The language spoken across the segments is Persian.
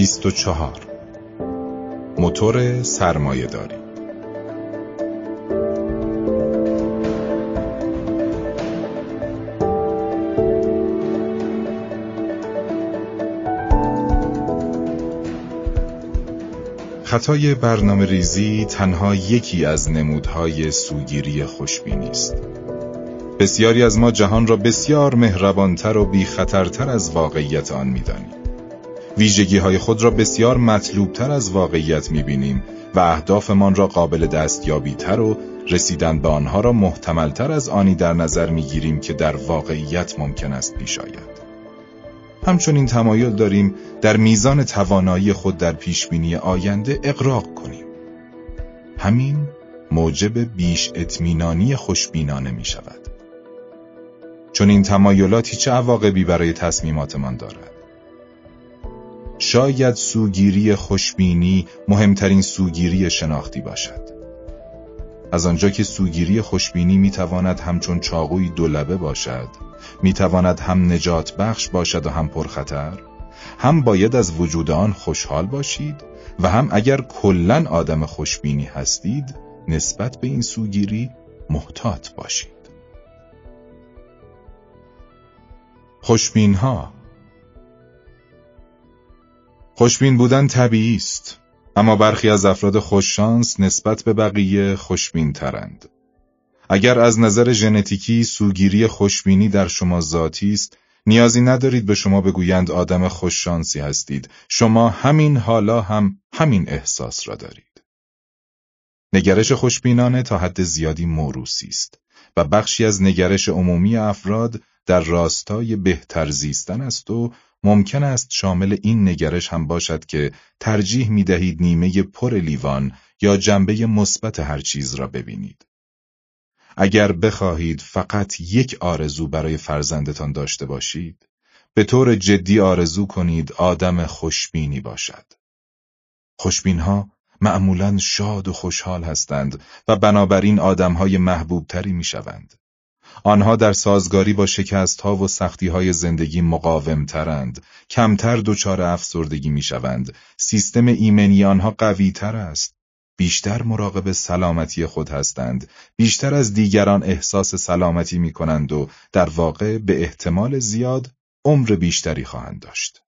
24. موتور سرمایه‌داری. خطای برنامه ریزی تنها یکی از نمودهای سوگیری خوشبینی است. بسیاری از ما جهان را بسیار مهربانتر و بی خطرتر از واقعیت آن می‌دانیم. ویژگی‌های خود را بسیار مطلوبتر از واقعیت می‌بینیم و اهدافمان را قابل دستیابی‌تر و رسیدن به آنها را محتمل‌تر از آنی در نظر می‌گیریم که در واقعیت ممکن است پیش آید. همچنین تمایل داریم در میزان توانایی خود در پیشبینی آینده اغراق کنیم. همین موجب بیش اطمینانی خوشبینانه می‌شود. چون این تمایلاتی چه عواقبی برای تصمیماتمان دارد؟ شاید سوگیری خوشبینی مهمترین سوگیری شناختی باشد. از آنجا که سوگیری خوشبینی میتواند همچون چاقوی دولبه باشد، میتواند هم نجات بخش باشد و هم پرخطر، هم باید از وجود آن خوشحال باشید و هم اگر کلاً آدم خوشبینی هستید نسبت به این سوگیری محتاط باشید. خوشبین بودن طبیعی است، اما برخی از افراد خوششانس نسبت به بقیه خوشبین ترند. اگر از نظر ژنتیکی سوگیری خوشبینی در شما ذاتی است، نیازی ندارید به شما بگویند آدم خوششانسی هستید. شما همین حالا هم همین احساس را دارید. نگرش خوشبینانه تا حد زیادی موروثی است و بخشی از نگرش عمومی افراد در راستای بهتر زیستن است و ممکن است شامل این نگرش هم باشد که ترجیح می دهید نیمه پر لیوان یا جنبه مثبت هر چیز را ببینید. اگر بخواهید فقط یک آرزو برای فرزندتان داشته باشید، به طور جدی آرزو کنید آدم خوشبینی باشد. خوشبینها معمولاً شاد و خوشحال هستند و بنابراین آدمهای محبوبتری می شوند. آنها در سازگاری با شکست‌ها و سختی‌های زندگی مقاوم‌ترند، کمتر دچار افسردگی می‌شوند، سیستم ایمنی آنها قوی‌تر است، بیشتر مراقب سلامتی خود هستند، بیشتر از دیگران احساس سلامتی می‌کنند و در واقع به احتمال زیاد عمر بیشتری خواهند داشت.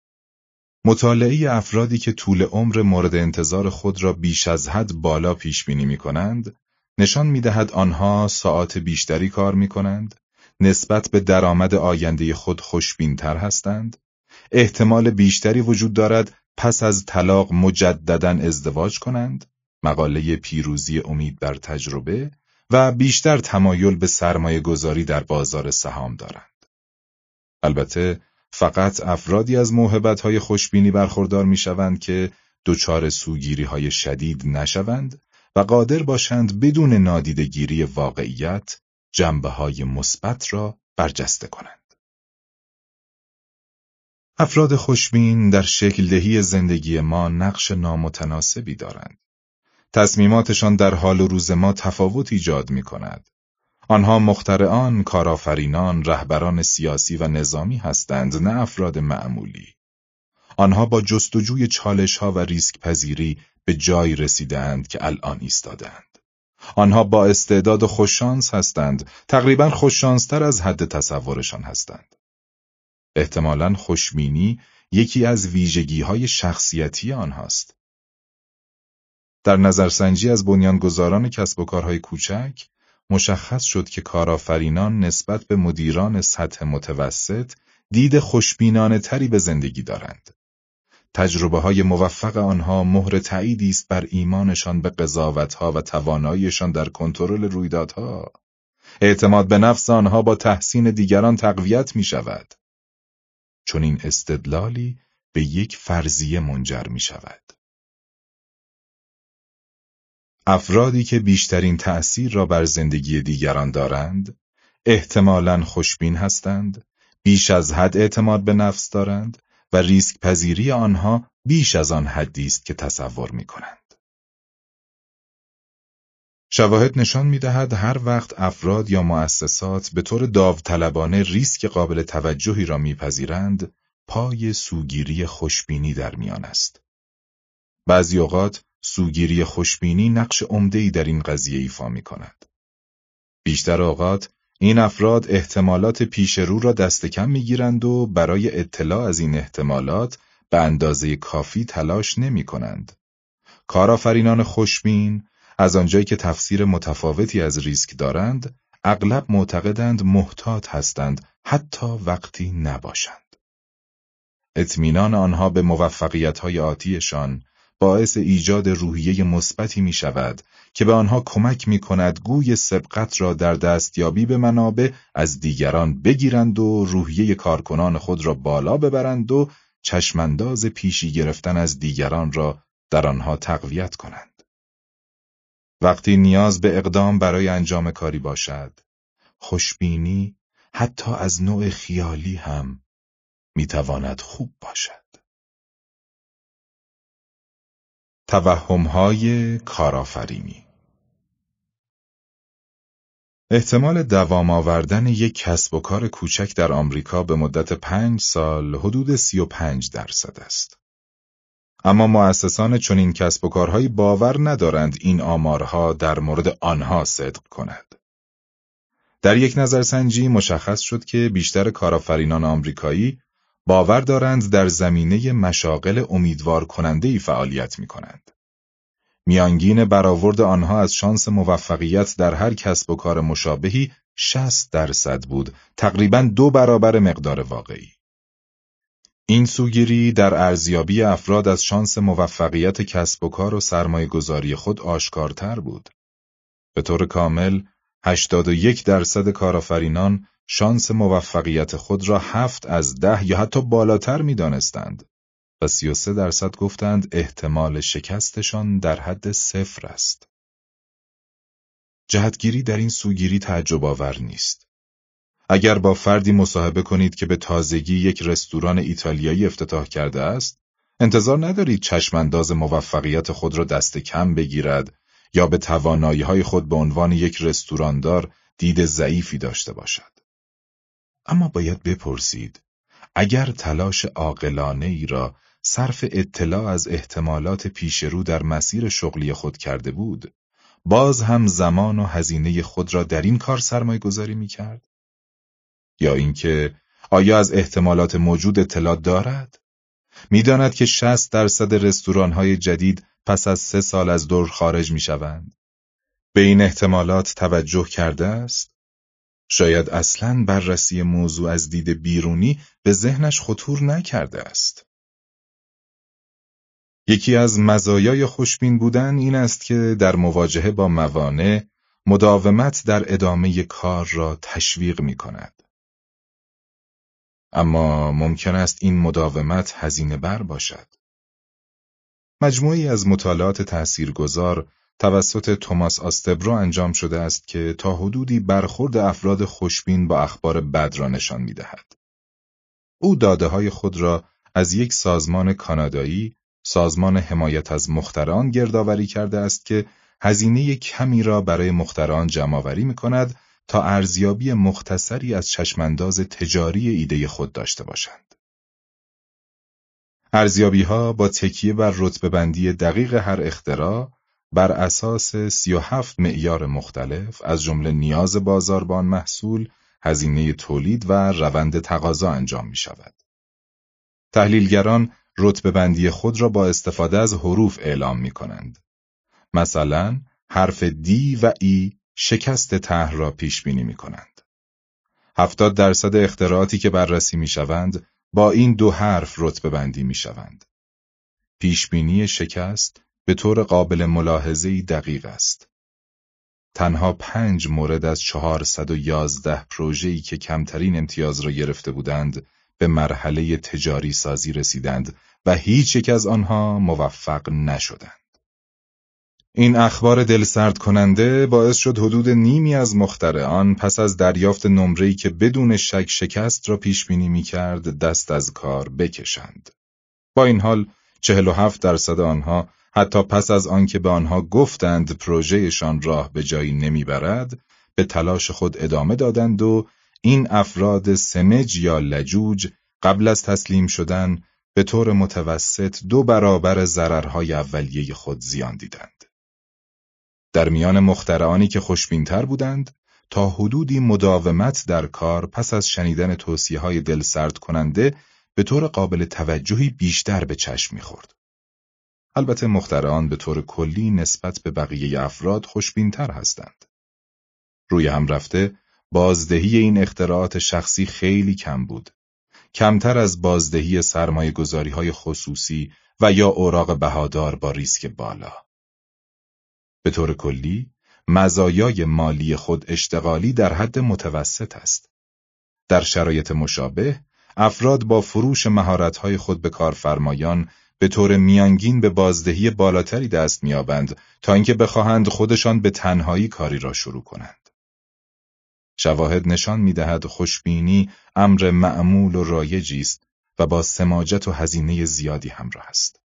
مطالعه افرادی که طول عمر مورد انتظار خود را بیش از حد بالا پیش‌بینی می‌کنند، نشان می‌دهد آنها ساعات بیشتری کار می‌کنند، نسبت به درآمد آینده خود خوشبین‌تر هستند، احتمال بیشتری وجود دارد پس از طلاق مجدداً ازدواج کنند، مقاله پیروزی امید بر تجربه، و بیشتر تمایل به سرمایه‌گذاری در بازار سهام دارند. البته فقط افرادی از موهبت‌های خوشبینی برخوردار می‌شوند که دچار سوگیری‌های شدید نشوند و قادر باشند بدون نادیده‌گیری واقعیت جنبه‌های مثبت را برجسته کنند. افراد خوشبین در شکل دهی زندگی ما نقش نامتناسبی دارند. تصمیماتشان در حال و روز ما تفاوت ایجاد می‌کند. آنها مخترعان، کارآفرینان، رهبران سیاسی و نظامی هستند، نه افراد معمولی. آنها با جستجوی چالش‌ها و ریسک پذیری به جایی رسیدند که الان ایستادند. آنها با استعداد و خوششانس هستند، تقریباً خوششانستر از حد تصورشان هستند. احتمالاً خوشبینی یکی از ویژگی‌های شخصیتی آنهاست. در نظرسنجی از بنیانگذاران کسب و کارهای کوچک، مشخص شد که کارآفرینان نسبت به مدیران سطح متوسط دید خوشبینانه تری به زندگی دارند. تجربه‌های موفق آنها مهر تأییدی است بر ایمانشان به قضاوت‌ها و تواناییشان در کنترل رویدادها. اعتماد به نفس آنها با تحسین دیگران تقویت می‌شود. چون این استدلالی به یک فرضیه منجر می‌شود. افرادی که بیشترین تأثیر را بر زندگی دیگران دارند، احتمالاً خوشبین هستند، بیش از حد اعتماد به نفس دارند و ریسک پذیری آنها بیش از آن حدی است که تصور می‌کنند. شواهد نشان می‌دهد هر وقت افراد یا مؤسسات به طور داوطلبانه ریسک قابل توجهی را می‌پذیرند، پای سوگیری خوشبینی در میان است. بعضی اوقات سوگیری خوشبینی نقش عمده‌ای در این قضیه ایفا می‌کند. بیشتر اوقات این افراد احتمالات پیش رو را دست کم می‌گیرند و برای اطلاع از این احتمالات به اندازه کافی تلاش نمی‌کنند. کارآفرینان خوشبین از آنجایی که تفسیر متفاوتی از ریسک دارند، اغلب معتقدند محتاط هستند حتی وقتی نباشند. اطمینان آنها به موفقیت‌های آتیشان باعث ایجاد روحیه مثبتی می‌شود که به آنها کمک می‌کند گوی سبقت را در دستیابی به منابع از دیگران بگیرند و روحیه کارکنان خود را بالا ببرند و چشمانداز پیشی گرفتن از دیگران را در آنها تقویت کنند. وقتی نیاز به اقدام برای انجام کاری باشد، خوشبینی حتی از نوع خیالی هم میتواند خوب باشد. توهم‌های کارآفرینی. احتمال دوام آوردن یک کسب و کار کوچک در آمریکا به مدت 5 سال حدود 35% است. اما مؤسسان چنین کسب و کارهایی باور ندارند این آمارها در مورد آنها صدق کند. در یک نظرسنجی مشخص شد که بیشتر کارآفرینان آمریکایی باور دارند در زمینه مشاغل امیدوار کننده‌ای فعالیت می‌کنند. میانگین برآورد آنها از شانس موفقیت در هر کسب و کار مشابهی 60% بود، تقریباً 2 برابر مقدار واقعی. این سوگیری در ارزیابی افراد از شانس موفقیت کسب و کار و سرمایه‌گذاری خود آشکارتر بود. به طور کامل 81% کارآفرینان شانس موفقیت خود را 7 از 10 یا حتی بالاتر می‌دانستند و 33% گفتند احتمال شکستشان در حد 0 است. جهتگیری در این سوگیری تعجب آور نیست. اگر با فردی مصاحبه کنید که به تازگی یک رستوران ایتالیایی افتتاح کرده است، انتظار ندارید چشمانداز موفقیت خود را دست کم بگیرد یا به توانایی‌های خود به عنوان یک رستوراندار دید ضعیفی داشته باشد. اما باید بپرسید، اگر تلاش عاقلانه‌ای را صرف اطلاع از احتمالات پیشرو در مسیر شغلی خود کرده بود، باز هم زمان و هزینه خود را در این کار سرمایه‌گذاری می‌کرد؟ یا اینکه آیا از احتمالات موجود اطلاع دارد؟ می‌داند که 60% رستوران‌های جدید پس از 3 سال از دور خارج می‌شوند. به این احتمالات توجه کرده است؟ شاید اصلاً بررسی موضوع از دید بیرونی به ذهنش خطور نکرده است. یکی از مزایای خوشبین بودن این است که در مواجهه با موانع، مداومت در ادامه کار را تشویق می‌کند. اما ممکن است این مداومت هزینه بر باشد. مجموعی از مطالعات تاثیرگذار توسط توماس آستبرو انجام شده است که تا حدودی برخورد افراد خوشبین با اخبار بد را نشان می‌دهد. او داده‌های خود را از یک سازمان کانادایی، سازمان حمایت از مخترعان گردآوری کرده است که هزینه کمی را برای مخترعان جمع‌آوری می‌کند تا ارزیابی مختصری از چشمانداز تجاری ایده خود داشته باشند. ارزیابی‌ها با تکیه بر رتبه‌بندی دقیق هر اختراع بر اساس 37 معیار مختلف از جمله نیاز بازار به آن محصول، هزینه تولید و روند تقاضا انجام می‌شود. تحلیلگران رتبه‌بندی خود را با استفاده از حروف اعلام می‌کنند. مثلا حرف دی و ای شکست طرح را پیش بینی می‌کنند. 70% اختراعاتی که بررسی می‌شوند با این 2 حرف رتبه‌بندی می‌شوند. پیش بینی شکست به طور قابل ملاحظه‌ای دقیق است. تنها 5 مورد از 411 پروژه‌ای که کمترین امتیاز را گرفته بودند به مرحله تجاری سازی رسیدند و هیچ یک از آنها موفق نشدند. این اخبار دلسرد کننده باعث شد حدود نیمی از مخترعان پس از دریافت نمره‌ای که بدون شک شکست را پیش بینی می‌کرد دست از کار بکشند. با این حال 47% آنها حتی پس از آنکه به آنها گفتند پروژهشان راه به جایی نمیبرد، به تلاش خود ادامه دادند و این افراد سمج یا لجوج قبل از تسلیم شدن به طور متوسط 2 برابر ضررهای اولیه خود زیان دیدند. در میان مخترعانی که خوشبین‌تر بودند، تا حدودی مداومت در کار پس از شنیدن توصیه‌های دلسرد کننده به طور قابل توجهی بیشتر به چشم می‌خورد. البته مخترعان به طور کلی نسبت به بقیه افراد خوشبین‌تر هستند. روی هم رفته، بازدهی این اختراعات شخصی خیلی کم بود. کمتر از بازدهی سرمایه‌گذاری‌های خصوصی و یا اوراق بهادار با ریسک بالا. به طور کلی، مزایای مالی خود اشتغالی در حد متوسط است. در شرایط مشابه، افراد با فروش مهارت‌های خود به کارفرمایان به طور میانگین به بازدهی بالاتری دست می‌یابند تا اینکه بخواهند خودشان به تنهایی کاری را شروع کنند. شواهد نشان می‌دهد خوشبینی امر معمول و رایجی است و با سماجت و هزینه زیادی همراه است.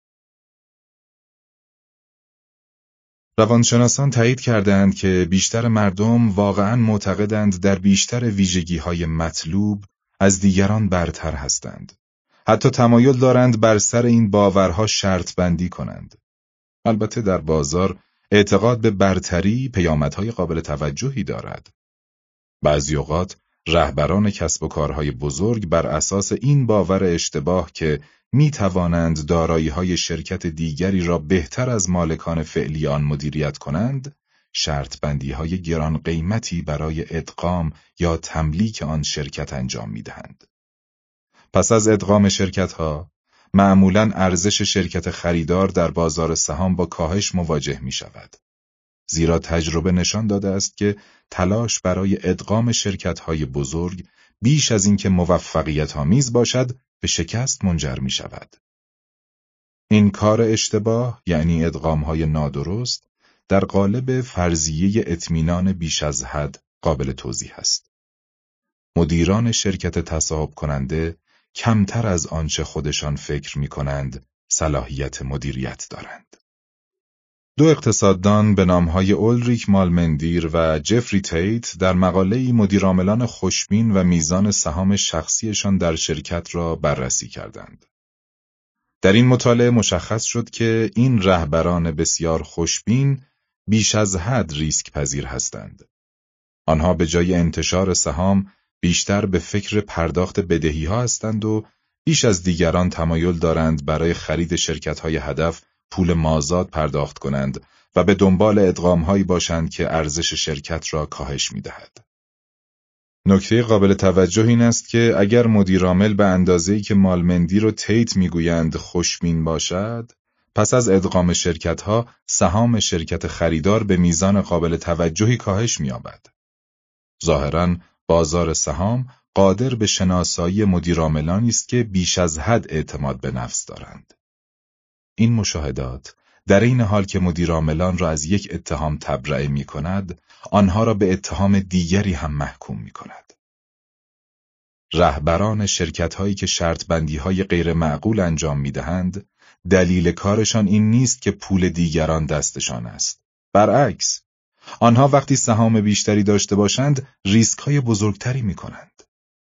روانشناسان تایید کردند که بیشتر مردم واقعاً معتقدند در بیشتر ویژگی‌های مطلوب از دیگران برتر هستند. حتی تمایل دارند بر سر این باورها شرط بندی کنند. البته در بازار اعتقاد به برتری پیامدهای قابل توجهی دارد. بعضی اوقات رهبران کسب و کارهای بزرگ بر اساس این باور اشتباه که می توانند دارایی‌های شرکت دیگری را بهتر از مالکان فعلی آن مدیریت کنند، شرط بندی‌های گران قیمتی برای ادغام یا تملیک آن شرکت انجام می دهند. پس از ادغام شرکت‌ها، معمولاً ارزش شرکت خریدار در بازار سهام با کاهش مواجه می شود. زیرا تجربه نشان داده است که تلاش برای ادغام شرکت‌های بزرگ بیش از اینکه موفقیت‌آمیز باشد به شکست منجر می شود. این کار اشتباه یعنی ادغام‌های نادرست در قالب فرضیه اطمینان بیش از حد قابل توضیح است. مدیران شرکت تصاحب کننده کمتر از آنچه خودشان فکر می کنند صلاحیت مدیریت دارند. 2 اقتصاددان به نامهای اولریک مالمندیر و جفری تیت در مقاله‌ای مدیرعاملان خوشبین و میزان سهام شخصیشان در شرکت را بررسی کردند. در این مطالعه مشخص شد که این رهبران بسیار خوشبین بیش از حد ریسک پذیر هستند. آنها به جای انتشار سهام بیشتر به فکر پرداخت بدهی‌ها هستند و بیش از دیگران تمایل دارند برای خرید شرکت‌های هدف پول مازاد پرداخت کنند و به دنبال ادغام‌هایی باشند که ارزش شرکت را کاهش می‌دهد. نکته قابل توجه این است که اگر مدیرعامل به اندازه‌ای که مالمندیر و تیت می‌گویند خوشبین باشد، پس از ادغام شرکت‌ها سهام شرکت خریدار به میزان قابل توجهی کاهش می‌یابد. ظاهراً بازار سهام قادر به شناسایی مدیرعاملانی است که بیش از حد اعتماد به نفس دارند. این مشاهدات در این حال که مدیرعاملان را از یک اتهام تبرئه می‌کند، آنها را به اتهام دیگری هم محکوم می‌کند. رهبران شرکت‌هایی که شرط بندی‌های غیر معقول انجام می‌دهند، دلیل کارشان این نیست که پول دیگران دستشان است. برعکس، آنها وقتی سهام بیشتری داشته باشند، ریسک‌های بزرگتری می‌کنند.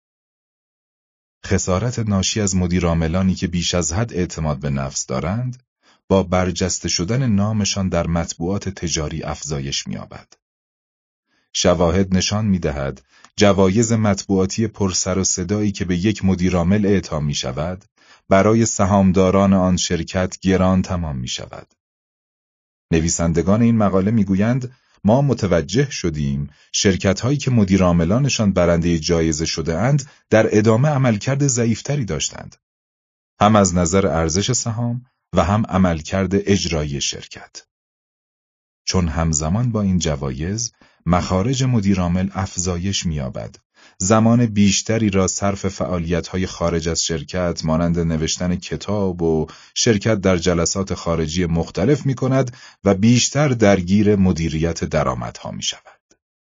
خسارت ناشی از مدیرعاملانی که بیش از حد اعتماد به نفس دارند، با برجسته شدن نامشان در مطبوعات تجاری افزایش می‌یابد. شواهد نشان می‌دهد جوایز مطبوعاتی پرسر و صدایی که به یک مدیرعامل اعطا می‌شود، برای سهامداران آن شرکت گران تمام می‌شود. نویسندگان این مقاله می‌گویند ما متوجه شدیم شرکت‌هایی که مدیرعاملانشان برنده جایزه شده اند در ادامه عملکرد ضعیف‌تری داشتند، هم از نظر ارزش سهام و هم عملکرد اجرایی شرکت. چون همزمان با این جوایز مخارج مدیرعامل افزایش می‌یابد، زمان بیشتری را صرف فعالیت‌های خارج از شرکت مانند نوشتن کتاب و شرکت در جلسات خارجی مختلف می‌کند و بیشتر درگیر مدیریت درآمدها می‌شود.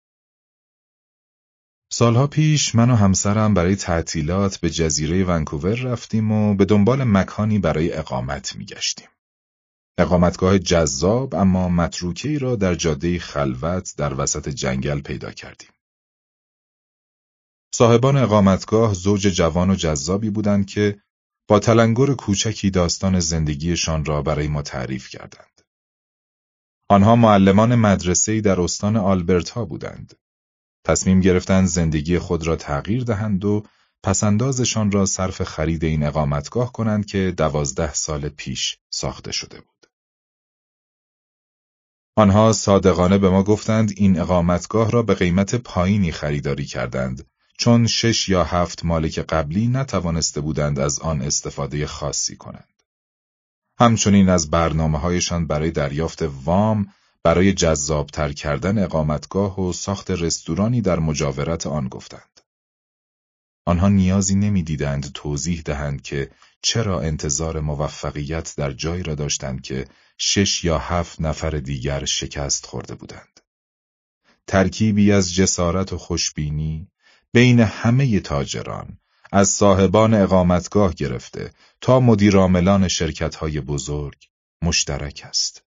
سالها پیش من و همسرم برای تعطیلات به جزیره ونکوور رفتیم و به دنبال مکانی برای اقامت می‌گشتیم. اقامتگاه جذاب اما متروکه‌ای را در جاده خلوت در وسط جنگل پیدا کردیم. صاحبان اقامتگاه زوج جوان و جذابی بودند که با تلنگر کوچکی داستان زندگیشان را برای ما تعریف کردند. آنها معلمان مدرسه‌ای در استان آلبرتا بودند. تصمیم گرفتند زندگی خود را تغییر دهند و پسندازشان را صرف خرید این اقامتگاه کنند که 12 سال پیش ساخته شده بود. آنها صادقانه به ما گفتند این اقامتگاه را به قیمت پایینی خریداری کردند، چون 6 یا 7 مالک قبلی نتوانسته بودند از آن استفاده خاصی کنند. همچنین از برنامه‌هایشان برای دریافت وام برای جذابتر کردن اقامتگاه و ساخت رستورانی در مجاورت آن گفتند. آنها نیازی نمی‌دیدند توضیح دهند که چرا انتظار موفقیت در جایی را داشتند که 6 یا 7 نفر دیگر شکست خورده بودند. ترکیبی از جسارت و خوشبینی بین همه تاجران، از صاحبان اقامتگاه گرفته تا مدیرعاملان شرکت‌های بزرگ مشترک است.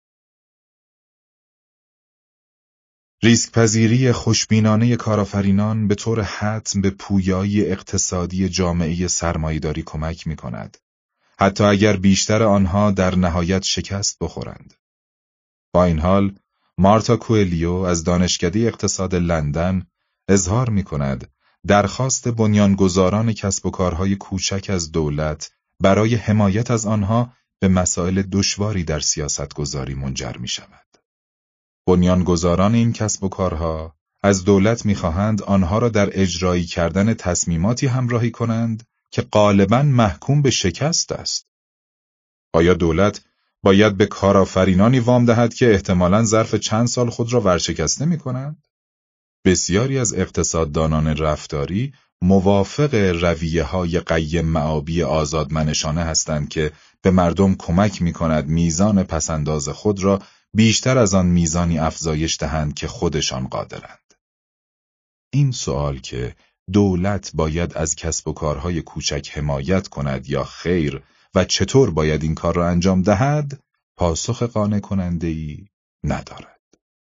ریسک‌پذیری خوشبینانه کارآفرینان به طور حتم به پویایی اقتصادی جامعه سرمایه‌داری کمک می‌کند، حتی اگر بیشتر آنها در نهایت شکست بخورند. با این حال، مارتا کوئلیو از دانشکده اقتصاد لندن اظهار می‌کند درخواست بنیانگذاران کسب و کارهای کوچک از دولت برای حمایت از آنها به مسائل دشواری در سیاستگذاری منجر می‌شود. بنیانگذاران این کسب و کارها از دولت می‌خواهند آنها را در اجرایی کردن تصمیماتی همراهی کنند که غالباً محکوم به شکست است. آیا دولت باید به کارآفرینانی وام دهد که احتمالاً ظرف چند سال خود را ورشکسته می‌کنند؟ بسیاری از اقتصاددانان رفتاری موافق رویه‌های قیم معابی آزادمنشانه هستند که به مردم کمک می‌کند میزان پسنداز خود را بیشتر از آن میزانی افزایش دهند که خودشان قادرند. این سوال که دولت باید از کسب و کارهای کوچک حمایت کند یا خیر و چطور باید این کار را انجام دهد، پاسخ قانع کننده‌ای ندارد.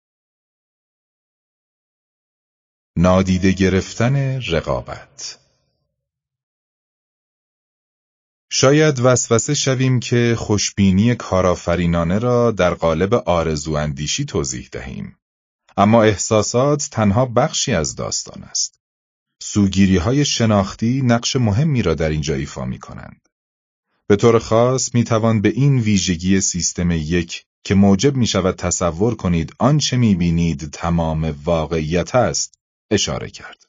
نادیده گرفتن رقابت. شاید وسوسه شویم که خوشبینی کارآفرینانه را در قالب آرزواندیشی توضیح دهیم، اما احساسات تنها بخشی از داستان است. سوگیری‌های شناختی نقش مهمی را در اینجا ایفا می‌کنند. به طور خاص می‌توان به این ویژگی سیستم 1 که موجب می‌شود تصور کنید آنچه می‌بینید تمام واقعیت است اشاره کرد.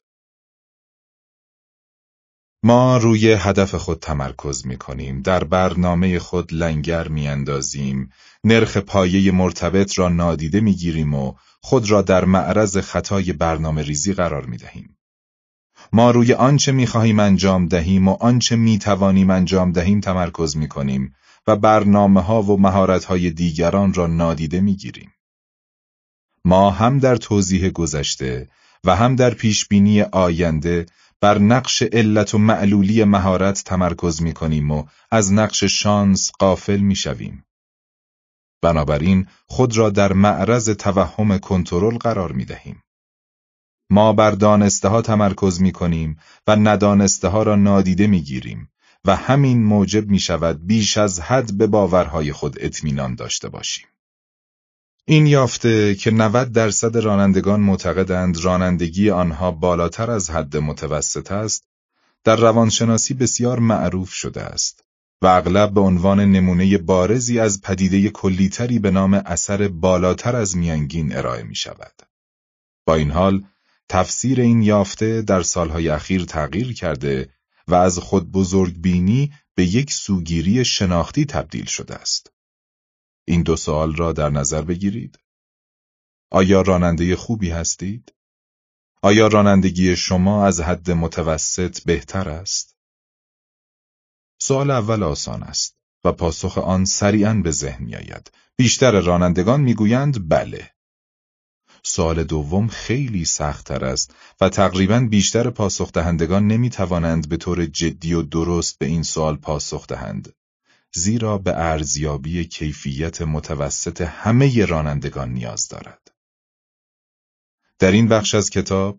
ما روی هدف خود تمرکز می‌کنیم، در برنامه خود لنگر می‌اندازیم، نرخ پایه مرتبط را نادیده می‌گیریم و خود را در معرض خطای برنامه‌ریزی قرار می‌دهیم. ما روی آنچه می‌خواهیم انجام دهیم و آنچه می‌توانیم انجام دهیم تمرکز می‌کنیم و برنامه‌ها و مهارت‌های دیگران را نادیده می‌گیریم. ما هم در توضیح گذشته و هم در پیشبینی آینده بر نقش علت و معلولی مهارت تمرکز می‌کنیم و از نقش شانس غافل می‌شویم. بنابراین خود را در معرض توهم کنترل قرار می‌دهیم. ما بر دانسته‌ها تمرکز می‌کنیم و ندانسته‌ها را نادیده می‌گیریم و همین موجب می‌شود بیش از حد به باورهای خود اطمینان داشته باشیم. این یافته که 90% رانندگان معتقدند رانندگی آنها بالاتر از حد متوسط است، در روانشناسی بسیار معروف شده است و اغلب به عنوان نمونه بارزی از پدیده کلی‌تری به نام اثر بالاتر از میانگین ارائه می شود. با این حال، تفسیر این یافته در سالهای اخیر تغییر کرده و از خود بزرگبینی به یک سوگیری شناختی تبدیل شده است. این دو سوال را در نظر بگیرید. آیا راننده خوبی هستید؟ آیا رانندگی شما از حد متوسط بهتر است؟ سوال اول آسان است و پاسخ آن سریعاً به ذهن می‌آید. بیشتر رانندگان می‌گویند بله. سوال دوم خیلی سخت‌تر است و تقریباً بیشتر پاسخ دهندگان نمی‌توانند به طور جدی و درست به این سوال پاسخ دهند، زیرا به ارزیابی کیفیت متوسط همه رانندگان نیاز دارد. در این بخش از کتاب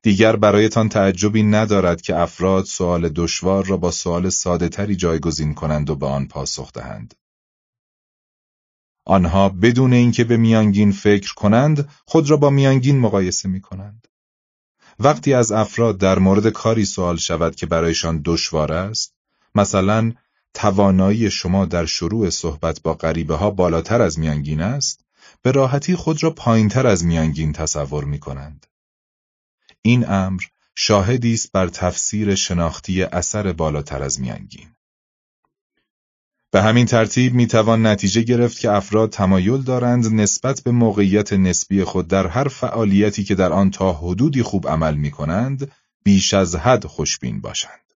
دیگر برایتان تعجبی ندارد که افراد سؤال دشوار را با سؤال ساده‌تری جایگزین کنند و به آن پاسخ دهند. آنها بدون اینکه به میانگین فکر کنند، خود را با میانگین مقایسه می‌کنند. وقتی از افراد در مورد کاری سوال شود که برایشان دشوار است، مثلا توانایی شما در شروع صحبت با غریبه‌ها بالاتر از میانگین است، به راحتی خود را پایین‌تر از میانگین تصور می‌کنند. این امر شاهدی است بر تفسیر شناختی اثر بالاتر از میانگین. به همین ترتیب میتوان نتیجه گرفت که افراد تمایل دارند نسبت به موقعیت نسبی خود در هر فعالیتی که در آن تا حدودی خوب عمل می‌کنند، بیش از حد خوشبین باشند.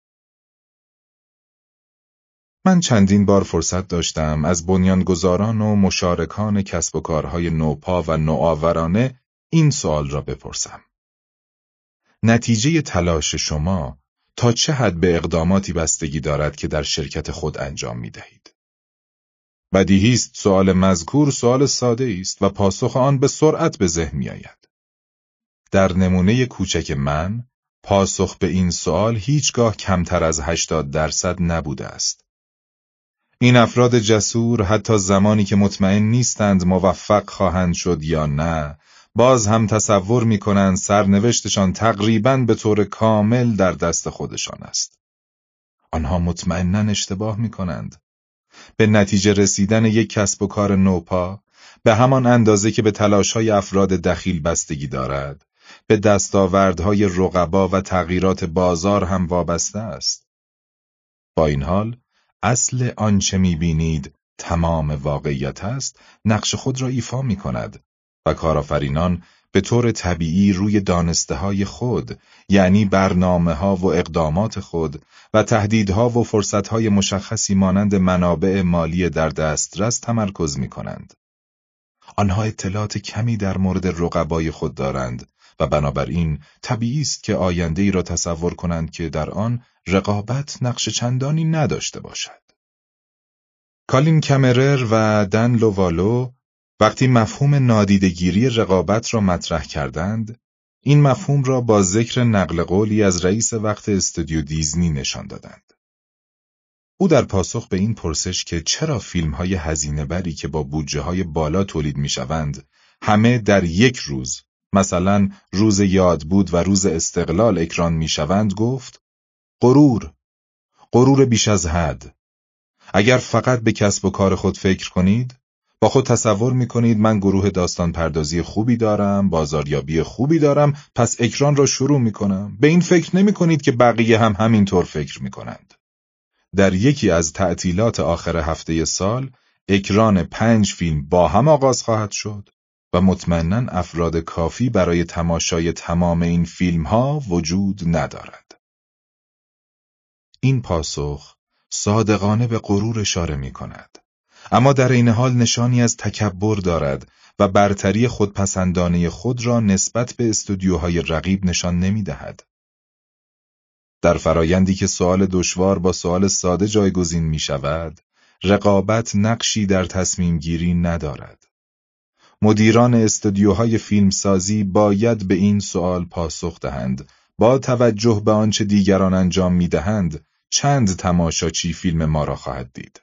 من چندین بار فرصت داشتم از بنیانگذاران و مشارکان کسب و کارهای نوپا و نوآورانه این سوال را بپرسم: نتیجه تلاش شما تا چه حد به اقداماتی بستگی دارد که در شرکت خود انجام می‌دهید؟ بدیهی است سؤال مذکور سؤال ساده است و پاسخ آن به سرعت به ذهن می‌آید. در نمونه کوچک من، پاسخ به این سؤال هیچگاه کمتر از 80% نبوده است. این افراد جسور حتی زمانی که مطمئن نیستند موفق خواهند شد یا نه، باز هم تصور می‌کنند سرنوشتشان تقریباً به طور کامل در دست خودشان است. آنها مطمئناً اشتباه می‌کنند. به نتیجه رسیدن یک کسب و کار نوپا، به همان اندازه که به تلاش‌های افراد دخیل بستگی دارد، به دستاوردهای رقبا و تغییرات بازار هم وابسته است. با این حال، اصل آنچه می‌بینید تمام واقعیت است، نقش خود را ایفا می‌کند و کارآفرینان به طور طبیعی روی دانسته‌های خود، یعنی برنامه‌ها و اقدامات خود و تهدیدها و فرصت‌های مشخصی مانند منابع مالی در دسترس تمرکز می‌کنند. آنها اطلاعات کمی در مورد رقبای خود دارند و بنابراین طبیعی است که آینده‌ای را تصور کنند که در آن رقابت نقش چندانی نداشته باشد. کالین کمرر و دن لووالو وقتی مفهوم نادیدگیری رقابت را مطرح کردند، این مفهوم را با ذکر نقل قولی از رئیس وقت استودیو دیزنی نشان دادند. او در پاسخ به این پرسش که چرا فیلم‌های هزینه‌بری که با بودجه‌های بالا تولید می‌شوند، همه در یک روز، مثلا روز یادبود و روز استقلال اکران می‌شوند، گفت: غرور بیش از حد. اگر فقط به کسب و کار خود فکر کنید، با خود تصور می‌کنید من گروه داستان پردازی خوبی دارم، بازاریابی خوبی دارم، پس اکران را شروع می‌کنم. به این فکر نمی‌کنید که بقیه هم همینطور فکر می‌کنند. در یکی از تعطیلات آخر هفته سال، اکران 5 فیلم با هم آغاز خواهد شد و مطمئناً افراد کافی برای تماشای تمام این فیلم‌ها وجود ندارد. این پاسخ صادقانه به غرور اشاره می‌کند، اما در این حال نشانی از تکبر دارد و برتری خودپسندانه خود را نسبت به استودیوهای رقیب نشان نمی‌دهد. در فرایندی که سؤال دشوار با سؤال ساده جایگزین می‌شود، رقابت نقشی در تصمیم گیری ندارد. مدیران استودیوهای فیلمسازی باید به این سؤال پاسخ دهند: با توجه به آنچه دیگران انجام می‌دهند، چند تماشاچی فیلم ما را خواهد دید؟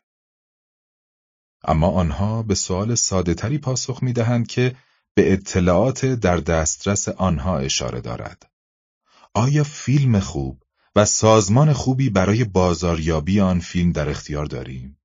اما آنها به سؤال ساده‌تری پاسخ می‌دهند که به اطلاعات در دسترس آنها اشاره دارد. آیا فیلم خوب و سازمان خوبی برای بازاریابی آن فیلم در اختیار داریم؟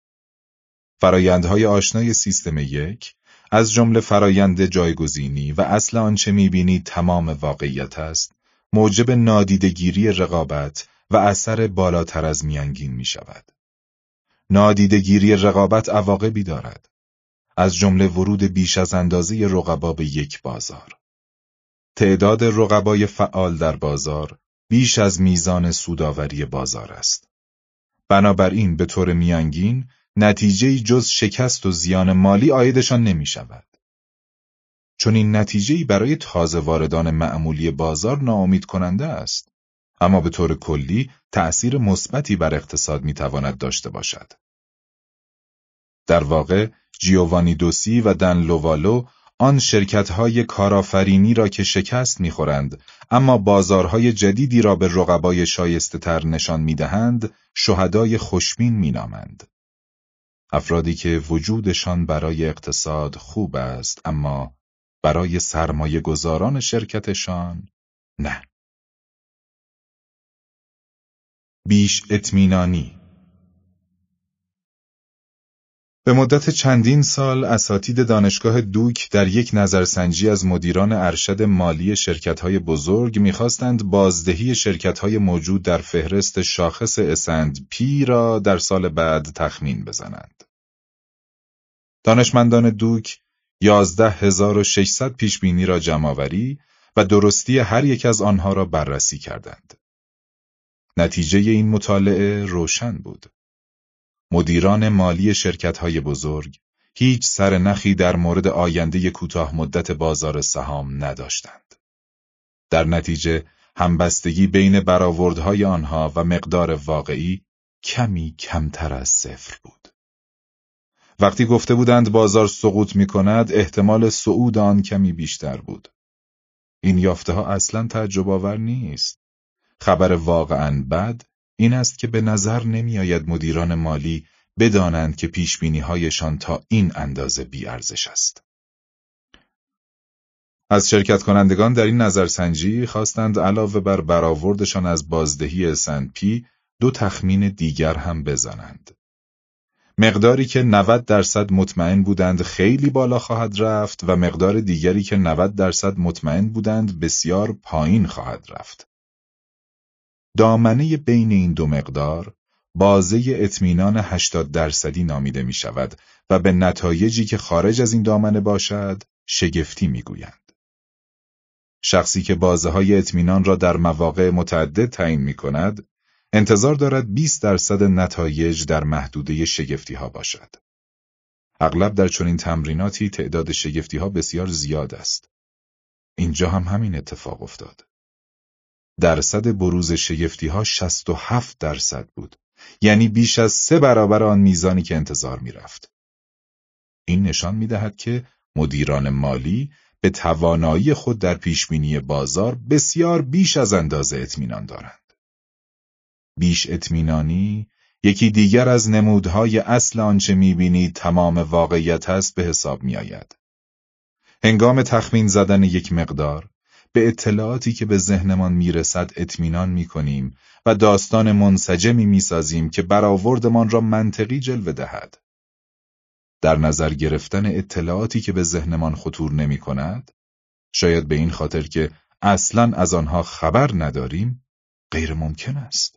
فرایندهای آشنای سیستم 1 از جمله فرایند جایگزینی و اصل آنچه می‌بینید تمام واقعیت است، موجب نادیدگیری رقابت و اثر بالاتر از میانگین می‌شود. نادیدگیری رقابت عواقبی دارد، از جمله ورود بیش از اندازه رقبا به یک بازار. تعداد رقبای فعال در بازار بیش از میزان سودآوری بازار است. بنابراین به طور میانگین نتیجه‌ای جز شکست و زیان مالی عایدشان نمی‌شود. چون این نتیجه‌ای برای تازه واردان معمولی بازار ناامید کننده است، اما به طور کلی تأثیر مثبتی بر اقتصاد می‌تواند داشته باشد. در واقع جیووانی دوسی و دن لووالو آن شرکت‌های کارآفرینی را که شکست می‌خورند اما بازارهای جدیدی را به رقبای شایسته‌تر نشان می‌دهند، شهدای خوشبین می‌نامند. افرادی که وجودشان برای اقتصاد خوب است اما برای سرمایه گذاران شرکتشان نه. بیش اطمینانی. به مدت چندین سال اساتید دانشگاه دوک در یک نظرسنجی از مدیران ارشد مالی شرکت‌های بزرگ می‌خواستند بازدهی شرکت‌های موجود در فهرست شاخص S&P را در سال بعد تخمین بزنند. دانشمندان دوک 11600 پیشبینی را جمع‌آوری و درستی هر یک از آنها را بررسی کردند. نتیجه این مطالعه روشن بود. مدیران مالی شرکت‌های بزرگ هیچ سرنخی در مورد آینده کوتاه مدت بازار سهام نداشتند. در نتیجه همبستگی بین برآوردهای آنها و مقدار واقعی کمی کمتر از صفر بود. وقتی گفته بودند بازار سقوط می‌کند، احتمال صعود آن کمی بیشتر بود. این یافته‌ها اصلاً تعجب‌آور نیست. خبر واقعاً بد این است که به نظر نمی‌آید مدیران مالی بدانند که پیشبینی‌هایشان تا این اندازه بی‌ارزش است. از شرکت کنندگان در این نظرسنجی خواستند علاوه بر برآوردشان از بازدهی S&P 2 تخمین دیگر هم بزنند. مقداری که 90% مطمئن بودند خیلی بالا خواهد رفت و مقدار دیگری که 90% مطمئن بودند بسیار پایین خواهد رفت. دامنه بین این دو مقدار بازه اطمینان 80% نامیده می شود و به نتایجی که خارج از این دامنه باشد شگفتی می گویند. شخصی که بازه های اطمینان را در مواقع متعدد تعیین می کند، انتظار دارد 20% نتایج در محدوده شگفتی ها باشد. اغلب در چنین تمریناتی تعداد شگفتی ها بسیار زیاد است. اینجا هم همین اتفاق افتاد. درصد بروز شگفتی ها 67% بود. یعنی بیش از 3 برابر آن میزانی که انتظار می رفت. این نشان می دهد که مدیران مالی به توانایی خود در پیشبینی بازار بسیار بیش از اندازه اطمینان دارند. بیش اطمینانی یکی دیگر از نمودهای اصل آنچه می‌بینید تمام واقعیت است به حساب می‌آید. هنگام تخمین زدن یک مقدار به اطلاعاتی که به ذهنمان میرسد اطمینان می‌کنیم و داستان منسجمی می‌سازیم که برآوردمان را منطقی جلوه دهد. در نظر گرفتن اطلاعاتی که به ذهنمان خطور نمی‌کند، شاید به این خاطر که اصلاً از آنها خبر نداریم، غیر ممکن است.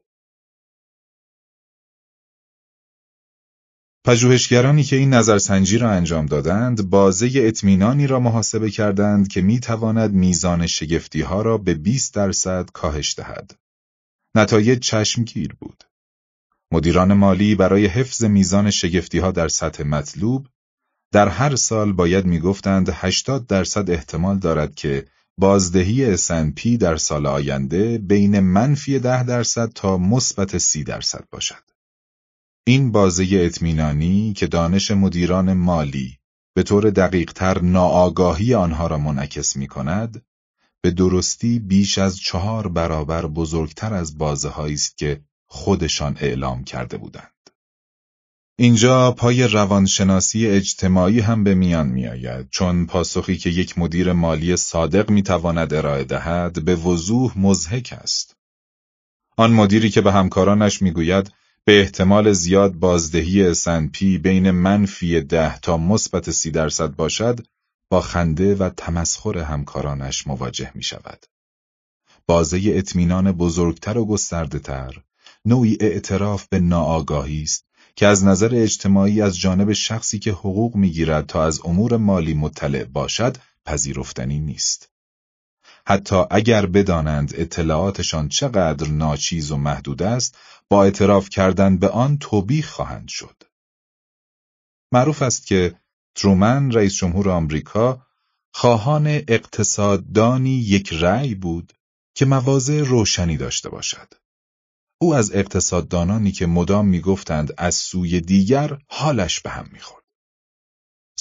پژوهشگرانی که این نظرسنجی را انجام دادند، بازه اطمینانی را محاسبه کردند که می‌تواند میزان شگفتی‌ها را به 20% کاهش دهد. نتایج چشمگیر بود. مدیران مالی برای حفظ میزان شگفتی‌ها در سطح مطلوب، در هر سال باید می‌گفتند 80% احتمال دارد که بازدهی S&P در سال آینده بین -10% تا مثبت 30% باشد. این بازه اطمینانی که دانش مدیران مالی به طور دقیق‌تر ناآگاهی آنها را منعکس می‌کند، به درستی بیش از 4 برابر بزرگتر از بازه‌هایی است که خودشان اعلام کرده بودند. اینجا پای روانشناسی اجتماعی هم به میان می‌آید، چون پاسخی که یک مدیر مالی صادق می‌تواند ارائه دهد به وضوح مضحک است. آن مدیری که به همکارانش می‌گوید به احتمال زیاد بازدهی S&P بین -10 تا مثبت 30% باشد، با خنده و تمسخر همکارانش مواجه می شود. بازه اطمینان بزرگتر و گسترده‌تر، نوعی اعتراف به ناآگاهی است که از نظر اجتماعی از جانب شخصی که حقوق می‌گیرد تا از امور مالی مطلع باشد، پذیرفتنی نیست. حتی اگر بدانند اطلاعاتشان چقدر ناچیز و محدود است، با اعتراف کردن به آن توبیخ خواهند شد. معروف است که ترومن رئیس جمهور آمریکا خواهان اقتصاددانی یک رأی بود که مواضع روشنی داشته باشد. او از اقتصاددانانی که مدام میگفتند از سوی دیگر حالش به هم میخورد.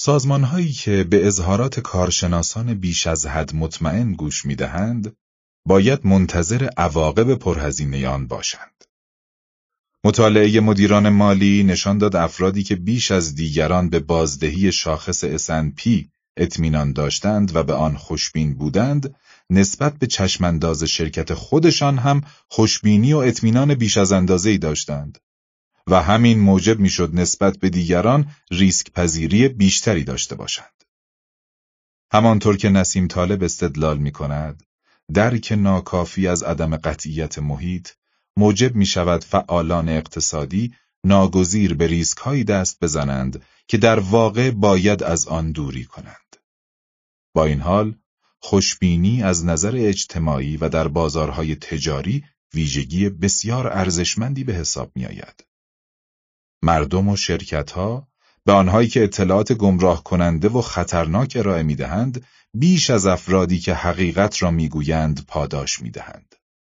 سازمان‌هایی که به اظهارات کارشناسان بیش از حد مطمئن گوش می‌دهند، باید منتظر عواقب پرهزینه آن باشند. مطالعه مدیران مالی نشان داد افرادی که بیش از دیگران به بازدهی شاخص S&P اطمینان داشتند و به آن خوشبین بودند، نسبت به چشمانداز شرکت خودشان هم خوشبینی و اطمینان بیش از اندازه‌ای داشتند و همین موجب میشد نسبت به دیگران ریسک پذیری بیشتری داشته باشند. همانطور که نسیم طالب استدلال می‌کند، درک ناکافی از عدم قطعیت محیط موجب می‌شود فعالان اقتصادی ناگزیر به ریسک‌هایی دست بزنند که در واقع باید از آن دوری کنند. با این حال، خوشبینی از نظر اجتماعی و در بازارهای تجاری ویژگی بسیار ارزشمندی به حساب می‌آید. مردم و شرکت‌ها به آنهایی که اطلاعات گمراه کننده و خطرناک ارائه می‌دهند، بیش از افرادی که حقیقت را می‌گویند پاداش می‌دهند.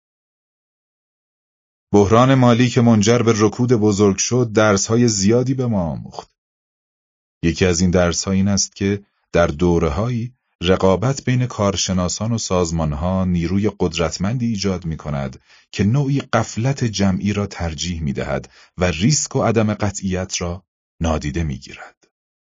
بحران مالی که منجر به رکود بزرگ شد، درس‌های زیادی به ما آموخت. یکی از این درس‌ها این است که در دوره‌هایی رقابت بین کارشناسان و سازمان‌ها نیروی قدرتمندی ایجاد می‌کند که نوعی غفلت جمعی را ترجیح می‌دهد و ریسک و عدم قطعیت را نادیده می‌گیرد.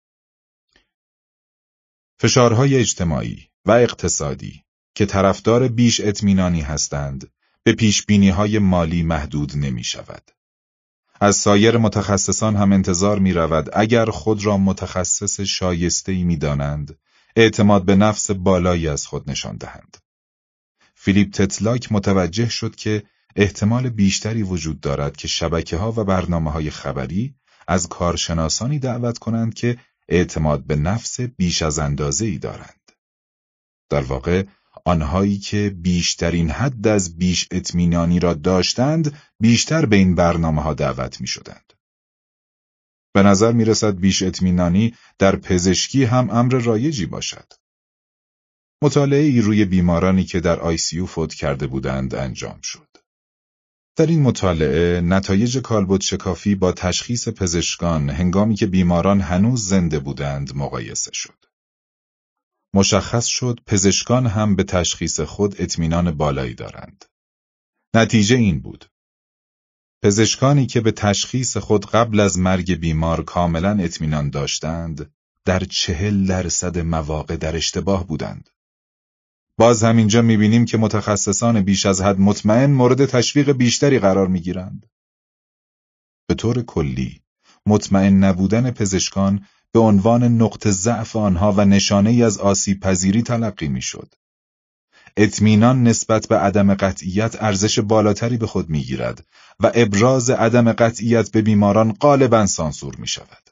فشارهای اجتماعی و اقتصادی که طرفدار بیش اطمینانی هستند، به پیشبینی‌های مالی محدود نمی‌شود. از سایر متخصصان هم انتظار می‌رود اگر خود را متخصص شایسته‌ای می‌دانند، اعتماد به نفس بالایی از خود نشان دهند. فیلیپ تتلاک متوجه شد که احتمال بیشتری وجود دارد که شبکه‌ها و برنامه‌های خبری از کارشناسانی دعوت کنند که اعتماد به نفس بیش از اندازه‌ای دارند. در واقع آنهایی که بیشترین حد از بیش اطمینانی را داشتند، بیشتر به این برنامه‌ها دعوت می‌شدند. به نظر می‌رسد بیش اطمینانی در پزشکی هم امر رایجی باشد. مطالعه‌ای روی بیمارانی که در ICU فوت کرده بودند انجام شد. در این مطالعه نتایج کالبدشکافی با تشخیص پزشکان هنگامی که بیماران هنوز زنده بودند مقایسه شد. مشخص شد پزشکان هم به تشخیص خود اطمینان بالایی دارند. نتیجه این بود: پزشکانی که به تشخیص خود قبل از مرگ بیمار کاملا اطمینان داشتند، در 40% مواقع در اشتباه بودند. باز هم اینجا می‌بینیم که متخصصان بیش از حد مطمئن مورد تشویق بیشتری قرار می‌گیرند. به طور کلی، مطمئن نبودن پزشکان به عنوان نقطه ضعف آنها و نشانه‌ای از آسیب پذیری تلقی می‌شد. اطمینان نسبت به عدم قطعیت ارزش بالاتری به خود می‌گیرد و ابراز عدم قطعیت به بیماران غالباً سانسور می‌شود.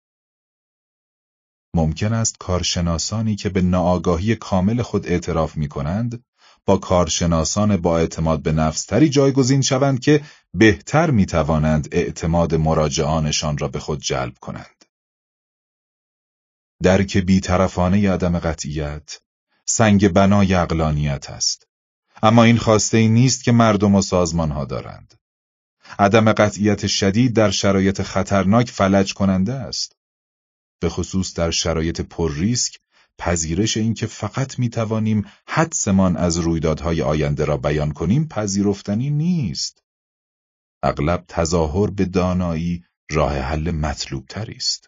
ممکن است کارشناسانی که به ناآگاهی کامل خود اعتراف می‌کنند، با کارشناسان با اعتماد به نفس تری جایگزین شوند که بهتر می‌توانند اعتماد مراجعانشان را به خود جلب کنند. درک بی‌طرفانه عدم قطعیت سنگ بنای عقلانیت است، اما این خواسته‌ای نیست که مردم و سازمان‌ها دارند. عدم قطعیت شدید در شرایط خطرناک فلج کننده است. به خصوص در شرایط پر ریسک، پذیرش این که فقط می‌توانیم حدسمان از رویدادهای آینده را بیان کنیم پذیرفتنی نیست. اغلب تظاهر به دانایی راه حل مطلوب تری است.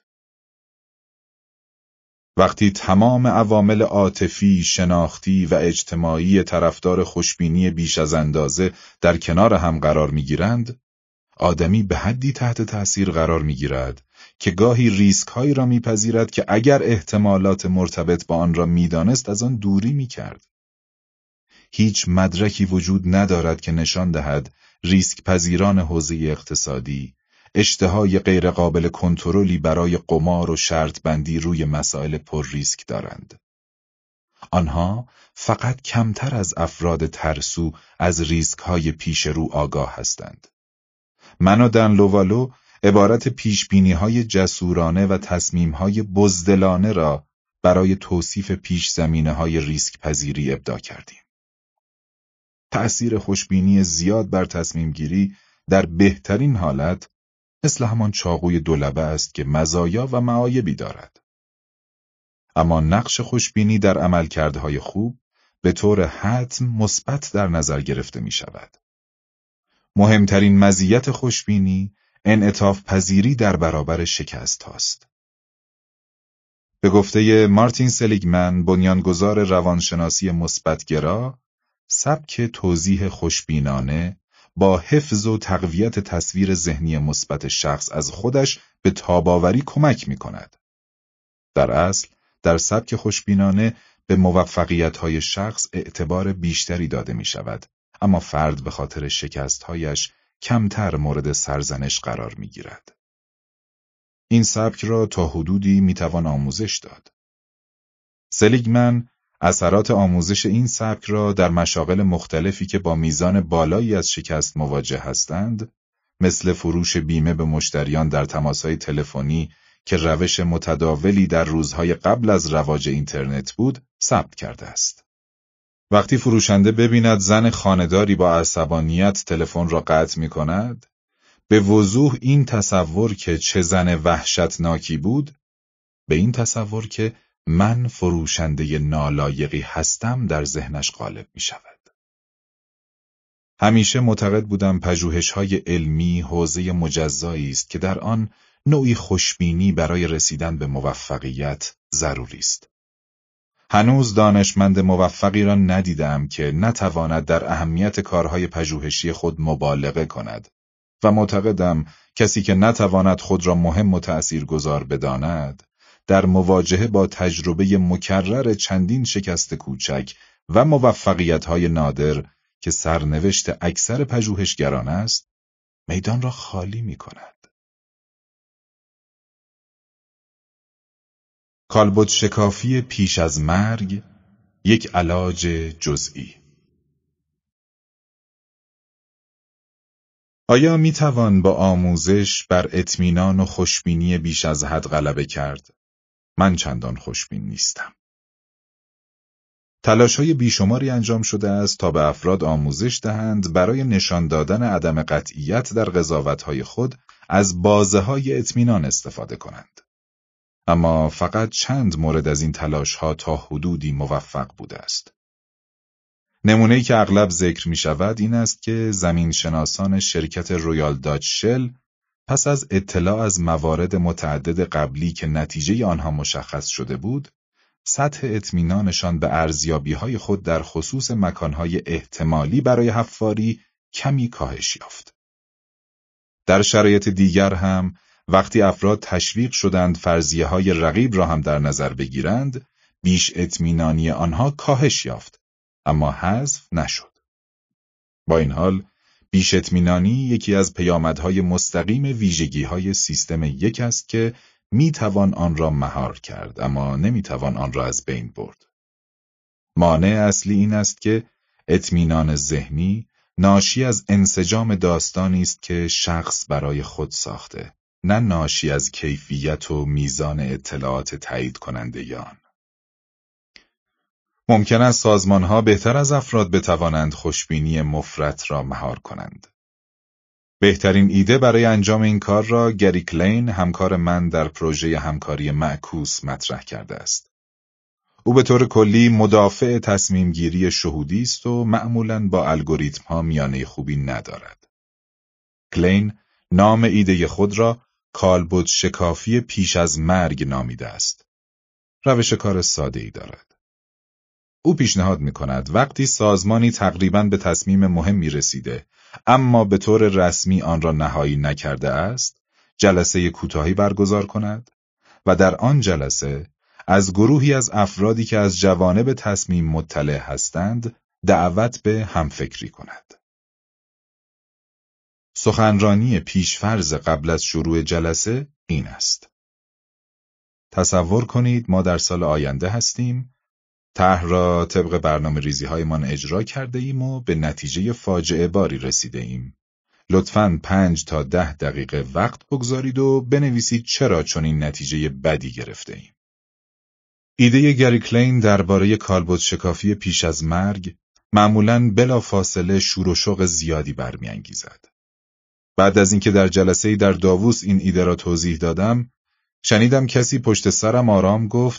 وقتی تمام عوامل عاطفی، شناختی و اجتماعی طرفدار خوشبینی بیش از اندازه در کنار هم قرار می‌گیرند، آدمی به حدی تحت تأثیر قرار می‌گیرد که گاهی ریسک‌هایی را می‌پذیرد که اگر احتمالات مرتبط با آن را می‌دانست از آن دوری می‌کرد. هیچ مدرکی وجود ندارد که نشان دهد ریسک پذیران حوزه اقتصادی اشتهای غیرقابل کنترلی برای قمار و شرط بندی روی مسائل پر ریسک دارند. آنها فقط کمتر از افراد ترسو از ریسک‌های پیش رو آگاه هستند. من و دن لووالو عبارت پیشبینی‌های جسورانه و تصمیم‌های بزدلانه را برای توصیف پیش زمینه‌های ریسک پذیری ابداع کردیم. تأثیر خوشبینی زیاد بر تصمیم گیری در بهترین حالت مثل همان چاقوی دولبه است که مزایا و معایبی دارد. اما نقش خوشبینی در عملکردهای خوب به طور حتم مثبت در نظر گرفته می شود. مهمترین مزیت خوشبینی انعطاف پذیری در برابر شکست هاست. به گفته مارتین سلیگمن، بنیانگذار روانشناسی مثبت‌گرا، سبک توضیح خوشبینانه با حفظ و تقویت تصویر ذهنی مثبت شخص از خودش به تاب‌آوری کمک می‌کند. در اصل، در سبک خوشبینانه به موفقیت‌های شخص اعتبار بیشتری داده می‌شود، اما فرد به خاطر شکست‌هایش کمتر مورد سرزنش قرار می‌گیرد. این سبک را تا حدودی می‌توان آموزش داد. سلیگمن اثرات آموزش این سبک را در مشاغل مختلفی که با میزان بالایی از شکست مواجه هستند، مثل فروش بیمه به مشتریان در تماس‌های تلفنی که روش متداولی در روزهای قبل از رواج اینترنت بود، ثبت کرده است. وقتی فروشنده ببیند زن خانه‌داری با عصبانیت تلفن را قطع می‌کند، به وضوح این تصور که چه زن وحشتناکی بود، به این تصور که من فروشنده نالایقی هستم در ذهنش غالب می شود. همیشه معتقد بودم پژوهش‌های علمی حوزه مجزایی است که در آن نوعی خوشبینی برای رسیدن به موفقیت ضروری است. هنوز دانشمند موفقی را ندیدم که نتواند در اهمیت کارهای پژوهشی خود مبالغه کند و معتقدم کسی که نتواند خود را مهم و تأثیرگذار بداند، در مواجهه با تجربه مکرر چندین شکست کوچک و موفقیت‌های نادر که سرنوشت اکثر پژوهشگران است، میدان را خالی می‌کند. کالبد شکافی پیش از مرگ، یک علاج جزئی. آیا می‌توان با آموزش بر اطمینان و خوشبینی بیش از حد غلبه کرد؟ من چندان خوشبین نیستم. تلاش‌های بیشماری انجام شده است تا به افراد آموزش دهند برای نشان دادن عدم قطعیت در قضاوت‌های خود از بازه‌های اطمینان استفاده کنند. اما فقط چند مورد از این تلاش‌ها تا حدودی موفق بوده است. نمونه‌ای که اغلب ذکر می‌شود این است که زمینشناسان شرکت رویال داچ شل پس از اطلاع از موارد متعدد قبلی که نتیجه آنها مشخص شده بود، سطح اطمینانشان به ارزیابی‌های خود در خصوص مکان‌های احتمالی برای حفاری کمی کاهش یافت. در شرایط دیگر هم وقتی افراد تشویق شدند فرضیه‌های رقیب را هم در نظر بگیرند، بیش اطمینانی آنها کاهش یافت، اما حذف نشد. با این حال، بیش اطمینانی یکی از پیامدهای مستقیم ویژگی‌های سیستم یک است که می‌توان آن را مهار کرد، اما نمی‌توان آن را از بین برد. مانع اصلی این است که اطمینان ذهنی ناشی از انسجام داستانی است که شخص برای خود ساخته، نه ناشی از کیفیت و میزان اطلاعات تایید کننده آن. ممکن است سازمان‌ها بهتر از افراد بتوانند خوشبینی مفرط را مهار کنند. بهترین ایده برای انجام این کار را گری کلین، همکار من در پروژه همکاری معکوس، مطرح کرده است. او به طور کلی مدافع تصمیم گیری شهودی است و معمولاً با الگوریتم‌ها میانه خوبی ندارد. کلین نام ایده خود را کالبد شکافی پیش از مرگ نامیده است. روش کار ساده‌ای دارد. او پیشنهاد می‌کند وقتی سازمانی تقریباً به تصمیم مهمی رسیده اما به طور رسمی آن را نهایی نکرده است، جلسه کوتاهی برگزار کند و در آن جلسه از گروهی از افرادی که از جوانب تصمیم مطلع هستند دعوت به همفکری کند. سخنرانی پیشفرض قبل از شروع جلسه این است: تصور کنید ما در سال آینده هستیم، طرح را طبق برنامه‌ریزی‌هایمان اجرا کرده ایم و به نتیجه فاجعه باری رسیده ایم. لطفاً 5 تا 10 دقیقه وقت بگذارید و بنویسید چرا چنین نتیجه بدی گرفته ایم. ایده گری کلین درباره کالبد شکافی پیش از مرگ معمولاً بلافاصله شور و شوق زیادی برمی‌انگیزد. بعد از اینکه در جلسه‌ای در داووس این ایده را توضیح دادم، شنیدم کسی پشت سرم آرام گفت: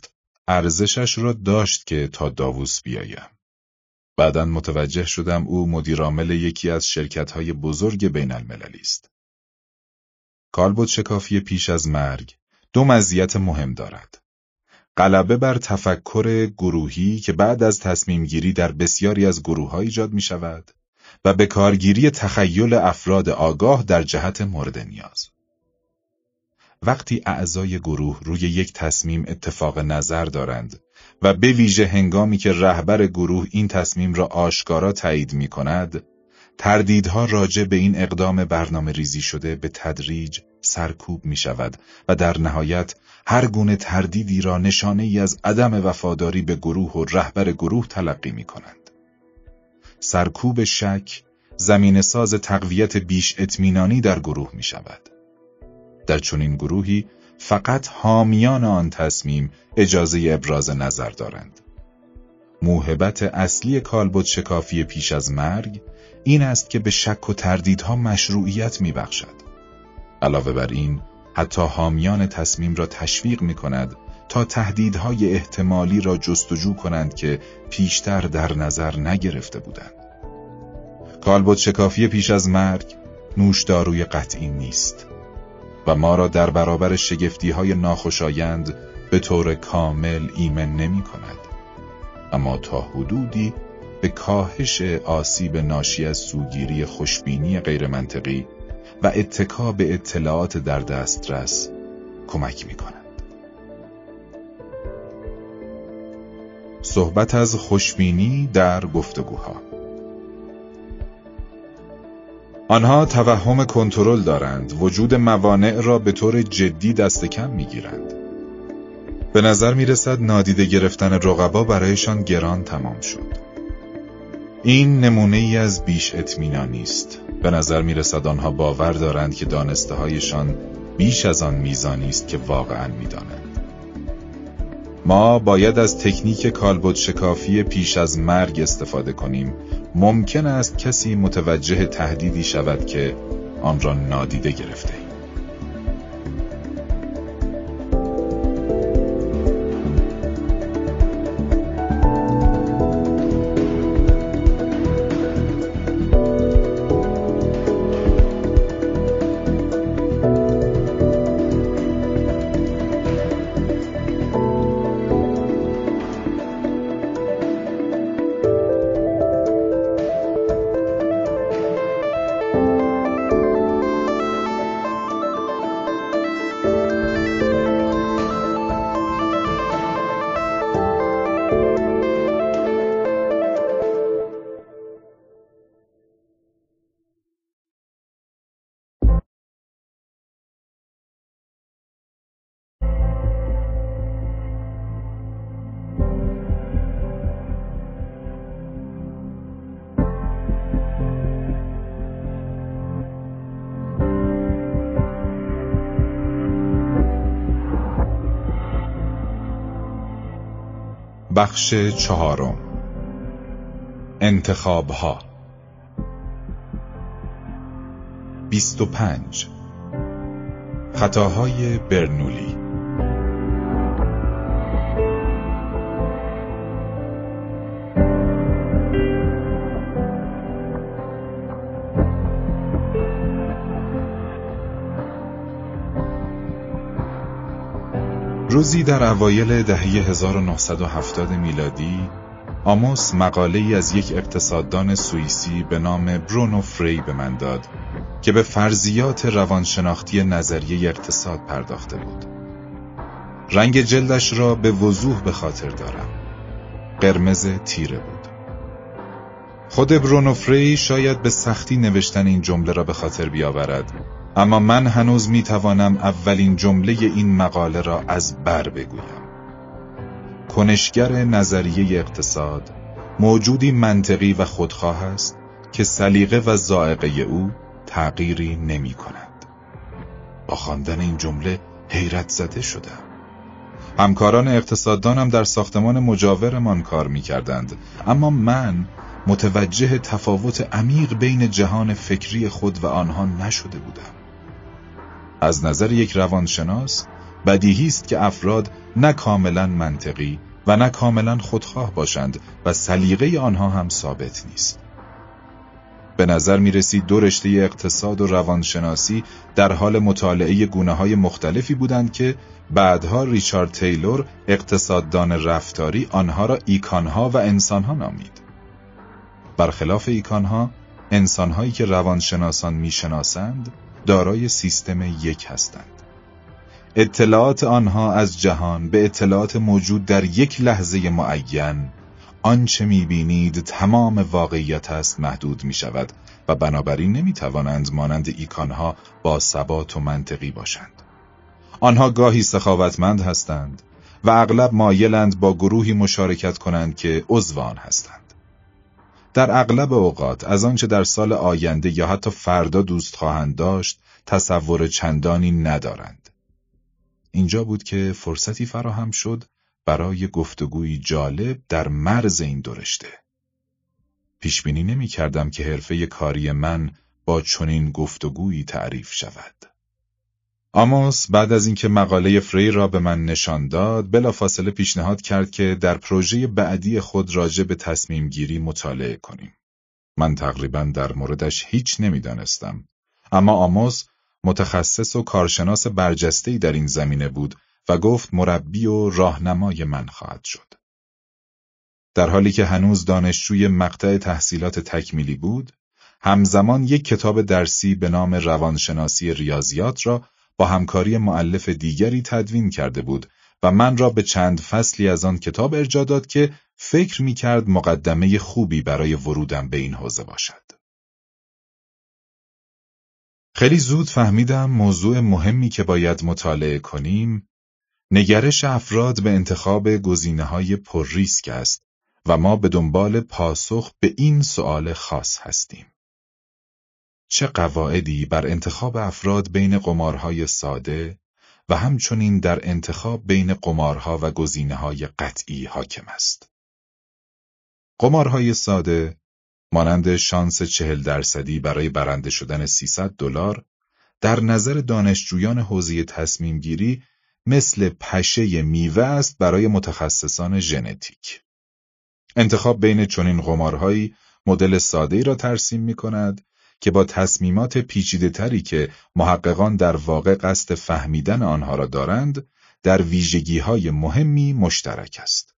ارزشش را داشت که تا داووس بیایم. بعداً متوجه شدم او مدیرعامل یکی از شرکت‌های بزرگ بین المللی است. کالبد شکافی پیش از مرگ 2 مزیت مهم دارد. غلبه بر تفکر گروهی که بعد از تصمیم گیری در بسیاری از گروه‌ها ایجاد می شود و به کارگیری تخیل افراد آگاه در جهت مورد نیاز. وقتی اعضای گروه روی یک تصمیم اتفاق نظر دارند و به ویژه هنگامی که رهبر گروه این تصمیم را آشکارا تایید می کند، تردیدها راجع به این اقدام برنامه ریزی شده به تدریج سرکوب می شود و در نهایت هر گونه تردیدی را نشانه ای از عدم وفاداری به گروه و رهبر گروه تلقی می کنند. سرکوب شک زمینه ساز تقویت بیش اطمینانی در گروه می شود. در چنین گروهی فقط حامیان آن تصمیم اجازه ابراز نظر دارند. موهبت اصلی کالبد شکافی پیش از مرگ این است که به شک و تردیدها مشروعیت می‌بخشد. علاوه بر این، حتی حامیان تصمیم را تشویق می‌کند تا تهدیدهای احتمالی را جستجو کنند که پیشتر در نظر نگرفته بودند. کالبد شکافی پیش از مرگ نوشداروی قطعی نیست و ما را در برابر شگفتی‌های ناخوشایند به طور کامل ایمن نمی‌کند، اما تا حدودی به کاهش آسیب ناشی از سوگیری خوشبینی غیرمنطقی و اتکا به اطلاعات در دسترس کمک می‌کند. صحبت از خوشبینی در گفتگوها. آنها توهم کنترل دارند، وجود موانع را به طور جدی دست کم می‌گیرند. به نظر می‌رسد نادیده گرفتن رقبا برایشان گران تمام شد. این نمونه ای از بیش اطمینانی است. به نظر می‌رسد آنها باور دارند که دانسته‌هایشان بیش از آن میزانی است که واقعاً می‌دانند. ما باید از تکنیک کالبد شکافی پیش از مرگ استفاده کنیم. ممکن است کسی متوجه تهدیدی شود که آن را نادیده گرفته ایم. بخش 4. انتخاب‌ها. 25. خطاهای برنولی. روزی در اوایل دهه 1970 میلادی، آموس مقاله‌ای از یک اقتصاددان سوئیسی به نام برونو فری به من داد که به فرضیات روانشناختی نظریه اقتصاد پرداخته بود. رنگ جلدش را به وضوح به خاطر دارم. قرمز تیره بود. خود برونو فری شاید به سختی نوشتن این جمله را به خاطر بیاورد، اما من هنوز میتوانم اولین جمله این مقاله را از بر بگویم. کنشگر نظریه اقتصاد موجودی منطقی و خودخواه است که سلیقه و ذائقه او تغییری نمی کند. با خواندن این جمله حیرت زده شدم. همکاران اقتصاددانم در ساختمان مجاورمان کار می کردند، اما من متوجه تفاوت عمیق بین جهان فکری خود و آنها نشده بودم. از نظر یک روانشناس، بدیهی است که افراد نه کاملا منطقی و نه کاملا خودخواه باشند و سلیقه آنها هم ثابت نیست. به نظر می رسید دو رشته اقتصاد و روانشناسی در حال مطالعه گونه‌های مختلفی بودند که بعدها ریچارد تیلور اقتصاددان رفتاری آنها را ایکانها و انسانها نامید. برخلاف ایکانها، انسانهایی که روانشناسان می شناسند دارای سیستم یک هستند. اطلاعات آنها از جهان به اطلاعات موجود در یک لحظه معین، آنچه می‌بینید تمام واقعیت است، محدود می‌شود و بنابراین نمی‌توانند مانند ایکانها با ثبات و منطقی باشند. آنها گاهی سخاوتمند هستند و اغلب مایلند با گروهی مشارکت کنند که عضو آن هستند. در اغلب اوقات از آنچه در سال آینده یا حتی فردا دوست خواهند داشت تصور چندانی ندارند. اینجا بود که فرصتی فراهم شد برای گفتگوی جالب در مرز این دو رشته. پیش بینی نمی‌کردم که حرفه کاری من با چنین گفتگویی تعریف شود. آموس بعد از اینکه مقاله فری را به من نشان داد، بلافاصله پیشنهاد کرد که در پروژه بعدی خود راجع به تصمیم گیری مطالعه کنیم. من تقریباً در موردش هیچ نمی‌دانستم، اما آموس متخصص و کارشناس برجسته‌ای در این زمینه بود و گفت مربی و راهنمای من خواهد شد. در حالی که هنوز دانشجوی مقطع تحصیلات تکمیلی بود، همزمان یک کتاب درسی به نام روانشناسی ریاضیات را با همکاری مؤلف دیگری تدوین کرده بود و من را به چند فصلی از آن کتاب ارجاع داد که فکر می‌کرد مقدمه خوبی برای ورودم به این حوزه باشد. خیلی زود فهمیدم موضوع مهمی که باید مطالعه کنیم نگرش افراد به انتخاب گزینه‌های پر ریسک است و ما به دنبال پاسخ به این سؤال خاص هستیم. چه قواعدی بر انتخاب افراد بین قمارهای ساده و همچنین در انتخاب بین قمارها و گزینه‌های قطعی حاکم است؟ قمارهای ساده مانند شانس 40% برای برنده شدن $300 در نظر دانشجویان حوزه تصمیم گیری مثل پشه میوه است برای متخصصان ژنتیک. انتخاب بین چنین قمارهایی مدل ساده‌ای را ترسیم می‌کند که با تصمیمات پیچیده‌تری که محققان در واقع قصد فهمیدن آنها را دارند، در ویژگی‌های مهمی مشترک است.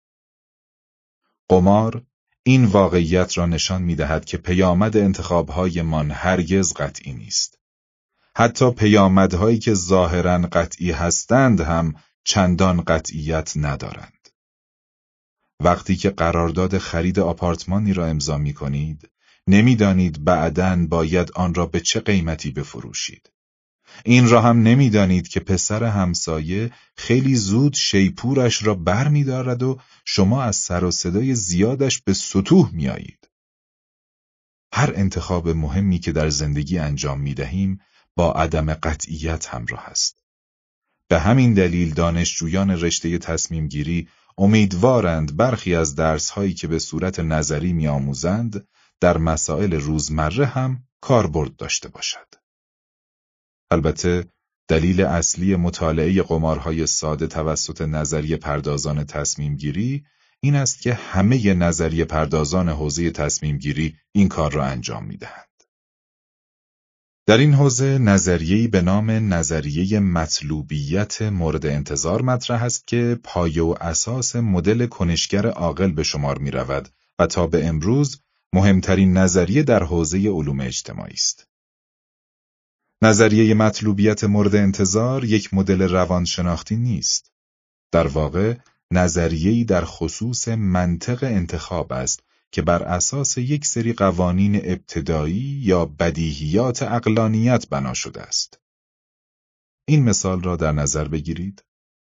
قمار این واقعیت را نشان می‌دهد که پیامد انتخاب‌هایمان هرگز قطعی نیست. حتی پیامدهایی که ظاهراً قطعی هستند هم چندان قطعیت ندارند. وقتی که قرارداد خرید آپارتمانی را امضا می‌کنید، نمی‌دانید بعداً باید آن را به چه قیمتی بفروشید. این را هم نمی‌دانید که پسر همسایه خیلی زود شیپورش را برمی‌دارد و شما از سر و صدای زیادش به ستوه می‌آیید. هر انتخاب مهمی که در زندگی انجام می‌دهیم با عدم قطعیت همراه است. به همین دلیل دانشجویان رشته تصمیم گیری امیدوارند برخی از درس‌هایی که به صورت نظری می‌آموزند در مسائل روزمره هم کاربرد داشته باشد. البته دلیل اصلی مطالعه قمارهای ساده توسط نظریه پردازان تصمیم گیری این است که همه نظریه پردازان حوزه تصمیم گیری این کار را انجام می‌دهند. در این حوزه نظریه‌ای به نام نظریه مطلوبیت مورد انتظار مطرح است که پایه و اساس مدل کنشگر عاقل به شمار می‌رود و تا به امروز مهمترین نظریه در حوزه علوم اجتماعی است. نظریه مطلوبیت مورد انتظار یک مدل روانشناختی نیست. در واقع نظریه‌ای در خصوص منطق انتخاب است که بر اساس یک سری قوانین ابتدایی یا بدیهیات عقلانیت بنا شده است. این مثال را در نظر بگیرید.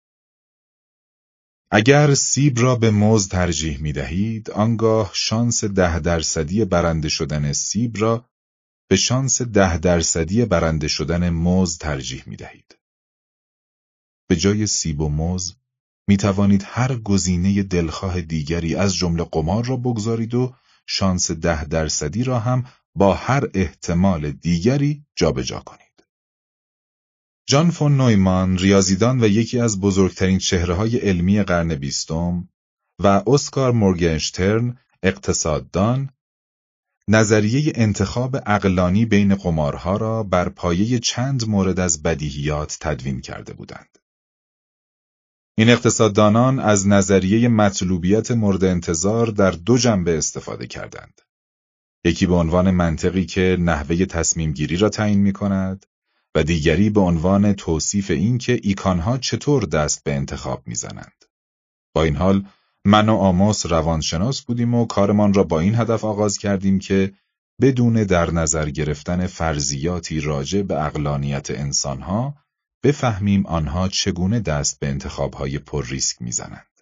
اگر سیب را به موز ترجیح می دهید، آنگاه شانس 10% برنده شدن سیب را به شانس 10% برنده شدن موز ترجیح می دهید. به جای سیب و موز می توانید هر گزینه دلخواه دیگری از جمله قمار را بگذارید و شانس 10% را هم با هر احتمال دیگری جابجا کنید. ژان فون نویمان، ریاضیدان و یکی از بزرگترین چهره‌های علمی قرن 20 و اسکار مورگنشترن، اقتصاددان، نظریه انتخاب عقلانی بین قمارها را بر پایه چند مورد از بدیهیات تدوین کرده بودند. این اقتصاددانان از نظریه مطلوبیت مورد انتظار در دو جنبه استفاده کردند. یکی به عنوان منطقی که نحوه تصمیم گیری را تعیین می کند و دیگری به عنوان توصیف این که ایکانها چطور دست به انتخاب می زنند. با این حال من و آموس روانشناس بودیم و کارمان را با این هدف آغاز کردیم که بدون در نظر گرفتن فرضیاتی راجع به عقلانیت انسانها بفهمیم آنها چگونه دست به انتخابهای پر ریسک میزنند.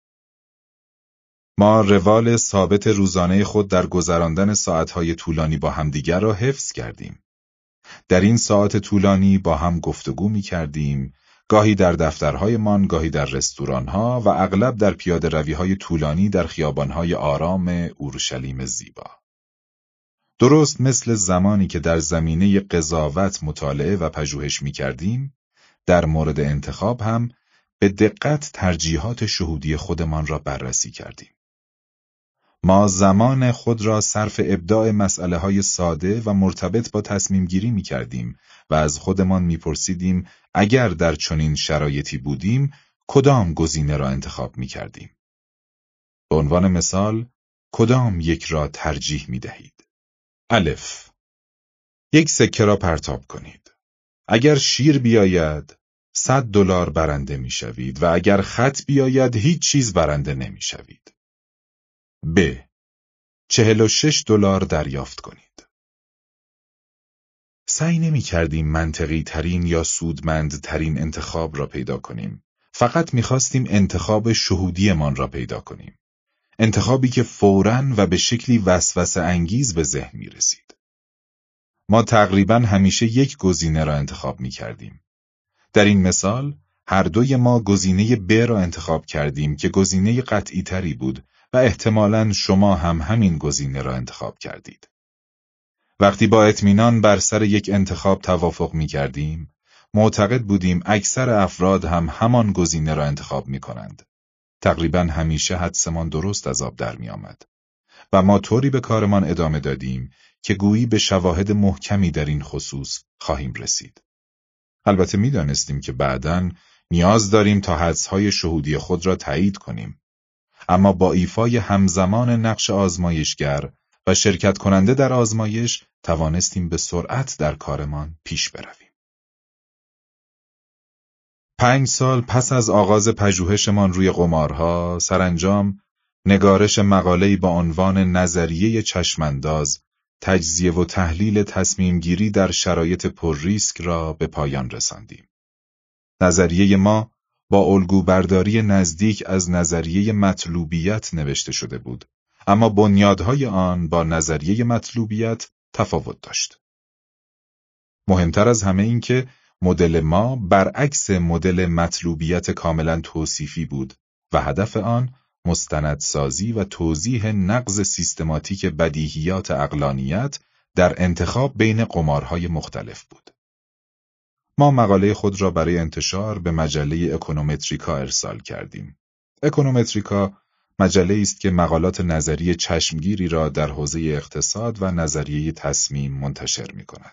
ما روال ثابت روزانه خود در گذراندن ساعتهای طولانی با همدیگر را حفظ کردیم. در این ساعت طولانی با هم گفتگو می‌کردیم، گاهی در دفترهایمان، گاهی در رستوران‌ها و اغلب در پیاده‌روی‌های طولانی در خیابان‌های آرام اورشلیم زیبا. درست مثل زمانی که در زمینه قضاوت مطالعه و پژوهش می‌کردیم، در مورد انتخاب هم به دقت ترجیحات شهودی خودمان را بررسی کردیم. ما زمان خود را صرف ابداع مسئله‌های ساده و مرتبط با تصمیم گیری می‌کردیم و از خودمان می‌پرسیدیم اگر در چنین شرایطی بودیم کدام گزینه را انتخاب می‌کردیم. به عنوان مثال، کدام یک را ترجیح می‌دهید؟ الف. یک سکه را پرتاب کنید. اگر شیر بیاید، $100 برنده می‌شوید و اگر خط بیاید هیچ چیز برنده نمی‌شوید. ب. $46 دریافت کنید. سعی نمی کردیم منطقی ترین یا سودمند ترین انتخاب را پیدا کنیم. فقط می خواستیم انتخاب شهودیمان را پیدا کنیم. انتخابی که فوراً و به شکلی وسوسه انگیز به ذهن می رسید. ما تقریباً همیشه یک گزینه را انتخاب می کردیم. در این مثال، هر دوی ما گزینه ب را انتخاب کردیم که گزینه قطعی تری بود و احتمالاً شما هم همین گزینه را انتخاب کردید. وقتی با اطمینان بر سر یک انتخاب توافق می کردیم، معتقد بودیم اکثر افراد هم همان گزینه را انتخاب می کنند. تقریباً همیشه حدسمان درست از آب در می آمد. و ما طوری به کارمان ادامه دادیم که گویی به شواهد محکمی در این خصوص خواهیم رسید. البته می دانستیم که بعداً نیاز داریم تا حدس‌های شهودی خود را تایید کنیم. اما با ایفای همزمان نقش آزمایشگر و شرکت کننده در آزمایش توانستیم به سرعت در کارمان پیش برویم. 5 سال پس از آغاز پژوهشمان روی قمارها، سرانجام نگارش مقاله‌ای با عنوان نظریه چشمانداز، تجزیه و تحلیل تصمیم گیری در شرایط پر ریسک را به پایان رساندیم. نظریه ما با الگوبرداری نزدیک از نظریه مطلوبیت نوشته شده بود، اما بنیادهای آن با نظریه مطلوبیت تفاوت داشت. مهمتر از همه این که مدل ما برعکس مدل مطلوبیت کاملا توصیفی بود و هدف آن مستندسازی و توضیح نقض سیستماتیک بدیهیات عقلانیت در انتخاب بین قمارهای مختلف بود. ما مقاله خود را برای انتشار به مجله اکونومتریکا ارسال کردیم. اکونومتریکا مجله است که مقالات نظری چشمگیری را در حوزه اقتصاد و نظریه تصمیم منتشر می کند.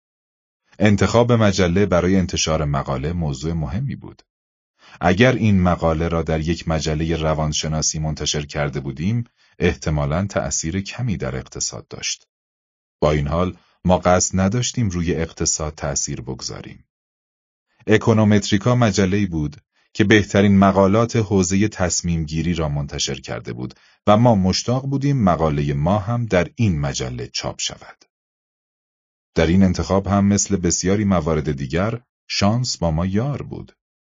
انتخاب مجله برای انتشار مقاله موضوع مهمی بود. اگر این مقاله را در یک مجله روانشناسی منتشر کرده بودیم، احتمالاً تأثیر کمی در اقتصاد داشت. با این حال ما قصد نداشتیم روی اقتصاد تأثیر بگذاریم. اکونومتریکا مجله‌ای بود که بهترین مقالات حوزه تصمیم گیری را منتشر کرده بود و ما مشتاق بودیم مقاله ما هم در این مجله چاپ شود. در این انتخاب هم مثل بسیاری موارد دیگر شانس با ما یار بود.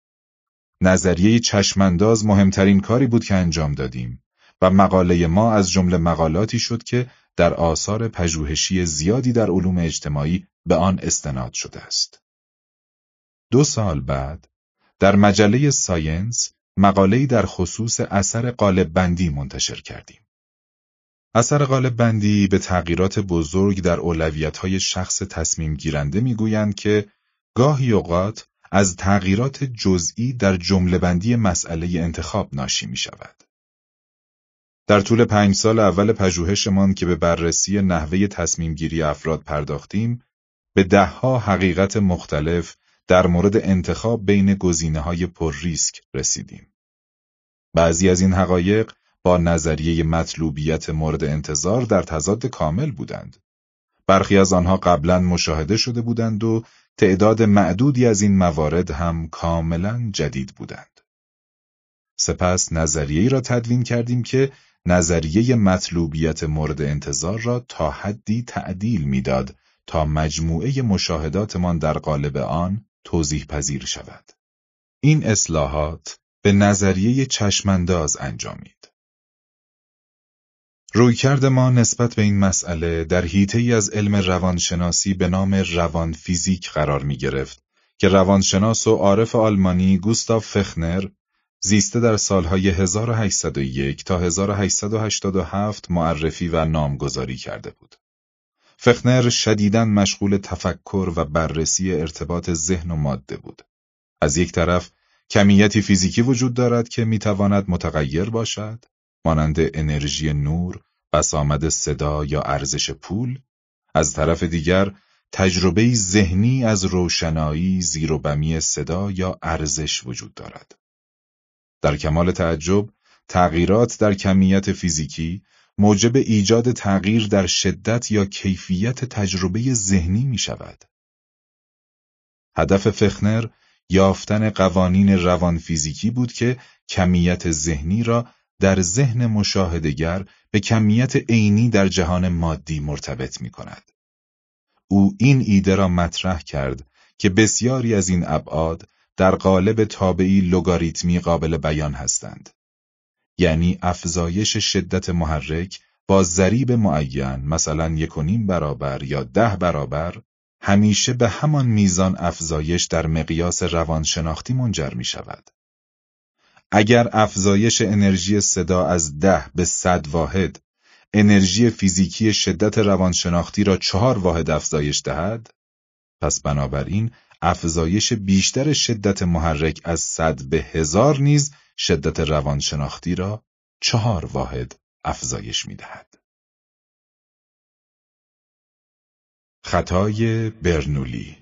نظریه چشمانداز مهمترین کاری بود که انجام دادیم و مقاله ما از جمله مقالاتی شد که در آثار پژوهشی زیادی در علوم اجتماعی به آن استناد شده است. 2 سال بعد در مجله ساینس مقاله‌ای در خصوص اثر قالب‌بندی منتشر کردیم. اثر قالب‌بندی به تغییرات بزرگ در اولویت‌های شخص تصمیم گیرنده می‌گویند که گاهی اوقات از تغییرات جزئی در جمله‌بندی مسئله انتخاب ناشی می‌شود. در طول 5 سال اول پژوهشمان که به بررسی نحوه تصمیم‌گیری افراد پرداختیم، به 10 حقیقت مختلف در مورد انتخاب بین گزینه‌های پر ریسک رسیدیم. بعضی از این حقایق با نظریه مطلوبیت مورد انتظار در تضاد کامل بودند. برخی از آنها قبلاً مشاهده شده بودند و تعداد معدودی از این موارد هم کاملاً جدید بودند. سپس نظریه‌ای را تدوین کردیم که نظریه مطلوبیت مورد انتظار را تا حدی تعدیل می‌داد تا مجموعه مشاهداتمان در قالب آن توضیح پذیر شود. این اصلاحات به نظریه چشمانداز انجامید. رویکرد ما نسبت به این مسئله در حیطه‌ای از علم روانشناسی به نام روان فیزیک قرار می‌گرفت که روانشناس و عارف آلمانی گوستاف فخنر زیسته در سالهای 1801 تا 1887 معرفی و نامگذاری کرده بود. فخنر شدیداً مشغول تفکر و بررسی ارتباط ذهن و ماده بود. از یک طرف کمیتی فیزیکی وجود دارد که میتواند متغیر باشد، مانند انرژی نور، بسامد صدا یا ارزش پول. از طرف دیگر تجربه ذهنی از روشنایی، زیر و بمی صدا یا ارزش وجود دارد. در کمال تعجب، تغییرات در کمیت فیزیکی موجب ایجاد تغییر در شدت یا کیفیت تجربه ذهنی می شود. هدف فخنر یافتن قوانین روان فیزیکی بود که کمیت ذهنی را در ذهن مشاهده‌گر به کمیت عینی در جهان مادی مرتبط می کند. او این ایده را مطرح کرد که بسیاری از این ابعاد در قالب تابعی لگاریتمی قابل بیان هستند. یعنی افزایش شدت محرک با ضریب معین، مثلا 1.5 برابر یا 10 برابر، همیشه به همان میزان افزایش در مقیاس روانشناختی منجر می شود. اگر افزایش انرژی صدا از 10 به 100 واحد انرژی فیزیکی شدت روانشناختی را 4 واحد افزایش دهد، پس بنابراین افزایش بیشتر شدت محرک از 100 به 1000 نیز شدت روانشناختی را 4 واحد افزایش می دهد. خطای برنولی.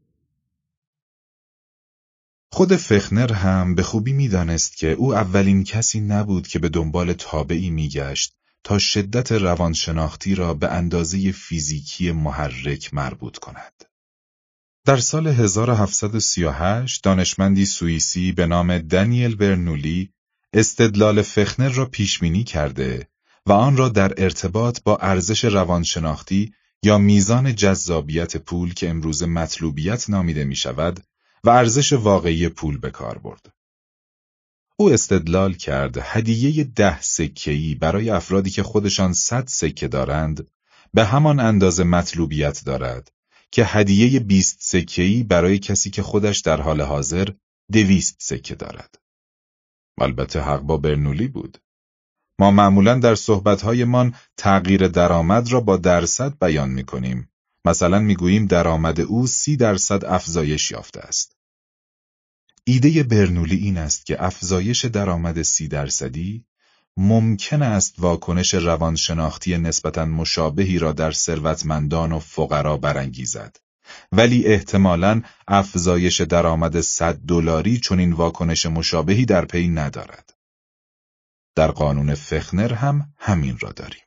خود فخنر هم به خوبی می دانست که او اولین کسی نبود که به دنبال تابعی می گشت تا شدت روانشناختی را به اندازه فیزیکی محرک مربوط کند. در سال 1738 دانشمندی سوئیسی به نام دانیل برنولی استدلال فخنر را پیشبینی کرده و آن را در ارتباط با ارزش روانشناختی یا میزان جذابیت پول که امروزه مطلوبیت نامیده می شود و ارزش واقعی پول به کار برد. او استدلال کرد هدیه 10 سکه‌ای برای افرادی که خودشان 100 سکه دارند به همان اندازه مطلوبیت دارد که هدیه 20 سکه‌ای برای کسی که خودش در حال حاضر 200 سکه دارد. البته حق با برنولی بود. ما معمولاً در صحبت‌هایمان تغییر درآمد را با درصد بیان می‌کنیم. مثلا می‌گوییم درآمد او 30% افزایش یافته است. ایده برنولی این است که افزایش درآمد 30% ممکن است واکنش روانشناختی نسبتاً مشابهی را در ثروتمندان و فقرا برانگیزد، ولی احتمالاً افزایش درآمد $100 چنین واکنش مشابهی در پی ندارد. در قانون فخنر هم همین را داریم.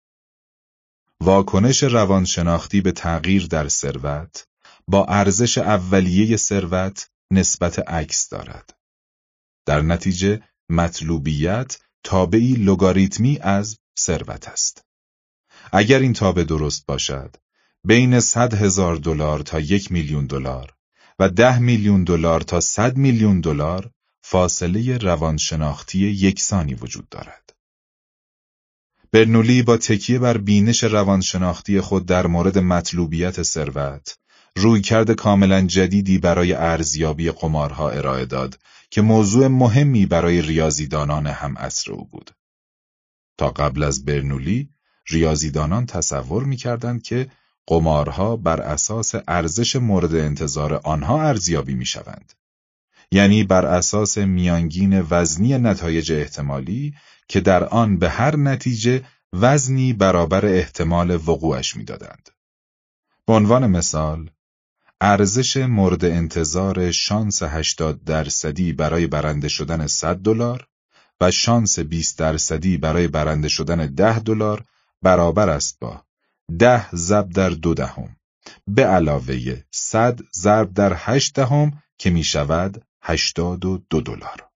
واکنش روانشناختی به تغییر در ثروت با ارزش اولیه ثروت نسبت عکس دارد. در نتیجه مطلوبیت تابعی لگاریتمی از ثروت است. اگر این تابع درست باشد، بین $100,000 تا $1,000,000 و $10,000,000 تا $100,000,000 فاصله روانشناختی یکسانی وجود دارد. برنولی با تکیه بر بینش روانشناختی خود در مورد مطلوبیت ثروت، رویکرد کاملا جدیدی برای ارزیابی قمارها ارائه داد که موضوع مهمی برای ریاضیدانان هم عصر او بود. تا قبل از برنولی، ریاضیدانان تصور می‌کردند که قمارها بر اساس ارزش مورد انتظار آنها ارزیابی می‌شوند. یعنی بر اساس میانگین وزنی نتایج احتمالی که در آن به هر نتیجه وزنی برابر احتمال وقوعش می‌دادند. به عنوان مثال، ارزش مورد انتظار شانس 80% برای برنده شدن $100 و شانس 20% برای برنده شدن $10 برابر است با 10 ضرب در 2 به علاوه 100 ضرب در 8 که می شود $82.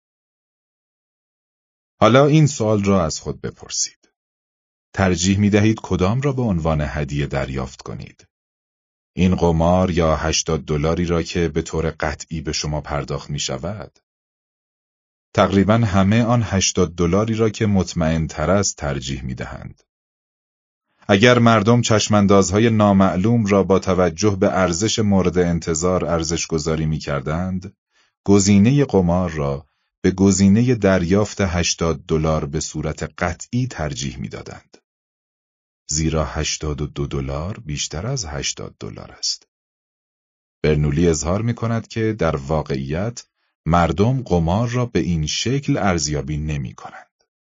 حالا این سوال را از خود بپرسید. ترجیح می دهید کدام را به عنوان هدیه دریافت کنید؟ این قمار یا $80 را که به طور قطعی به شما پرداخت می شود؟ تقریباً همه آن $80 را که مطمئن تر است ترجیح می دهند. اگر مردم چشماندازهای نامعلوم را با توجه به ارزش مورد انتظار ارزش گذاری می کردند، گزینه قمار را به گزینه دریافت $80 به صورت قطعی ترجیح می دادند. زیرا $82 بیشتر از $80 است. برنولی اظهار می کند که در واقعیت مردم قمار را به این شکل ارزیابی نمی کنند.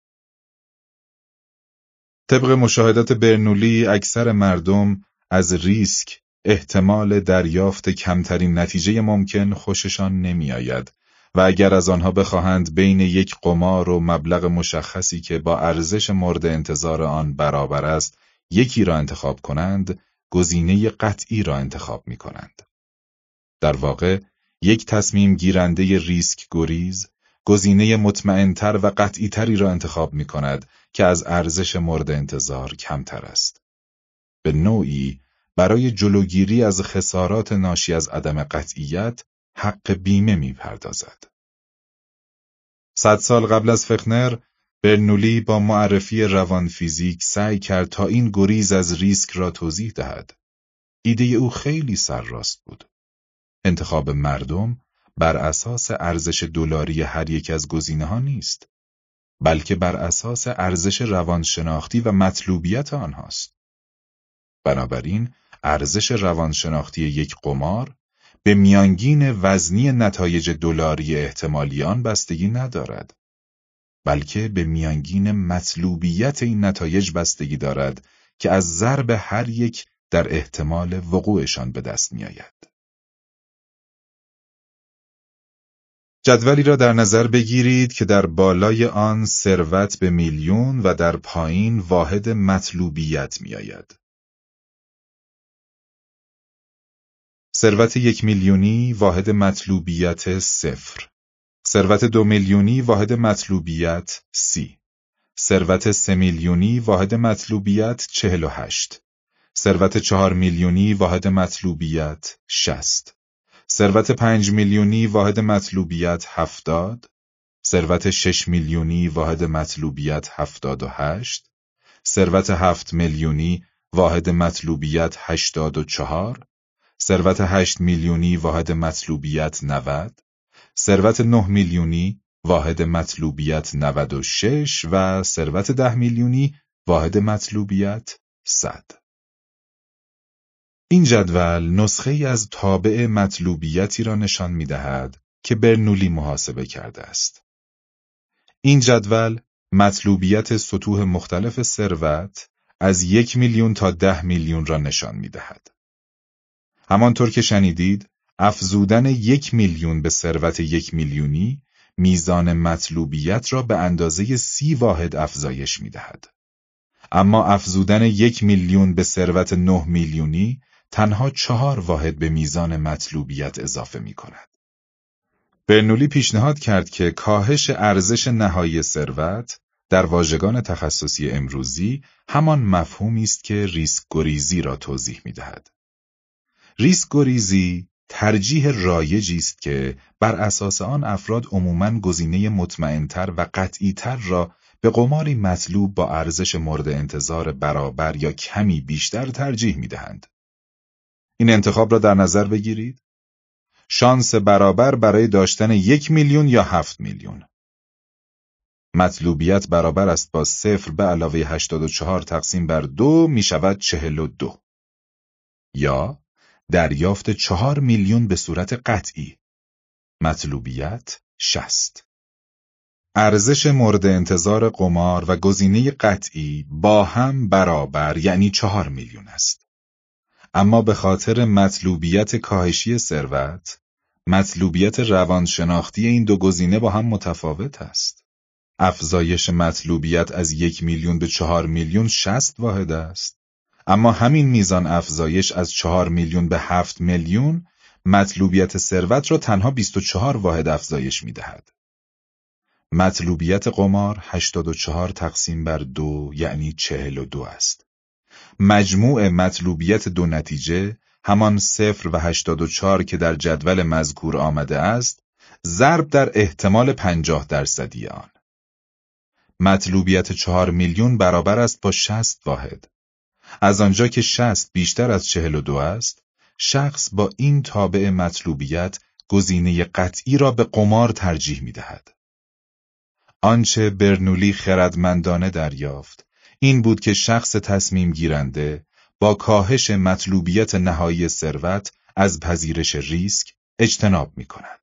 طبق مشاهدات برنولی اکثر مردم از ریسک، احتمال دریافت کمترین نتیجه ممکن خوششان نمی آید و اگر از آنها بخواهند بین یک قمار و مبلغ مشخصی که با ارزش مورد انتظار آن برابر است، یکی را انتخاب کنند، گزینه قطعی را انتخاب می کنند. در واقع، یک تصمیم گیرنده ریسک گریز، گزینه مطمئن‌تر و قطعی‌تری را انتخاب می کند که از ارزش مورد انتظار کمتر است. به نوعی برای جلوگیری از خسارات ناشی از عدم قطعیت حق بیمه می پردازد. 100 سال قبل از فخنر، برنولی با معرفی روانفیزیک سعی کرد تا این گریز از ریسک را توضیح دهد. ایده او خیلی سرراست بود. انتخاب مردم بر اساس ارزش دلاری هر یک از گزینه‌ها نیست، بلکه بر اساس ارزش روانشناختی و مطلوبیت آنهاست. بنابراین ارزش روانشناختی یک قمار به میانگین وزنی نتایج دلاری احتمالی آن بستگی ندارد، بلکه به میانگین مطلوبیت این نتایج بستگی دارد که از ضرب هر یک در احتمال وقوعشان به دست می‌آید. جدولی را در نظر بگیرید که در بالای آن ثروت به میلیون و در پایین واحد مطلوبیت می‌آید. ثروت 1 میلیونی واحد مطلوبیت 0. ثروت 2 میلیونی واحد مطلوبیت 30. ثروت 3 میلیونی واحد مطلوبیت 48. ثروت 4 میلیونی واحد مطلوبیت 60. ثروت 5 میلیونی واحد مطلوبیت 70. ثروت 6 میلیونی واحد مطلوبیت 78. ثروت 7 میلیونی واحد مطلوبیت 84. ثروت 8 میلیونی واحد مطلوبیت 90. ثروت 9 میلیونی واحد مطلوبیت 96 و ثروت 10 میلیونی واحد مطلوبیت 100. این جدول نسخه‌ای از تابع مطلوبیتی را نشان می‌دهد که برنولی محاسبه کرده است. این جدول مطلوبیت سطوح مختلف ثروت از 1 میلیون تا 10 میلیون را نشان می‌دهد. همانطور که شنیدید، افزودن 1 میلیون به ثروت 1 میلیونی میزان مطلوبیت را به اندازه 30 واحد افزایش می‌دهد. اما افزودن 1 میلیون به ثروت 9 میلیونی تنها 4 واحد به میزان مطلوبیت اضافه می‌کند. برنولی پیشنهاد کرد که کاهش ارزش نهایی ثروت در واژگان تخصصی امروزی همان مفهومی است که ریسک گریزی را توضیح می‌دهد. ریسک گریزی ترجیح رایجی است که بر اساس آن افراد عموماً گزینه مطمئن‌تر و قطعی‌تر را به قماری مطلوب با ارزش مورد انتظار برابر یا کمی بیشتر ترجیح می‌دهند. این انتخاب را در نظر بگیرید. شانس برابر برای داشتن 1 میلیون یا 7 میلیون. مطلوبیت برابر است با 0 به علاوه 84 تقسیم بر 2 می شود 42. یا دریافت 4 میلیون به صورت قطعی. مطلوبیت 60. ارزش مورد انتظار قمار و گزینه قطعی با هم برابر یعنی 4 میلیون است. اما به خاطر مطلوبیت کاهشی ثروت، مطلوبیت روانشناختی این دو گزینه با هم متفاوت است. افزایش مطلوبیت از 1 میلیون به 4 میلیون 60 واحد است. اما همین میزان افزایش از 4 میلیون به 7 میلیون مطلوبیت ثروت را تنها 24 واحد افزایش می‌دهد. مطلوبیت قمار 84 تقسیم بر 2 یعنی 42 است. مجموع مطلوبیت دو نتیجه همان 0 و 84 که در جدول مذکور آمده است، ضرب در احتمال 50% آن. مطلوبیت 4 میلیون برابر است با 60 واحد. از آنجا که 60 بیشتر از 42 است، شخص با این تابع مطلوبیت گزینه قطعی را به قمار ترجیح می‌دهد. آنچه برنولی خردمندانه دریافت، این بود که شخص تصمیم گیرنده با کاهش مطلوبیت نهایی ثروت از پذیرش ریسک اجتناب می‌کند.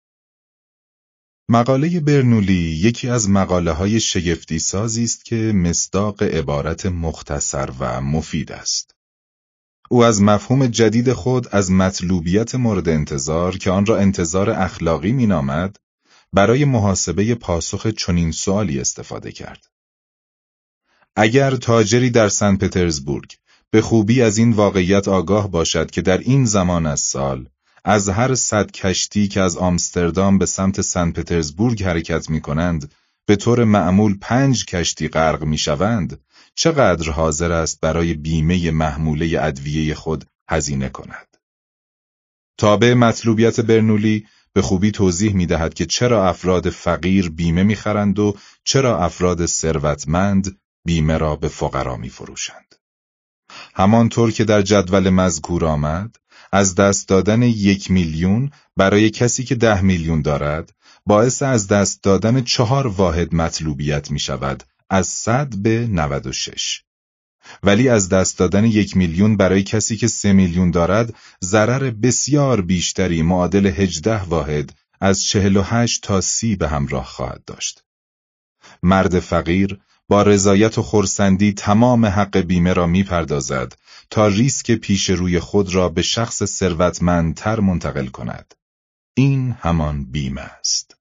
مقاله برنولی یکی از مقاله‌های شگفتی سازی است که مصداق عبارت مختصر و مفید است. او از مفهوم جدید خود از مطلوبیت مورد انتظار که آن را انتظار اخلاقی می‌نامد، برای محاسبه پاسخ چنین سوالی استفاده کرد. اگر تاجری در سن پترزبورگ به خوبی از این واقعیت آگاه باشد که در این زمان از سال از هر 100 کشتی که از آمستردام به سمت سن پترزبورگ حرکت می‌کنند، به طور معمول 5 کشتی غرق می‌شوند، چقدر حاضر است برای بیمه محموله ادویه خود هزینه کند؟ تابع مطلوبیت برنولی به خوبی توضیح می‌دهد که چرا افراد فقیر بیمه می‌خرند و چرا افراد ثروتمند بیمه را به فقرا می‌فروشند. همانطور که در جدول مذکور آمد، از دست دادن 1 میلیون برای کسی که 10 میلیون دارد، باعث از دست دادن 4 واحد مطلوبیت می‌شود، از 100 به 96. ولی از دست دادن 1 میلیون برای کسی که 3 میلیون دارد، ضرر بسیار بیشتری معادل 18 واحد از 48 تا 30 به همراه خواهد داشت. مرد فقیر با رضایت و خرسندی تمام حق بیمه را می‌پردازد تا ریسک پیش روی خود را به شخص ثروتمندتر منتقل کند. این همان بیمه است.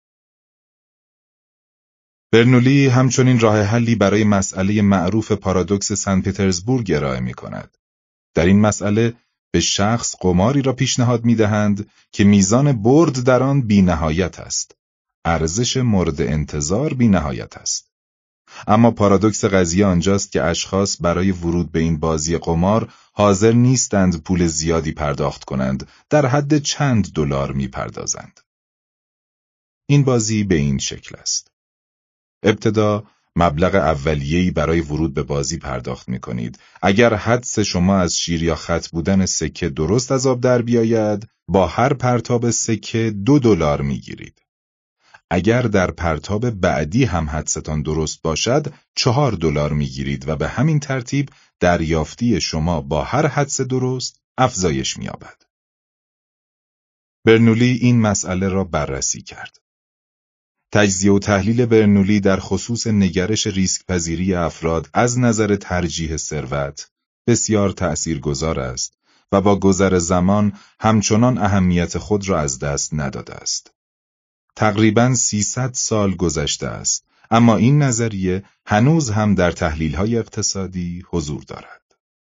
برنولی همچنین راه حلی برای مسئله معروف پارادوکس سن پترزبورگ ارائه می‌کند. در این مسئله به شخص قماری را پیشنهاد می‌دهند که میزان برد در آن بی‌نهایت است. ارزش مورد انتظار بی‌نهایت است. اما پارادوکس قضیه آنجاست که اشخاص برای ورود به این بازی قمار حاضر نیستند پول زیادی پرداخت کنند، در حد چند دلار می‌پردازند. این بازی به این شکل است. ابتدا مبلغ اولیه‌ای برای ورود به بازی پرداخت می‌کنید. اگر حدس شما از شیر یا خط بودن سکه درست از آب در بیاید، با هر پرتاب سکه 2 دلار می‌گیرید. اگر در پرتاب بعدی هم حدستان درست باشد، 4 دلار می‌گیرید و به همین ترتیب دریافتی شما با هر حدس درست افزایش می‌یابد. برنولی این مسئله را بررسی کرد. تجزیه و تحلیل برنولی در خصوص نگرش ریسک‌پذیری افراد از نظر ترجیح ثروت بسیار تأثیرگذار است و با گذر زمان همچنان اهمیت خود را از دست نداده است. تقریباً 300 سال گذشته است، اما این نظریه هنوز هم در تحلیل‌های اقتصادی حضور دارد.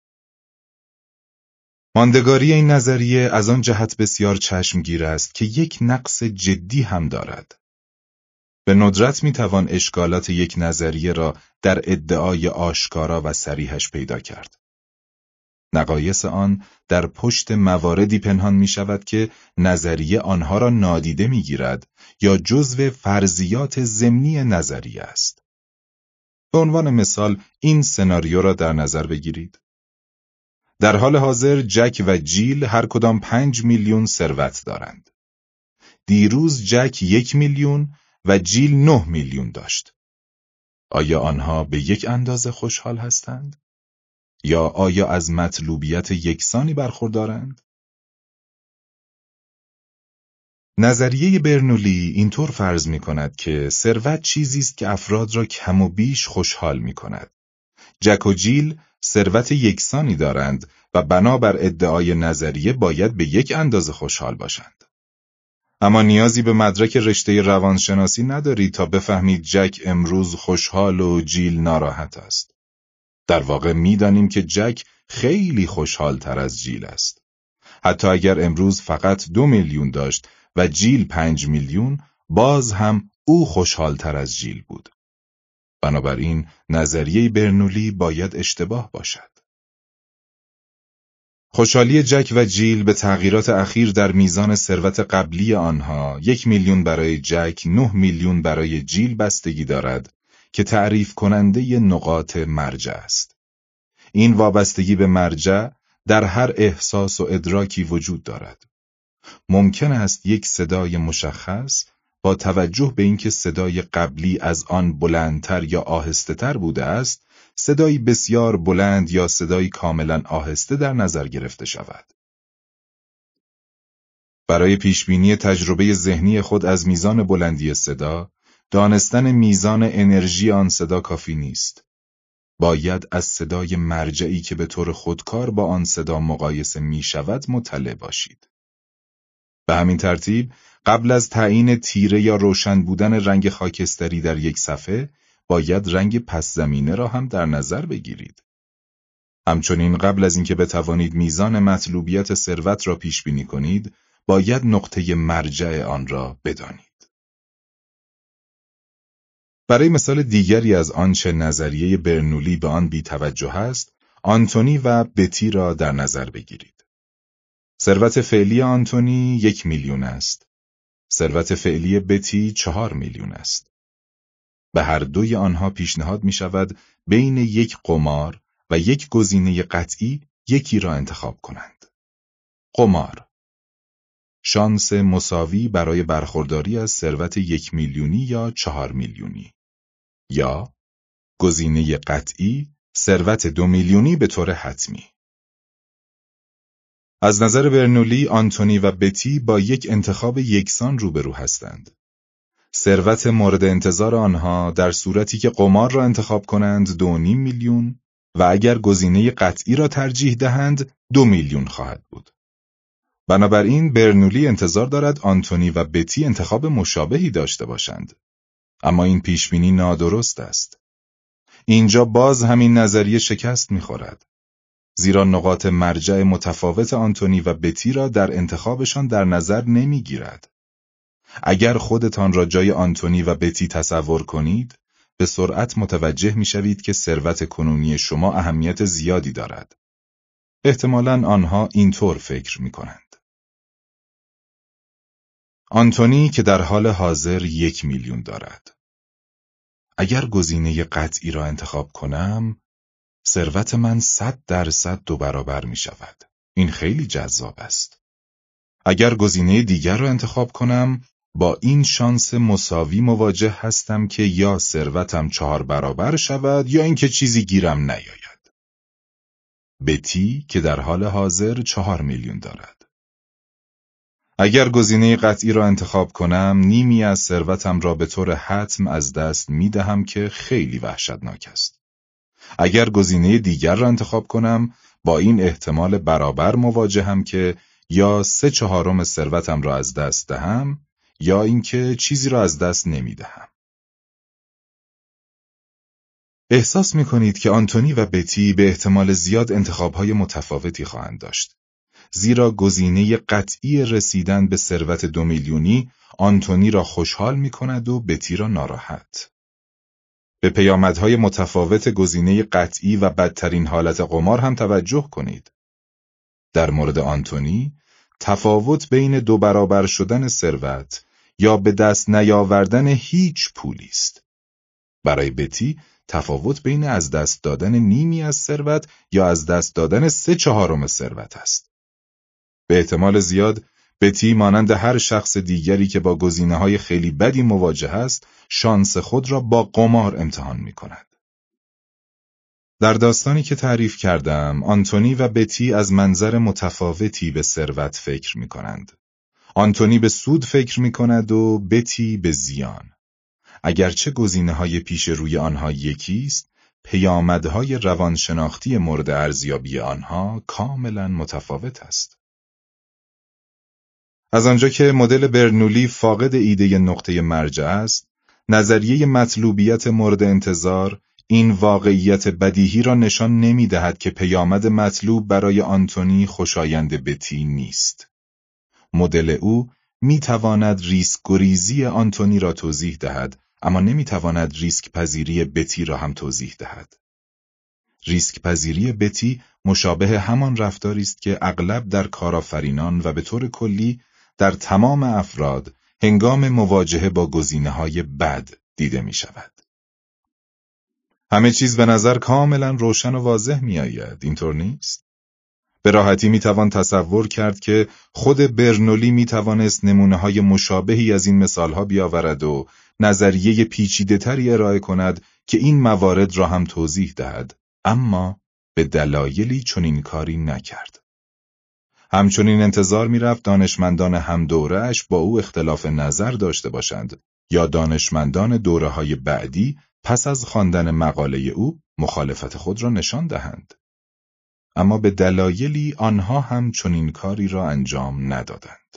ماندگاری این نظریه از آن جهت بسیار چشمگیر است که یک نقص جدی هم دارد. به ندرت میتوان اشکالات یک نظریه را در ادعای آشکارا و صریحش پیدا کرد. نقایص آن در پشت مواردی پنهان می شود که نظریه آنها را نادیده می گیرد یا جزو فرضیات ضمنی نظریه است. به عنوان مثال این سناریو را در نظر بگیرید. در حال حاضر جک و جیل هر کدام 5 میلیون ثروت دارند. دیروز جک 1 میلیون و جیل 9 میلیون داشت. آیا آنها به یک اندازه خوشحال هستند؟ یا آیا از مطلوبیت یکسانی برخوردارند؟ نظریه برنولی اینطور فرض می‌کند که ثروت چیزی است که افراد را کم و بیش خوشحال می‌کند. جک و جیل ثروت یکسانی دارند و بنابر ادعای نظریه باید به یک اندازه خوشحال باشند. اما نیازی به مدرک رشته روانشناسی ندارید تا بفهمید جک امروز خوشحال و جیل ناراحت است. در واقع می‌دانیم که جک خیلی خوشحال‌تر از جیل است. حتی اگر امروز فقط 2 میلیون داشت و جیل 5 میلیون، باز هم او خوشحال‌تر از جیل بود. بنابراین نظریه برنولی باید اشتباه باشد. خوشحالی جک و جیل به تغییرات اخیر در میزان ثروت قبلی آنها 1 میلیون برای جک، 9 میلیون برای جیل بستگی دارد که تعریف کننده نقاط مرجع است. این وابستگی به مرجع در هر احساس و ادراکی وجود دارد. ممکن است یک صدای مشخص با توجه به اینکه صدای قبلی از آن بلندتر یا آهسته‌تر بوده است، صدایی بسیار بلند یا صدایی کاملا آهسته در نظر گرفته شود. برای پیشبینی تجربه ذهنی خود از میزان بلندی صدا، دانستن میزان انرژی آن صدا کافی نیست. باید از صدای مرجعی که به طور خودکار با آن صدا مقایسه می شود مطلع باشید. به همین ترتیب، قبل از تعیین تیره یا روشن بودن رنگ خاکستری در یک صفحه، باید رنگ پس زمینه را هم در نظر بگیرید. همچنین قبل از اینکه بتوانید میزان مطلوبیت ثروت را پیش بینی کنید، باید نقطه مرجع آن را بدانید. برای مثال دیگری از آنچه نظریه برنولی به آن بی‌توجه است، آنتونی و بتی را در نظر بگیرید. ثروت فعلی آنتونی 1 میلیون است. ثروت فعلی بتی 4 میلیون است. به هر دوی آنها پیشنهاد می شود بین یک قمار و یک گزینه قطعی یکی را انتخاب کنند. قمار، شانس مساوی برای برخورداری از ثروت 1 میلیونی یا 4 میلیونی، یا گزینه قطعی ثروت 2 میلیونی به طور حتمی. از نظر برنولی، آنتونی و بتی با یک انتخاب یکسان روبرو هستند. ثروت مورد انتظار آنها در صورتی که قمار را انتخاب کنند 2.5 میلیون و اگر گزینه قطعی را ترجیح دهند 2 میلیون خواهد بود. بنابراین برنولی انتظار دارد آنتونی و بتی انتخاب مشابهی داشته باشند. اما این پیشبینی نادرست است. اینجا باز همین نظریه شکست می‌خورد. زیرا نقاط مرجع متفاوت آنتونی و بتی را در انتخابشان در نظر نمی‌گیرد. اگر خودتان را جای آنتونی و بتی تصور کنید، به سرعت متوجه می‌شوید که ثروت کنونی شما اهمیت زیادی دارد. احتمالاً آنها اینطور فکر می‌کنند. آنتونی که در حال حاضر 1 میلیون دارد. اگر گزینه قطعی را انتخاب کنم، ثروت من 100% 2 برابر می شود. این خیلی جذاب است. اگر گزینه دیگر را انتخاب کنم، با این شانس مساوی مواجه هستم که یا ثروتم 4 برابر شود یا اینکه چیزی گیرم نیاید. بتی که در حال حاضر 4 میلیون دارد. اگر گزینه قطعی را انتخاب کنم، نیمی از ثروتم را به طور حتم از دست می دهم که خیلی وحشتناک است. اگر گزینه دیگر را انتخاب کنم، با این احتمال برابر مواجهم که یا 3/4 ثروتم را از دست دهم یا اینکه چیزی را از دست نمی دهم. احساس می کنید که آنتونی و بتی به احتمال زیاد انتخاب‌های متفاوتی خواهند داشت. زیرا گزینه قطعی رسیدن به ثروت 2 میلیونی آنتونی را خوشحال می کند و بتی را ناراحت. به پیامدهای متفاوت گزینه قطعی و بدترین حالت قمار هم توجه کنید. در مورد آنتونی، تفاوت بین 2 برابر شدن ثروت یا به دست نیاوردن هیچ پولی است. برای بتی، تفاوت بین از دست دادن نیمی از ثروت یا از دست دادن 3/4 ثروت است. به احتمال زیاد، بتی مانند هر شخص دیگری که با گزینه‌های خیلی بدی مواجه است، شانس خود را با قمار امتحان می‌کند. در داستانی که تعریف کردم، آنتونی و بتی از منظر متفاوتی به ثروت فکر می کنند. آنتونی به سود فکر می کند و بتی به زیان. اگرچه گزینه‌های پیش روی آنها یکی است، پیامدهای روانشناختی مورد ارزیابی آنها کاملا متفاوت است. از آنجا که مدل برنولی فاقد ایده نقطه مرجع است، نظریه مطلوبیت مورد انتظار این واقعیت بدیهی را نشان نمی‌دهد که پیامد مطلوب برای آنتونی خوشایند بتی نیست. مدل او می‌تواند ریسک گریزی آنتونی را توضیح دهد، اما نمی‌تواند ریسک پذیری بتی را هم توضیح دهد. ریسک پذیری بتی مشابه همان رفتاری است که اغلب در کارآفرینان و به طور کلی در تمام افراد هنگام مواجهه با گزینه‌های بد دیده می‌شود. همه چیز به نظر کاملا روشن و واضح می‌آید، اینطور نیست؟ به راحتی می‌توان تصور کرد که خود برنولی می‌توانست نمونه‌های مشابهی از این مثال‌ها بیاورد و نظریه پیچیده‌تری ارائه کند که این موارد را هم توضیح دهد، اما به دلایلی چنین کاری نکرد. همچنین انتظار می‌رفت دانشمندان هم دوره‌اش با او اختلاف نظر داشته باشند یا دانشمندان دوره‌های بعدی پس از خواندن مقاله او مخالفت خود را نشان دهند. اما به دلایلی آنها هم چنین کاری را انجام ندادند.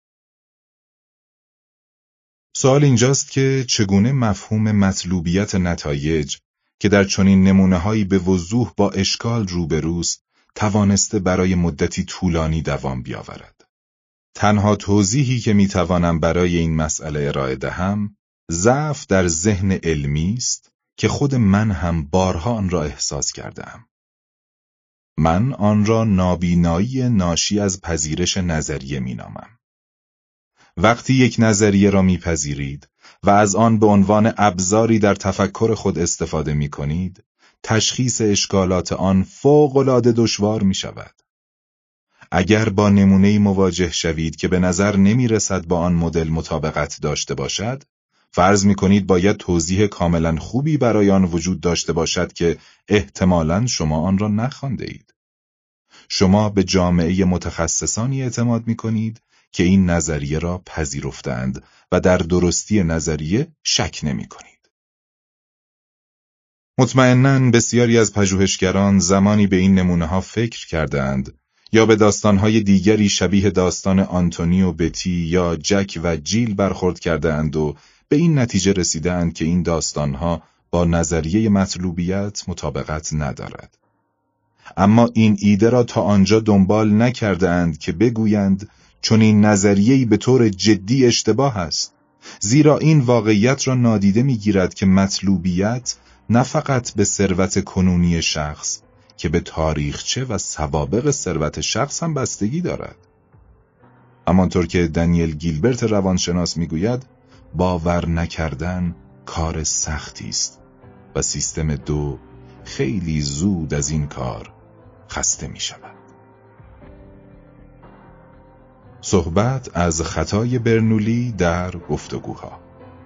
سوال اینجاست که چگونه مفهوم مطلوبیت نتایج که در چنین نمونه‌هایی به وضوح با اشکال روبروست توانسته برای مدتی طولانی دوام بیاورد. تنها توضیحی که میتوانم برای این مسئله ارائه دهم، ضعف در ذهن علمی است که خود من هم بارها آن را احساس کردم. من آن را نابینایی ناشی از پذیرش نظریه مینامم. وقتی یک نظریه را میپذیرید و از آن به عنوان ابزاری در تفکر خود استفاده میکنید، تشخیص اشکالات آن فوق‌العاده دشوار میشود. اگر با نمونه‌ای مواجه شوید که به نظر نمیرسد با آن مدل مطابقت داشته باشد، فرض می‌کنید باید توضیح کاملا خوبی برای آن وجود داشته باشد که احتمالاً شما آن را نخوانده‌اید. شما به جامعه متخصصانی اعتماد می‌کنید که این نظریه را پذیرفتند و در درستی نظریه شک نمی‌کنید. مطمئناً بسیاری از پژوهشگران زمانی به این نمونه‌ها فکر کردند یا به داستان‌های دیگری شبیه داستان آنتونی و بتی یا جک و جیل برخورد کردند و به این نتیجه رسیدند که این داستان‌ها با نظریه مطلوبیت مطابقت ندارد. اما این ایده را تا آنجا دنبال نکردند که بگویند چون این نظریه‌ای به طور جدی اشتباه است، زیرا این واقعیت را نادیده می‌گیرد که مطلوبیت نه فقط به ثروت کنونی شخص که به تاریخچه و سوابق ثروت شخص هم بستگی دارد. همانطور که دانیل گیلبرت روانشناس میگوید، باور نکردن کار سختی است و سیستم 2 خیلی زود از این کار خسته می شود. صحبت از خطای برنولی در گفتگوها.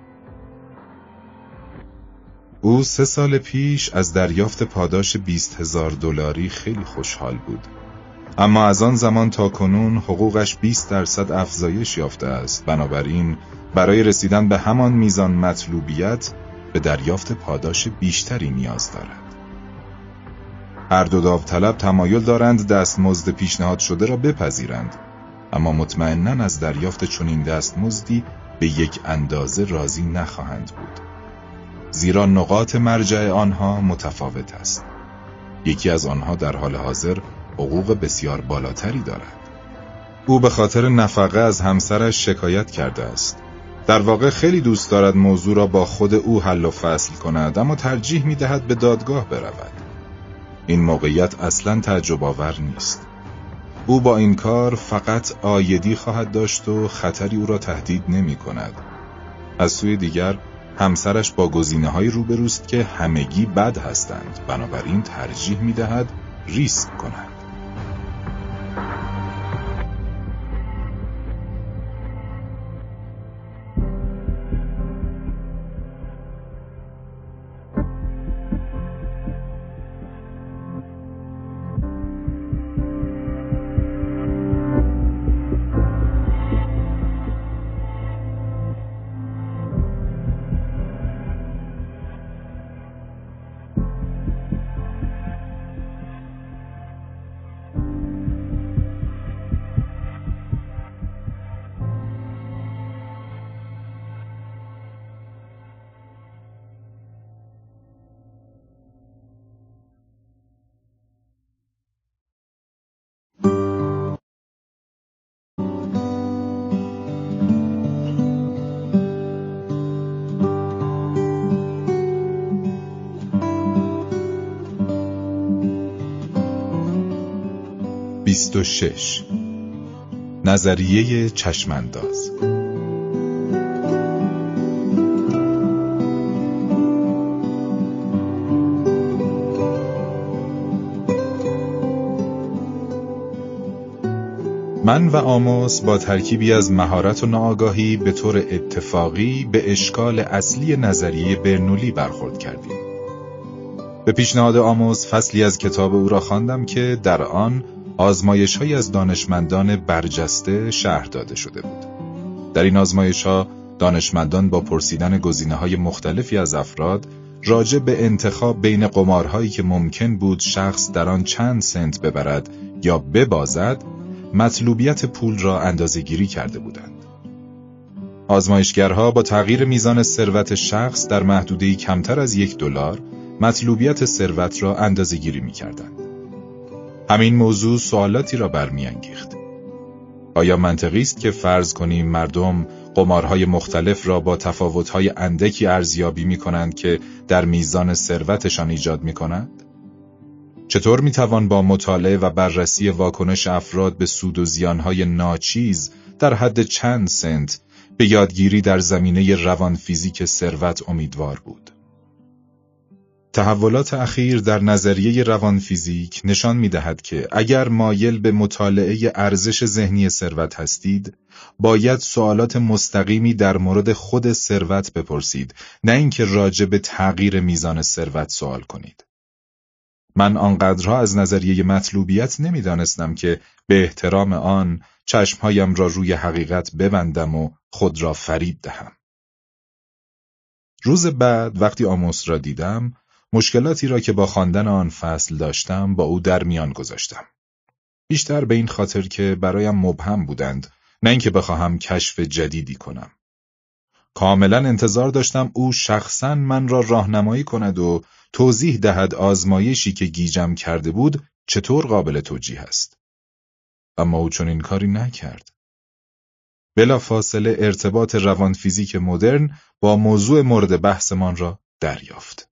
او 3 سال پیش از دریافت پاداش $20,000 خیلی خوشحال بود. اما از آن زمان تا کنون حقوقش 20% افزایش یافته است. بنابراین برای رسیدن به همان میزان مطلوبیت به دریافت پاداش بیشتری نیاز دارد. هر دو داوطلب تمایل دارند دستمزد پیشنهاد شده را بپذیرند، اما مطمئناً از دریافت چنین دستمزدی به یک اندازه راضی نخواهند بود. زیرا نقاط مرجع آنها متفاوت است. یکی از آنها در حال حاضر حقوق بسیار بالاتری دارد. او به خاطر نفقه از همسرش شکایت کرده است. در واقع خیلی دوست دارد موضوع را با خود او حل و فصل کند، اما ترجیح می‌دهد به دادگاه برود. این موقعیت اصلاً تعجب‌آور نیست. او با این کار فقط عایدی خواهد داشت و خطری او را تهدید نمی‌کند. از سوی دیگر همسرش با گزینه‌های روبروست که همگی بد هستند، بنابراین ترجیح می‌دهد ریسک کند. 26. نظریه چشمانداز. من و آموس با ترکیبی از مهارت و ناآگاهی به طور اتفاقی به اشکال اصلی نظریه برنولی برخورد کردیم. به پیشنهاد آموس فصلی از کتاب او را خواندم که در آن آزمایش‌هایی از دانشمندان برجسته شرح داده شده بود. در این آزمایش‌ها دانشمندان با پرسیدن گزینه‌های مختلفی از افراد راجع به انتخاب بین قمارهایی که ممکن بود شخص در آن چند سنت ببرد یا ببازد، مطلوبیت پول را اندازه‌گیری کرده بودند. آزمایشگرها با تغییر میزان ثروت شخص در محدوده‌ای کمتر از $1 مطلوبیت ثروت را اندازه‌گیری می‌کردند. همین موضوع سوالاتی را برمی‌انگیخت. آیا منطقی است که فرض کنیم مردم قمارهای مختلف را با تفاوت‌های اندکی ارزیابی می‌کنند که در میزان ثروتشان ایجاد می‌کنند؟ چطور می‌توان با مطالعه و بررسی واکنش افراد به سود و زیان‌های ناچیز در حد چند سنت به یادگیری در زمینه روانفیزیک ثروت امیدوار بود؟ تحولات اخیر در نظریه روانفیزیک نشان می‌دهد که اگر مایل به مطالعه ارزش ذهنی ثروت هستید، باید سوالات مستقیمی در مورد خود ثروت بپرسید، نه اینکه راجع به تغییر میزان ثروت سوال کنید. من آنقدرها از نظریه مطلوبیت نمی‌دانستم که به احترام آن چشمهایم را روی حقیقت ببندم و خود را فریب دهم. روز بعد وقتی آموس را دیدم، مشکلاتی را که با خواندن آن فصل داشتم با او در میان گذاشتم. بیشتر به این خاطر که برایم مبهم بودند، نه اینکه بخواهم کشف جدیدی کنم. کاملا انتظار داشتم او شخصاً من را راهنمایی کند و توضیح دهد آزمایشی که گیجم کرده بود چطور قابل توجیه است. اما او چنین کاری نکرد. بلافاصله ارتباط روانفیزیک مدرن با موضوع مورد بحثمان را دریافت.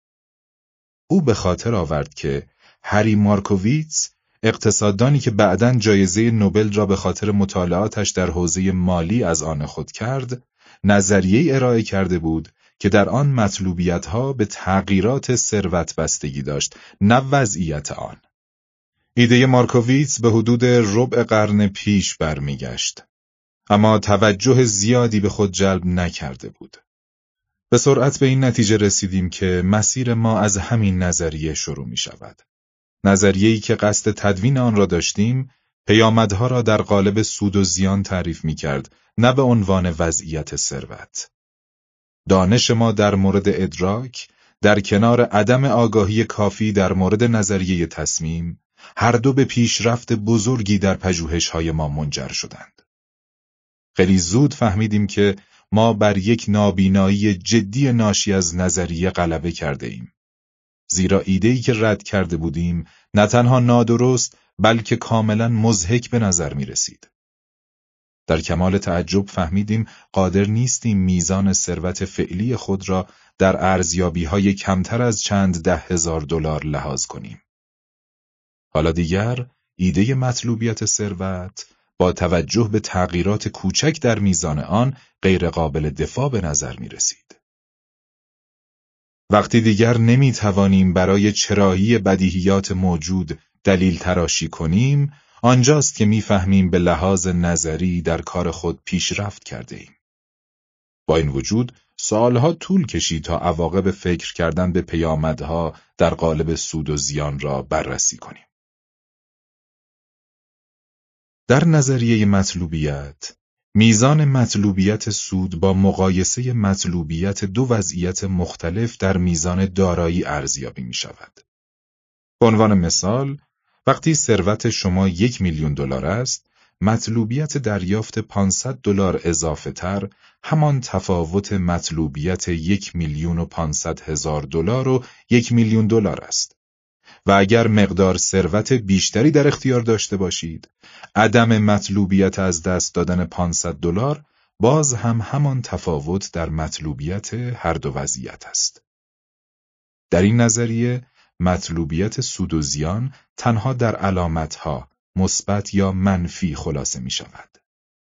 او به خاطر آورد که هری مارکوویتز، اقتصاددانی که بعداً جایزه نوبل را به خاطر مطالعاتش در حوزه مالی از آن خود کرد، نظریه ارائه کرده بود که در آن مطلوبیت‌ها به تغییرات ثروت بستگی داشت، نه وضعیت آن. ایده مارکوویتز به حدود ربع قرن پیش برمیگشت، اما توجه زیادی به خود جلب نکرده بود. به سرعت به این نتیجه رسیدیم که مسیر ما از همین نظریه شروع می شود. نظریه‌ای که قصد تدوین آن را داشتیم، پیامدها را در قالب سود و زیان تعریف می کرد، نه به عنوان وضعیت ثروت. دانش ما در مورد ادراک، در کنار عدم آگاهی کافی در مورد نظریه تصمیم، هر دو به پیشرفت بزرگی در پژوهش‌های ما منجر شدند. خیلی زود فهمیدیم که ما بر یک نابینایی جدی ناشی از نظریه غلبه کرده ایم. زیرا ایده‌ای که رد کرده بودیم نه تنها نادرست بلکه کاملا مضحک به نظر می رسید. در کمال تعجب فهمیدیم قادر نیستیم میزان ثروت فعلی خود را در ارزیابی‌های کمتر از چند $10,000 لحاظ کنیم. حالا دیگر ایده مطلوبیت ثروت با توجه به تغییرات کوچک در میزان آن غیر قابل دفاع به نظر می رسید. وقتی دیگر نمی توانیم برای چرایی بدیهیات موجود دلیل تراشی کنیم، آنجاست که می فهمیم به لحاظ نظری در کار خود پیشرفت کرده ایم. با این وجود سالها طول کشید تا عواقب فکر کردن به پیامدها در قالب سود و زیان را بررسی کنیم. در نظریه مطلوبیت، میزان مطلوبیت سود با مقایسه مطلوبیت دو وضعیت مختلف در میزان دارایی ارزیابی می شود. به عنوان مثال، وقتی ثروت شما $1,000,000 است، مطلوبیت دریافت $500 اضافه تر همان تفاوت مطلوبیت $1,500,000 و $1,000,000 است. و اگر مقدار ثروت بیشتری در اختیار داشته باشید، عدم مطلوبیت از دست دادن $500 باز هم همان تفاوت در مطلوبیت هر دو وضعیت است. در این نظریه، مطلوبیت سود و زیان تنها در علامتها مثبت یا منفی خلاصه می شود.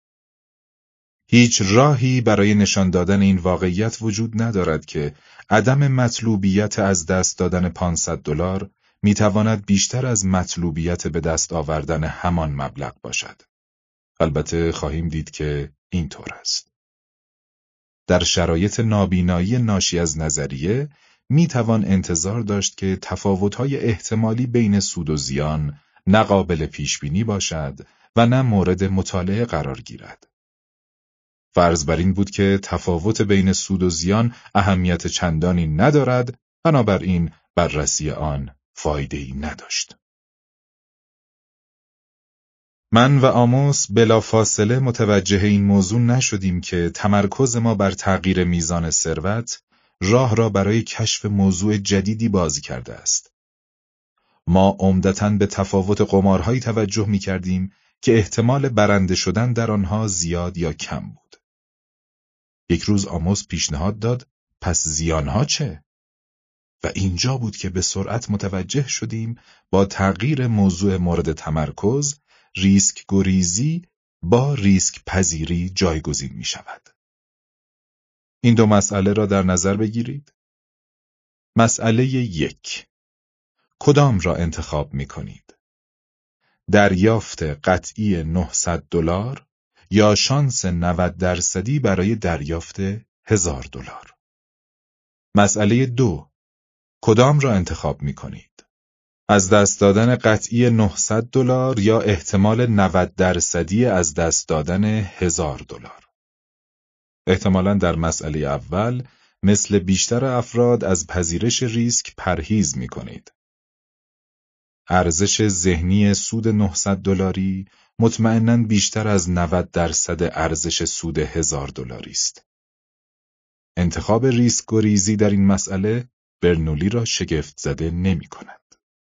هیچ راهی برای نشان دادن این واقعیت وجود ندارد که عدم مطلوبیت از دست دادن $500 می تواند بیشتر از مطلوبیت به دست آوردن همان مبلغ باشد. البته خواهیم دید که اینطور است. در شرایط نابینایی ناشی از نظریه می توان انتظار داشت که تفاوت‌های احتمالی بین سود و زیان نه قابل پیش‌بینی باشد و نه مورد مطالعه قرار گیرد. فرض بر این بود که تفاوت بین سود و زیان اهمیت چندانی ندارد، بنابراین بررسی آن فایده‌ای نداشت. من و آموس بلافاصله متوجه این موضوع نشدیم که تمرکز ما بر تغییر میزان ثروت راه را برای کشف موضوع جدیدی باز کرده است. ما عمدتاً به تفاوت قمارهایی توجه می‌کردیم که احتمال برنده شدن در آنها زیاد یا کم بود. یک روز آموس پیشنهاد داد: پس زیانها چه؟ و اینجا بود که به سرعت متوجه شدیم با تغییر موضوع مورد تمرکز، ریسک گریزی با ریسک پذیری جایگزین می شود. این دو مسئله را در نظر بگیرید. مسئله 1. کدام را انتخاب می کنید؟ دریافت قطعی $900 یا شانس 90% برای دریافت $1000؟ مسئله 2. کدام را انتخاب می کنید؟ از دست دادن قطعی $900 یا احتمال 90% از دست دادن $1000؟ احتمالاً در مسئله اول مثل بیشتر افراد از پذیرش ریسک پرهیز می کنید. ارزش ذهنی سود $900 مطمئناً بیشتر از 90% ارزش سود $1000 است. انتخاب ریسک گریزی در این مسئله برنولی را شگفت زده نمی کند.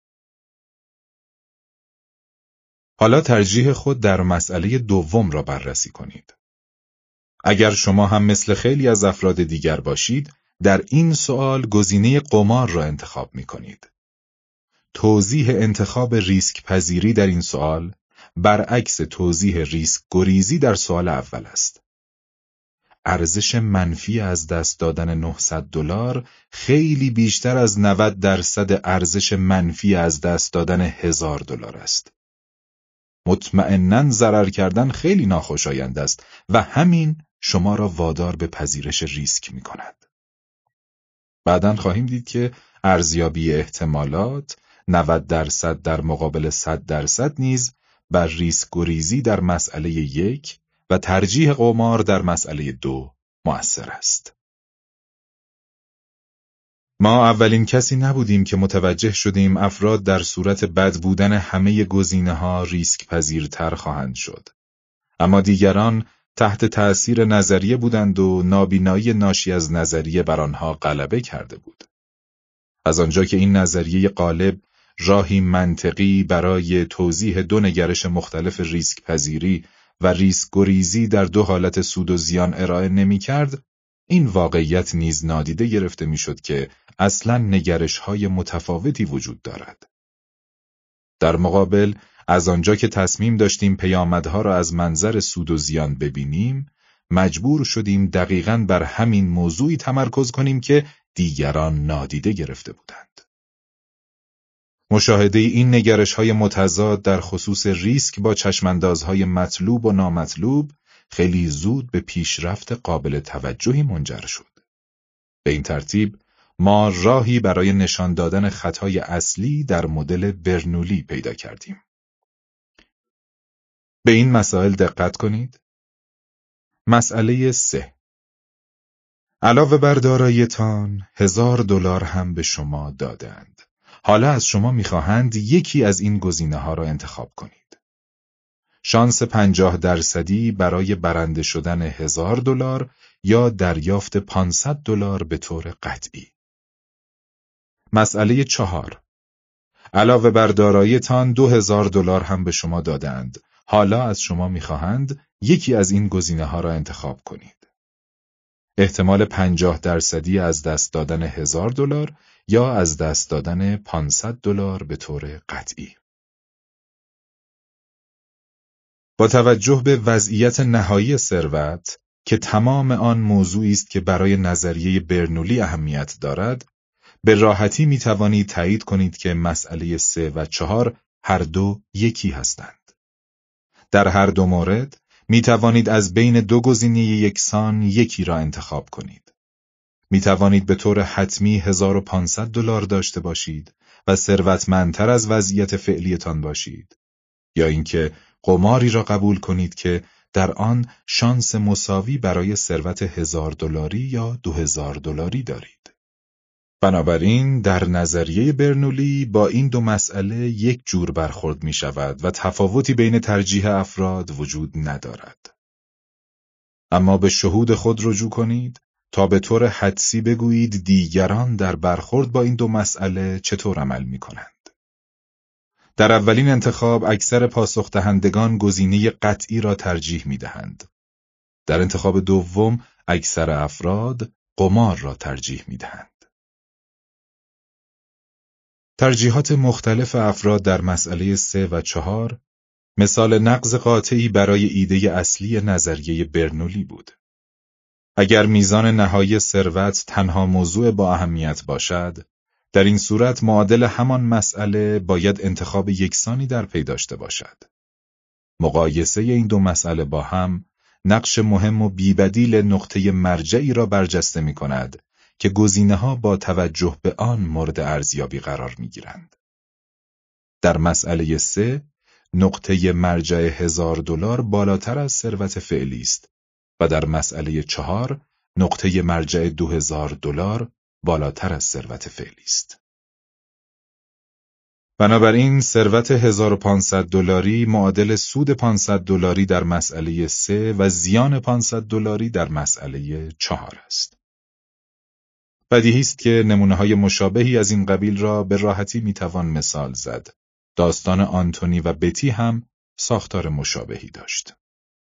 حالا ترجیح خود در مسئله دوم را بررسی کنید. اگر شما هم مثل خیلی از افراد دیگر باشید، در این سوال گزینه قمار را انتخاب می کنید. توضیح انتخاب ریسک پذیری در این سوال برعکس توضیح ریسک گریزی در سوال اول است. ارزش منفی از دست دادن $900 خیلی بیشتر از 90% ارزش منفی از دست دادن $1000 است. مطمئناً ضرر کردن خیلی ناخوشایند است و همین شما را وادار به پذیرش ریسک می کند. بعداً خواهیم دید که ارزیابی احتمالات 90% در مقابل 100% نیز بر ریسک گریزی در مسئله 1 و ترجیح قمار در مسئله 2 مؤثر است. ما اولین کسی نبودیم که متوجه شدیم افراد در صورت بد بودن همه گزینه‌ها ریسک پذیرتر خواهند شد. اما دیگران تحت تأثیر نظریه بودند و نابینایی ناشی از نظریه بر آنها غلبه کرده بود. از آنجا که این نظریه غالب راهی منطقی برای توضیح دو نگرش مختلف ریسک پذیری و ریسک گریزی در دو حالت سود و زیان ارائه نمی کرد، این واقعیت نیز نادیده گرفته می شد که اصلاً نگرش‌های متفاوتی وجود دارد. در مقابل، از آنجا که تصمیم داشتیم پیامدها را از منظر سود و زیان ببینیم، مجبور شدیم دقیقاً بر همین موضوعی تمرکز کنیم که دیگران نادیده گرفته بودند. مشاهده این نگرش‌های متضاد در خصوص ریسک با چشماندازهای مطلوب و نامطلوب خیلی زود به پیشرفت قابل توجهی منجر شد. به این ترتیب ما راهی برای نشان دادن خطای اصلی در مدل برنولی پیدا کردیم. به این مسائل دقت کنید. مسئله 3. علاوه بر دارایی‌تان $1000 هم به شما دادند. حالا از شما می‌خواهند یکی از این گزینه‌ها را انتخاب کنید. شانس 50% برای برنده شدن $1000 یا دریافت $500 به طور قطعی. مسئله 4. علاوه بر دارایی‌تان $2000 هم به شما دادند. حالا از شما می‌خواهند یکی از این گزینه‌ها را انتخاب کنید. احتمال 50% از دست دادن $1000 یا از دست دادن $500 به طور قطعی. با توجه به وضعیت نهایی ثروت که تمام آن موضوعی است که برای نظریه برنولی اهمیت دارد، به راحتی می توانید تایید کنید که مسئله 3 و 4 هر دو یکی هستند. در هر دو مورد می توانید از بین دو گزینه یکسان یکی را انتخاب کنید. می توانید به طور حتمی $1500 داشته باشید و ثروتمندتر از وضعیت فعلیتان باشید، یا اینکه قماری را قبول کنید که در آن شانس مساوی برای ثروت $1000 یا $2000 دارید. بنابراین در نظریه برنولی با این دو مسئله یک جور برخورد می شود و تفاوتی بین ترجیح افراد وجود ندارد. اما به شهود خود رجوع کنید تا به طور حدسی بگویید دیگران در برخورد با این دو مسئله چطور عمل می کنند. در اولین انتخاب اکثر پاسخ دهندگان گزینه قطعی را ترجیح می دهند. در انتخاب دوم اکثر افراد قمار را ترجیح می دهند. ترجیحات مختلف افراد در مسئله 3 و 4 مثال نقض قاطعی برای ایده اصلی نظریه برنولی بود. اگر میزان نهایی ثروت تنها موضوع با اهمیت باشد، در این صورت معادل همان مسئله باید انتخاب یکسانی در پی داشته باشد. مقایسه این دو مسئله با هم نقش مهم و بی‌بدیل نقطه مرجعی را برجسته می کند که گزینه‌ها با توجه به آن مورد ارزیابی قرار می‌گیرند. در مسئله 3 نقطه مرجع $1000 بالاتر از ثروت فعلی است و در مسئله 4 نقطه مرجع $2000 بالاتر از ثروت فعلی است. بنابراین ثروت $1500 معادل سود $500 در مسئله 3 و زیان $500 در مسئله 4 است. بدیهی است که نمونه‌های مشابهی از این قبیل را به راحتی میتوان مثال زد. داستان آنتونی و بتی هم ساختار مشابهی داشت.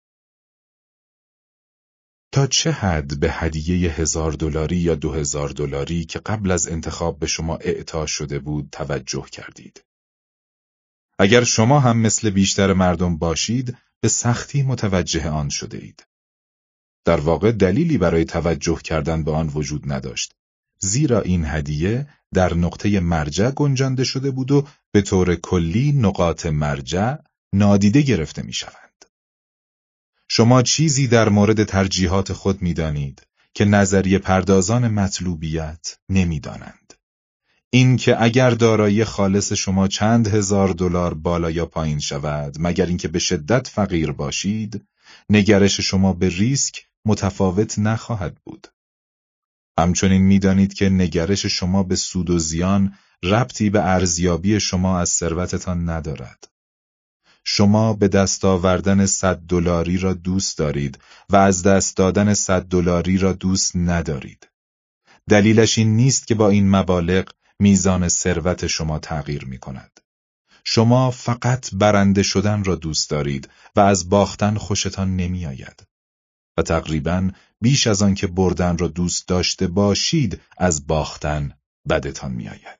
تا چه حد به هدیه $1000 یا $2000 که قبل از انتخاب به شما اعطا شده بود توجه کردید؟ اگر شما هم مثل بیشتر مردم باشید، به سختی متوجه آن شده اید. در واقع دلیلی برای توجه کردن به آن وجود نداشت، زیرا این هدیه در نقطه مرجع گنجانده شده بود و به طور کلی نقاط مرجع نادیده گرفته می شوند. شما چیزی در مورد ترجیحات خود می دانید که نظریه پردازان مطلوبیت نمی دانند. این که اگر دارایی خالص شما چند $1000 بالا یا پایین شود، مگر اینکه به شدت فقیر باشید، نگرش شما به ریسک متفاوت نخواهد بود. همچنین می‌دانید که نگرش شما به سود و زیان ربطی به ارزیابی شما از ثروتتان ندارد. شما به دست آوردن $100 را دوست دارید و از دست دادن $100 را دوست ندارید. دلیلش این نیست که با این مبالغ میزان ثروت شما تغییر می‌کند. شما فقط برنده شدن را دوست دارید و از باختن خوشتان نمی‌آید. و تقریباً بیش از آن که بردن را دوست داشته باشید، از باختن بدتان می‌آید.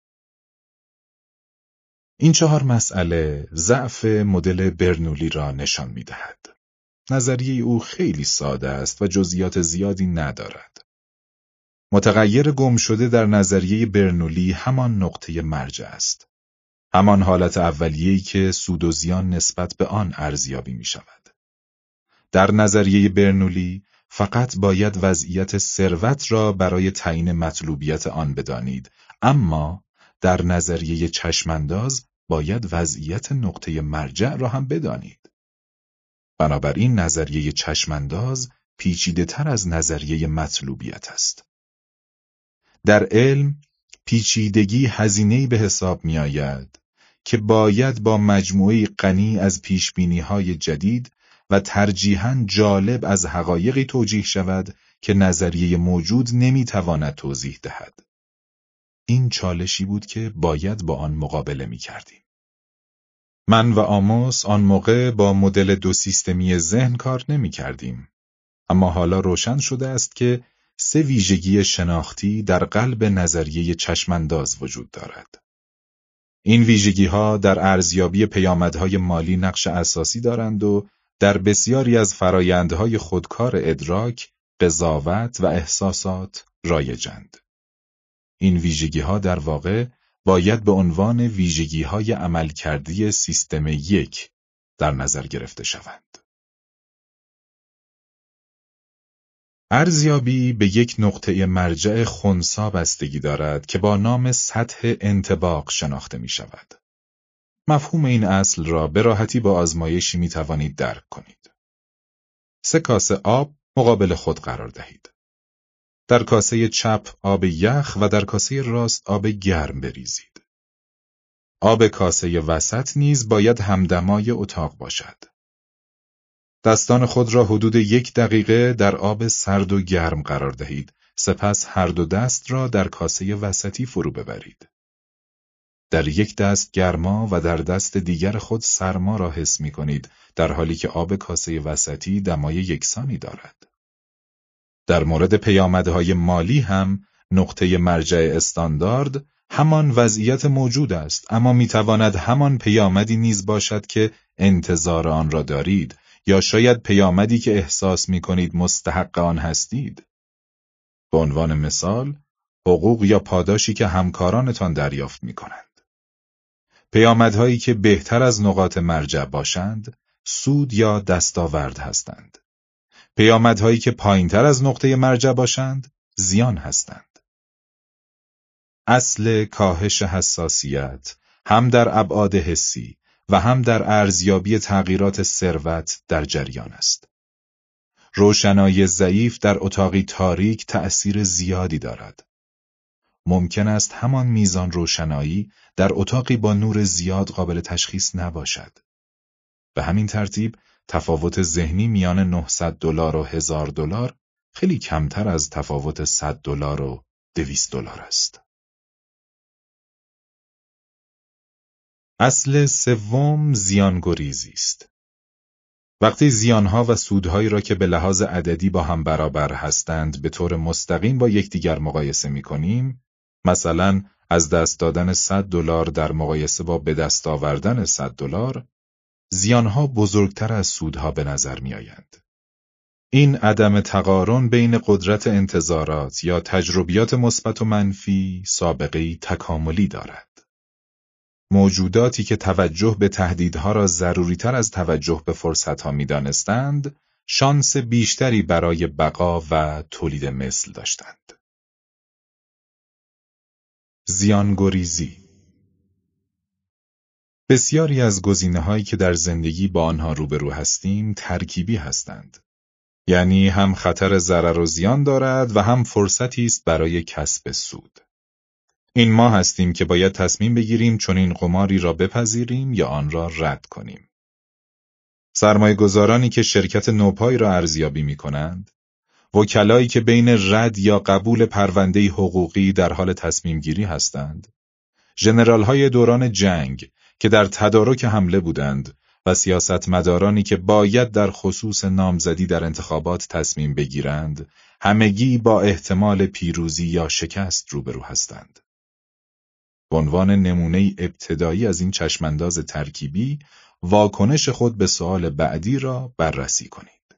این 4 مسئله ضعف مدل برنولی را نشان می‌دهد. نظریه او خیلی ساده است و جزئیات زیادی ندارد. متغیر گم شده در نظریه برنولی همان نقطه مرجع است. همان حالت اولیه‌ای که سود و زیان نسبت به آن ارزیابی می‌شود. در نظریه برنولی فقط باید وضعیت ثروت را برای تعیین مطلوبیت آن بدانید، اما در نظریه چشمانداز باید وضعیت نقطه مرجع را هم بدانید. بنابراین نظریه چشمانداز پیچیده‌تر از نظریه مطلوبیت است. در علم پیچیدگی هزینه‌ای به حساب می‌آید که باید با مجموعه غنی از پیشبینی‌های جدید و ترجیحاً جالب از حقایقی توجیه شود که نظریه موجود نمی‌تواند توضیح دهد. این چالشی بود که باید با آن مقابله می‌کردیم. من و آموس آن موقع با مدل 2 سیستمی ذهن کار نمی‌کردیم، اما حالا روشن شده است که 3 ویژگی شناختی در قلب نظریه چشمانداز وجود دارد. این ویژگی‌ها در ارزیابی پیامدهای مالی نقش اساسی دارند و در بسیاری از فرایندهای خودکار ادراک، قضاوت و احساسات رایجند. این ویژگی‌ها در واقع باید به عنوان ویژگی‌های عملکردی سیستم 1 در نظر گرفته شوند. ارزیابی به یک نقطه مرجع خنثی بستگی دارد که با نام سطح انطباق شناخته می شود. مفهوم این اصل را به راحتی با آزمایشی می توانید درک کنید. 3 کاسه آب مقابل خود قرار دهید. در کاسه چپ آب یخ و در کاسه راست آب گرم بریزید. آب کاسه وسط نیز باید همدمای اتاق باشد. دستان خود را حدود 1 دقیقه در آب سرد و گرم قرار دهید، سپس هر دو دست را در کاسه وسطی فرو ببرید. در یک دست گرما و در دست دیگر خود سرما را حس می کنید، در حالی که آب کاسه وسطی دمای یکسانی دارد. در مورد پیامدهای مالی هم نقطه مرجع استاندارد همان وضعیت موجود است، اما می تواند همان پیامدی نیز باشد که انتظار آن را دارید، یا شاید پیامدی که احساس می کنید مستحق آن هستید. به عنوان مثال، حقوق یا پاداشی که همکارانتان دریافت می کنند. پیامدهایی که بهتر از نقاط مرجع باشند، سود یا دستاورد هستند. پیامدهایی که پایینتر از نقطه مرجع باشند، زیان هستند. اصل کاهش حساسیت هم در ابعاد حسی و هم در ارزیابی تغییرات ثروت در جریان است. روشنایی ضعیف در اتاقی تاریک تأثیر زیادی دارد. ممکن است همان میزان روشنایی در اتاقی با نور زیاد قابل تشخیص نباشد. به همین ترتیب تفاوت ذهنی میان $900 و $1000 خیلی کمتر از تفاوت $100 و $200 است. اصل سوم زیانگریزی است. وقتی زیانها و سودهایی را که به لحاظ عددی با هم برابر هستند به طور مستقیم با یکدیگر مقایسه می‌کنیم، مثلا از دست دادن $100 در مقایسه با به دست آوردن $100، زیانها بزرگتر از سودها به نظر می‌آیند. این عدم تقارن بین قدرت انتظارات یا تجربیات مثبت و منفی سابقه‌ای تکاملی دارد. موجوداتی که توجه به تهدیدها را ضروری‌تر از توجه به فرصتها می‌دانستند، شانس بیشتری برای بقا و تولید مثل داشتند. زیانگریزی. بسیاری از گزینه‌هایی که در زندگی با آنها روبرو هستیم ترکیبی هستند. یعنی هم خطر ضرر و زیان دارد و هم فرصتی است برای کسب سود. این ما هستیم که باید تصمیم بگیریم چنین قماری را بپذیریم یا آن را رد کنیم. سرمایه‌گذارانی که شرکت نوپای را ارزیابی می‌کنند، وکلایی که بین رد یا قبول پرونده حقوقی در حال تصمیم گیری هستند، ژنرال‌های دوران جنگ که در تدارک حمله بودند و سیاستمدارانی که باید در خصوص نامزدی در انتخابات تصمیم بگیرند، همگی با احتمال پیروزی یا شکست روبرو هستند. به عنوان نمونه ابتدایی از این چشمانداز ترکیبی، واکنش خود به سوال بعدی را بررسی کنید.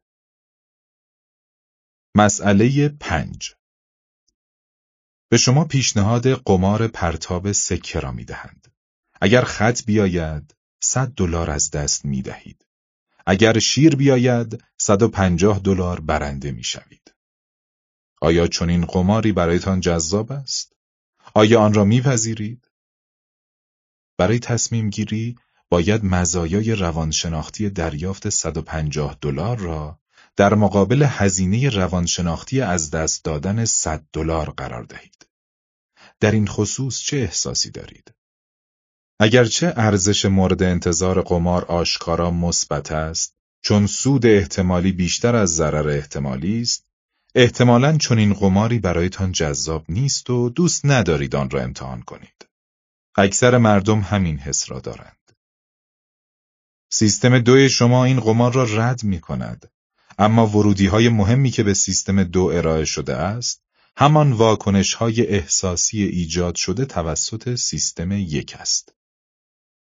مسئله 5. به شما پیشنهاد قمار پرتاب سکه را می‌دهند. اگر خط بیاید، $100 از دست می‌دهید. اگر شیر بیاید، $150 برنده می‌شوید. آیا چنین قماری برایتان جذاب است؟ آیا آن را می‌پذیرید؟ برای تصمیم گیری باید مزایای روانشناختی دریافت $150 را در مقابل هزینه روانشناختی از دست دادن $100 قرار دهید. در این خصوص چه احساسی دارید؟ اگرچه ارزش مورد انتظار قمار آشکارا مثبت است، چون سود احتمالی بیشتر از ضرر احتمالی است، احتمالاً چنین قماری برایتان جذاب نیست و دوست ندارید آن را امتحان کنید. اکثر مردم همین حس را دارند. سیستم 2 شما این قمار را رد می کند، اما ورودی‌های مهمی که به سیستم 2 ارائه شده است، همان واکنش‌های احساسی ایجاد شده توسط سیستم 1 است.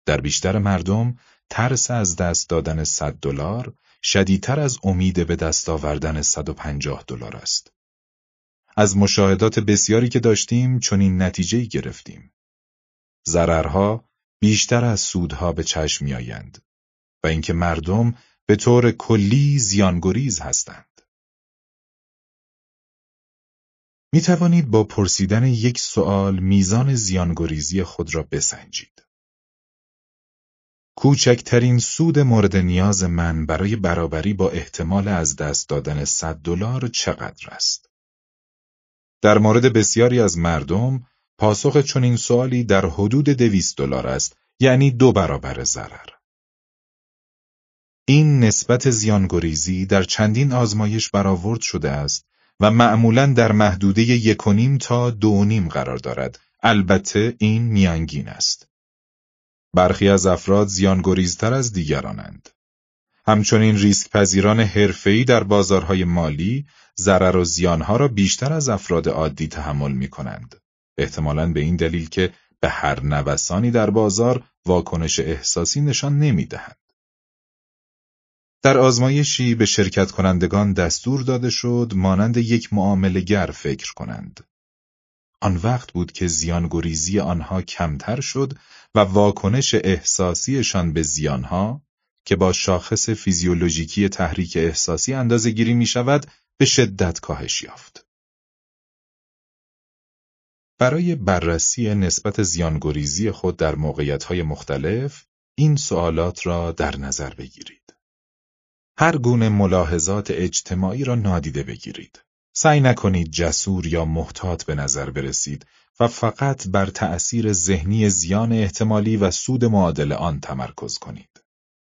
در بیشتر مردم ترس از دست دادن $100 شدیدتر از امید به دست آوردن $150 است. از مشاهدات بسیاری که داشتیم چنین نتیجه‌ای گرفتیم. ضررها بیشتر از سودها به چشم می‌آیند و اینکه مردم به طور کلی زیانگریز هستند. می توانید با پرسیدن یک سوال میزان زیانگریزی خود را بسنجید. کوچکترین سود مورد نیاز من برای برابری با احتمال از دست دادن $100 چقدر است؟ در مورد بسیاری از مردم، پاسخ چنین سوالی در حدود $200 است، یعنی 2 برابر ضرر. این نسبت زیانگریزی در چندین آزمایش برآورد شده است و معمولاً در محدوده 1.5 تا 2.5 قرار دارد. البته این میانگین است. برخی از افراد زیانگریزتر از دیگرانند. همچنین ریسک پذیران حرفه‌ای در بازارهای مالی ضرر و زیانها را بیشتر از افراد عادی تحمل می‌کنند. احتمالاً به این دلیل که به هر نوسانی در بازار واکنش احساسی نشان نمی‌دهند. در آزمایشی به شرکت کنندگان دستور داده شد مانند یک معامله‌گر فکر کنند. آن وقت بود که زیانگریزی آنها کمتر شد و واکنش احساسیشان به زیانها که با شاخص فیزیولوژیکی تحریک احساسی اندازه‌گیری می‌شود به شدت کاهش یافت. برای بررسی نسبت زیانگریزی خود در موقعیت‌های مختلف این سوالات را در نظر بگیرید. هر گونه ملاحظات اجتماعی را نادیده بگیرید. سعی نکنید جسور یا محتاط به نظر برسید و فقط بر تأثیر ذهنی زیان احتمالی و سود معادل آن تمرکز کنید.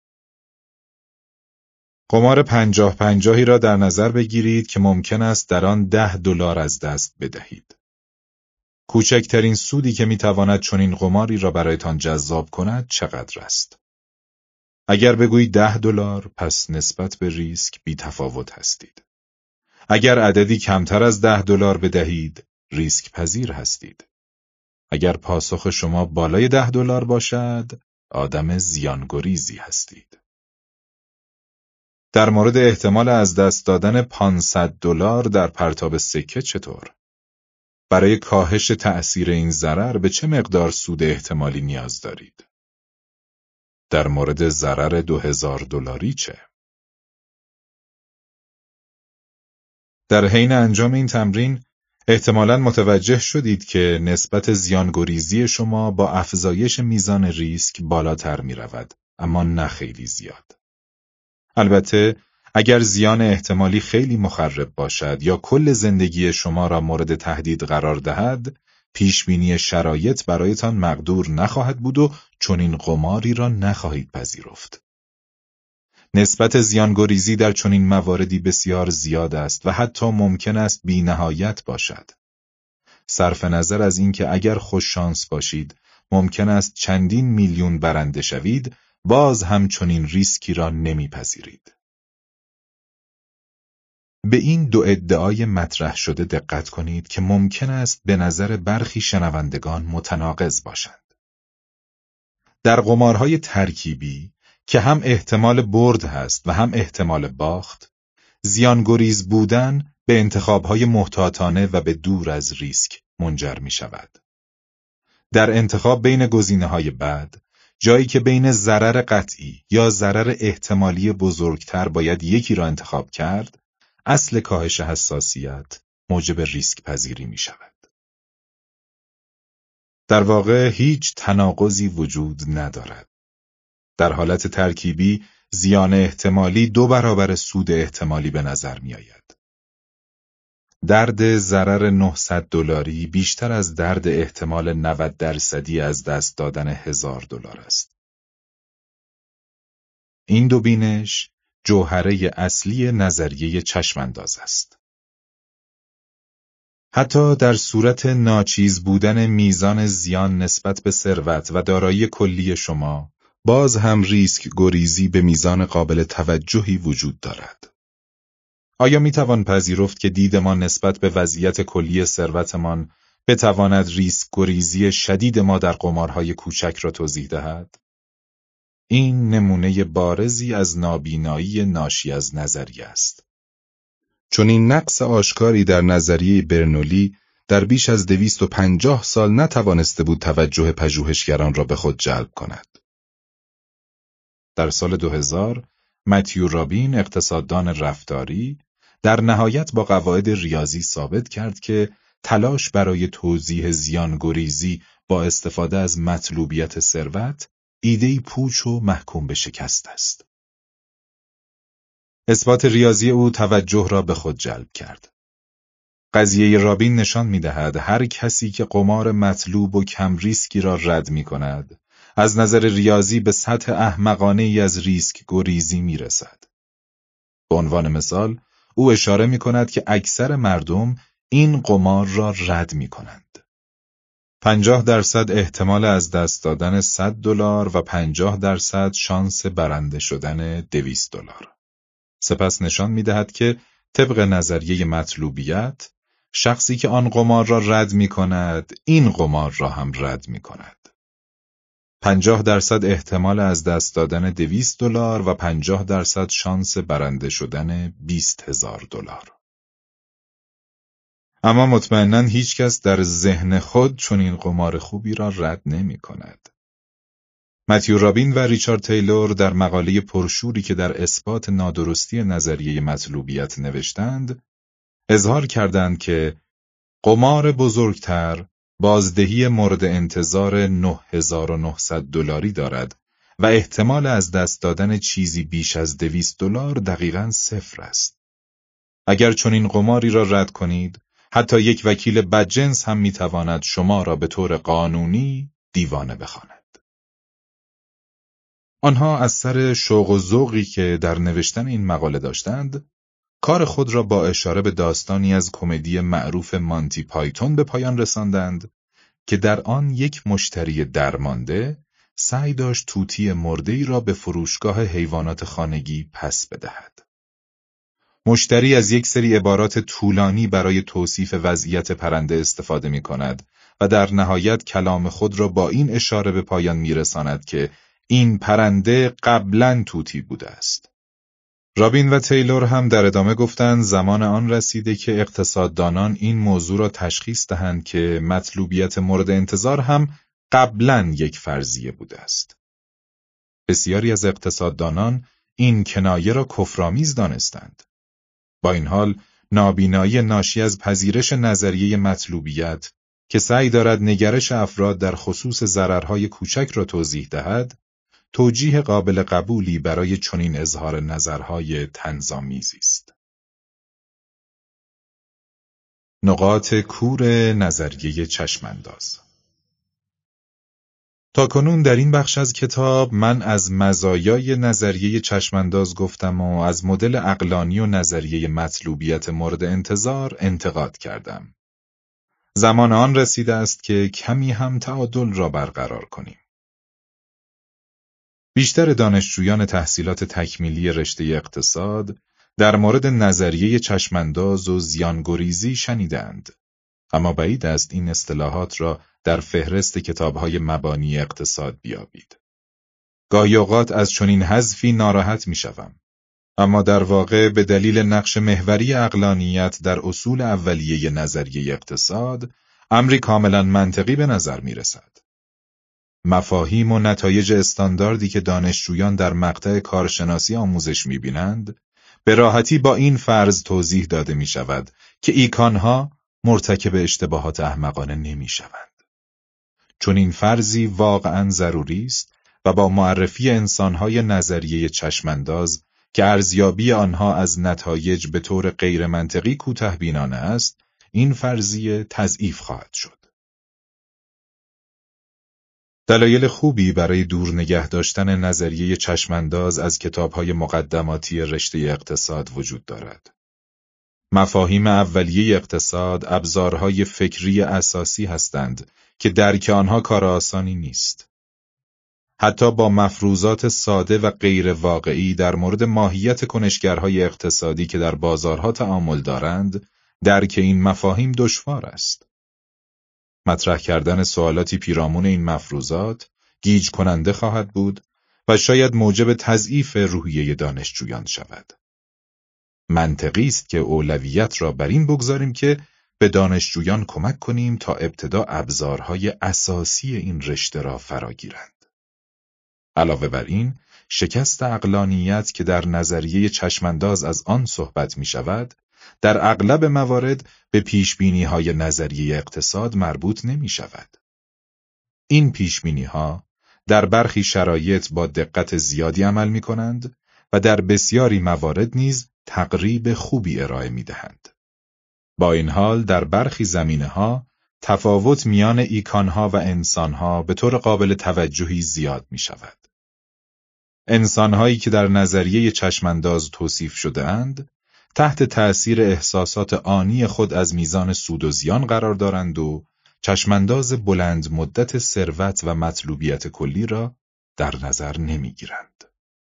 قمار 50-50 را در نظر بگیرید که ممکن است در آن $10 از دست بدهید. کوچکترین سودی که میتواند چنین قماری را برایتان جذاب کند چقدر است؟ اگر بگویید $10 پس نسبت به ریسک بی تفاوت هستید. اگر عددی کمتر از $10 بدهید ریسک پذیر هستید. اگر پاسخ شما بالای $10 باشد آدم زیانگریزی هستید. در مورد احتمال از دست دادن $500 در پرتاب سکه چطور؟ برای کاهش تأثیر این ضرر به چه مقدار سود احتمالی نیاز دارید؟ در مورد ضرر $2000 چه؟ در حین انجام این تمرین احتمالاً متوجه شدید که نسبت زیانگریزی شما با افزایش میزان ریسک بالاتر می رود، اما نه خیلی زیاد. البته اگر زیان احتمالی خیلی مخرب باشد یا کل زندگی شما را مورد تهدید قرار دهد، پیشبینی شرایط برایتان مقدور نخواهد بود و چنین قماری را نخواهید پذیرفت. نسبت زیانگریزی در چنین مواردی بسیار زیاد است و حتی ممکن است بی‌نهایت باشد. صرف نظر از اینکه اگر خوش شانس باشید، ممکن است چندین میلیون برنده شوید، باز هم چنین ریسکی را نمیپذیرید. به این 2 ادعای مطرح شده دقت کنید که ممکن است به نظر برخی شنوندگان متناقض باشند. در قمارهای ترکیبی که هم احتمال برد هست و هم احتمال باخت، زیانگریز بودن به انتخابهای محتاطانه و به دور از ریسک منجر می شود. در انتخاب بین گزینه‌های بد، جایی که بین ضرر قطعی یا ضرر احتمالی بزرگتر باید یکی را انتخاب کرد، اصل کاهش حساسیت موجب ریسک پذیری می شود. در واقع هیچ تناقضی وجود ندارد. در حالت ترکیبی زیان احتمالی 2 برابر سود احتمالی به نظر می آید. درد ضرر $900 بیشتر از درد احتمال 90% از دست دادن $1000 است. این 2 بینش جوهره اصلی نظریه چشمانداز است. حتی در صورت ناچیز بودن میزان زیان نسبت به ثروت و دارایی کلی شما، باز هم ریسک گریزی به میزان قابل توجهی وجود دارد. آیا میتوان پذیرفت که دید ما نسبت به وضعیت کلی ثروتمان بتواند ریسک گریزی شدید ما در قمارهای کوچک را توضیح دهد؟ این نمونه بارزی از نابینایی ناشی از نظریه است. چون این نقص آشکاری در نظریه برنولی در بیش از 250 سال نتوانسته بود توجه پژوهشگران را به خود جلب کند. در سال 2000 متیو رابین، اقتصاددان رفتاری، در نهایت با قواعد ریاضی ثابت کرد که تلاش برای توضیح زیانگریزی با استفاده از مطلوبیت ثروت ایده‌ای پوچ و محکوم به شکست است. اثبات ریاضی او توجه را به خود جلب کرد. قضیه رابین نشان می‌دهد هر کسی که قمار مطلوب و کم ریسکی را رد می‌کند، از نظر ریاضی به سطح احمقانه‌ای از ریسک گریزی می‌رسد. به عنوان مثال، او اشاره می‌کند که اکثر مردم این قمار را رد می‌کنند. 50% احتمال از دست دادن $100 و 50% شانس برنده شدن $200. سپس نشان می‌دهد که طبق نظریه مطلوبیت، شخصی که آن قمار را رد می‌کند، این قمار را هم رد می‌کند. 50% احتمال از دست دادن $200 و 50% شانس برنده شدن $20,000. اما مطمئناً هیچ کس در ذهن خود چنین قمار خوبی را رد نمی‌کند. متیو رابین و ریچارد تیلور در مقاله پرشوری که در اثبات نادرستی نظریه مطلوبیت نوشتند، اظهار کردند که قمار بزرگتر بازدهی مورد انتظار $9,900 دارد و احتمال از دست دادن چیزی بیش از $200 دقیقاً 0 است. اگر چنین قماری را رد کنید، حتی یک وکیل بدجنس هم میتواند شما را به طور قانونی دیوانه بخواند. آنها از سر شوق و ذوقی که در نوشتن این مقاله داشتند، کار خود را با اشاره به داستانی از کمدی معروف مانتی پایتون به پایان رساندند که در آن یک مشتری درمانده سعی داشت طوطی مرده‌ای را به فروشگاه حیوانات خانگی پس بدهد. مشتری از یک سری عبارات طولانی برای توصیف وضعیت پرنده استفاده می‌کند و در نهایت کلام خود را با این اشاره به پایان می‌رساند که این پرنده قبلاً طوطی بوده است. رابین و تیلور هم در ادامه گفتند زمان آن رسیده که اقتصاددانان این موضوع را تشخیص دهند که مطلوبیت مورد انتظار هم قبلاً یک فرضیه بوده است. بسیاری از اقتصاددانان این کنایه را کفرآمیز دانستند. با این حال، نابینایی ناشی از پذیرش نظریه مطلوبیت که سعی دارد نگرش افراد در خصوص ضررهای کوچک را توضیح دهد، توجیه قابل قبولی برای چنین اظهار نظرهای طنزآمیزی است. نقاط کور نظریه چشمانداز. تاکنون در این بخش از کتاب من از مزایای نظریه چشمانداز گفتم و از مدل عقلانی و نظریه مطلوبیت مورد انتظار انتقاد کردم. زمان آن رسیده است که کمی هم تعادل را برقرار کنیم. بیشتر دانشجویان تحصیلات تکمیلی رشته اقتصاد در مورد نظریه چشمانداز و زیانگریزی شنیدند، اما بعید است این اصطلاحات را در فهرست کتاب‌های مبانی اقتصاد بیابید. گاهی اوقات از چنین حذفی ناراحت می‌شوم، اما در واقع به دلیل نقش محوری عقلانیت در اصول اولیه نظریه اقتصاد، امری کاملاً منطقی به نظر می‌رسد. مفاهیم و نتایج استانداردی که دانشجویان در مقطع کارشناسی آموزش می‌بینند، به راحتی با این فرض توضیح داده می‌شود که ایکانها مرتکب اشتباهات احمقانه نمی‌شوند. چون این فرضی واقعاً ضروری است و با معرفی انسان‌های نظریه چشمانداز که ارزیابی آنها از نتایج به طور غیر منطقی کوتاه‌بینانه است، این فرضیه تضعیف خواهد شد. دلایل خوبی برای دور نگه داشتن نظریه چشمانداز از کتاب‌های مقدماتی رشته اقتصاد وجود دارد. مفاهیم اولیه اقتصاد ابزارهای فکری اساسی هستند که درک آنها کار آسانی نیست. حتی با مفروضات ساده و غیر واقعی در مورد ماهیت کنشگرهای اقتصادی که در بازارها تعامل دارند، درک این مفاهیم دشوار است. مطرح کردن سوالاتی پیرامون این مفروضات گیج کننده خواهد بود و شاید موجب تضعیف روحیه دانشجویان شود. منطقی است که اولویت را بر این بگذاریم که به دانشجویان کمک کنیم تا ابتدا ابزارهای اساسی این رشته را فراگیرند. علاوه بر این، شکست عقلانیت که در نظریه چشمانداز از آن صحبت می شود، در اغلب موارد به پیشبینی‌های نظریه اقتصاد مربوط نمی شود. این پیشبینی‌ها در برخی شرایط با دقت زیادی عمل می کنند و در بسیاری موارد نیز تقریب خوبی ارائه می دهند. با این حال در برخی زمینه‌ها تفاوت میان ایکانها و انسانها به طور قابل توجهی زیاد می شود. انسانهایی که در نظریه چشمانداز توصیف شده اند، تحت تأثیر احساسات آنی خود از میزان سود و زیان قرار دارند و چشمانداز بلند مدت ثروت و مطلوبیت کلی را در نظر نمی‌گیرند.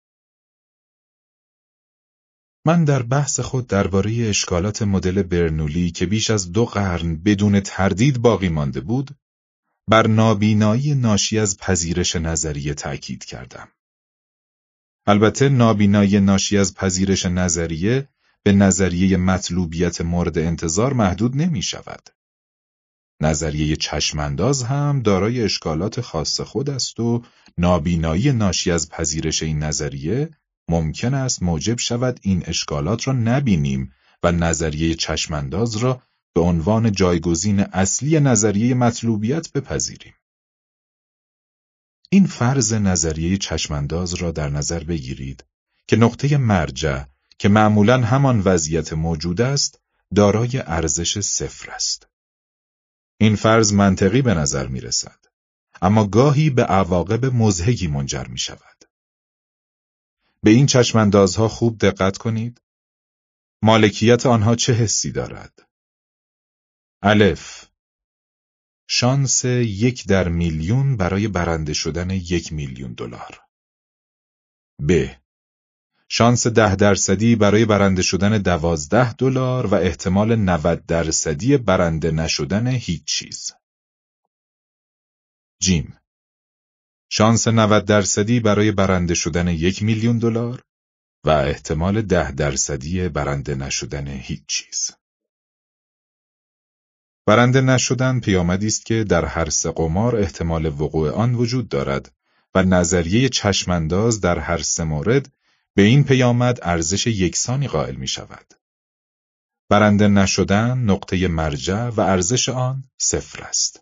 من در بحث خود درباره اشکالات مدل برنولی که بیش از 2 قرن بدون تردید باقی مانده بود، بر نابینایی ناشی از پذیرش نظریه تأکید کردم. البته نابینایی ناشی از پذیرش نظریه به نظریه مطلوبیت مورد انتظار محدود نمی شود. نظریه چشمانداز هم دارای اشکالات خاص خود است و نابینایی ناشی از پذیرش این نظریه ممکن است موجب شود این اشکالات را نبینیم و نظریه چشمانداز را به عنوان جایگزین اصلی نظریه مطلوبیت بپذیریم. این فرض نظریه چشمانداز را در نظر بگیرید که نقطه مرجع که معمولاً همان وضعیت موجود است، دارای ارزش 0 است. این فرض منطقی به نظر می رسد، اما گاهی به عواقب مضحکی منجر می شود. به این چشماندازها خوب دقت کنید. مالکیت آنها چه حسی دارد؟ الف، شانس 1 در میلیون برای برنده شدن 1 میلیون دلار. ب، شانس 10% برای برنده شدن 12 دلار و احتمال 90% برنده نشدن هیچ چیز. جیم، شانس 90% برای برنده شدن 1 میلیون دلار و احتمال 10% برنده نشدن هیچ چیز. برنده نشدن پیامدی است که در هر 3 قمار احتمال وقوع آن وجود دارد و نظریه چشمانداز در هر 3 مورد به این پیامد ارزش یکسانی قائل می شود. برنده نشدن نقطه مرجع و ارزش آن 0 است.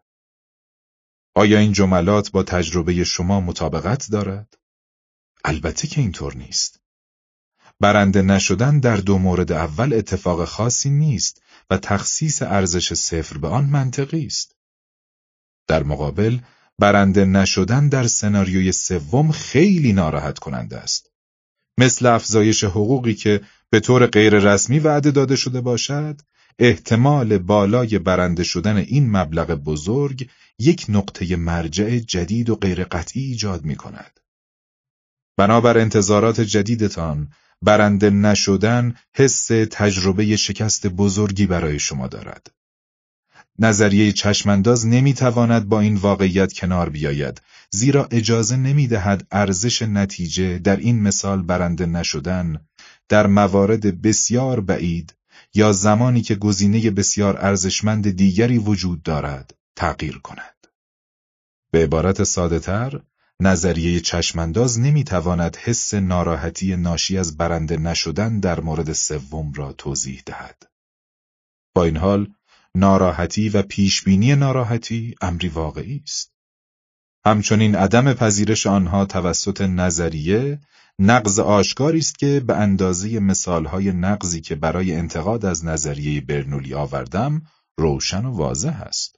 آیا این جملات با تجربه شما مطابقت دارد؟ البته که اینطور نیست. برنده نشدن در 2 مورد اول اتفاق خاصی نیست و تخصیص ارزش 0 به آن منطقی است. در مقابل، برنده نشدن در سناریوی 3 خیلی ناراحت کننده است. مثل افزایش حقوقی که به طور غیر رسمی وعده داده شده باشد، احتمال بالای برنده شدن این مبلغ بزرگ یک نقطه مرجع جدید و غیر قطعی ایجاد می کند. بنابر انتظارات جدیدتان، برنده نشدن حس تجربه شکست بزرگی برای شما دارد. نظریه چشمانداز نمیتواند با این واقعیت کنار بیاید، زیرا اجازه نمیدهد ارزش نتیجه در این مثال برنده نشدن در موارد بسیار بعید یا زمانی که گزینه بسیار ارزشمند دیگری وجود دارد تغییر کند. به عبارت ساده‌تر، نظریه چشمانداز نمیتواند حس ناراحتی ناشی از برنده نشدن در مورد 3 را توضیح دهد. با این حال، ناراحتی و پیشبینی ناراحتی امری واقعی است. همچنین عدم پذیرش آنها توسط نظریه نقض آشکاری است که به اندازه مثالهای نقضی که برای انتقاد از نظریه برنولی آوردم روشن و واضح است.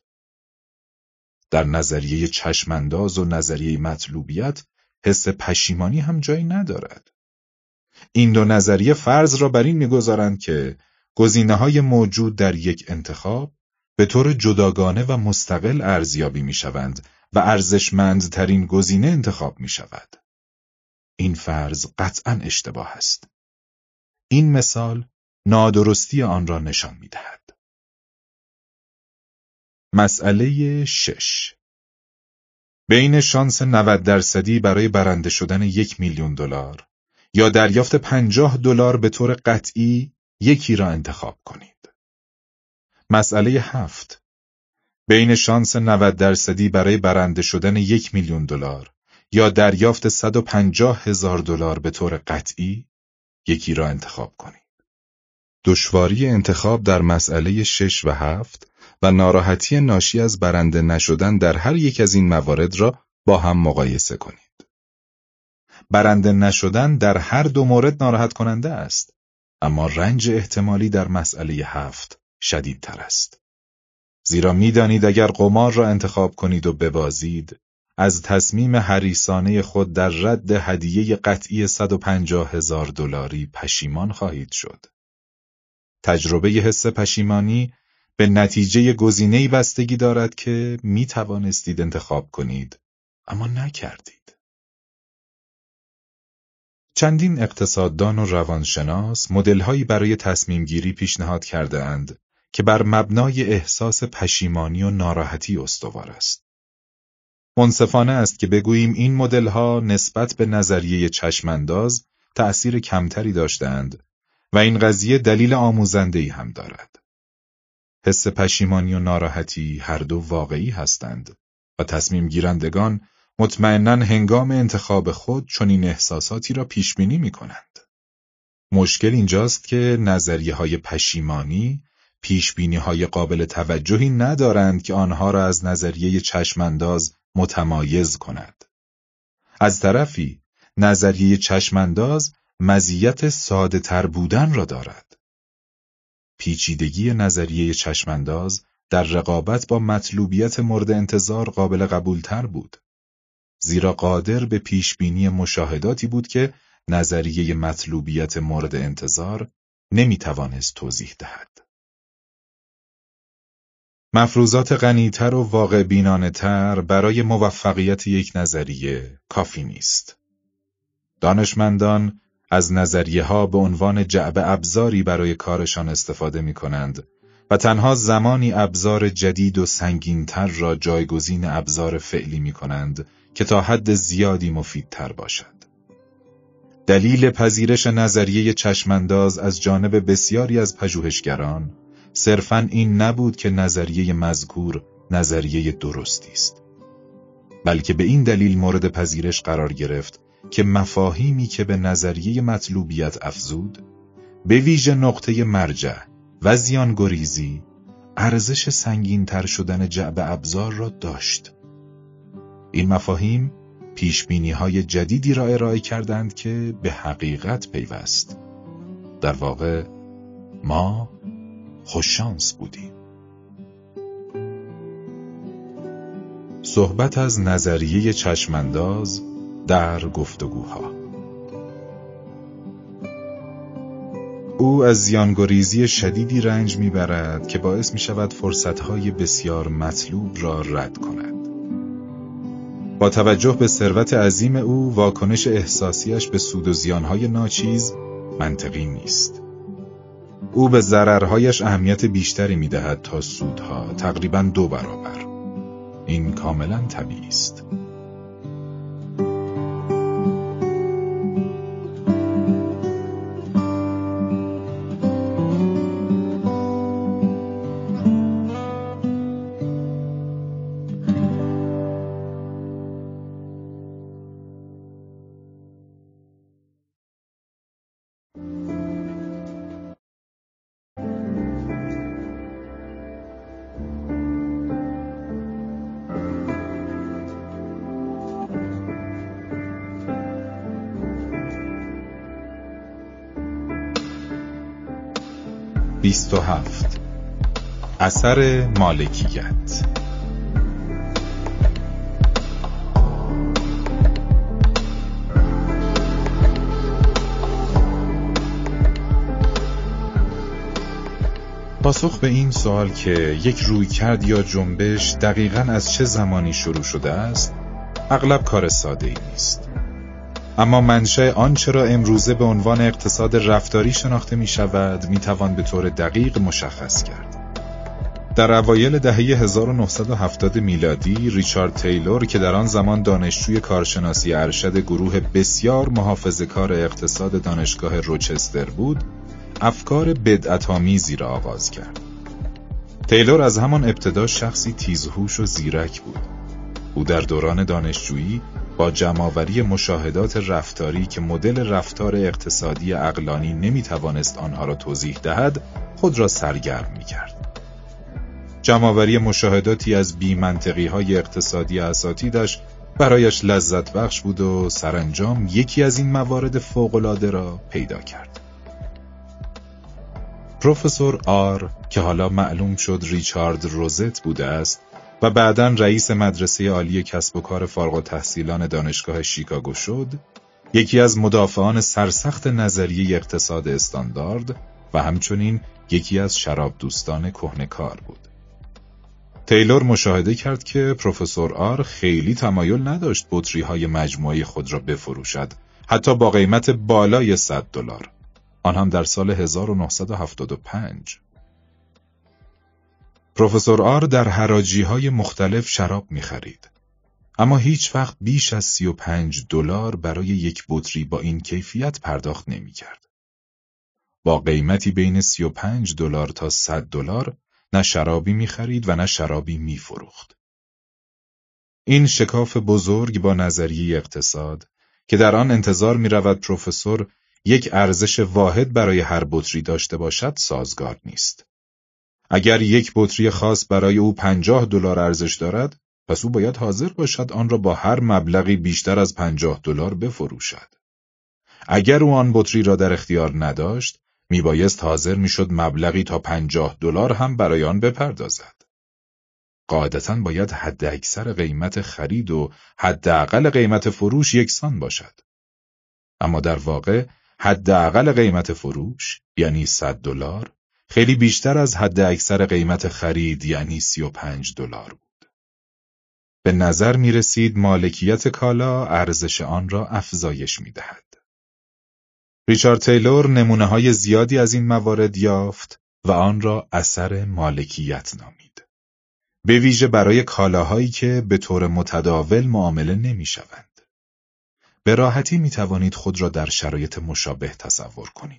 در نظریه چشمانداز و نظریه مطلوبیت حس پشیمانی هم جایی ندارد. این 2 نظریه فرض را بر این می‌گذارند که گزینه‌های موجود در یک انتخاب به طور جداگانه و مستقل ارزیابی می‌شوند و ارزشمندترین گزینه انتخاب می‌شود. این فرض قطعاً اشتباه است. این مثال نادرستی آن را نشان می‌دهد. مسئله 6. بین شانس 90% برای برنده شدن $1,000,000 یا دریافت $50 به طور قطعی، یکی را انتخاب کنید. مسئله 7. بین شانس 90% برای برنده شدن $1,000,000 یا دریافت $150,000 به طور قطعی، یکی را انتخاب کنید. دشواری انتخاب در مسئله 6 و 7 و ناراحتی ناشی از برنده نشدن در هر یک از این موارد را با هم مقایسه کنید. برنده نشدن در هر دو مورد ناراحت کننده است، اما رنج احتمالی در مسئله 7 شدیدتر است. زیرا می‌دانید اگر قمار را انتخاب کنید و ببازید، از تصمیم حریصانه خود در رد هدیه قطعی $150,000 پشیمان خواهید شد. تجربه حس پشیمانی به نتیجه گزینه‌ای بستگی دارد که می توانستید انتخاب کنید، اما نکردید. چندین اقتصاددان و روانشناس مدل‌هایی برای تصمیم گیری پیشنهاد کرده‌اند که بر مبنای احساس پشیمانی و ناراحتی استوار است. منصفانه است که بگوییم این مدل‌ها نسبت به نظریه چشمانداز تأثیر کمتری داشته‌اند و این قضیه دلیل آموزنده‌ای هم دارد. حس پشیمانی و ناراحتی هر دو واقعی هستند و تصمیم گیرندگان مطمئناً هنگام انتخاب خود چنین احساساتی را پیش‌بینی می‌کنند. مشکل اینجاست که نظریه‌های پشیمانی پیش‌بینی‌های قابل توجهی ندارند که آنها را از نظریه چشمانداز متمایز کند. از طرفی نظریه چشمانداز مزیت ساده تر بودن را دارد. پیچیدگی نظریه چشمانداز در رقابت با مطلوبیت مورد انتظار قابل قبولتر بود، زیرا قادر به پیشبینی مشاهداتی بود که نظریه مطلوبیت مورد انتظار نمیتوانست توضیح دهد. مفروضات غنی‌تر و واقع بینانه‌تر برای موفقیت یک نظریه کافی نیست. دانشمندان از نظریه‌ها به عنوان جعبه ابزاری برای کارشان استفاده می‌کنند و تنها زمانی ابزار جدید و سنگین‌تر را جایگزین ابزار فعلی می‌کنند که تا حد زیادی مفیدتر باشد. دلیل پذیرش نظریه چشمانداز از جانب بسیاری از پژوهشگران صرفاً این نبود که نظریه مذکور نظریه درستی است، بلکه به این دلیل مورد پذیرش قرار گرفت که مفاهیمی که به نظریه مطلوبیت افزود، به ویژه نقطه مرجع و زیانگریزی، ارزش سنگین‌تر شدن جعبه ابزار را داشت. این مفاهیم پیشبینی‌های جدیدی را ارائه کردند که به حقیقت پیوست. در واقع ما خوششانس بودیم. صحبت از نظریه چشمانداز در گفتگوها. او از زیانگریزی شدیدی رنج میبرد که باعث میشود فرصتهای بسیار مطلوب را رد کند. با توجه به ثروت عظیم او، واکنش احساسیش به سود و زیانهای ناچیز منطقی نیست. او به ضررهایش اهمیت بیشتری میدهد تا سودها، تقریباً 2 برابر. این کاملاً طبیعی است. اثر مالکیت. پاسخ به این سوال که یک رویکرد یا جنبش دقیقاً از چه زمانی شروع شده است، اغلب کار ساده‌ای نیست. اما منشأ آنچه را امروزه به عنوان اقتصاد رفتاری شناخته می شود می توان به طور دقیق مشخص کرد. در اوایل دهه 1970 میلادی ریچارد تیلور که در آن زمان دانشجوی کارشناسی ارشد گروه بسیار محافظه‌کار اقتصاد دانشگاه روچستر بود، افکار بدعت‌آمیزی را آغاز کرد. تیلور از همان ابتدا شخصی تیزهوش و زیرک بود. او در دوران دانشجویی با جمع‌آوری مشاهدات رفتاری که مدل رفتار اقتصادی عقلانی نمی‌توانست آنها را توضیح دهد، خود را سرگرم می‌کرد. جمع‌آوری مشاهداتی از بی‌منطقی‌های اقتصادی اساتیدش برایش لذت بخش بود و سرانجام یکی از این موارد فوق‌العاده را پیدا کرد. پروفسور آر که حالا معلوم شد ریچارد روزت بوده است و بعداً رئیس مدرسه عالی کسب و کار فارغ التحصیلان دانشگاه شیکاگو شد، یکی از مدافعان سرسخت نظریه اقتصاد استاندارد و همچنین یکی از شراب دوستان کهنه‌کار بود. تیلور مشاهده کرد که پروفسور آر خیلی تمایل نداشت بطری‌های مجموعه خود را بفروشد، حتی با قیمت بالای $100، آن هم در سال 1975. پروفسور آر در حراجی‌های مختلف شراب می‌خرید، اما هیچ وقت بیش از $35 برای یک بطری با این کیفیت پرداخت نمی‌کرد. با قیمتی بین $35 تا $100 نه شرابی می‌خرید و نه شرابی می‌فروخت. این شکاف بزرگ با نظریه اقتصاد که در آن انتظار می‌رود پروفسور یک ارزش واحد برای هر بطری داشته باشد سازگار نیست. اگر یک بطری خاص برای او $50 ارزش دارد، پس او باید حاضر باشد آن را با هر مبلغی بیشتر از $50 بفروشد. اگر او آن بطری را در اختیار نداشت، میبایست حاضر میشد مبلغی تا $50 هم برای آن بپردازد. قاعدتاً باید حد اکثر قیمت خرید و حداقل قیمت فروش یکسان باشد. اما در واقع حداقل قیمت فروش یعنی $100 خیلی بیشتر از حد اکثر قیمت خرید یعنی $35 بود. به نظر می رسید مالکیت کالا ارزش آن را افزایش می دهد. ریچارد تیلور نمونه‌های زیادی از این موارد یافت و آن را اثر مالکیت نامید. به ویژه برای کالاهایی که به طور متداول معامله نمی شوند. به راحتی می توانید خود را در شرایط مشابه تصور کنید.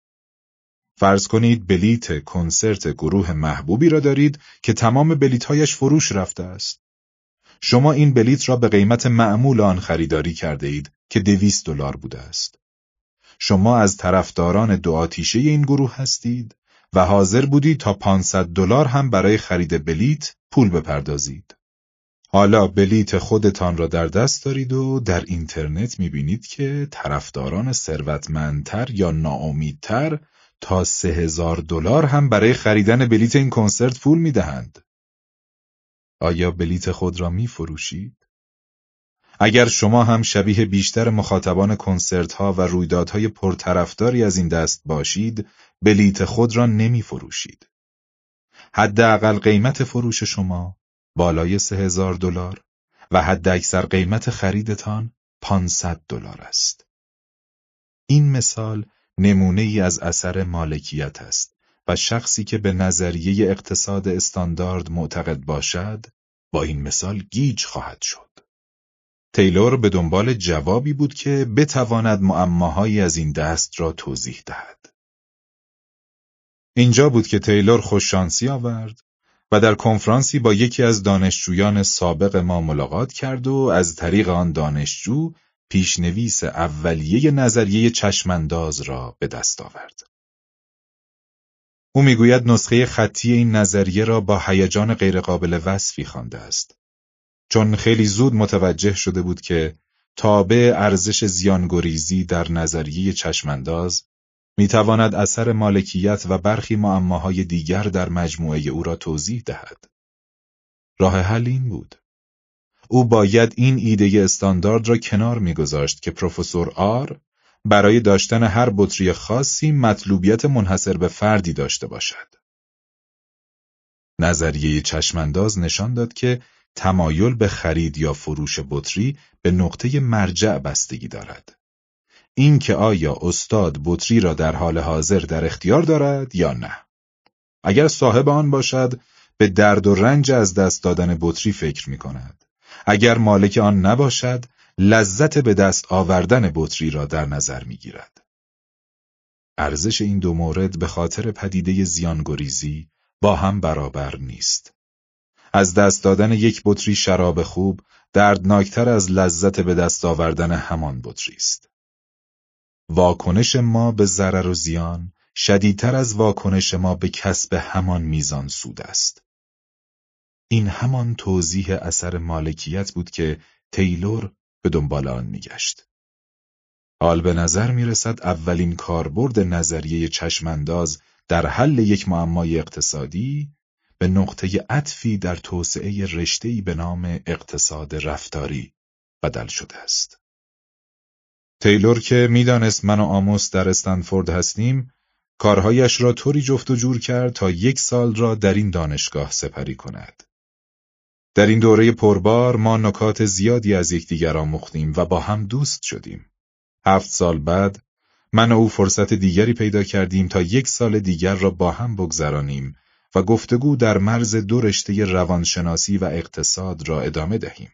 فرض کنید بلیت کنسرت گروه محبوبی را دارید که تمام بلیط‌هایش فروش رفته است. شما این بلیت را به قیمت معمول آن خریداری کرده اید که $200 بوده است. شما از طرفداران دو آتیشه این گروه هستید و حاضر بودید تا $500 هم برای خرید بلیت پول بپردازید. حالا بلیت خودتان را در دست دارید و در اینترنت می‌بینید که طرفداران ثروتمندتر یا ناامیدتر تا $3000 هم برای خریدن بلیت این کنسرت پول می‌دهند. آیا بلیت خود را می‌فروشید؟ اگر شما هم شبیه بیشتر مخاطبان کنسرت‌ها و رویدادهای پرطرفداری از این دست باشید، بلیت خود را نمی‌فروشید. حداقل قیمت فروش شما بالای $3000 و حداکثر قیمت خریدتان $500 است. این مثال نمونه‌ای از اثر مالکیت است و شخصی که به نظریه اقتصاد استاندارد معتقد باشد، با این مثال گیج خواهد شد. تیلور به دنبال جوابی بود که بتواند معماهایی از این دست را توضیح دهد. اینجا بود که تیلور خوششانسی آورد و در کنفرانسی با یکی از دانشجویان سابق ما ملاقات کرد و از طریق آن دانشجو پیشنویس اولیه نظریه چشمانداز را به دست آورد. او میگوید نسخه خطی این نظریه را با هیجان غیرقابل وصفی خوانده است، چون خیلی زود متوجه شده بود که تابع ارزش زیانگریزی در نظریه چشمانداز میتواند اثر مالکیت و برخی معماهای دیگر در مجموعه او را توضیح دهد. راه حل این بود. او باید این ایده استاندارد را کنار میگذاشت که پروفسور آر برای داشتن هر بطری خاصی مطلوبیت منحصر به فردی داشته باشد. نظریه چشمانداز نشان داد که تمایل به خرید یا فروش بطری به نقطه مرجع بستگی دارد. این که آیا استاد بطری را در حال حاضر در اختیار دارد یا نه. اگر صاحب آن باشد، به درد و رنج از دست دادن بطری فکر می کند. اگر مالک آن نباشد، لذت به دست آوردن بطری را در نظر می گیرد. ارزش این دو مورد به خاطر پدیده زیانگریزی با هم برابر نیست. از دست دادن یک بطری شراب خوب دردناکتر از لذت به دست آوردن همان بطری است. واکنش ما به ضرر و زیان شدیدتر از واکنش ما به کسب همان میزان سود است. این همان توضیح اثر مالکیت بود که تیلور به دنبال آن میگشت. حال به نظر میرسد اولین کاربرد نظریه چشمانداز در حل یک معمای اقتصادی به نقطه عطفی در توسعه رشته‌ای به نام اقتصاد رفتاری بدل شده است. تیلور که میدانست من و آموس در استنفورد هستیم، کارهایش را طوری جفت و جور کرد تا 1 سال را در این دانشگاه سپری کند. در این دوره پربار ما نکات زیادی از یکدیگر آموختیم و با هم دوست شدیم. 7 سال بعد من و او فرصت دیگری پیدا کردیم تا 1 سال دیگر را با هم بگذرانیم و گفتگو در مرز 2 رشته روانشناسی و اقتصاد را ادامه دهیم.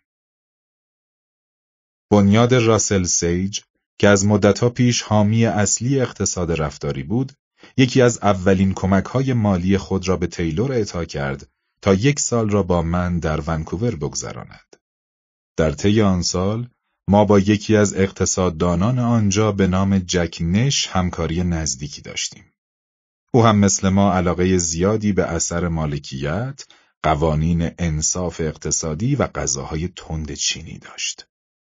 بنیاد راسل سیج که از مدتها پیش حامی اصلی اقتصاد رفتاری بود، یکی از اولین کمک‌های مالی خود را به تیلور اعطا کرد تا 1 سال را با من در ونکوور بگذراند. در طی آن سال ما با یکی از اقتصاددانان آنجا به نام جک نش همکاری نزدیکی داشتیم. او هم مثل ما علاقه زیادی به اثر مالکیت، قوانین انصاف اقتصادی و غذاهای تند چینی داشت.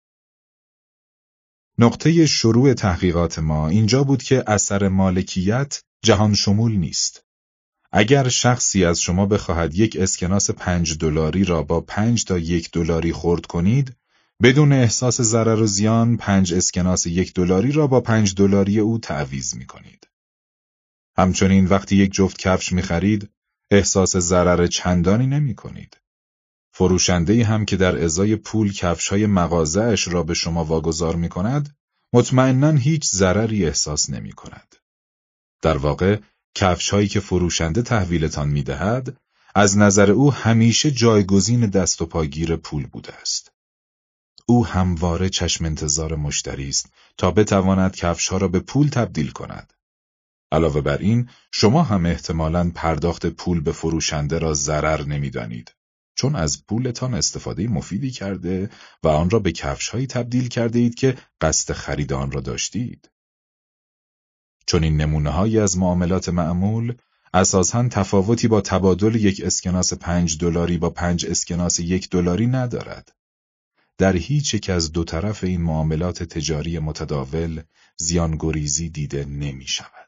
نقطه شروع تحقیقات ما اینجا بود که اثر مالکیت جهان شمول نیست. اگر شخصی از شما بخواهد 1 اسکناس $5 را با 5 تا $1 خرد کنید، بدون احساس ضرر و زیان 5 اسکناس $1 را با $5 او تعویض می کنید. همچنین وقتی 1 جفت کفش می خرید، احساس ضرر چندانی نمی کنید. فروشنده‌ای هم که در ازای پول کفش‌های مغازه‌اش را به شما واگذار می کند، مطمئناً هیچ ضرری احساس نمی کند. در واقع کفش‌هایی که فروشنده تحویلتان می دهد، از نظر او همیشه جایگزین دست و پاگیر پول بوده است. او همواره چشم انتظار مشتری است تا بتواند کفش‌ها را به پول تبدیل کند. علاوه بر این، شما هم احتمالاً پرداخت پول به فروشنده را ضرر نمی‌دانید، چون از پولتان استفاده مفیدی کرده و آن را به کفش‌هایی تبدیل کرده اید که قصد خرید آن را داشتید. چون این نمونه‌هایی از معاملات معمول اساساً تفاوتی با تبادل 1 اسکناس $5 با 5 اسکناس $1 ندارد. در هیچ یک از 2 طرف این معاملات تجاری متداول زیانگریزی دیده نمی شود.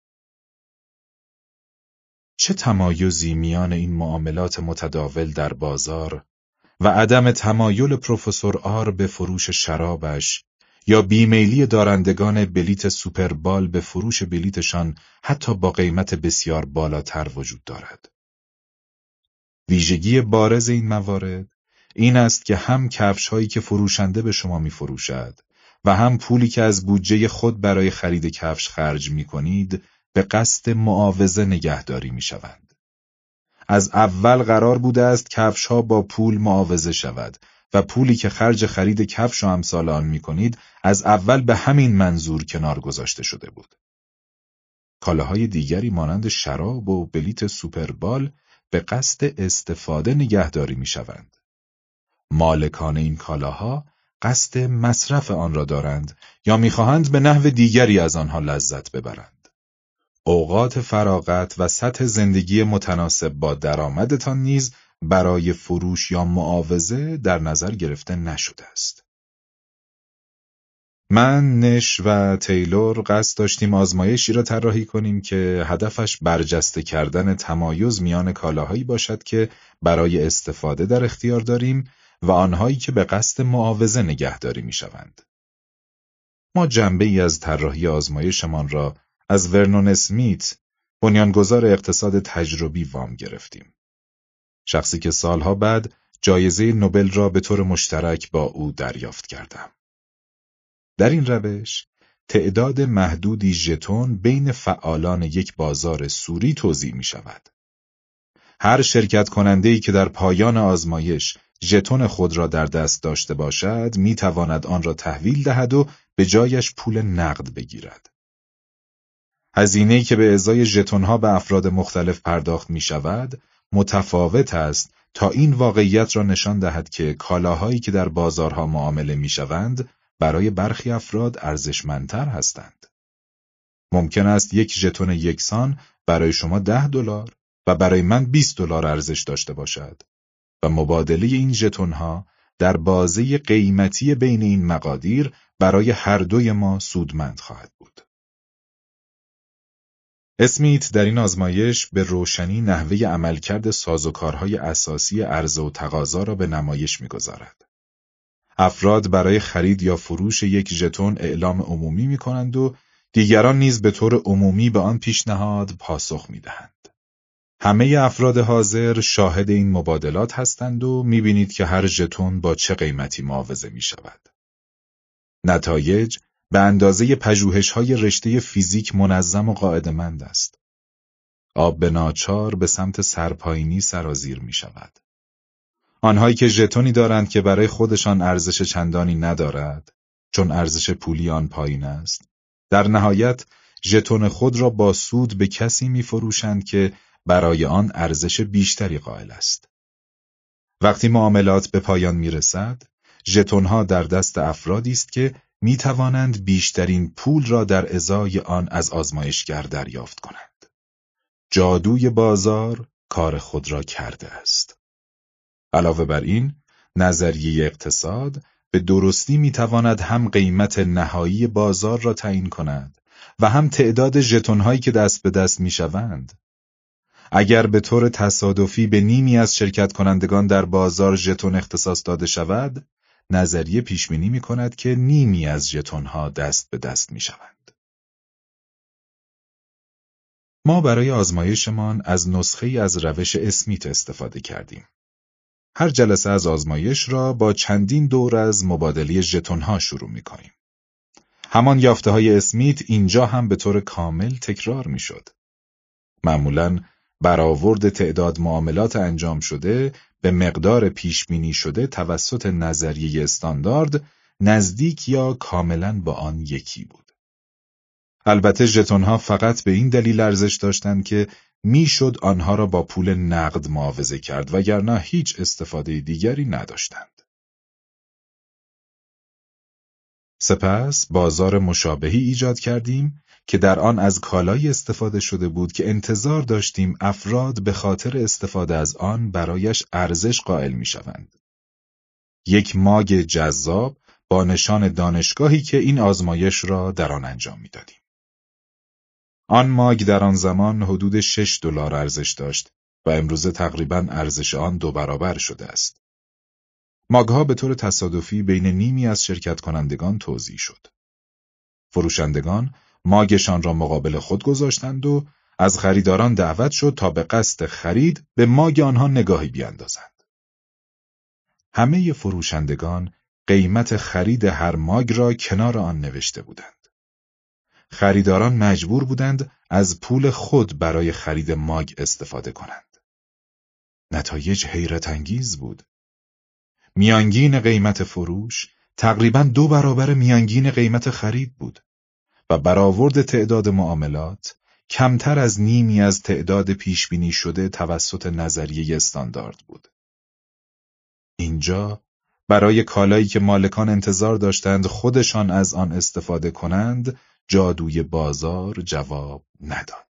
چه تمایزی میان این معاملات متداول در بازار و عدم تمایل پروفسور آر به فروش شرابش یا بیمیلی دارندگان بلیت سوپربال به فروش بلیتشان حتی با قیمت بسیار بالاتر وجود دارد. ویژگی بارز این موارد این است که هم کفش‌هایی که فروشنده به شما می‌فروشد و هم پولی که از بودجه خود برای خرید کفش خرج می‌کنید به قصد معاوضه نگهداری می‌شوند. از اول قرار بوده است کفش‌ها با پول معاوضه شود و پولی که خرج خرید کفش و امثال آن می‌کنید از اول به همین منظور کنار گذاشته شده بود. کالاهای دیگری مانند شراب و بلیت سوپربال به قصد استفاده نگهداری می‌شوند. مالکان این کالاها قصد مصرف آن را دارند یا می‌خواهند به نحو دیگری از آنها لذت ببرند. اوقات فراغت و سطح زندگی متناسب با درآمدتان نیز برای فروش یا معاوضه در نظر گرفته نشده است. من، نش و تیلور قصد داشتیم آزمایشی را طراحی کنیم که هدفش برجسته کردن تمایز میان کالاهایی باشد که برای استفاده در اختیار داریم و آنهایی که به قصد معاوضه نگهداری می‌شوند. ما جنبه‌ای از طراحی آزمایشمان را از ورنون اسمیت، بنیانگذار اقتصاد تجربی وام گرفتیم. شخصی که سالها بعد جایزه نوبل را به طور مشترک با او دریافت کردم. در این روش، تعداد محدودی ژتون بین فعالان یک بازار سوری توزیع می شود. هر شرکت کننده‌ای که در پایان آزمایش ژتون خود را در دست داشته باشد، می‌تواند آن را تحویل دهد و به جایش پول نقد بگیرد. هزینه‌ای که به ازای ژتون‌ها به افراد مختلف پرداخت می‌شود، متفاوت است تا این واقعیت را نشان دهد که کالاهایی که در بازارها معامله می‌شوند، برای برخی افراد ارزشمندتر هستند. ممکن است یک ژتون یکسان برای شما $10 و برای من $20 ارزش داشته باشد و مبادله این ژتون‌ها در بازه قیمتی بین این مقادیر برای هر دوی ما سودمند خواهد بود. اسمیت در این آزمایش به روشنی نحوه عملکرد سازوکارهای اساسی عرضه و تقاضا را به نمایش می‌گذارد. افراد برای خرید یا فروش یک ژتون اعلام عمومی می‌کنند و دیگران نیز به طور عمومی به آن پیشنهاد پاسخ می‌دهند. همه افراد حاضر شاهد این مبادلات هستند و می‌بینید که هر ژتون با چه قیمتی معاوضه می‌شود. نتایج به اندازه پژوهش‌های رشته فیزیک منظم و قاعده‌مند است. آب به ناچار به سمت سرپایینی سرازیر می‌شود. آنهایی که ژتونی دارند که برای خودشان ارزش چندانی ندارد، چون ارزش پولی آن پایین است، در نهایت ژتون خود را با سود به کسی می‌فروشند که برای آن ارزش بیشتری قائل است. وقتی معاملات به پایان می‌رسد، ژتون‌ها در دست افرادی است که می‌توانند بیشترین پول را در ازای آن از آزمایشگر دریافت کنند. جادوی بازار کار خود را کرده است. علاوه بر این، نظریه اقتصاد به درستی می‌تواند هم قیمت نهایی بازار را تعیین کند و هم تعداد ژتون‌هایی که دست به دست می‌شوند. اگر به طور تصادفی به نیمی از شرکت کنندگان در بازار ژتون اختصاص داده شود، نظریه پیش‌بینی می‌کند که نیمی از ژتون‌ها دست به دست می‌شوند. ما برای آزمایشمان از نسخه‌ای از روش اسمیت استفاده کردیم. هر جلسه از آزمایش را با چندین دور از مبادله ژتون‌ها شروع می‌کنیم. همان یافته‌های اسمیت اینجا هم به طور کامل تکرار می‌شد. معمولاً برآورد تعداد معاملات انجام شده به مقدار پیش‌بینی شده توسط نظریه استاندارد نزدیک یا کاملاً با آن یکی بود. البته ژتون‌ها فقط به این دلیل ارزش داشتند که میشد آنها را با پول نقد معاوضه کرد وگرنه هیچ استفاده دیگری نداشتند. سپس بازار مشابهی ایجاد کردیم که در آن از کالایی استفاده شده بود که انتظار داشتیم افراد به خاطر استفاده از آن برایش ارزش قائل می‌شوند. یک ماگ جذاب با نشان دانشگاهی که این آزمایش را در آن انجام می‌دادیم. آن ماگ در آن زمان حدود $6 ارزش داشت و امروزه تقریباً ارزش آن 2 برابر شده است. ماگ‌ها به طور تصادفی بین نیمی از شرکت کنندگان توزیع شد. فروشندگان ماگشان را مقابل خود گذاشتند و از خریداران دعوت شد تا به قصد خرید به ماگ آنها نگاهی بیاندازند. همه فروشندگان قیمت خرید هر ماگ را کنار آن نوشته بودند. خریداران مجبور بودند از پول خود برای خرید ماگ استفاده کنند. نتایج حیرت انگیز بود. میانگین قیمت فروش تقریباً 2 برابر میانگین قیمت خرید بود و برآورد تعداد معاملات کمتر از نیمی از تعداد پیشبینی شده توسط نظریه استاندارد بود. اینجا برای کالایی که مالکان انتظار داشتند خودشان از آن استفاده کنند، جادوی بازار جواب نداد.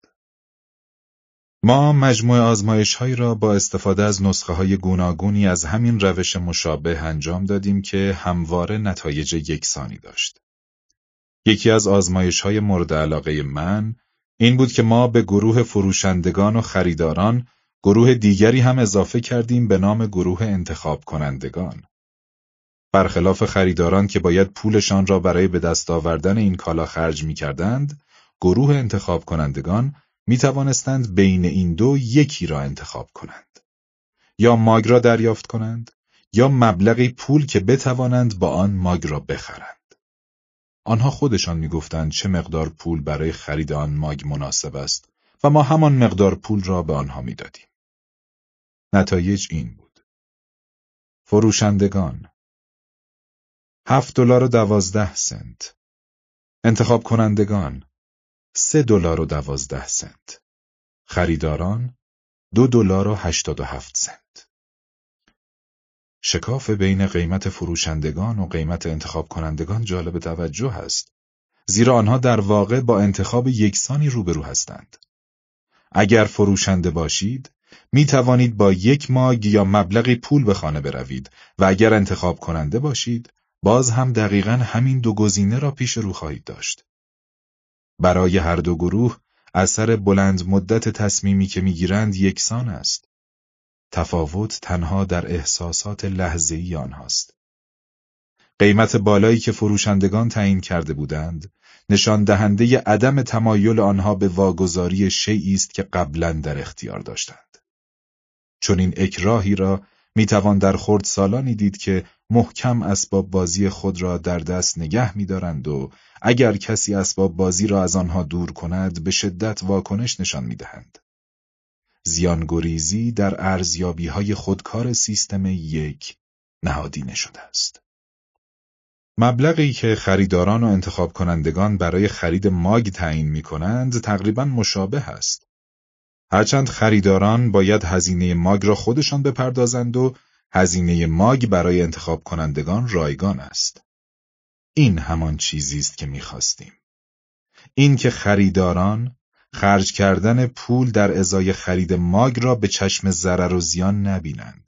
ما مجموع آزمایش‌هایی را با استفاده از نسخه‌های گوناگونی از همین روش مشابه انجام دادیم که همواره نتایج یکسانی داشت. یکی از آزمایش‌های مورد علاقه من این بود که ما به گروه فروشندگان و خریداران گروه دیگری هم اضافه کردیم به نام گروه انتخاب کنندگان. برخلاف خریداران که باید پولشان را برای به دست آوردن این کالا خرج می‌کردند، گروه انتخاب کنندگان می‌توانستند بین این دو یکی را انتخاب کنند. یا ماگ را دریافت کنند، یا مبلغی پول که بتوانند با آن ماگ را بخرند. آنها خودشان می‌گفتند چه مقدار پول برای خرید آن ماگ مناسب است و ما همان مقدار پول را به آنها می‌دادیم. نتایج این بود: فروشندگان $7.12. انتخاب کنندگان $3.12. خریداران $2.87. شکاف بین قیمت فروشندگان و قیمت انتخاب کنندگان جالب توجه است، زیرا آنها در واقع با انتخاب یکسانی روبرو هستند. اگر فروشنده باشید، می توانید با یک ماگ یا مبلغی پول به خانه بروید و اگر انتخاب کننده باشید، باز هم دقیقاً همین دو گزینه را پیش رو خواهید داشت. برای هر دو گروه، اثر بلند مدت تصمیمی که میگیرند یکسان است. تفاوت تنها در احساسات لحظه‌ای آنهاست. قیمت بالایی که فروشندگان تعیین کرده بودند، نشان دهنده عدم تمایل آنها به واگذاری شیئی است که قبلاً در اختیار داشتند. چون این اکراهی را میتوان در خردسالانی دید که محکم اسباب بازی خود را در دست نگه می‌دارند و اگر کسی اسباب بازی را از آنها دور کند به شدت واکنش نشان می‌دهند. زیانگریزی در ارزیابی‌های خودکار سیستم یک نهادینه شده است. مبلغی که خریداران و انتخاب کنندگان برای خرید ماگ تعیین می‌کنند تقریباً مشابه است. هرچند خریداران باید هزینه ماگ را خودشان بپردازند و هزینه ماگ برای انتخاب کنندگان رایگان است. این همان چیزی است که می‌خواستیم. این که خریداران خرج کردن پول در ازای خرید ماگ را به چشم ضرر و زیان نبینند.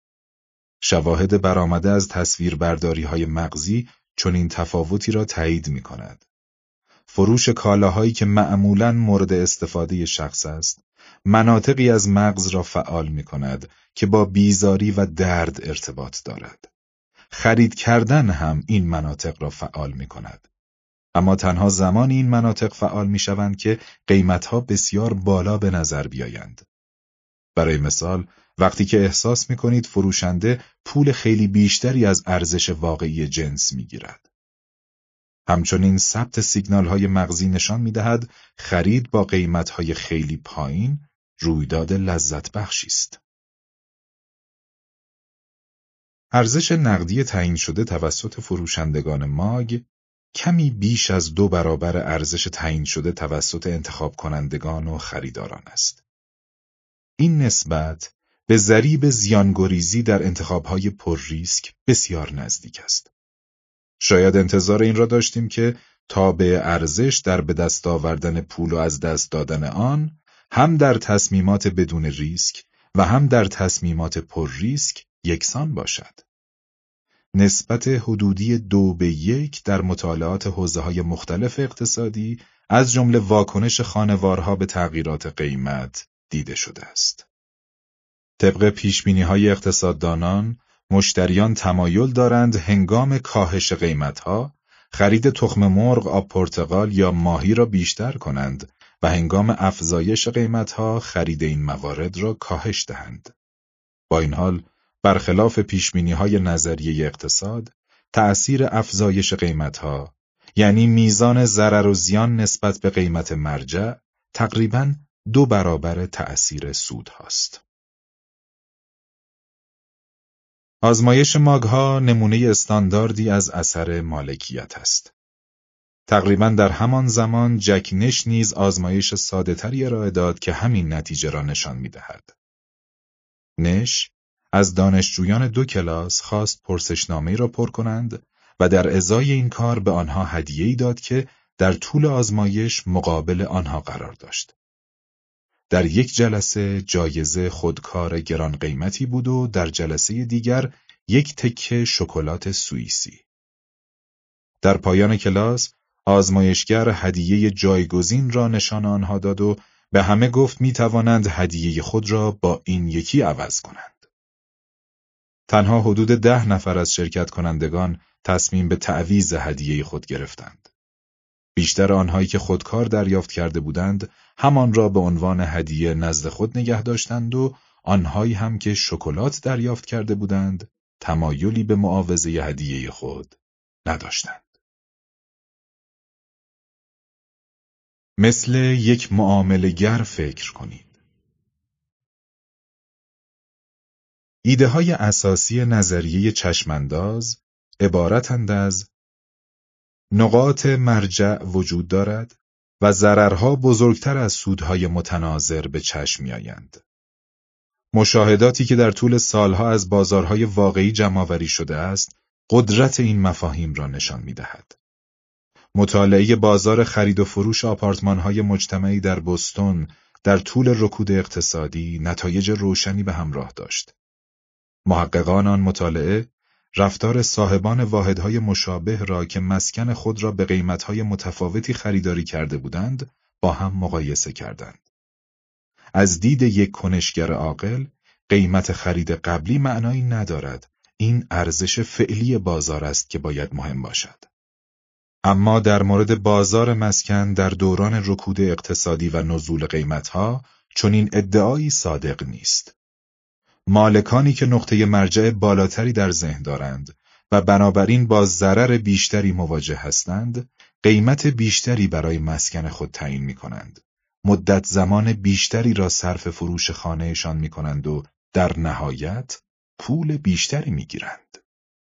شواهد برآمده از تصویربرداری‌های مغزی چنین تفاوتی را تایید می‌کند. فروش کالاهایی که معمولاً مورد استفاده شخص است، مناطقی از مغز را فعال می‌کند که با بیزاری و درد ارتباط دارد. خرید کردن هم این مناطق را فعال می‌کند. اما تنها زمانی این مناطق فعال می‌شوند که قیمت‌ها بسیار بالا به نظر بیایند. برای مثال، وقتی که احساس می‌کنید فروشنده پول خیلی بیشتری از ارزش واقعی جنس می‌گیرد. همچنین ثبت سیگنال‌های مغزی نشان می‌دهد خرید با قیمت‌های خیلی پایین رویداد لذت بخشی است. ارزش نقدی تعیین شده توسط فروشندگان ماگ کمی بیش از 2 برابر ارزش تعیین شده توسط انتخاب کنندگان و خریداران است. این نسبت به ضریب زیانگریزی در انتخاب‌های پر ریسک بسیار نزدیک است. شاید انتظار این را داشتیم که تابع ارزش در به دست آوردن پول و از دست دادن آن، هم در تصمیمات بدون ریسک و هم در تصمیمات پر ریسک یکسان باشد. نسبت حدودی 2:1 در مطالعات حوزه‌های مختلف اقتصادی از جمله واکنش خانوارها به تغییرات قیمت دیده شده است. طبق پیشبینی‌های اقتصاددانان، مشتریان تمایل دارند هنگام کاهش قیمت‌ها، خرید تخم مرغ، آب پرتقال یا ماهی را بیشتر کنند و هنگام افزایش قیمت‌ها خرید این موارد را کاهش دهند. با این حال، برخلاف پیشبینی‌های نظریه اقتصاد، تأثیر افزایش قیمت‌ها، یعنی میزان ضرر و زیان نسبت به قیمت مرجع، تقریباً 2 برابر تأثیر سود هاست. آزمایش ماگ‌ها نمونه استانداردی از اثر مالکیت است. تقریباً در همان زمان جک نش نیز آزمایش ساده‌تری ارائه داد که همین نتیجه را نشان می‌دهد. نش از دانشجویان 2 کلاس خواست پرسشنامه‌ای را پر کنند و در ازای این کار به آنها هدیه‌ای داد که در طول آزمایش مقابل آنها قرار داشت. در یک جلسه جایزه خودکار گران قیمتی بود و در جلسه دیگر یک تکه شکلات سوئیسی. در پایان کلاس آزمایشگر هدیه جایگزین را نشان آنها داد و به همه گفت می توانند هدیه خود را با این یکی عوض کنند. تنها حدود 10 نفر از شرکت کنندگان تصمیم به تعویض هدیه خود گرفتند. بیشتر آنهایی که خودکار دریافت کرده بودند همان را به عنوان هدیه نزد خود نگه داشتند و آنهایی هم که شکلات دریافت کرده بودند تمایلی به معاوضه هدیه خود نداشتند. مثل یک معامله‌گر فکر کنید. ایده‌های اساسی نظریه چشمانداز عبارتند از نقاط مرجع وجود دارد و ضررها بزرگتر از سودهای متناظر به چشم می‌آیند. مشاهداتی که در طول سالها از بازارهای واقعی جمع‌آوری شده است، قدرت این مفاهیم را نشان می‌دهد. مطالعه بازار خرید و فروش آپارتمان‌های مجتمعی در بوستون در طول رکود اقتصادی نتایج روشنی به همراه داشت. محققان آن مطالعه رفتار صاحبان واحدهای مشابه را که مسکن خود را به قیمت‌های متفاوتی خریداری کرده بودند با هم مقایسه کردند. از دید یک کنشگر عاقل، قیمت خرید قبلی معنایی ندارد. این ارزش فعلی بازار است که باید مهم باشد. اما در مورد بازار مسکن در دوران رکود اقتصادی و نزول قیمت‌ها چنین ادعایی صادق نیست. مالکانی که نقطه مرجع بالاتری در ذهن دارند و بنابراین با ضرر بیشتری مواجه هستند، قیمت بیشتری برای مسکن خود تعیین می‌کنند. مدت زمان بیشتری را صرف فروش خانه‌شان می‌کنند و در نهایت پول بیشتری می‌گیرند.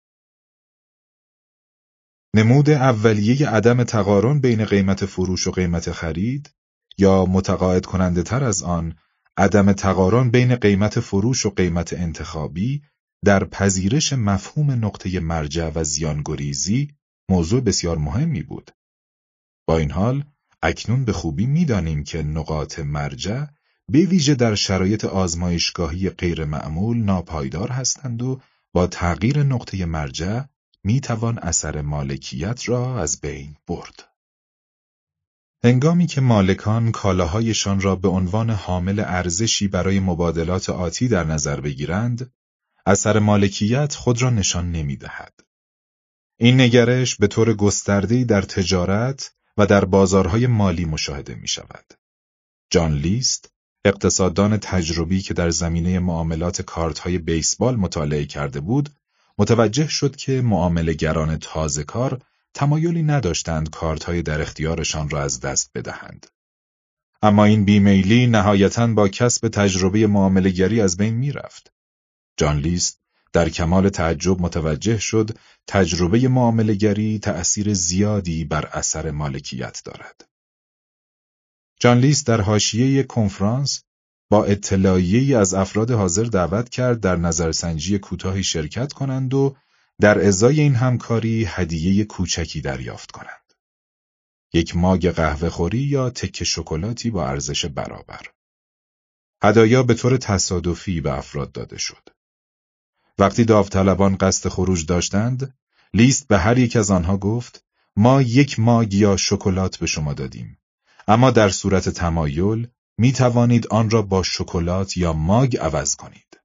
نمود اولیه عدم تقارن بین قیمت فروش و قیمت خرید یا متقاعد کننده تر از آن، عدم تقارن بین قیمت فروش و قیمت انتخابی در پذیرش مفهوم نقطه مرجع و زیانگریزی موضوع بسیار مهمی بود. با این حال، اکنون به خوبی می‌دانیم که نقاط مرجع به ویژه در شرایط آزمایشگاهی غیر معمول ناپایدار هستند و با تغییر نقطه مرجع می‌توان اثر مالکیت را از بین برد. هنگامی که مالکان کالاهایشان را به عنوان حامل ارزشی برای مبادلات آتی در نظر بگیرند، اثر مالکیت خود را نشان نمی‌دهد. این نگرش به طور گسترده‌ای در تجارت و در بازارهای مالی مشاهده می‌شود. جان لیست، اقتصاددان تجربی که در زمینه معاملات کارت‌های بیسبال مطالعه کرده بود، متوجه شد که معامله‌گران تازه‌کار تمایلی نداشتند کارت‌های در اختیارشان را از دست بدهند. اما این بیمیلی نهایتاً با کسب تجربه معامله‌گری از بین می‌رفت. جان لیست در کمال تعجب متوجه شد تجربه معامله‌گری تأثیر زیادی بر اثر مالکیت دارد. جان لیست در حاشیه یک کنفرانس با اطلاعیه‌ای از افراد حاضر دعوت کرد در نظرسنجی کوتاهی شرکت کنند و در ازای این همکاری هدیه کوچکی دریافت کنند. یک ماگ قهوه‌خوری یا تکه شکلاتی با ارزش برابر. هدایا به طور تصادفی به افراد داده شد. وقتی داوطلبان قصد خروج داشتند، لیست به هر یک از آنها گفت: ما یک ماگ یا شکلات به شما دادیم، اما در صورت تمایل می توانید آن را با شکلات یا ماگ عوض کنید.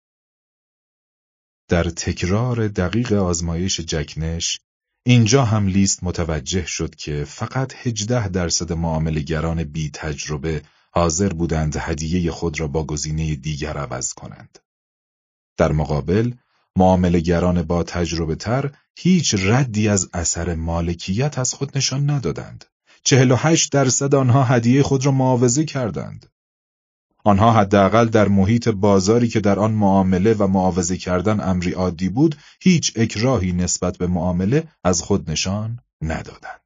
در تکرار دقیق آزمایش جکنش، اینجا هم لیست متوجه شد که فقط 18% معامله‌گران بی تجربه حاضر بودند هدیه خود را با گزینه دیگر عوض کنند. در مقابل، معامله‌گران با تجربه تر هیچ ردی از اثر مالکیت از خود نشان ندادند. 48% آنها هدیه خود را معاوضه کردند. آنها حداقل در محیط بازاری که در آن معامله و معاوضه کردن امری عادی بود، هیچ اکراهی نسبت به معامله از خود نشان ندادند.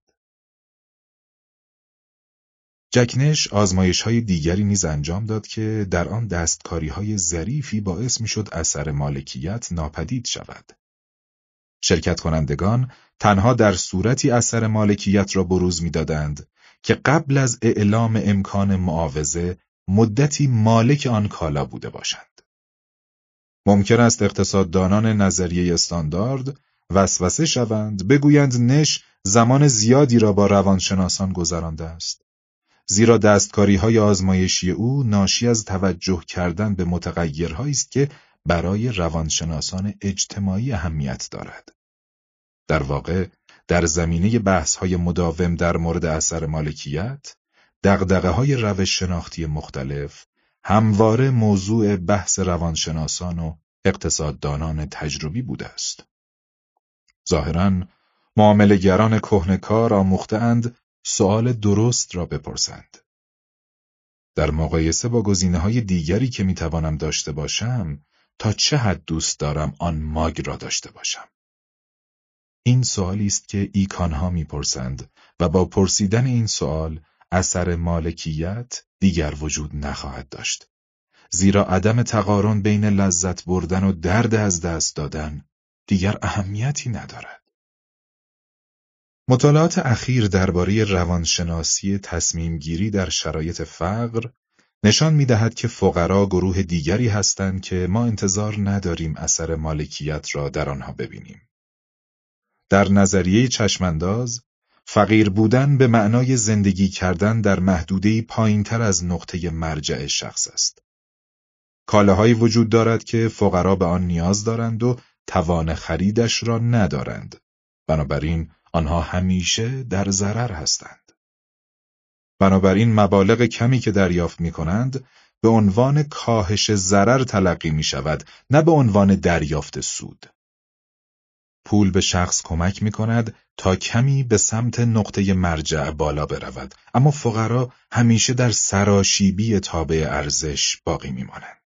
جکنش آزمایش‌های دیگری نیز انجام داد که در آن دستکاری‌های ظریفی باعث می‌شد اثر مالکیت ناپدید شود. شرکت کنندگان تنها در صورتی اثر مالکیت را بروز می‌دادند که قبل از اعلام امکان معاوضه مدتی مالک آن کالا بوده باشند. ممکن است اقتصاددانان نظریه استاندارد وسوسه شوند، بگویند نش زمان زیادی را با روانشناسان گذرانده است، زیرا دستکاری‌های آزمایشی او ناشی از توجه کردن به متغیرهایی است که برای روانشناسان اجتماعی اهمیت دارد. در واقع، در زمینه بحث‌های مداوم در مورد اثر مالکیت، دغدغه‌های روش شناختی مختلف همواره موضوع بحث روانشناسان و اقتصاددانان تجربی بوده است. ظاهراً، معامله‌گران کهنه‌کار آموخته‌اند سؤال درست را بپرسند. در مقایسه با گزینه‌های دیگری که می‌توانم داشته باشم، تا چه حد دوست دارم آن ماگ را داشته باشم؟ این سوالی است که ایکانها میپرسند و با پرسیدن این سوال اثر مالکیت دیگر وجود نخواهد داشت. زیرا عدم تقارن بین لذت بردن و درد از دست دادن دیگر اهمیتی ندارد. مطالعات اخیر درباره روانشناسی تصمیم گیری در شرایط فقر نشان می‌دهد که فقرا گروه دیگری هستند که ما انتظار نداریم اثر مالکیت را در آنها ببینیم. در نظریه چشمانداز، فقیر بودن به معنای زندگی کردن در محدوده‌ای پایین‌تر از نقطه مرجع شخص است. کالاهایی وجود دارد که فقرا به آن نیاز دارند و توان خریدش را ندارند. بنابراین آنها همیشه در ضرر هستند. بنابراین مبالغ کمی که دریافت می‌کنند به عنوان کاهش ضرر تلقی می‌شود، نه به عنوان دریافت سود. پول به شخص کمک می‌کند تا کمی به سمت نقطه مرجع بالا برود، اما فقرا همیشه در سراشیبی تابع ارزش باقی می‌مانند.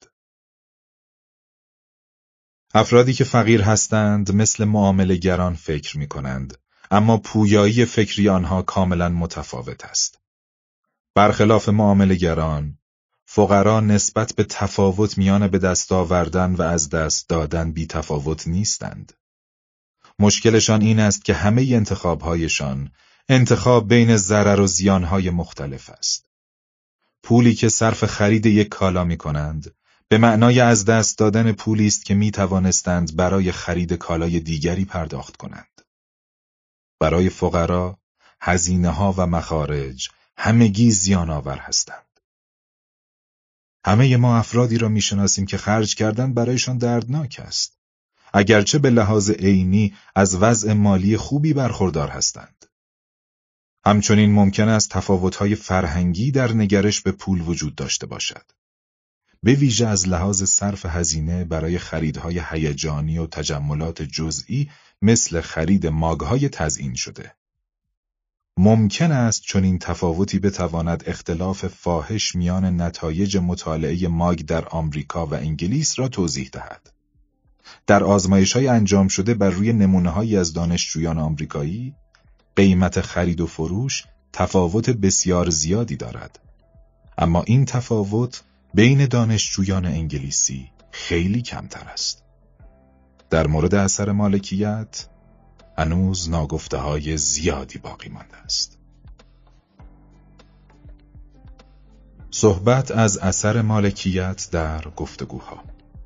افرادی که فقیر هستند مثل معامله‌گران فکر می‌کنند، اما پویایی فکری آنها کاملاً متفاوت است. برخلاف معامله‌گران، فقرا نسبت به تفاوت میان به دست آوردن و از دست دادن بی تفاوت نیستند. مشکلشان این است که همه انتخاب‌هایشان انتخاب بین ضرر و زیان‌های مختلف است. پولی که صرف خرید یک کالا می‌کنند، به معنای از دست دادن پولی است که می‌توانستند برای خرید کالای دیگری پرداخت کنند. برای فقرا، هزینه‌ها و مخارج همگی زیان‌آور هستند. همه ما افرادی را می‌شناسیم که خرج کردن برایشان دردناک است، اگرچه به لحاظ عینی از وضع مالی خوبی برخوردار هستند. همچنین ممکن است تفاوت‌های فرهنگی در نگرش به پول وجود داشته باشد. به ویژه از لحاظ صرف هزینه برای خریدهای هیجانی و تجملات جزئی مثل خرید ماگ‌های تزیین شده. ممکن است چنین تفاوتی بتواند اختلاف فاحش میان نتایج مطالعه ماگ در آمریکا و انگلیس را توضیح دهد. در آزمایش‌های انجام شده بر روی نمونه‌هایی از دانشجویان آمریکایی، قیمت خرید و فروش تفاوت بسیار زیادی دارد. اما این تفاوت بین دانشجویان انگلیسی خیلی کمتر است. در مورد اثر مالکیت، هنوز ناگفته‌های زیادی باقی مانده است. صحبت از اثر مالکیت در گفتگوها.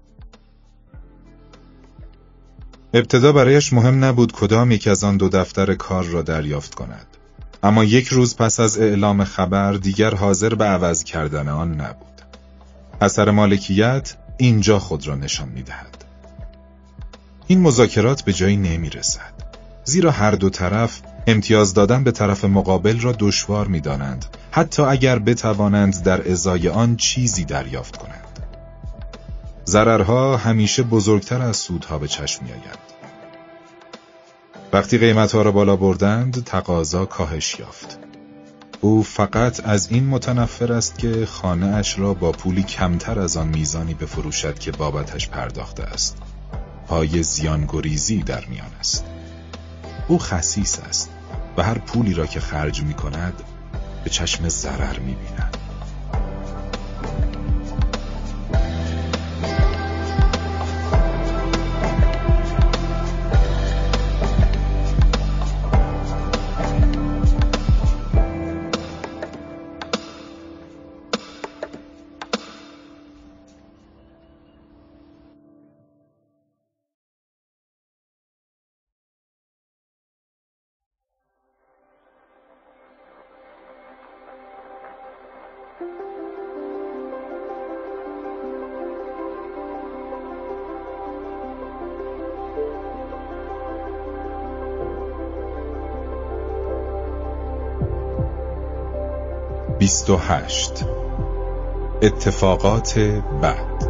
ابتدا برایش مهم نبود کدام یک از آن دو دفتر کار را دریافت کند. اما یک روز پس از اعلام خبر دیگر حاضر به عوض کردن آن نبود. اثر مالکیت اینجا خود را نشان می‌دهد. این مذاکرات به جایی نمی‌رسد، زیرا هر دو طرف امتیاز دادن به طرف مقابل را دشوار می‌دانند، حتی اگر بتوانند در ازای آن چیزی دریافت کنند. ضررها همیشه بزرگتر از سودها به چشم می‌آید. وقتی قیمت‌ها را بالا بردند، تقاضا کاهش یافت. او فقط از این متنفر است که خانه اش را با پولی کمتر از آن میزانی بفروشد که بابتش پرداخته است. پای زیانگریزی در میان است. او خسیس است و هر پولی را که خرج می‌کند به چشم ضرر می‌بیند. اتفاقات بعد.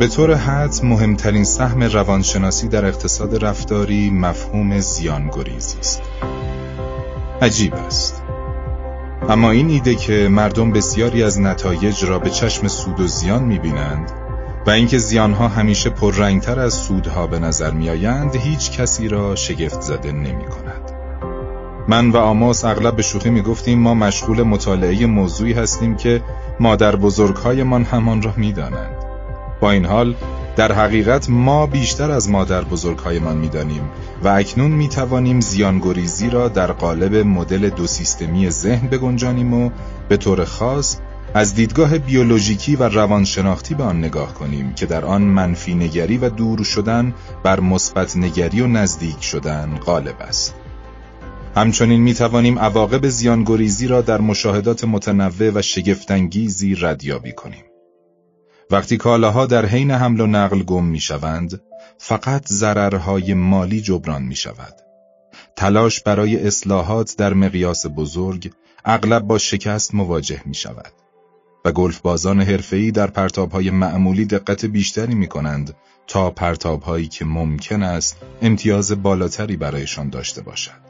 به طور حتم مهمترین سهم روانشناسی در اقتصاد رفتاری مفهوم زیانگریزی است. عجیب است. اما این ایده که مردم بسیاری از نتایج را به چشم سود و زیان می‌بینند و اینکه زیانها همیشه پررنگتر از سودها به نظر می‌آیند هیچ کسی را شگفت زده نمی‌کند. من و آموس اغلب به شوخی می‌گفتیم ما مشغول مطالعه موضوعی هستیم که مادر بزرگ‌هایمان همان را می‌دانند. با این حال در حقیقت ما بیشتر از مادر بزرگ‌هایمان می‌دانیم و اکنون می‌توانیم زیانگریزی را در قالب مدل دو سیستمی ذهن بگنجانیم و به طور خاص از دیدگاه بیولوژیکی و روانشناختی به آن نگاه کنیم که در آن منفی نگری و دور شدن بر مثبت نگری و نزدیک شدن غالب است. همچنین می‌توانیم عواقب زیانگریزی را در مشاهدات متنوع و شگفت‌انگیزی ردیابی کنیم. وقتی کالاها در حین حمل و نقل گم می‌شوند، فقط ضررهای مالی جبران می‌شود. تلاش برای اصلاحات در مقیاس بزرگ اغلب با شکست مواجه می‌شود و گلف بازان حرفه‌ای در پرتاب‌های معمولی دقت بیشتری می‌کنند تا پرتاب‌هایی که ممکن است امتیاز بالاتری برایشان داشته باشد.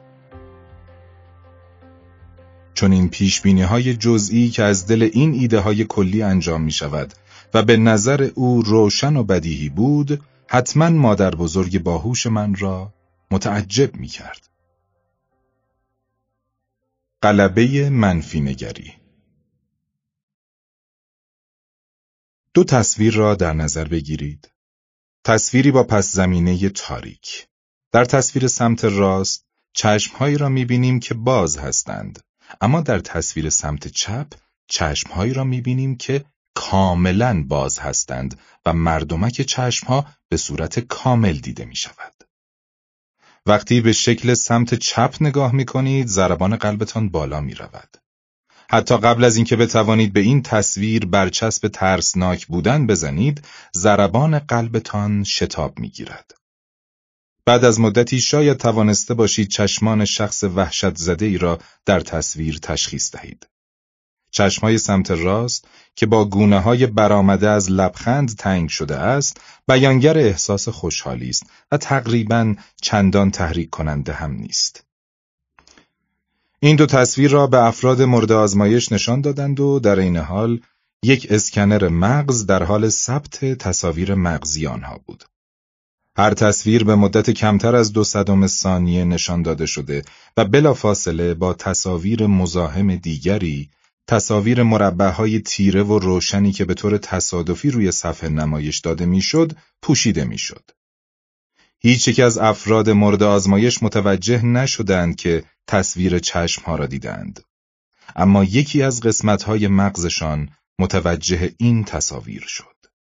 چون این پیشبینی‌های جزئی که از دل این ایده‌های کلی انجام می‌شود و به نظر او روشن و بدیهی بود، حتماً مادر بزرگ باهوش من را متعجب می‌کرد. غلبه منفی نگری. دو تصویر را در نظر بگیرید. تصویری با پس زمینه تاریک. در تصویر سمت راست چشم‌هایی را می‌بینیم که باز هستند، اما در تصویر سمت چپ چشم‌هایی را می‌بینیم که کاملاً باز هستند و مردمک چشم‌ها به صورت کامل دیده می‌شود. وقتی به شکل سمت چپ نگاه می‌کنید، ضربان قلبتان بالا می‌رود. حتی قبل از اینکه بتوانید به این تصویر برچسب ترسناک بودن بزنید، ضربان قلبتان شتاب می‌گیرد. بعد از مدتی شاید توانسته باشید چشمان شخص وحشت زده‌ای را در تصویر تشخیص دهید. چشمهای سمت راست که با گونه‌های برآمده از لبخند تنگ شده است، بیانگر احساس خوشحالی است و تقریباً چندان تحریک کننده هم نیست. این دو تصویر را به افراد مورد آزمایش نشان دادند و در این حال یک اسکنر مغز در حال ثبت تصاویر مغزی آنها بود. هر تصویر به مدت کمتر از 0.02 ثانیه نشان داده شده و بلافاصله با تصاویر مزاحم دیگری، تصاویر مربع‌های تیره و روشنی که به طور تصادفی روی صفحه نمایش داده میشد، پوشیده میشد. هیچ یک از افراد مورد آزمایش متوجه نشدند که تصویر چشمها را دیدند. اما یکی از قسمت‌های مغزشان متوجه این تصاویر شد.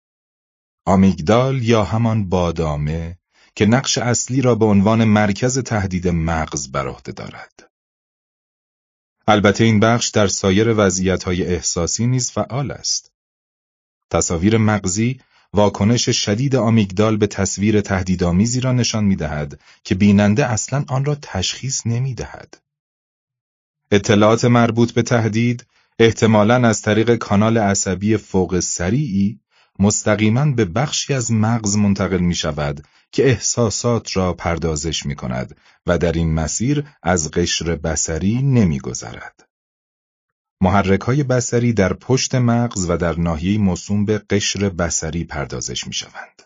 آمیگدال یا همان بادامه که نقش اصلی را به عنوان مرکز تهدید مغز بر عهده دارد. البته این بخش در سایر وضعیت‌های احساسی نیز فعال است. تصاویر مغزی واکنش شدید آمیگدال به تصویر تهدیدآمیزی را نشان می‌دهد که بیننده اصلاً آن را تشخیص نمی‌دهد. اطلاعات مربوط به تهدید احتمالاً از طریق کانال عصبی فوق سریعی مستقیماً به بخشی از مغز منتقل می‌شود که احساسات را پردازش می‌کند و در این مسیر از قشر بصری نمی‌گذرد. محرک‌های بصری در پشت مغز و در ناحیه موسوم به قشر بصری پردازش می‌شوند.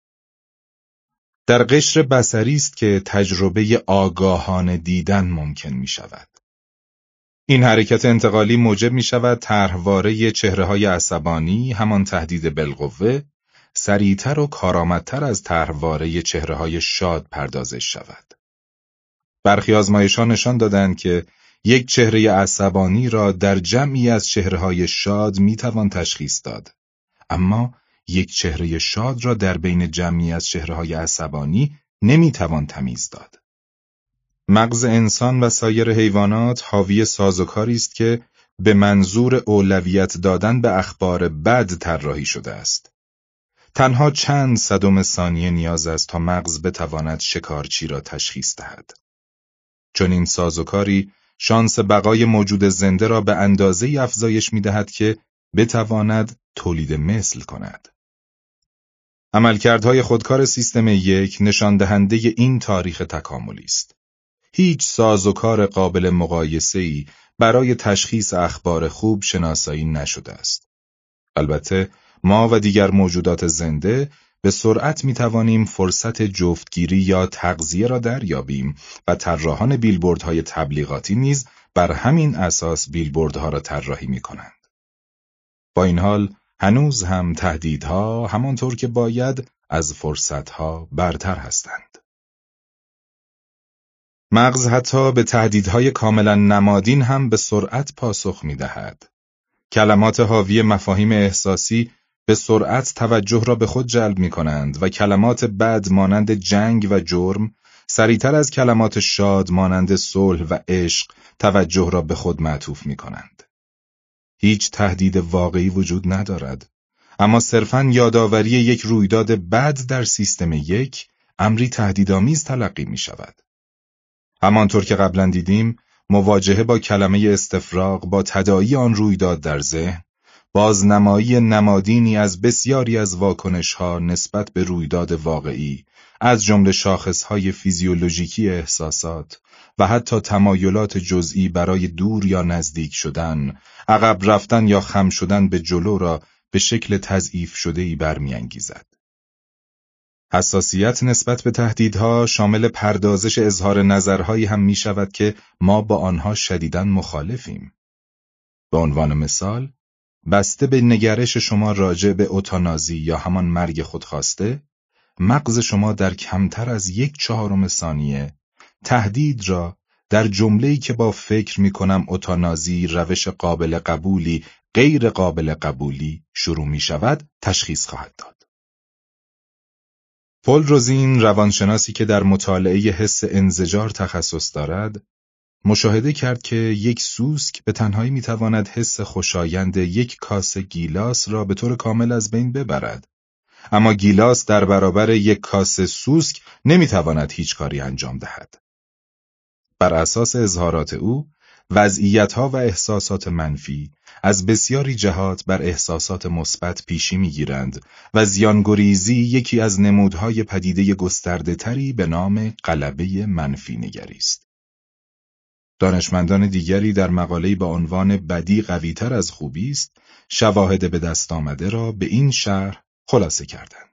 در قشر بصری است که تجربه آگاهانه دیدن ممکن می‌شود. این حرکت انتقالی موجب می‌شود طرحواره چهره‌های عصبانی، همان تهدید بالقوه، سریعتر و کارآمدتر از طرحواره چهره‌های شاد پردازش شود. برخی آزمایش‌ها نشان دادند که یک چهره عصبانی را در جمعی از چهره‌های شاد می‌توان تشخیص داد، اما یک چهره شاد را در بین جمعی از چهره‌های عصبانی نمی‌توان تمیز داد. مغز انسان و سایر حیوانات حاوی سازوکاری است که به منظور اولویت دادن به اخبار بد طراحی شده است. تنها چند صدم ثانیه نیاز است تا مغز بتواند شکارچی را تشخیص دهد. چون این سازوکاری شانس بقای موجود زنده را به اندازه‌ای افزایش می‌دهد که بتواند تولید مثل کند. عملکردهای خودکار سیستم 1 نشان دهنده این تاریخ تکاملی است. هیچ سازوکار قابل مقایسه‌ای برای تشخیص اخبار خوب شناسایی نشده است. البته ما و دیگر موجودات زنده به سرعت می‌توانیم فرصت جفتگیری یا تغذیه را دریابیم و طراحان بیلبوردهای تبلیغاتی نیز بر همین اساس بیلبوردها را طراحی می‌کنند. با این حال هنوز هم تهدیدها همانطور که باید از فرصتها برتر هستند. مغز حتی به تهدیدهای کاملا نمادین هم به سرعت پاسخ می‌دهد. کلمات حاوی مفاهیم احساسی به سرعت توجه را به خود جلب می‌کنند و کلمات بد مانند جنگ و جرم سریعتر از کلمات شاد مانند صلح و عشق توجه را به خود معطوف می‌کنند. هیچ تهدید واقعی وجود ندارد، اما صرفاً یادآوری یک رویداد بد در سیستم 1 امری تهدیدآمیز تلقی می‌شود. همانطور که قبلا دیدیم، مواجهه با کلمه استفراغ با تداعی آن رویداد در ذهن، بازنمایی نمادینی از بسیاری از واکنش‌ها نسبت به رویداد واقعی، از جمله شاخص‌های فیزیولوژیکی احساسات و حتی تمایلات جزئی برای دور یا نزدیک شدن، عقب رفتن یا خم شدن به جلو را به شکل تضعیف شده‌ای برمی‌انگیزد. حساسیت نسبت به تهدیدها شامل پردازش اظهار نظرهایی هم می شود که ما با آنها شدیداً مخالفیم. به عنوان مثال، بسته به نگرش شما راجع به اوتانازی یا همان مرگ خودخواسته، مغز شما در کمتر از 1/4 ثانیه تهدید را در جمله‌ای که با فکر می کنم اوتانازی روش قابل قبولی غیر قابل قبولی شروع می شود تشخیص خواهد داد. پل روزین، روانشناسی که در مطالعه حس انزجار تخصص دارد، مشاهده کرد که یک سوسک به تنهایی میتواند حس خوشایند یک کاسه گیلاس را به طور کامل از بین ببرد، اما گیلاس در برابر یک کاسه سوسک نمیتواند هیچ کاری انجام دهد. بر اساس اظهارات او، وضعیت‌ها و احساسات منفی از بسیاری جهات بر احساسات مثبت پیشی می‌گیرند و زیانگریزی یکی از نمودهای پدیده گسترده‌تری به نام غلبه منفی نگری است. دانشمندان دیگری در مقاله‌ای با عنوان بدی قوی‌تر از خوبی است، شواهد به دست آمده را به این شرح خلاصه کردند.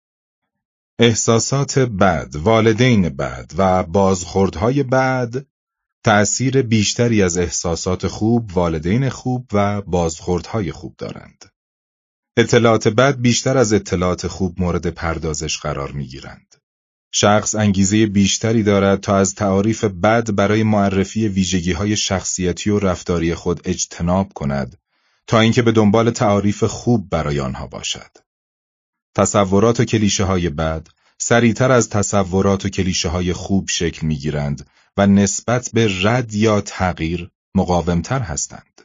احساسات بد، والدین بد و بازخوردهای بد تأثیر بیشتری از احساسات خوب، والدین خوب و بازخوردهای خوب دارند. اطلاعات بد بیشتر از اطلاعات خوب مورد پردازش قرار می‌گیرند. شخص انگیزه بیشتری دارد تا از تعاریف بد برای معرفی ویژگی‌های شخصیتی و رفتاری خود اجتناب کند، تا اینکه به دنبال تعاریف خوب برای آنها باشد. تصورات و کلیشه‌های بد سریعتر از تصورات و کلیشه‌های خوب شکل می‌گیرند و نسبت به رد یا تغییر مقاومتر هستند.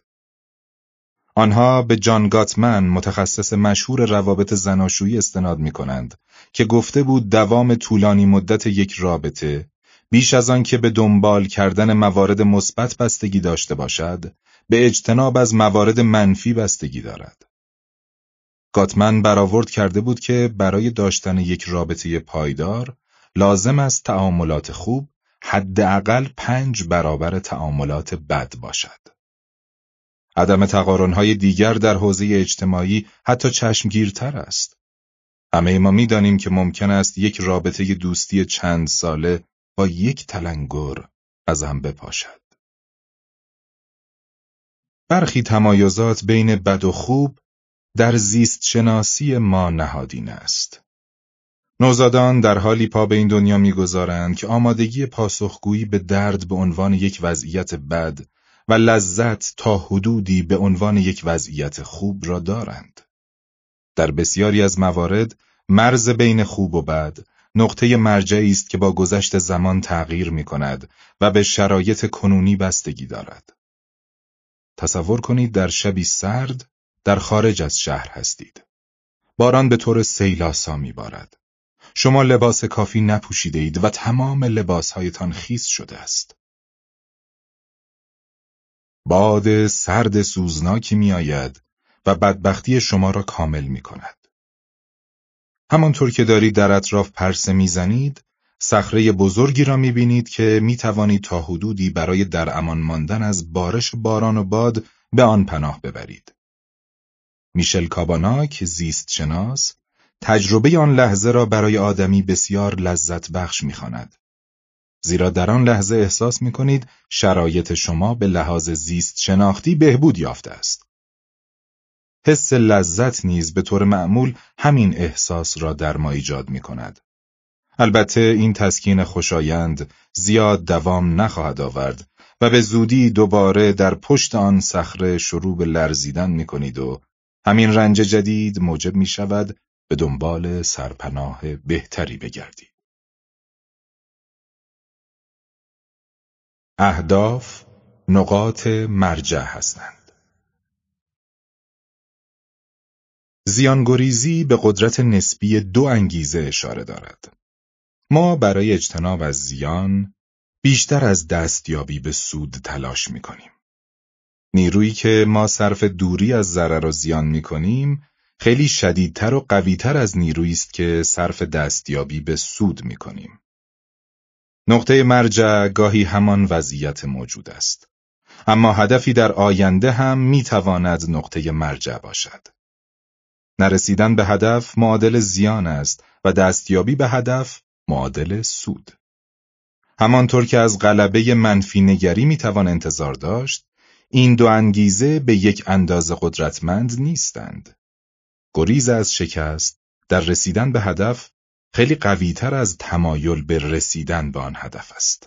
آنها به جان گاتمن، متخصص مشهور روابط زناشویی استناد می‌کنند که گفته بود دوام طولانی مدت یک رابطه بیش از آن که به دنبال کردن موارد مثبت بستگی داشته باشد، به اجتناب از موارد منفی بستگی دارد. گاتمن برآورد کرده بود که برای داشتن یک رابطه پایدار لازم است تعاملات خوب حداقل 5 برابر تعاملات بد باشد. عدم تقارن‌های دیگر در حوزه اجتماعی حتی چشمگیرتر است. همه ما می‌دانیم که ممکن است یک رابطه دوستی چند ساله با یک تلنگر از هم بپاشد. برخی تمایزات بین بد و خوب در زیست شناسی ما نهادین است. نوزادان در حالی پا به این دنیا می‌گذارند که آمادگی پاسخگویی به درد به عنوان یک وضعیت بد و لذت تا حدودی به عنوان یک وضعیت خوب را دارند. در بسیاری از موارد، مرز بین خوب و بد نقطه مرجعی است که با گذشت زمان تغییر می‌کند و به شرایط کنونی بستگی دارد. تصور کنید در شبی سرد در خارج از شهر هستید. باران به طور سیل‌آسا می‌بارد. شما لباس کافی نپوشیده اید و تمام لباسهایتان خیس شده است. باد سرد سوزناکی می‌آید و بدبختی شما را کامل می‌کند. همانطور که دارید در اطراف پرسه میزنید، صخره بزرگی را میبینید که میتوانید تا حدودی برای در امان ماندن از بارش باران و باد به آن پناه ببرید. میشل کاباناک، زیست شناس، تجربه آن لحظه را برای آدمی بسیار لذت بخش می‌خواند. زیرا در آن لحظه احساس می‌کنید شرایط شما به لحاظ زیست شناختی بهبود یافته است. حس لذت نیز به طور معمول همین احساس را در ما ایجاد می‌کند. البته این تسکین خوشایند زیاد دوام نخواهد آورد و به زودی دوباره در پشت آن صخره شروع به لرزیدن می‌کنید و همین رنج جدید موجب می‌شود به دنبال سرپناه بهتری بگردید. اهداف نقاط مرجع هستند. زیانگریزی به قدرت نسبی دو انگیزه اشاره دارد. ما برای اجتناب از زیان بیشتر از دستیابی به سود تلاش می‌کنیم. نیرویی که ما صرف دوری از ضرر و زیان می‌کنیم خیلی شدیدتر و قوی‌تر از نیرویی است که صرف دستیابی به سود می‌کنیم. نقطه مرجع گاهی همان وضعیت موجود است. اما هدفی در آینده هم می‌تواند نقطه مرجع باشد. نرسیدن به هدف معادل زیان است و دستیابی به هدف معادل سود. همانطور که از غلبه منفی نگری می‌توان انتظار داشت، این دو انگیزه به یک اندازه قدرتمند نیستند. گریز از شکست در رسیدن به هدف خیلی قوی‌تر از تمایل به رسیدن به آن هدف است.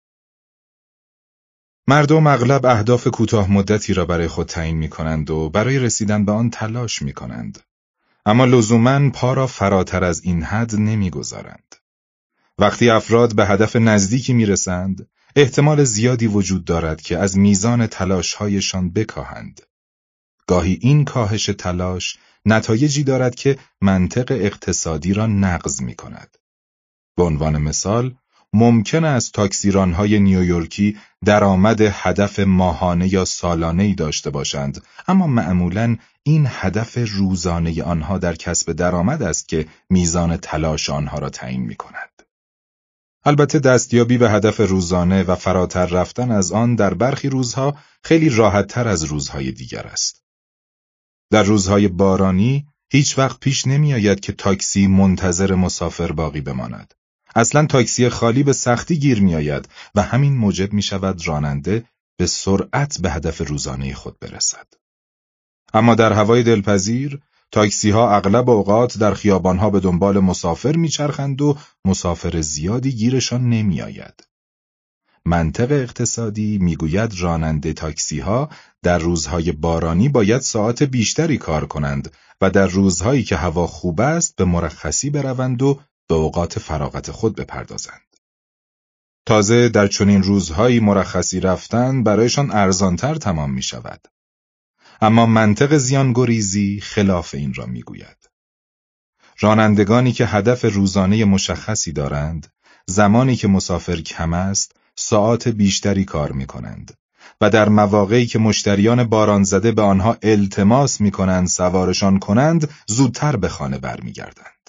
مردم اغلب اهداف کوتاه مدتی را برای خود تعیین می‌کنند و برای رسیدن به آن تلاش می‌کنند. اما لزوماً پا را فراتر از این حد نمی‌گذارند. وقتی افراد به هدف نزدیکی می‌رسند، احتمال زیادی وجود دارد که از میزان تلاش‌هایشان بکاهند. گاهی این کاهش تلاش نتایجی دارد که منطق اقتصادی را نقض می‌کند. به عنوان مثال، ممکن است تاکسیران‌های نیویورکی درآمد هدف ماهانه یا سالانه‌ای داشته باشند، اما معمولاً این هدف روزانه آنها در کسب درآمد است که میزان تلاش آنها را تعیین می‌کند. البته دستیابی به هدف روزانه و فراتر رفتن از آن در برخی روزها خیلی راحت‌تر از روزهای دیگر است. در روزهای بارانی هیچ وقت پیش نمی آید که تاکسی منتظر مسافر باقی بماند. اصلاً تاکسی خالی به سختی گیر می آید و همین موجب می شود راننده به سرعت به هدف روزانه خود برسد. اما در هوای دلپذیر، تاکسی‌ها اغلب اوقات در خیابان‌ها به دنبال مسافر می‌چرخند و مسافر زیادی گیرشان نمی‌آید. منطق اقتصادی می‌گوید راننده تاکسی‌ها در روزهای بارانی باید ساعات بیشتری کار کنند و در روزهایی که هوا خوب است به مرخصی بروند و به اوقات فراغت خود بپردازند. تازه در چنین روزهایی مرخصی رفتن برایشان ارزان‌تر تمام می‌شود. اما منطق زیانگریزی خلاف این را میگوید. رانندگانی که هدف روزانه مشخصی دارند، زمانی که مسافر کم است، ساعات بیشتری کار می‌کنند و در مواقعی که مشتریان باران زده به آنها التماس می‌کنند سوارشان کنند، زودتر به خانه برمیگردند.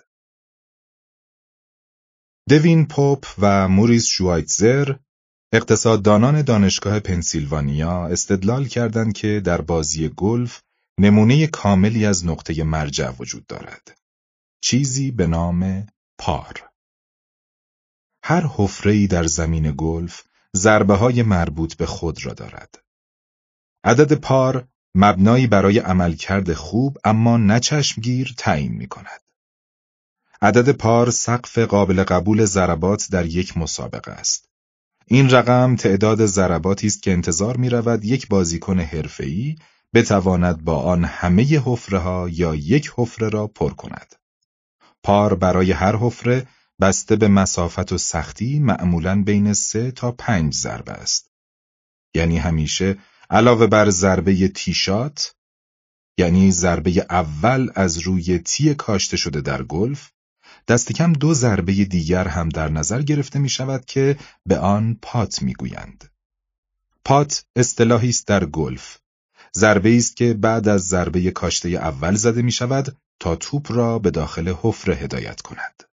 دوین پوپ و موریس شوایتزر، اقتصاددانان دانشگاه پنسیلوانیا، استدلال کردند که در بازی گلف نمونه کاملی از نقطه مرجع وجود دارد. چیزی به نام پار. هر حفره‌ای در زمین گلف ضربه‌های مربوط به خود را دارد. عدد پار مبنایی برای عملکرد خوب اما نه چشمگیر تعیین می‌کند. عدد پار سقف قابل قبول ضربات در یک مسابقه است. این رقم تعداد ضرباتی است که انتظار می‌رود یک بازیکن حرفه‌ای بتواند با آن همه حفره‌ها یا یک حفره را پر کند. پار برای هر حفره بسته به مسافت و سختی معمولاً بین 3 تا 5 ضربه است. یعنی همیشه علاوه بر ضربه تیشات، یعنی ضربه اول از روی تی کاشته شده در گلف، دست کم 2 ضربه دیگر هم در نظر گرفته می شود که به آن پات می گویند. پات اصطلاحی است در گلف. ضربه است که بعد از ضربه کاشته اول زده می شود تا توپ را به داخل حفره هدایت کند.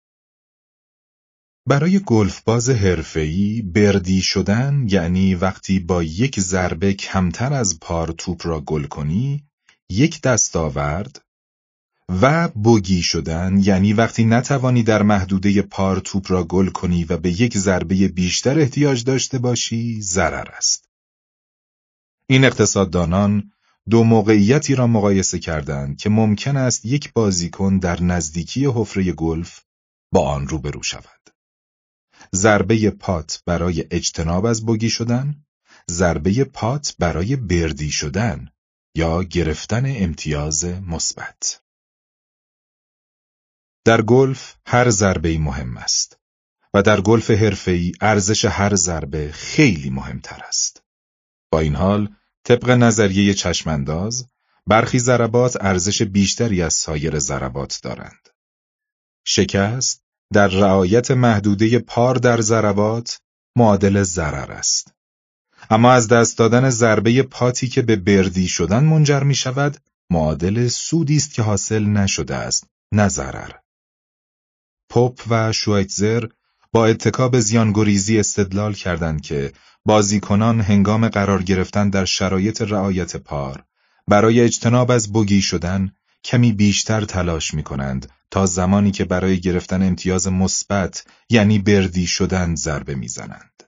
برای گلفباز حرفه‌ای بردی شدن یعنی وقتی با یک ضربه کمتر از پار توپ را گل کنی، یک دستاورد و بوگی شدن یعنی وقتی نتوانی در محدوده پار توپ را گل کنی و به یک ضربه بیشتر احتیاج داشته باشی، ضرر است. این اقتصاددانان دو موقعیتی را مقایسه کردند که ممکن است یک بازیکن در نزدیکی حفره گلف با آن روبرو شود. ضربه پات برای اجتناب از بوگی شدن، ضربه پات برای بردی شدن یا گرفتن امتیاز مثبت. در گلف هر ضربه‌ای مهم است و در گلف حرفه‌ای ارزش هر ضربه خیلی مهمتر است. با این حال، طبق نظریه چشمانداز، برخی ضربات ارزش بیشتری از سایر ضربات دارند. شکست در رعایت محدوده پار در ضربات معادل ضرر است. اما از دست دادن ضربه پاتی که به بردی شدن منجر می شود، معادل سودی است که حاصل نشده است، نه ضرر. پوپ و شوایتزر با اتکا به زیانگریزی استدلال کردند که بازیکنان هنگام قرار گرفتن در شرایط رعایت پار برای اجتناب از بوگی شدن کمی بیشتر تلاش می کنند تا زمانی که برای گرفتن امتیاز مثبت یعنی بردی شدن ضربه می زنند.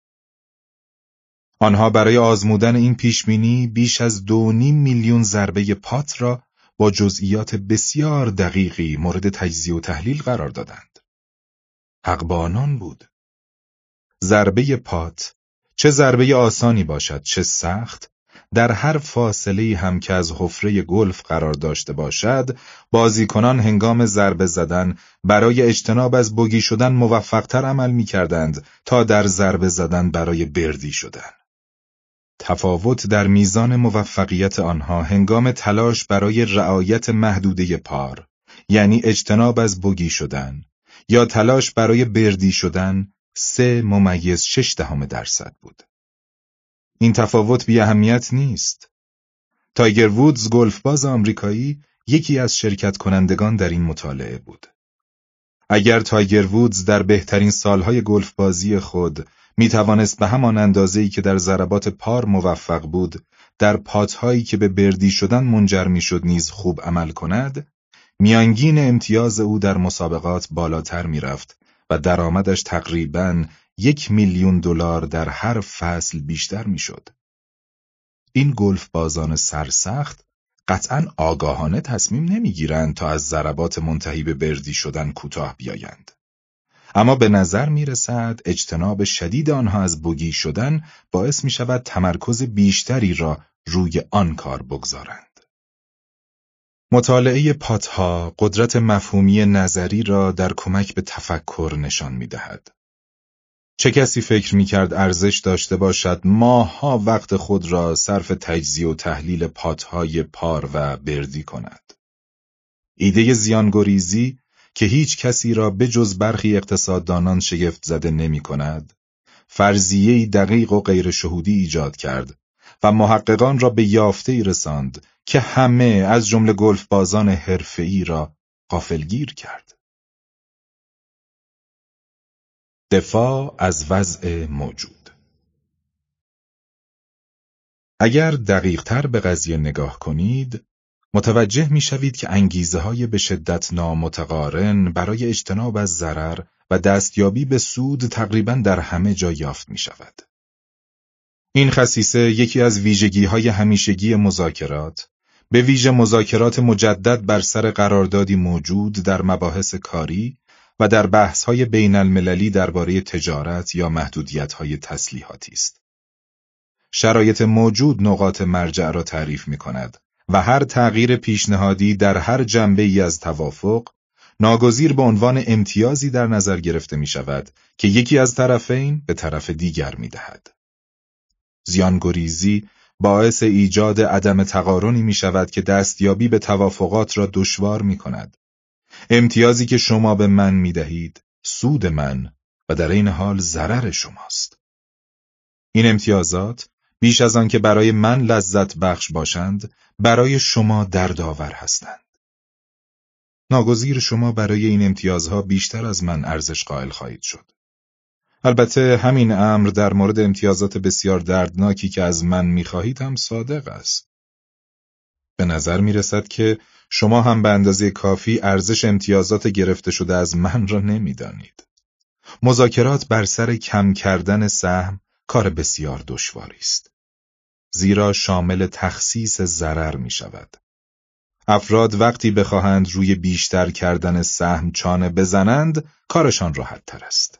آنها برای آزمودن این پیشبینی بیش از 2.5 میلیون ضربه پات را با جزئیات بسیار دقیقی مورد تجزیه و تحلیل قرار دادند. حق با آنان بود. ضربه پات، چه ضربه آسانی باشد چه سخت، در هر فاصله هم که از حفره گلف قرار داشته باشد، بازیکنان هنگام ضربه زدن برای اجتناب از بوگی شدن موفق‌تر عمل می‌کردند تا در ضربه زدن برای بردی شدن. تفاوت در میزان موفقیت آنها هنگام تلاش برای رعایت محدوده پار، یعنی اجتناب از بوگی شدن، یا تلاش برای بردی شدن 3.6% بود. این تفاوت بی اهمیت نیست. تایگر وودز گلفباز آمریکایی یکی از شرکت کنندگان در این مطالعه بود. اگر تایگر وودز در بهترین سالهای گلفبازی خود می توانست به همان اندازه‌ای که در ضربات پار موفق بود، در پات‌هایی که به بردی شدن منجر می‌شد نیز خوب عمل کند، میانگین امتیاز او در مسابقات بالاتر می‌رفت و درآمدش تقریباً $1,000,000 در هر فصل بیشتر می‌شد. این گلفبازان سرسخت قطعاً آگاهانه تصمیم نمی‌گیرند تا از ضربات منتهی به بردی شدن کوتاه بیایند. اما به نظر می‌رسد اجتناب شدید آنها از بوگی شدن باعث می‌شود تمرکز بیشتری را روی آن کار بگذارند. مطالعه پات‌ها قدرت مفهومی نظری را در کمک به تفکر نشان می‌دهد. چه کسی فکر می‌کرد ارزش داشته باشد ماه‌ها وقت خود را صرف تجزیه و تحلیل پات‌های پار و بردی کند؟ ایده زیانگریزی که هیچ کسی را به جز برخی اقتصاددانان شگفت زده نمی‌کند، فرضیه‌ای دقیق و غیر شهودی ایجاد کرد و محققان را به یافته‌ای رساند که همه از جمله گلفبازان حرفه‌ای را غافلگیر کرد. دفاع از وضع موجود. اگر دقیق‌تر به قضیه نگاه کنید، متوجه می‌شوید که انگیزه‌های به شدت نامتقارن برای اجتناب از ضرر و دستیابی به سود تقریباً در همه جا یافت می‌شود. این خصیصه یکی از ویژگی‌های همیشگی مذاکرات، به ویژه مذاکرات مجدد بر سر قراردادی موجود در مباحث کاری و در بحث‌های بین‌المللی درباره تجارت یا محدودیت‌های تسلیحاتی است. شرایط موجود نقاط مرجع را تعریف می‌کند و هر تغییر پیشنهادی در هر جنبه‌ای از توافق ناگزیر به عنوان امتیازی در نظر گرفته می‌شود که یکی از طرفین به طرف دیگر می‌دهد. زیانگریزی باعث ایجاد عدم تقارنی می‌شود که دستیابی به توافقات را دشوار می‌کند. امتیازی که شما به من می‌دهید، سود من و در این حال ضرر شماست. این امتیازات بیش از آن که برای من لذت بخش باشند، برای شما دردآور هستند. ناگزیر شما برای این امتیازها بیشتر از من ارزش قائل خواهید شد. البته همین امر در مورد امتیازات بسیار دردناکی که از من می‌خواهید هم صادق است. به نظر می‌رسد که شما هم به اندازه کافی ارزش امتیازات گرفته شده از من را نمی‌دانید. مذاکرات بر سر کم کردن سهم کار بسیار دشواری است. زیرا شامل تخصیص ضرر می‌شود. افراد وقتی بخواهند روی بیشتر کردن سهم چانه بزنند، کارشان راحت تر است.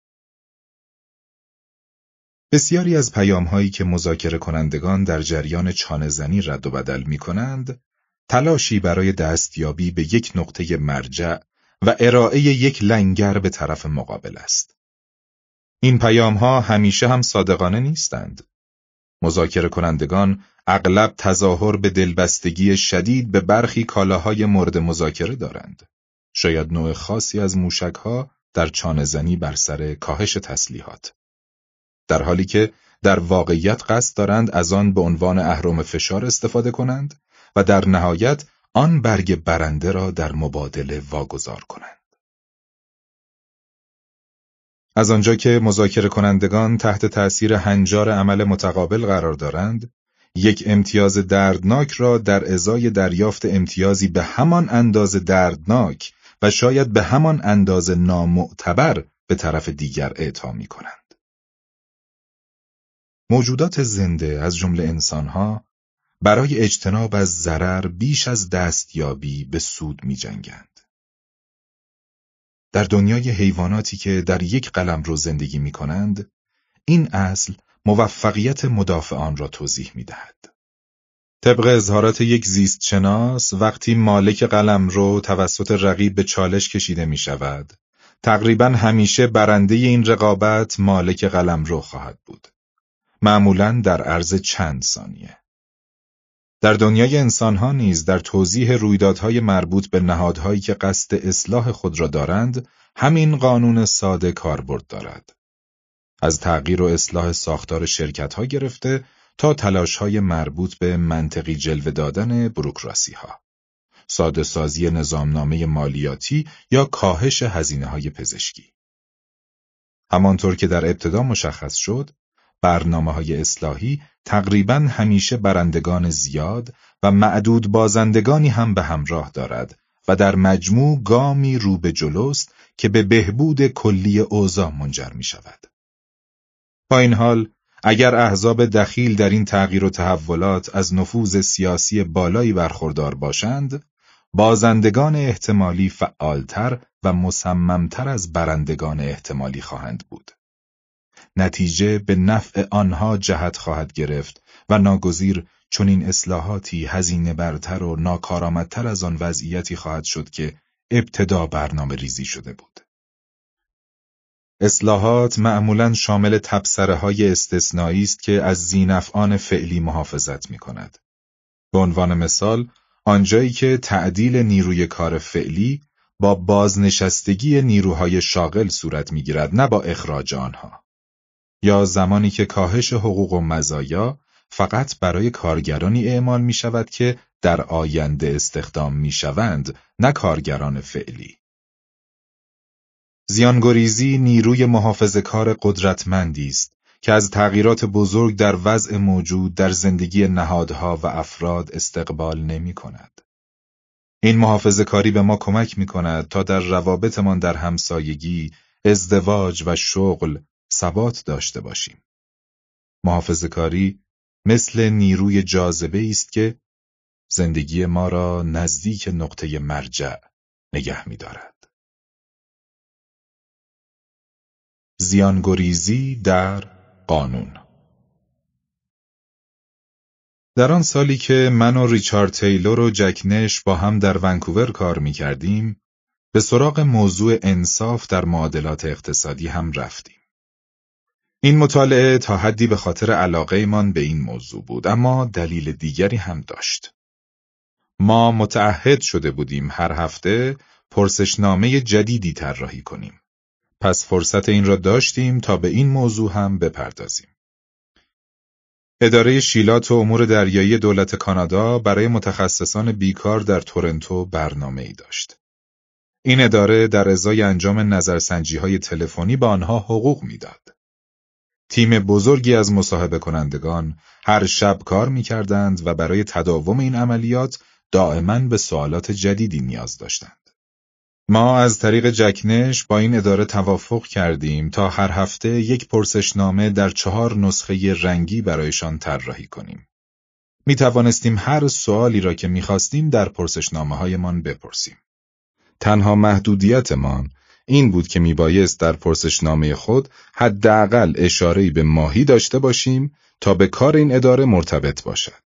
بسیاری از پیام‌هایی که مذاکره کنندگان در جریان چانه زنی رد و بدل می‌کنند، تلاشی برای دستیابی به یک نقطه مرجع و ارائه یک لنگر به طرف مقابل است. این پیام‌ها همیشه هم صادقانه نیستند. مذاکره کنندگان اغلب تظاهر به دلبستگی شدید به برخی کالاهای مورد مذاکره دارند. شاید نوع خاصی از موشک‌ها در چانه زنی بر سر کاهش تسلیحات. در حالی که در واقعیت قصد دارند از آن به عنوان اهرم فشار استفاده کنند و در نهایت آن برگ برنده را در مبادله واگذار کنند. از آنجا که مذاکره کنندگان تحت تأثیر هنجار عمل متقابل قرار دارند، یک امتیاز دردناک را در ازای دریافت امتیازی به همان اندازه دردناک و شاید به همان اندازه نامعتبر به طرف دیگر اعطا می‌کنند. موجودات زنده از جمله انسانها برای اجتناب از ضرر بیش از دستیابی به سود می‌جنگند. در دنیای حیواناتی که در یک قلمرو زندگی می‌کنند، این اصل موفقیت مدافعان را توضیح می‌دهد. طبق اظهارات یک زیستشناس، وقتی مالک قلمرو توسط رقیب به چالش کشیده می‌شود، تقریباً همیشه برنده این رقابت مالک قلمرو خواهد بود. معمولاً در عرض چند ثانیه. در دنیای انسانها نیز در توضیح رویدادهای مربوط به نهادهایی که قصد اصلاح خود را دارند، همین قانون ساده کاربرد دارد. از تغییر و اصلاح ساختار شرکت‌ها گرفته تا تلاش‌های مربوط به منطقی جلوه دادن بوروکراسی‌ها، ساده سازی نظامنامه مالیاتی یا کاهش هزینه‌های پزشکی. همانطور که در ابتدا مشخص شد، برنامه‌های اصلاحی تقریباً همیشه برندگان زیاد و معدود بازندگانی هم به همراه دارد و در مجموع گامی رو به جلوست که به بهبود کلی اوضاع منجر می‌شود. با این حال، اگر احزاب دخیل در این تغییر و تحولات از نفوذ سیاسی بالایی برخوردار باشند، بازندگان احتمالی فعالتر و مصممتر از برندگان احتمالی خواهند بود. نتیجه به نفع آنها جهت خواهد گرفت و ناگزیر چنین اصلاحاتی هزینه برتر و ناکارآمدتر از آن وضعیتی خواهد شد که ابتدا برنامه ریزی شده بود. اصلاحات معمولاً شامل تبصره‌های استثنایی است که از ذینفعان فعلی محافظت می‌کند. به عنوان مثال، آنجایی که تعدیل نیروی کار فعلی با بازنشستگی نیروهای شاغل صورت می‌گیرد، نه با اخراج آنها. یا زمانی که کاهش حقوق و مزایا فقط برای کارگرانی اعمال می‌شود که در آینده استخدام می‌شوند، نه کارگران فعلی. زیانگریزی نیروی محافظه‌کار قدرتمندی است که از تغییرات بزرگ در وضع موجود در زندگی نهادها و افراد استقبال نمی‌کند. این محافظه‌کاری به ما کمک می‌کند تا در روابطمان در همسایگی، ازدواج و شغل ثبات داشته باشیم. محافظه‌کاری مثل نیروی جاذبه است که زندگی ما را نزدیک نقطه مرجع نگه می‌دارد. زیانگریزی در قانون. در آن سالی که من و ریچارد تیلور و جک نش با هم در ونکوور کار می‌کردیم، به سراغ موضوع انصاف در معادلات اقتصادی هم رفتیم. این مطالعه تا حدی به خاطر علاقه‌مان به این موضوع بود، اما دلیل دیگری هم داشت. ما متعهد شده بودیم هر هفته پرسشنامه جدیدی طراحی کنیم. پس فرصت این را داشتیم تا به این موضوع هم بپردازیم. اداره شیلات و امور دریایی دولت کانادا برای متخصصان بیکار در تورنتو برنامه‌ای داشت. این اداره در ازای انجام نظرسنجی‌های تلفنی به آنها حقوق میداد. تیم بزرگی از مصاحبه کنندگان هر شب کار می‌کردند و برای تداوم این عملیات دائما به سوالات جدیدی نیاز داشتند. ما از طریق جکنش با این اداره توافق کردیم تا هر هفته یک پرسشنامه در 4 نسخه رنگی برایشان طراحی کنیم. می توانستیم هر سوالی را که می خواستیم در پرسشنامه‌هایمان بپرسیم. تنها محدودیتمان این بود که می بایست در پرسشنامه خود حداقل اشاره‌ای به ماهی داشته باشیم تا به کار این اداره مرتبط باشد.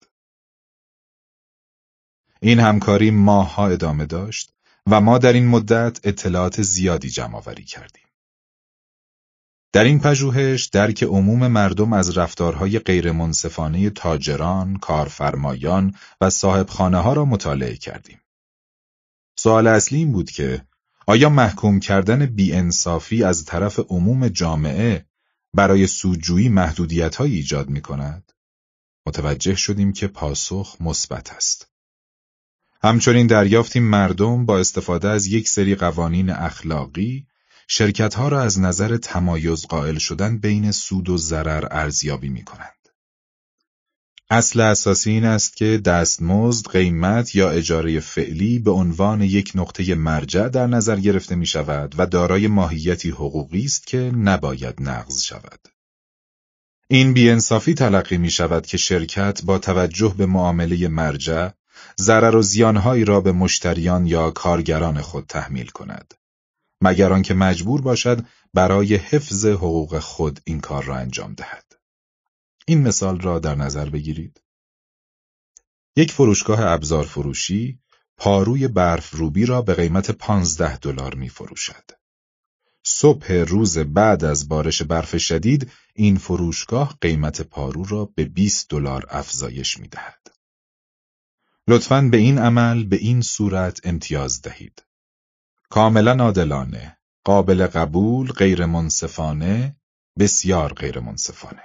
این همکاری ماه‌ها ادامه داشت و ما در این مدت اطلاعات زیادی جمع‌آوری کردیم. در این پژوهش درک عموم مردم از رفتارهای غیرمنصفانه تاجران، کارفرمایان و صاحبخانه‌ها را مطالعه کردیم. سوال اصلی این بود که آیا محکوم کردن بی‌انصافی از طرف عموم جامعه برای سودجویی محدودیت‌هایی ایجاد می‌کند؟ متوجه شدیم که پاسخ مثبت است. همچنین دریافتیم مردم با استفاده از یک سری قوانین اخلاقی شرکت‌ها را از نظر تمایز قائل شدن بین سود و ضرر ارزیابی می‌کنند. اصل اساسی این است که دستمزد، قیمت یا اجاره فعلی به عنوان یک نقطه مرجع در نظر گرفته می‌شود و دارای ماهیتی حقوقی است که نباید نقض شود. این بی‌انصافی تلقی می‌شود که شرکت با توجه به معامله مرجع ضرر و زیانهایی را به مشتریان یا کارگران خود تحمیل کند، مگر آنکه مجبور باشد برای حفظ حقوق خود این کار را انجام دهد. این مثال را در نظر بگیرید. یک فروشگاه ابزار فروشی پاروی برف روبی را به قیمت $15 می فروشد. صبح روز بعد از بارش برف شدید این فروشگاه قیمت پارو را به $20 افزایش می دهد. لطفاً به این عمل به این صورت امتیاز دهید: کاملا عادلانه، قابل قبول، غیر منصفانه، بسیار غیر منصفانه.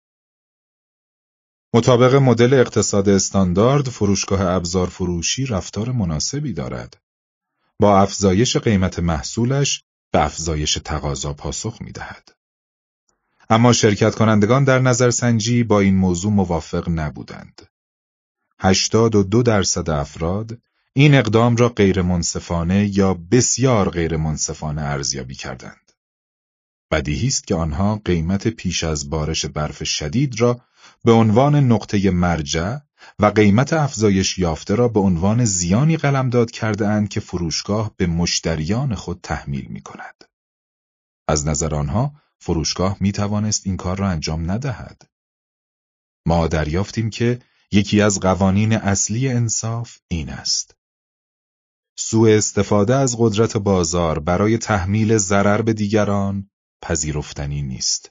مطابق مدل اقتصاد استاندارد فروشگاه ابزار فروشی رفتار مناسبی دارد. با افزایش قیمت محصولش به افزایش تقاضا پاسخ می دهد. اما شرکت کنندگان در نظرسنجی با این موضوع موافق نبودند. 82% افراد این اقدام را غیر منصفانه یا بسیار غیر منصفانه ارزیابی کردند. بدیهی است که آنها قیمت پیش از بارش برف شدید را به عنوان نقطه مرجع و قیمت افزایش یافته را به عنوان زیانی قلمداد کرده اند که فروشگاه به مشتریان خود تحمیل می کند. از نظر آنها فروشگاه می توانست این کار را انجام ندهد. ما دریافتیم که یکی از قوانین اصلی انصاف این است: سوء استفاده از قدرت بازار برای تحمیل ضرر به دیگران پذیرفتنی نیست.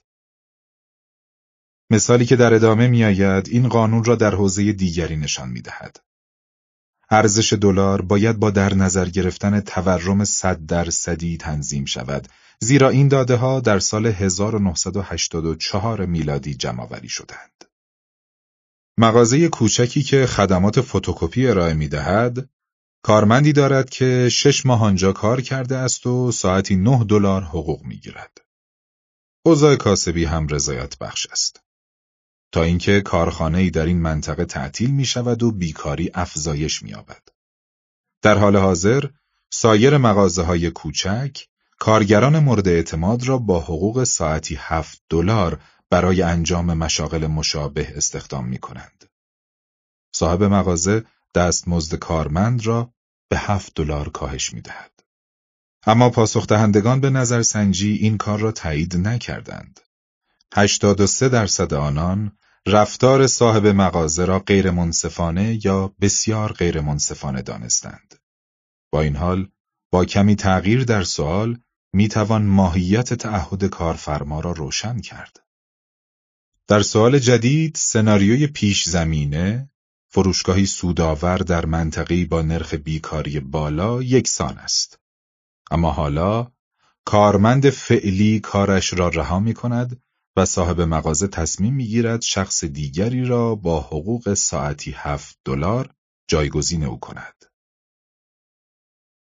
مثالی که در ادامه می آید این قانون را در حوزه دیگری نشان می دهد. ارزش دلار باید با در نظر گرفتن تورم 100% تنظیم شود، زیرا این داده‌ها در سال 1984 میلادی جمع‌آوری شدند. مغازه کوچکی که خدمات فتوکپی ارائه می دهد، کارمندی دارد که 6 ماه آنجا کار کرده است و ساعتی $9 حقوق می گیرد. اوضاع کاسبی هم رضایت بخش است. تا اینکه کارخانه‌ای در این منطقه تعطیل می شود و بیکاری افزایش می یابد. در حال حاضر، سایر مغازه‌های کوچک، کارگران مورد اعتماد را با حقوق ساعتی $7 برای انجام مشاغل مشابه استخدام می کنند. صاحب مغازه دستمزد کارمند را به $7 کاهش می دهد. اما پاسخ دهندگان به نظرسنجی این کار را تایید نکردند. 83% آنان رفتار صاحب مغازه را غیر منصفانه یا بسیار غیر منصفانه دانستند. با این حال، با کمی تغییر در سوال می توان ماهیت تعهد کارفرما را روشن کرد. در سوال جدید، سناریوی پیش زمینه، فروشگاهی سودآور در منطقه‌ای با نرخ بیکاری بالا یکسان است. اما حالا، کارمند فعلی کارش را رها می کند و صاحب مغازه تصمیم می گیرد شخص دیگری را با حقوق ساعتی $7 جایگزین او کند.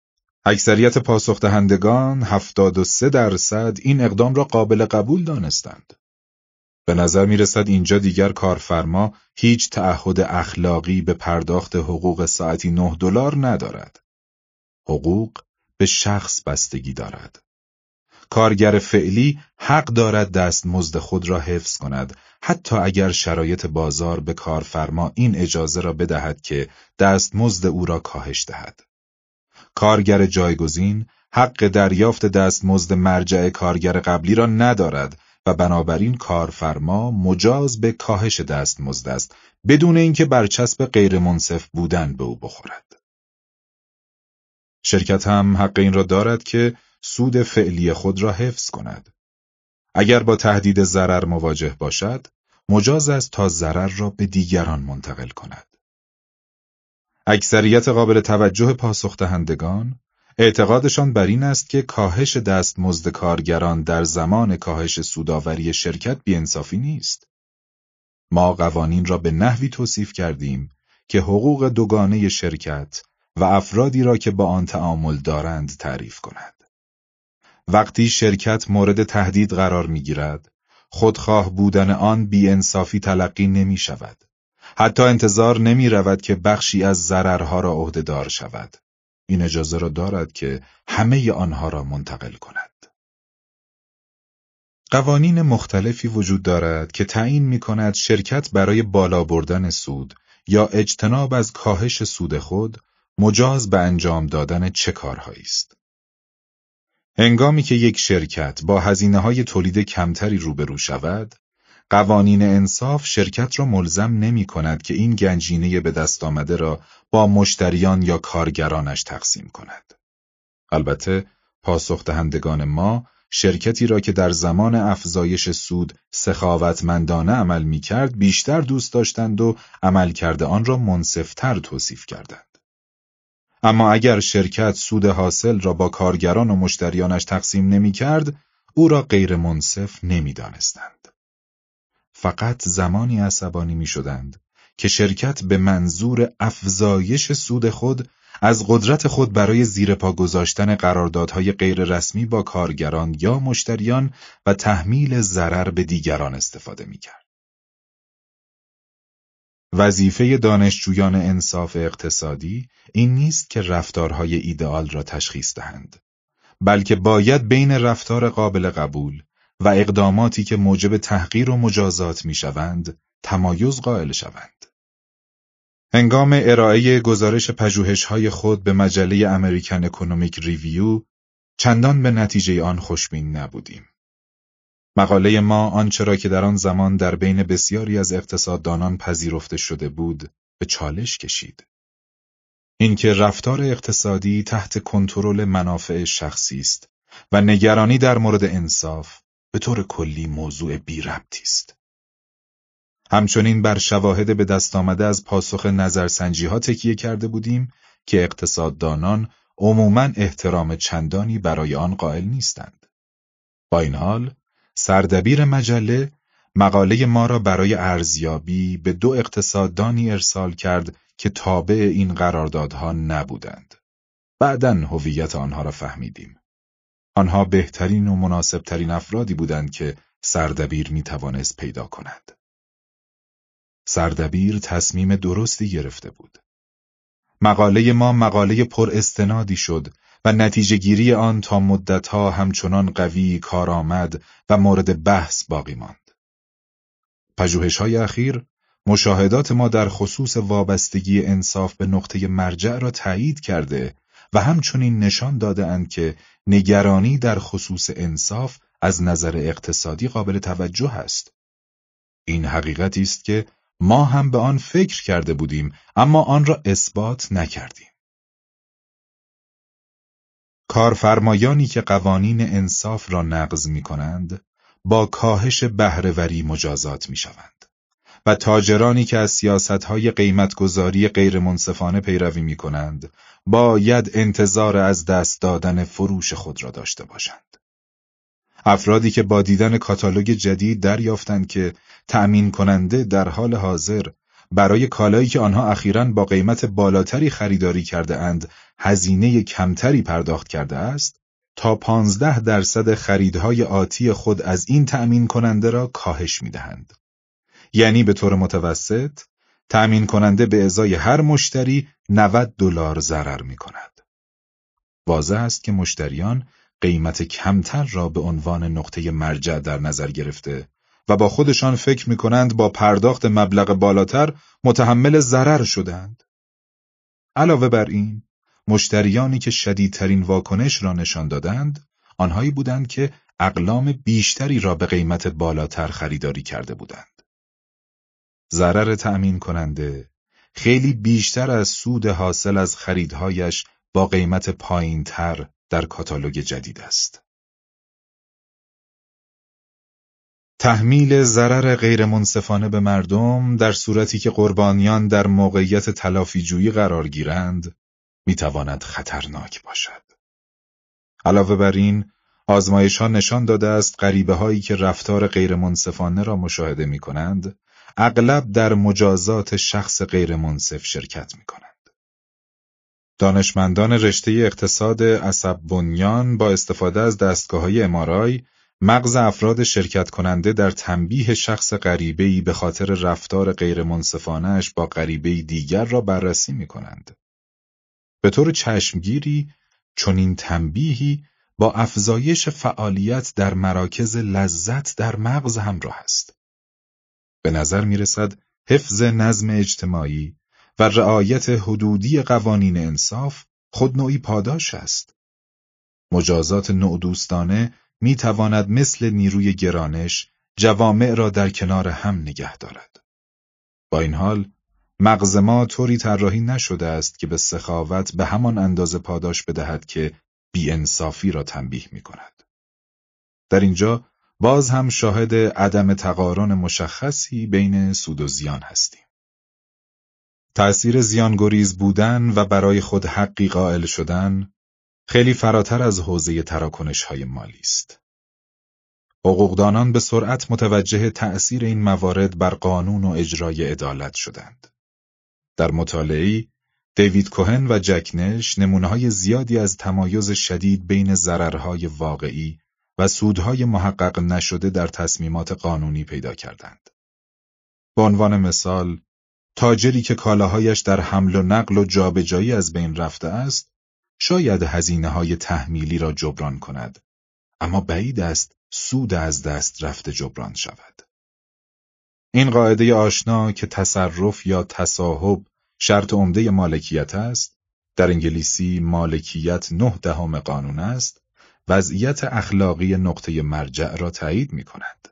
اکثریت پاسخ دهندگان 73% این اقدام را قابل قبول دانستند. به نظر می رسد اینجا دیگر کارفرما هیچ تعهد اخلاقی به پرداخت حقوق ساعتی $9 ندارد. حقوق به شخص بستگی دارد. کارگر فعلی حق دارد دستمزد خود را حفظ کند، حتی اگر شرایط بازار به کارفرما این اجازه را بدهد که دستمزد او را کاهش دهد. کارگر جایگزین حق دریافت دستمزد مرجع کارگر قبلی را ندارد و بنابراین کارفرما مجاز به کاهش دستمزد است، بدون اینکه برچسب غیر منصف بودن به او بخورد. شرکت هم حق این را دارد که سود فعلی خود را حفظ کند. اگر با تهدید ضرر مواجه باشد، مجاز است تا ضرر را به دیگران منتقل کند. اکثریت قابل توجه پاسخ دهندگان اعتقادشان بر این است که کاهش دستمزد کارگران در زمان کاهش سودآوری شرکت بی‌انصافی نیست. ما قوانین را به نحوی توصیف کردیم که حقوق دوگانه شرکت و افرادی را که با آن تعامل دارند تعریف کند. وقتی شرکت مورد تهدید قرار می‌گیرد، خودخواه بودن آن بی‌انصافی تلقی نمی‌شود. حتی انتظار نمی‌رود که بخشی از ضررها را عهده‌دار شود. این اجازه را دارد که همه آنها را منتقل کند. قوانین مختلفی وجود دارد که تعیین می‌کند شرکت برای بالا بردن سود یا اجتناب از کاهش سود خود مجاز به انجام دادن چه کارهایی است. هنگامی که یک شرکت با هزینه‌های تولید کمتری روبرو شود، قوانین انصاف شرکت را ملزم نمی‌کند که این گنجینه به دست آمده را با مشتریان یا کارگرانش تقسیم کند. البته پاسخ دهندگان ما شرکتی را که در زمان افزایش سود سخاوتمندانه عمل می‌کرد بیشتر دوست داشتند و عملکرد آن را منصف‌تر توصیف کردند. اما اگر شرکت سود حاصل را با کارگران و مشتریانش تقسیم نمی‌کرد، او را غیر منصف نمی‌دانستند. فقط زمانی عصبانی می‌شدند که شرکت به منظور افزایش سود خود از قدرت خود برای زیر پا گذاشتن قراردادهای غیر رسمی با کارگران یا مشتریان و تحمیل ضرر به دیگران استفاده می‌کرد. وظیفه دانشجویان انصاف اقتصادی این نیست که رفتارهای ایدئال را تشخیص دهند، بلکه باید بین رفتار قابل قبول و اقداماتی که موجب تحقیر و مجازات می‌شوند تمایز قائل شوند. هنگام ارائه گزارش پژوهش‌های خود به مجله امریکن اکونومیک ریویو چندان به نتیجه آن خوشبین نبودیم. مقاله ما آنچه را که در آن زمان در بین بسیاری از اقتصاددانان پذیرفته شده بود به چالش کشید. اینکه رفتار اقتصادی تحت کنترل منافع شخصی است و نگرانی در مورد انصاف به طور کلی موضوع بی ربطی است. همچنین بر شواهد به دست آمده از پاسخ نظرسنجی‌ها تکیه کرده بودیم که اقتصاددانان عموماً احترام چندانی برای آن قائل نیستند. با این حال، سردبیر مجله مقاله ما را برای ارزیابی به 2 اقتصاددانی ارسال کرد که تابع این قراردادها نبودند. بعداً هویت آنها را فهمیدیم. آنها بهترین و مناسبترین افرادی بودند که سردبیر می‌توانست پیدا کند. سردبیر تصمیم درستی گرفته بود. مقاله ما مقاله پر استنادی شد و نتیجه گیری آن تا مدتها همچنان قوی، کارآمد و مورد بحث باقی ماند. پژوهش‌های اخیر مشاهدات ما در خصوص وابستگی انصاف به نقطه مرجع را تایید کرده و همچنین نشان داده اند که نگرانی در خصوص انصاف از نظر اقتصادی قابل توجه است. این حقیقتی است که ما هم به آن فکر کرده بودیم اما آن را اثبات نکردیم. کارفرمایانی که قوانین انصاف را نقض می‌کنند با کاهش بهره‌وری مجازات می‌شوند و تاجرانی که از سیاست‌های قیمت‌گذاری غیر منصفانه پیروی می‌کنند باید انتظار از دست دادن فروش خود را داشته باشند. افرادی که با دیدن کاتالوگ جدید دریافتند که تأمین کننده در حال حاضر برای کالایی که آنها اخیراً با قیمت بالاتری خریداری کرده اند هزینه کمتری پرداخت کرده است، تا 15% خریدهای آتی خود از این تأمین کننده را کاهش می‌دهند. یعنی به طور متوسط، تأمین کننده به ازای هر مشتری $90 ضرر می‌کند. واضح است که مشتریان قیمت کمتر را به عنوان نقطه مرجع در نظر گرفته و با خودشان فکر می‌کنند با پرداخت مبلغ بالاتر متحمل ضرر شدند. علاوه بر این، مشتریانی که شدیدترین واکنش را نشان دادند، آنهایی بودند که اقلام بیشتری را به قیمت بالاتر خریداری کرده بودند. ضرر تأمین کننده خیلی بیشتر از سود حاصل از خریدهایش با قیمت پایین‌تر در کاتالوگ جدید است. تحمیل ضرر غیرمنصفانه به مردم در صورتی که قربانیان در موقعیت تلافی‌جویی قرار گیرند، میتواند خطرناک باشد. علاوه بر این، آزمایش‌ها نشان داده است غریبه‌هایی که رفتار غیرمنصفانه را مشاهده می‌کنند، اغلب در مجازات شخص غیرمنصف شرکت می‌کنند. دانشمندان رشته اقتصاد عصب بنیان با استفاده از دستگاه‌های MRI مغز افراد شرکت کننده در تنبیه شخص غریبه‌ای به خاطر رفتار غیرمنصفانه‌اش با غریبه‌ای دیگر را بررسی می‌کنند. به طور چشمگیری، چنین تنبیهی با افزایش فعالیت در مراکز لذت در مغز همراه است. به نظر می‌رسد حفظ نظم اجتماعی و رعایت حدودی قوانین انصاف خود نوعی پاداش است. مجازات نودوستانه می‌تواند مثل نیروی گرانش جوامع را در کنار هم نگه دارد. با این حال، مغز ما طوری طراحی نشده است که به سخاوت به همان اندازه پاداش بدهد که بی‌انصافی را تنبیه می‌کند. در اینجا باز هم شاهد عدم تقارن مشخصی بین سود و زیان هستیم. تأثیر زیانگریز بودن و برای خود حقی قائل شدن خیلی فراتر از حوزه تراکنش‌های مالی است. حقوقدانان به سرعت متوجه تأثیر این موارد بر قانون و اجرای عدالت شدند. در مطالعه‌ای، دیوید کوهن و جک نش نمونه‌های زیادی از تمایز شدید بین ضررهای واقعی و سودهای محقق نشده در تصمیمات قانونی پیدا کردند. به عنوان مثال، تاجری که کالاهایش در حمل و نقل و جابجایی از بین رفته است، شاید هزینه‌های تحمیلی را جبران کند، اما بعید است سود از دست رفته جبران شود. این قاعده آشنا که تصرف یا تصاحب شرط عمده مالکیت است، در انگلیسی مالکیت 9 قانون است، وضعیت اخلاقی نقطه مرجع را تایید می‌کند.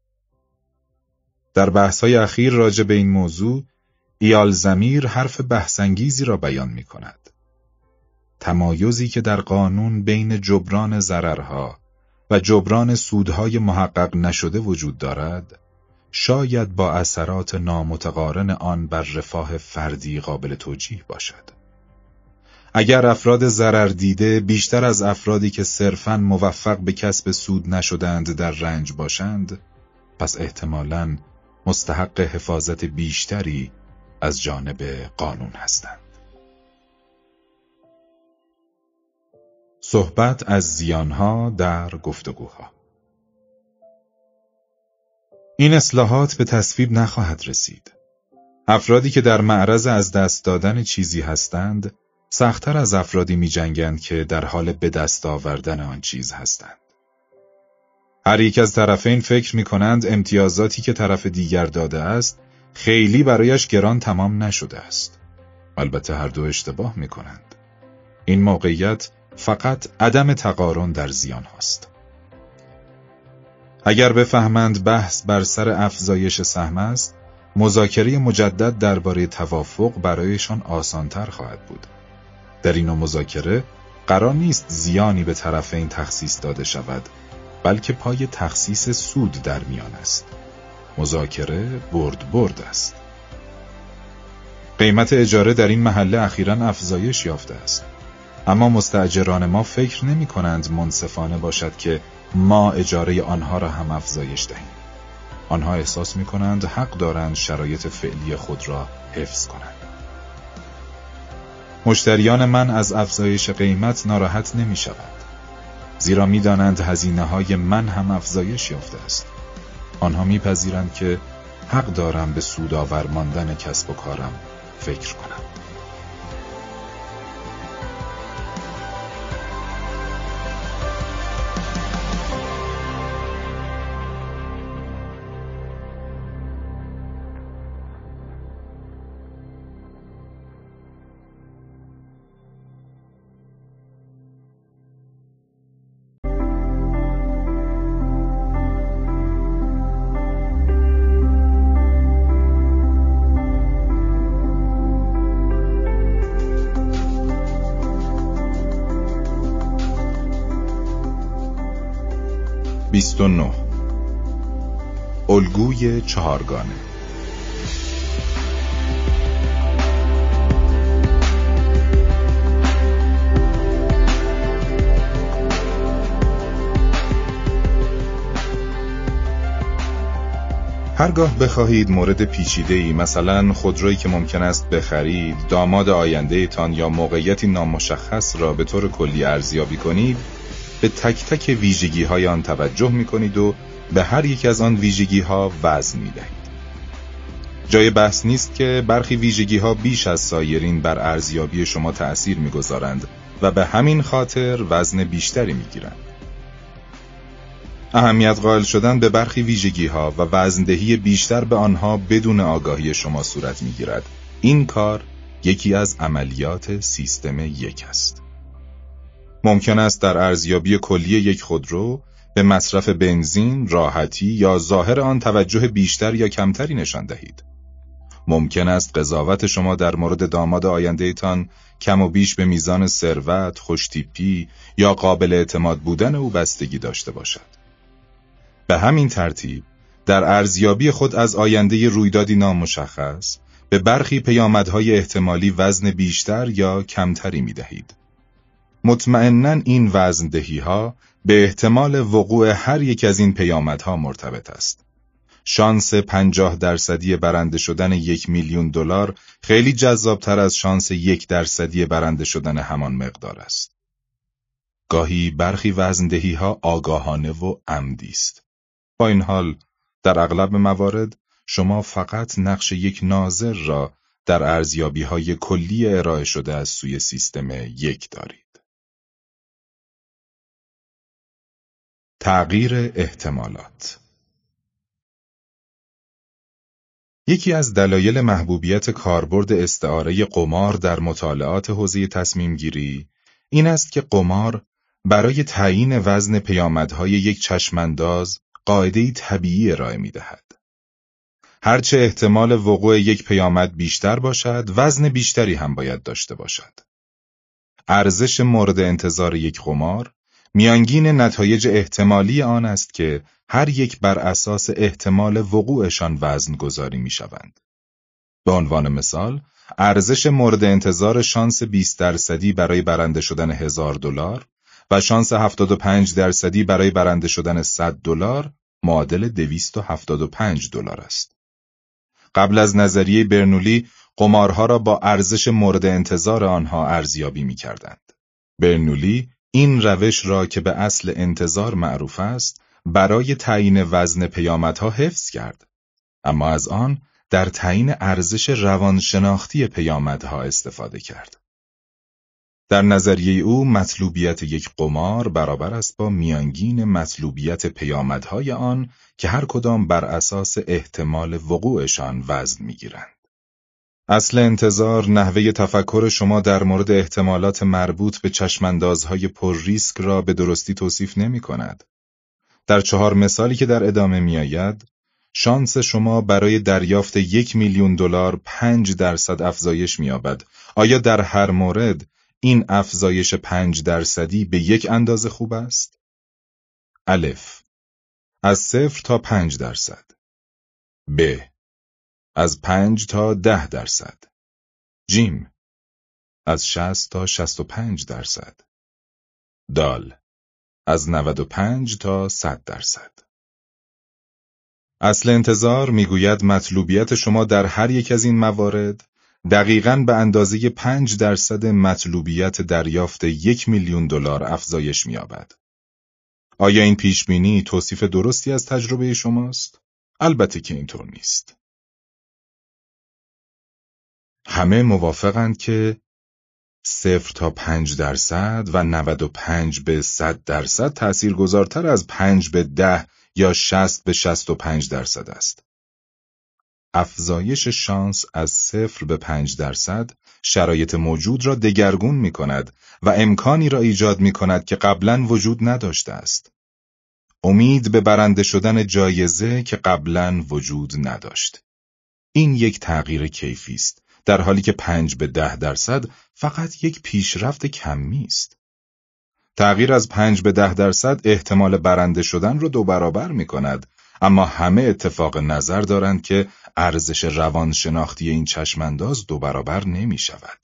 در بحث‌های اخیر راجع به این موضوع، ایال زمیر حرف بحث‌انگیزی را بیان می‌کند. تمایزی که در قانون بین جبران ضررها و جبران سودهای محقق نشده وجود دارد، شاید با اثرات نامتقارن آن بر رفاه فردی قابل توجیه باشد. اگر افراد ضرر دیده بیشتر از افرادی که صرفاً موفق به کسب سود نشدند در رنج باشند، پس احتمالاً مستحق حفاظت بیشتری از جانب قانون هستند. صحبت از زیانها در گفتگوها. این اصلاحات به تصویب نخواهد رسید. افرادی که در معرض از دست دادن چیزی هستند، سخت‌تر از افرادی می‌جنگند که در حال به دست آوردن آن چیز هستند. هر یک از طرفین فکر می‌کنند امتیازاتی که طرف دیگر داده است، خیلی برایش گران تمام نشده است. البته هر دو اشتباه می‌کنند. این موقعیت فقط عدم تقارن در زیان هاست. اگر بفهمند بحث بر سر افزایش سهم است، مذاکره مجدد درباره توافق برایشان آسانتر خواهد بود. در این مذاکره قرار نیست زیانی به طرفین تخصیص داده شود، بلکه پای تخصیص سود در میان است. مذاکره برد است. قیمت اجاره در این محله اخیراً افزایش یافته است. اما مستاجران ما فکر نمی کنند منصفانه باشد که ما اجاره آنها را هم افزایش دهیم. آنها احساس می کنند حق دارند شرایط فعلی خود را حفظ کنند. مشتریان من از افزایش قیمت ناراحت نمی شوند، زیرا می دانند هزینه‌های من هم افزایش یافته است. آنها می پذیرند که حق دارم به سودآور ماندن کسب و کارم فکر کنم. الگوی چهارگانه. هرگاه بخواهید مورد پیچیده‌ای، مثلا خودرویی که ممکن است بخرید، داماد آینده تان یا موقعیتی نامشخص را به طور کلی ارزیابی کنید، به تک تک ویژگی‌های آن توجه می‌کنید و به هر یک از آن ویژگی‌ها وزن می‌دهید. جای بحث نیست که برخی ویژگی‌ها بیش از سایرین بر ارزیابی شما تأثیر می‌گذارند و به همین خاطر وزن بیشتری می‌گیرند. اهمیت قائل شدن به برخی ویژگی‌ها و وزندهی بیشتر به آنها بدون آگاهی شما صورت می‌گیرد. این کار یکی از عملیات سیستم 1 است. ممکن است در ارزیابی کلی یک خودرو به مصرف بنزین، راحتی یا ظاهر آن توجه بیشتر یا کمتری نشان دهید. ممکن است قضاوت شما در مورد داماد آینده تان کم و بیش به میزان ثروت، خوشتیپی یا قابل اعتماد بودن او بستگی داشته باشد. به همین ترتیب، در ارزیابی خود از آینده رویدادی نامشخص، به برخی پیامدهای احتمالی وزن بیشتر یا کمتری می دهید. مطمئناً این وزندهی‌ها به احتمال وقوع هر یک از این پیامدها مرتبط است. شانس 50% برنده شدن $1,000,000 خیلی جذابتر از شانس 1% برنده شدن همان مقدار است. گاهی برخی وزندهی‌ها آگاهانه و عمدی است. با این حال، در اغلب موارد شما فقط نقش یک ناظر را در ارزیابی‌های کلی ارائه شده از سوی سیستم 1 دارید. تغییر احتمالات. یکی از دلایل محبوبیت کاربرد استعاره قمار در مطالعات حوزه تصمیم گیری این است که قمار برای تعیین وزن پیامدهای یک چشمانداز قاعده‌ای طبیعی ارائه می‌دهد. هرچه احتمال وقوع یک پیامد بیشتر باشد، وزن بیشتری هم باید داشته باشد. ارزش مورد انتظار یک قمار میانگین نتایج احتمالی آن است که هر یک بر اساس احتمال وقوعشان وزن گذاری می شوند. به عنوان مثال، ارزش مورد انتظار شانس 20% برای برنده شدن $1,000 و شانس 75% برای برنده شدن $100 معادل $275 است. قبل از نظریه برنولی، قمارها را با ارزش مورد انتظار آنها ارزیابی می کردند. برنولی این روش را که به اصل انتظار معروف است، برای تعیین وزن پیامدها حفظ کرد، اما از آن در تعیین ارزش روانشناختی پیامدها استفاده کرد. در نظریه او، مطلوبیت یک قمار برابر است با میانگین مطلوبیت پیامدهای آن که هر کدام بر اساس احتمال وقوعشان وزن می‌گیرند. اصل انتظار نحوه تفکر شما در مورد احتمالات مربوط به چشماندازهای پر ریسک را به درستی توصیف نمی کند. در 4 مثالی که در ادامه می آید، شانس شما برای دریافت $1,000,000 5% افزایش می یابد. آیا در هر مورد این افزایش 5% به یک اندازه خوب است؟ الف: از 0 تا 5%. ب: از 5 تا 10%. جیم: از 60 تا 65%. دال: از 95 تا 100%. اصل انتظار میگوید مطلوبیت شما در هر یک از این موارد دقیقاً به اندازه 5% مطلوبیت دریافت $1,000,000 افزایش می‌یابد. آیا این پیشبینی توصیف درستی از تجربه شماست؟ البته که اینطور نیست. همه موافقند که 0 تا 5% و 95 به 100% تأثیرگذارتر از 5 به 10 یا 60 به 65% است. افزایش شانس از 0 به 5% شرایط موجود را دگرگون می کند و امکانی را ایجاد می کند که قبلاً وجود نداشته است. امید به برنده شدن جایزه که قبلاً وجود نداشت. این یک تغییر کیفی است، در حالی که 5 به 10% فقط یک پیشرفت کمی است. تغییر از 5 به 10% احتمال برنده شدن را 2 برابر می کند، اما همه اتفاق نظر دارند که ارزش روانشناختی این چشمانداز 2 برابر نمی شود.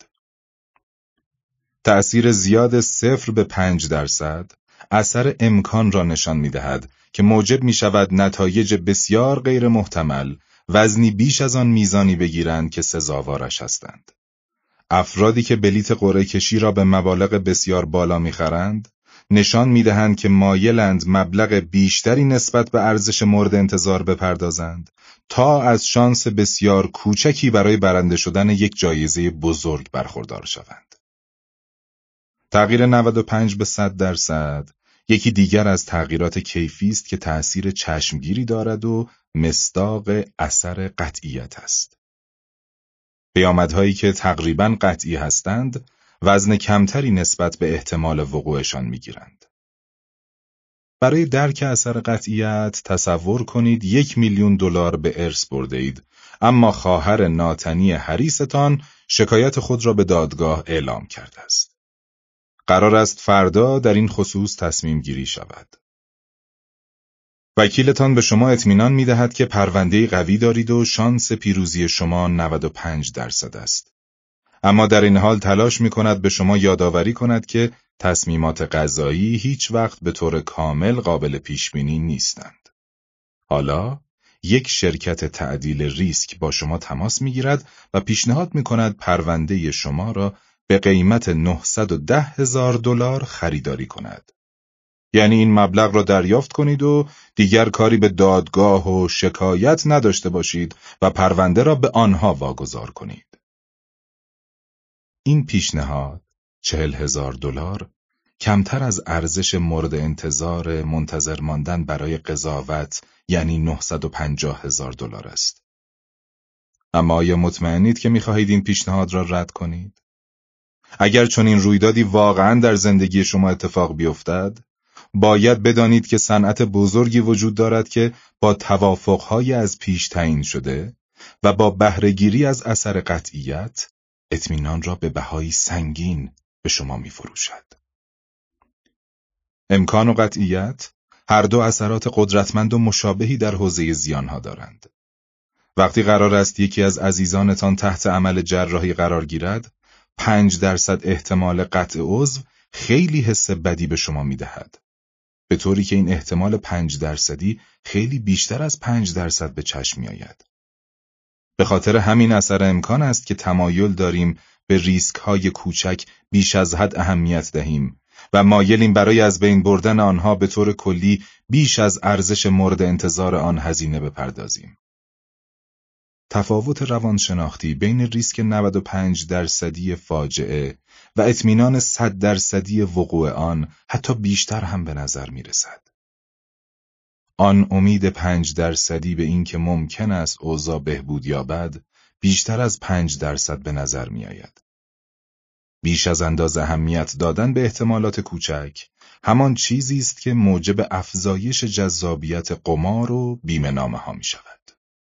تأثیر زیاد 0 به 5% اثر امکان را نشان می دهد که موجب می شود نتایج بسیار غیر محتمل وزنی بیش از آن میزانی بگیرند که سزاوارش هستند. افرادی که بلیت قرعه کشی را به مبالغ بسیار بالا می‌خرند، نشان می‌دهند که مایلند مبلغ بیشتری نسبت به ارزش مورد انتظار بپردازند تا از شانس بسیار کوچکی برای برنده شدن یک جایزه بزرگ برخوردار شوند. تغییر 95 به 100% یکی دیگر از تغییرات کیفی است که تأثیر چشمگیری دارد و مصداق اثر قطعیت است. پیامدهایی که تقریباً قطعی هستند، وزن کمتری نسبت به احتمال وقوعشان می‌گیرند. برای درک اثر قطعیت تصور کنید $1,000,000 به ارث برده‌اید، اما خواهر ناتنی حریصتان شکایت خود را به دادگاه اعلام کرده است. قرار است فردا در این خصوص تصمیم گیری شود. وکیلتان به شما اطمینان می‌دهد که پرونده قوی دارید و شانس پیروزی شما 95% است. اما در این حال تلاش می‌کند به شما یادآوری کند که تصمیمات قضایی هیچ وقت به طور کامل قابل پیشبینی نیستند. حالا یک شرکت تعدیل ریسک با شما تماس می‌گیرد و پیشنهاد می‌کند پرونده شما را به قیمت $910,000 خریداری کند. یعنی این مبلغ را دریافت کنید و دیگر کاری به دادگاه و شکایت نداشته باشید و پرونده را به آنها واگذار کنید. این پیشنهاد $40,000 کمتر از ارزش مورد انتظار منتظر ماندن برای قضاوت یعنی $950,000 است. اما آیا مطمئنید که می‌خواهید این پیشنهاد را رد کنید؟ اگر چنین رویدادی واقعاً در زندگی شما اتفاق بیفتد، باید بدانید که صنعت بزرگی وجود دارد که با توافق‌های از پیش تعیین شده و با بهره‌گیری از اثر قطعیت، اطمینان را به بهایی سنگین به شما می‌فروشد. امکان و قطعیت هر دو اثرات قدرتمند و مشابهی در حوزه زیانها دارند. وقتی قرار است یکی از عزیزانتان تحت عمل جراحی قرار گیرد، 5% احتمال قطع عضو خیلی حس بدی به شما می‌دهد. به طوری که این احتمال 5% خیلی بیشتر از 5% به چشم می‌آید. به خاطر همین اثر امکان است که تمایل داریم به ریسک‌های کوچک بیش از حد اهمیت دهیم و مایلیم برای از بین بردن آنها به طور کلی بیش از ارزش مورد انتظار آن هزینه بپردازیم. تفاوت روانشناختی بین ریسک 95% فاجعه و اطمینان 100% وقوع آن حتی بیشتر هم به نظر می رسد. آن امید 5% به این که ممکن است اوضاع بهبود یابد بیشتر از 5% به نظر می آید. بیش از اندازه اهمیت دادن به احتمالات کوچک همان چیزی است که موجب افزایش جذابیت قمار و بیمه‌نامه ها می شود.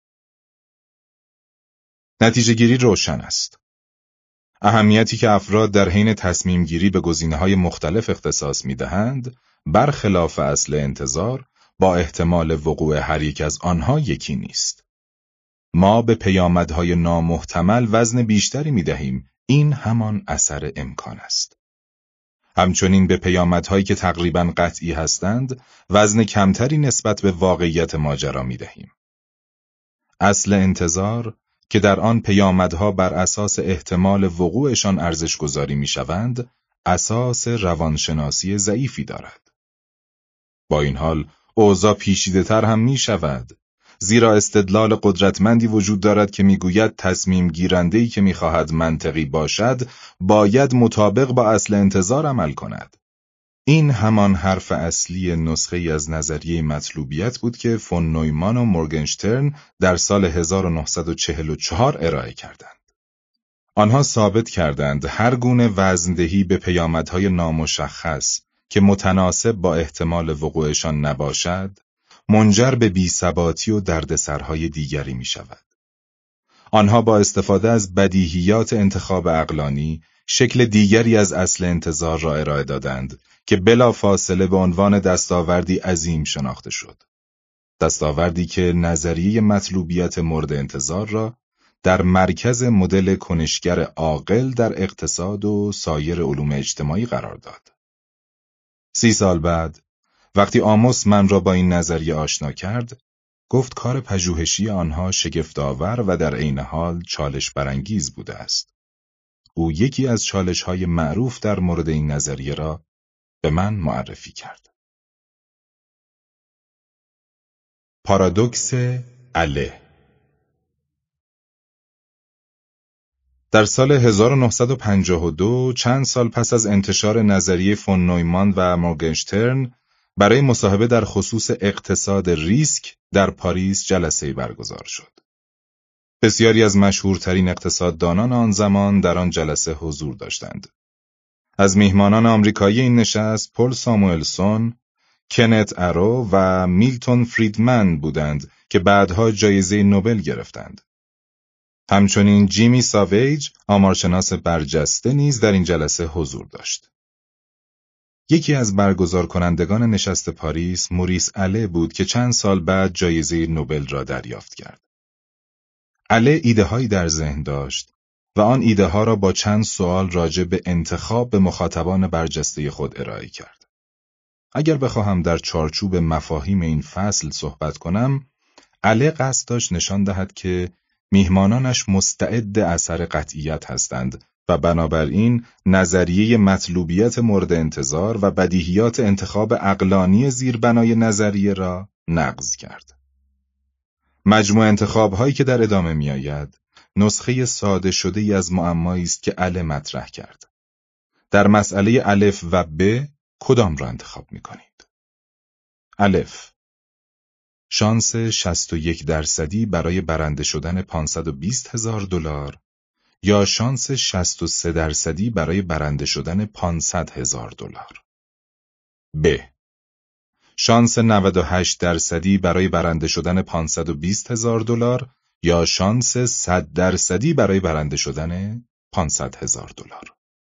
نتیجه گیری روشن است. اهمیتی که افراد در حین تصمیم گیری به گزینه‌های مختلف اختصاص می‌دهند، برخلاف اصل انتظار، با احتمال وقوع هر یک از آنها یکی نیست. ما به پیامدهای نامحتمل وزن بیشتری می‌دهیم، این همان اثر امکان است. همچنین به پیامدهایی که تقریباً قطعی هستند، وزن کمتری نسبت به واقعیت ماجرا می‌دهیم. اصل انتظار که در آن پیامدها بر اساس احتمال وقوعشان ارزش گذاری می‌شوند، اساس روانشناسی ضعیفی دارد. با این حال، اوضاع پیچیده‌تر هم می‌شود، زیرا استدلال قدرتمندی وجود دارد که می‌گوید تصمیم گیرنده‌ای که می‌خواهد منطقی باشد، باید مطابق با اصل انتظار عمل کند. این همان حرف اصلی نسخه‌ای از نظریه مطلوبیت بود که فون نویمان و مورگنشترن در سال 1944 ارائه کردند. آنها ثابت کردند هر گونه وزندهی به پیامدهای نامشخص که متناسب با احتمال وقوعشان نباشد، منجر به بی‌ثباتی و دردسرهای دیگری می شود. آنها با استفاده از بدیهیات انتخاب عقلانی، شکل دیگری از اصل انتظار را ارائه دادند که بلافاصله به عنوان دستاوردی عظیم شناخته شد. دستاوردی که نظریه مطلوبیت مورد انتظار را در مرکز مدل کنشگر عاقل در اقتصاد و سایر علوم اجتماعی قرار داد. 30 سال بعد، وقتی آموس من را با این نظریه آشنا کرد، گفت کار پژوهشی آنها شگفت‌آور و در عین حال چالش برانگیز بوده است. او یکی از چالش‌های معروف در مورد این نظریه را به من معرفی کرد. پارادوکس اله. در سال 1952 چند سال پس از انتشار نظریه فون نویمان و مورگنشترن برای مصاحبه در خصوص اقتصاد ریسک در پاریس جلسه‌ای برگزار شد. بسیاری از مشهورترین اقتصاددانان آن زمان در آن جلسه حضور داشتند. از میهمانان آمریکایی این نشست پل ساموئلسون، کنت ارو و میلتون فریدمن بودند که بعدها جایزه نوبل گرفتند. همچنین جیمی ساویج، آمارشناس برجسته نیز در این جلسه حضور داشت. یکی از برگزار کنندگان نشست پاریس موریس اله بود که چند سال بعد جایزه نوبل را دریافت کرد. اله ایده‌هایی در ذهن داشت و آن ایده‌ها را با چند سوال راجع به انتخاب به مخاطبان برجسته خود ارائه کرد. اگر بخواهم در چارچوب مفاهیم این فصل صحبت کنم، اله قصد داشت نشان دهد که میهمانانش مستعد اثر قطعیت هستند و بنابراین نظریه مطلوبیت مورد انتظار و بدیهیات انتخاب عقلانی زیربنای نظریه را نقض کرد. مجموع انتخاب‌هایی که در ادامه می‌آید، نسخه ساده شده‌ای از معمایی است که اله مطرح کرد. در مسئله الف و ب کدام را انتخاب می‌کنید؟ الف: شانس 61% برای برنده شدن $520,000 یا شانس 63% برای برنده شدن $500,000. ب: شانس 98% برای برنده شدن $520,000 یا شانس 100% برای برنده شدن $500,000.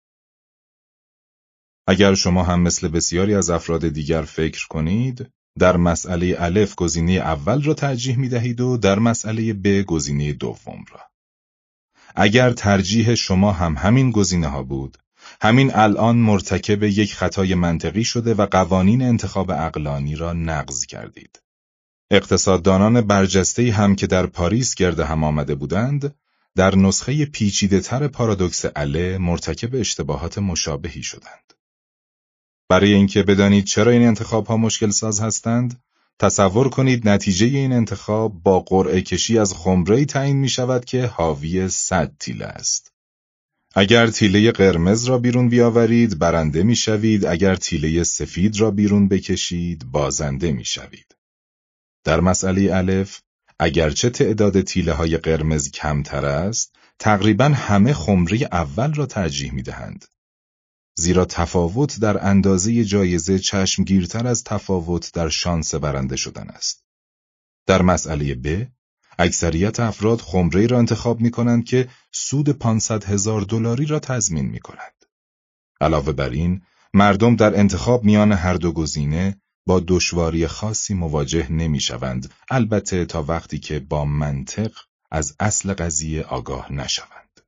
اگر شما هم مثل بسیاری از افراد دیگر فکر کنید، در مسئله الف گزینه اول را ترجیح می دهید و در مسئله ب گزینه دوم را. اگر ترجیح شما هم همین گزینه ها بود، همین الان مرتکب یک خطای منطقی شده و قوانین انتخاب عقلانی را نقض کردید. اقتصاددانان برجسته‌ای هم که در پاریس گرد هم آمده بودند، در نسخه پیچیده‌تر پارادوکس اله مرتکب اشتباهات مشابهی شدند. برای اینکه بدانید چرا این انتخاب‌ها مشکل ساز هستند، تصور کنید نتیجه این انتخاب با قرعه کشی از خمره‌ای تعیین می شود که حاوی 100 تیله است. اگر تیله قرمز را بیرون بیاورید، برنده می شوید. اگر تیله سفید را بیرون بکشید، بازنده می شوید. در مسئله الف، اگرچه تعداد تیله های قرمز کمتر است، تقریباً همه خمره اول را ترجیح می دهند. زیرا تفاوت در اندازه جایزه چشمگیرتر از تفاوت در شانس برنده شدن است. در مسئله ب، اکثریت افراد خمره‌ای را انتخاب می‌کنند که سود $500,000 را تضمین می‌کند. علاوه بر این، مردم در انتخاب میان هر دو گزینه با دشواری خاصی مواجه نمی‌شوند، البته تا وقتی که با منطق از اصل قضیه آگاه نشوند.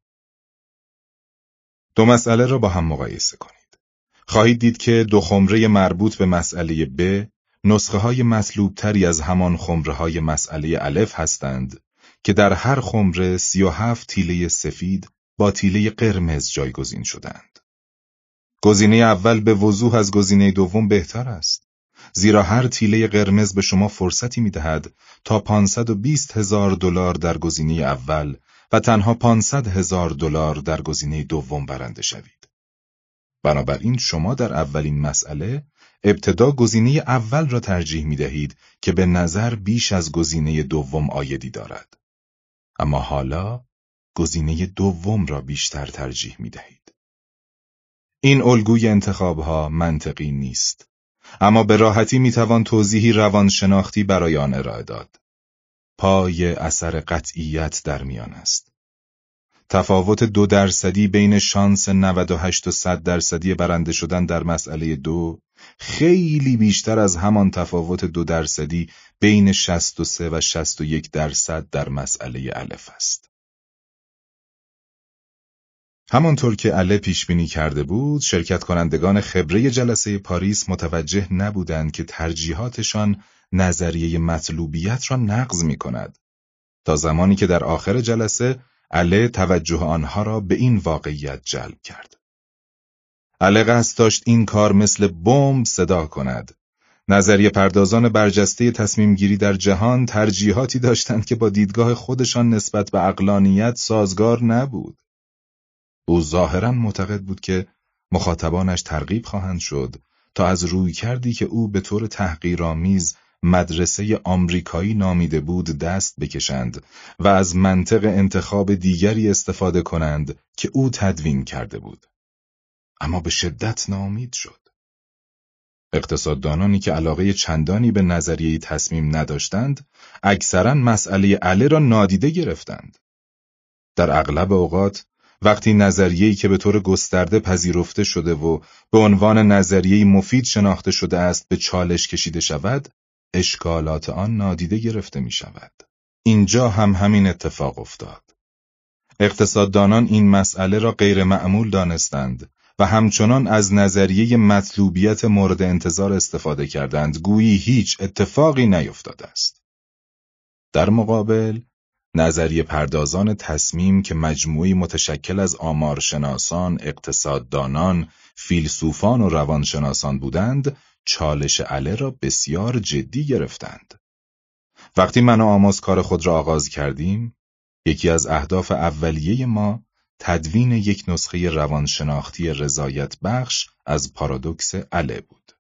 دو مسئله را با هم مقایسه کنید. خواهید دید که دو خمره مربوط به مسئله ب نسخه‌های مطلوب‌تری از همان خمره‌های مسئله الف هستند که در هر خمره 37 تیله سفید با تیله قرمز جایگزین شدند. گزینه اول به وضوح از گزینه دوم بهتر است، زیرا هر تیله قرمز به شما فرصتی می‌دهد تا $520,000 در گزینه اول و تنها $500,000 در گزینه دوم برنده شوید. بنابراین شما در اولین مسئله ابتدا گزینه اول را ترجیح می‌دهید که به نظر بیش از گزینه دوم عایدی دارد. اما حالا گزینه دوم را بیشتر ترجیح می‌دهید. این الگوی انتخاب‌ها منطقی نیست، اما به راحتی می‌توان توضیحی روانشناختی برای آن ارائه داد. پای اثر قطعیت در میان است. تفاوت 2% بین شانس 98 و 100% برنده شدن در مسئله 2 خیلی بیشتر از همان تفاوت 2% بین 63 و 61% در مسئله الف است. همانطور که اله پیش بینی کرده بود، شرکت کنندگان خبره جلسه پاریس متوجه نبودند که ترجیحاتشان نظریه مطلوبیت را نقض می‌کند، تا زمانی که در آخر جلسه اله توجه آنها را به این واقعیت جلب کرد. اله قصد داشت این کار مثل بمب صدا کند. نظریه پردازان برجسته تصمیم گیری در جهان ترجیحاتی داشتند که با دیدگاه خودشان نسبت به عقلانیت سازگار نبود. او ظاهراً معتقد بود که مخاطبانش ترغیب خواهند شد تا از رویکردی که او به طور تحقیرآمیز مدرسه آمریکایی نامیده بود دست بکشند و از منطق انتخاب دیگری استفاده کنند که او تدوین کرده بود. اما به شدت ناامید شد. اقتصاددانانی که علاقه چندانی به نظریه تصمیم نداشتند، اکثراً مسئله اله را نادیده گرفتند. در اغلب اوقات وقتی نظریه‌ای که به طور گسترده پذیرفته شده و به عنوان نظریه‌ای مفید شناخته شده است به چالش کشیده شود، اشکالات آن نادیده گرفته می شود. اینجا هم همین اتفاق افتاد. اقتصاددانان این مسئله را غیر معمول دانستند و همچنان از نظریه مطلوبیت مورد انتظار استفاده کردند، گویی هیچ اتفاقی نیفتاده است. در مقابل، نظریه پردازان تصمیم که مجموعی متشکل از آمارشناسان، اقتصاددانان، فیلسوفان و روانشناسان بودند، چالش اله را بسیار جدی گرفتند. وقتی من و آموس کار خود را آغاز کردیم، یکی از اهداف اولیه ما تدوین یک نسخه روانشناختی رضایت بخش از پارادوکس اله بود.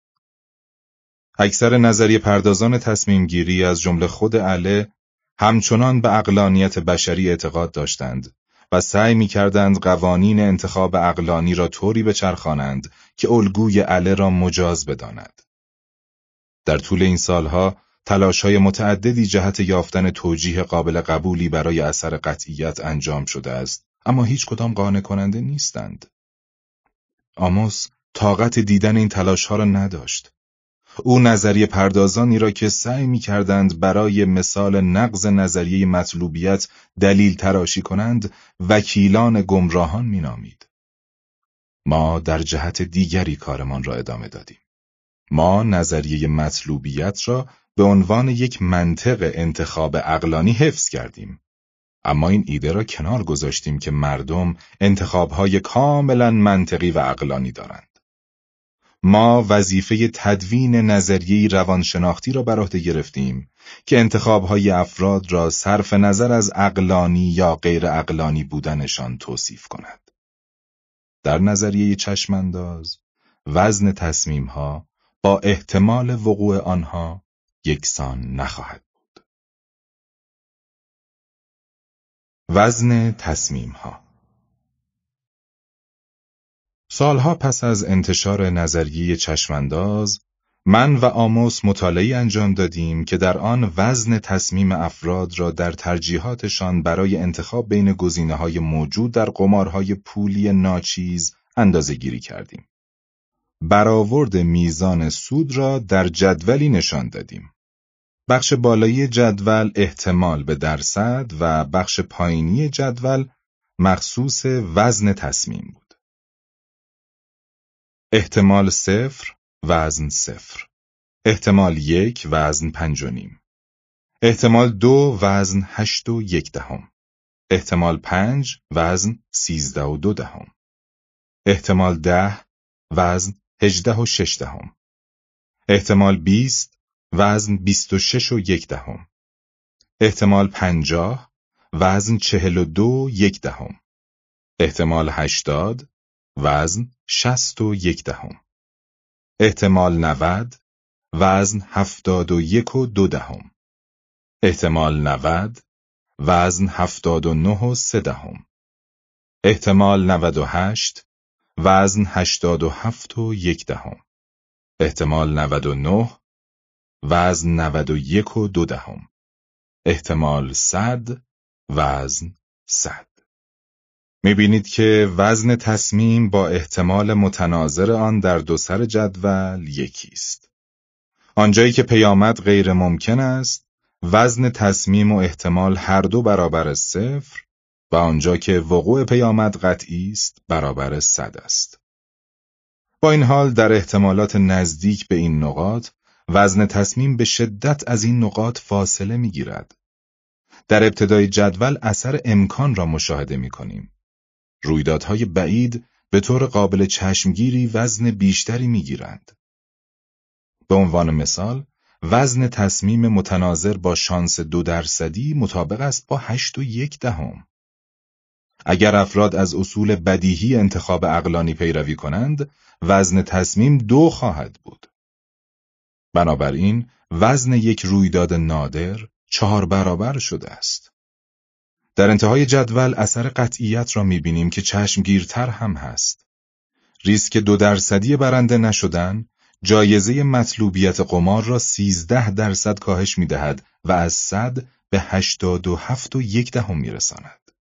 اکثر نظریه پردازان تصمیم گیری از جمله خود اله همچنان به عقلانیت بشری اعتقاد داشتند و سعی می‌کردند قوانین انتخاب عقلانی را طوری بچرخانند که الگوی اله را مجاز بداند. در طول این سالها تلاش‌های متعددی جهت یافتن توجیه قابل قبولی برای اثر قطعیت انجام شده است، اما هیچ کدام قانع کننده نیستند. آموس طاقت دیدن این تلاش‌ها را نداشت. او نظریه پردازانی را که سعی می‌کردند برای مثال نقض نظریه مطلوبیت دلیل تراشی کنند، وکیلان گمراهان می‌نامید. ما در جهت دیگری کارمان را ادامه دادیم. ما نظریه مطلوبیت را به عنوان یک منطق انتخاب عقلانی حفظ کردیم. اما این ایده را کنار گذاشتیم که مردم انتخاب‌های کاملاً منطقی و عقلانی دارند. ما وظیفه تدوین نظریه روانشناختی را بر عهده گرفتیم که انتخاب‌های افراد را صرف نظر از عقلانی یا غیر عقلانی بودنشان توصیف کند. در نظریه چشمانداز، وزن تصمیم‌ها با احتمال وقوع آنها یکسان نخواهد بود. وزن تصمیم‌ها. سالها پس از انتشار نظریه چشمانداز، من و آموس مطالعه‌ای انجام دادیم که در آن وزن تصمیم افراد را در ترجیحاتشان برای انتخاب بین گزینه‌های موجود در قمارهای پولی ناچیز اندازه‌گیری کردیم. برآورد میزان سود را در جدولی نشان دادیم. بخش بالایی جدول احتمال به درصد و بخش پایینی جدول مخصوص وزن تصمیم بود. احتمال 0 وزن 0، احتمال 1 وزن 5.5، احتمال 2 وزن 8 و 1/10. احتمال 5 وزن 13 و 2/10. احتمال 10 وزن 18 و 6/10. احتمال 20 وزن 26 و 1/10. احتمال 50 وزن 42 و 1/10. احتمال 80 وزن 60 و 1/10. احتمال 90 وزن 71 و 2/10. احتمال 90 وزن 79 و 3/10. احتمال 98 وزن 87 و 1/10. احتمال 99 وزن 91 و 2/10. احتمال 100 وزن 100. می‌بینید که وزن تصمیم با احتمال متناظر آن در دو سر جدول یکی است. آنجایی که پیامد غیر ممکن است، وزن تصمیم و احتمال هر دو برابر 0 و آنجا که وقوع پیامد قطعی است برابر 100 است. با این حال در احتمالات نزدیک به این نقاط، وزن تصمیم به شدت از این نقاط فاصله می‌گیرد. در ابتدای جدول اثر امکان را مشاهده می‌کنیم. رویدادهای بعید به طور قابل چشمگیری وزن بیشتری می‌گیرند. به عنوان مثال، وزن تصمیم متناظر با شانس 2% مطابق است با 8 و 1/10. اگر افراد از اصول بدیهی انتخاب عقلانی پیروی کنند، وزن تصمیم 2 خواهد بود. بنابراین وزن یک رویداد نادر 4 برابر شده است. در انتهای جدول اثر قطعیت را می‌بینیم که چشمگیرتر هم هست. ریسک 2% برنده نشدن، جایزه مطلوبیت قمار را 13% کاهش می‌دهد و از 100 به 87 و 1/10 می‌رساند.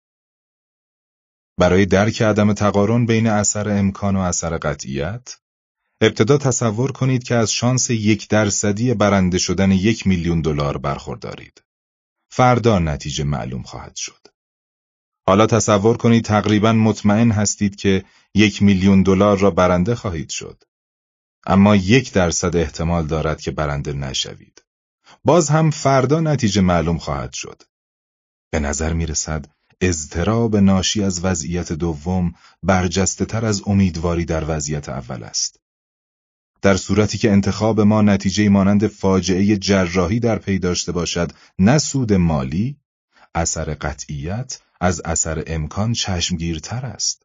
برای درک عدم تقارن بین اثر امکان و اثر قطعیت، ابتدا تصور کنید که از شانس 1% برنده شدن $1,000,000 برخوردارید. فردا نتیجه معلوم خواهد شد. حالا تصور کنید تقریباً مطمئن هستید که $1,000,000 را برنده خواهید شد. اما 1% احتمال دارد که برنده نشوید. باز هم فردا نتیجه معلوم خواهد شد. به نظر می رسد اضطراب ناشی از وضعیت دوم برجسته تر از امیدواری در وضعیت اول است. در صورتی که انتخاب ما نتیجه مانند فاجعه جراحی در پی داشته باشد، نه سود مالی، اثر قطعیت از اثر امکان چشمگیرتر است.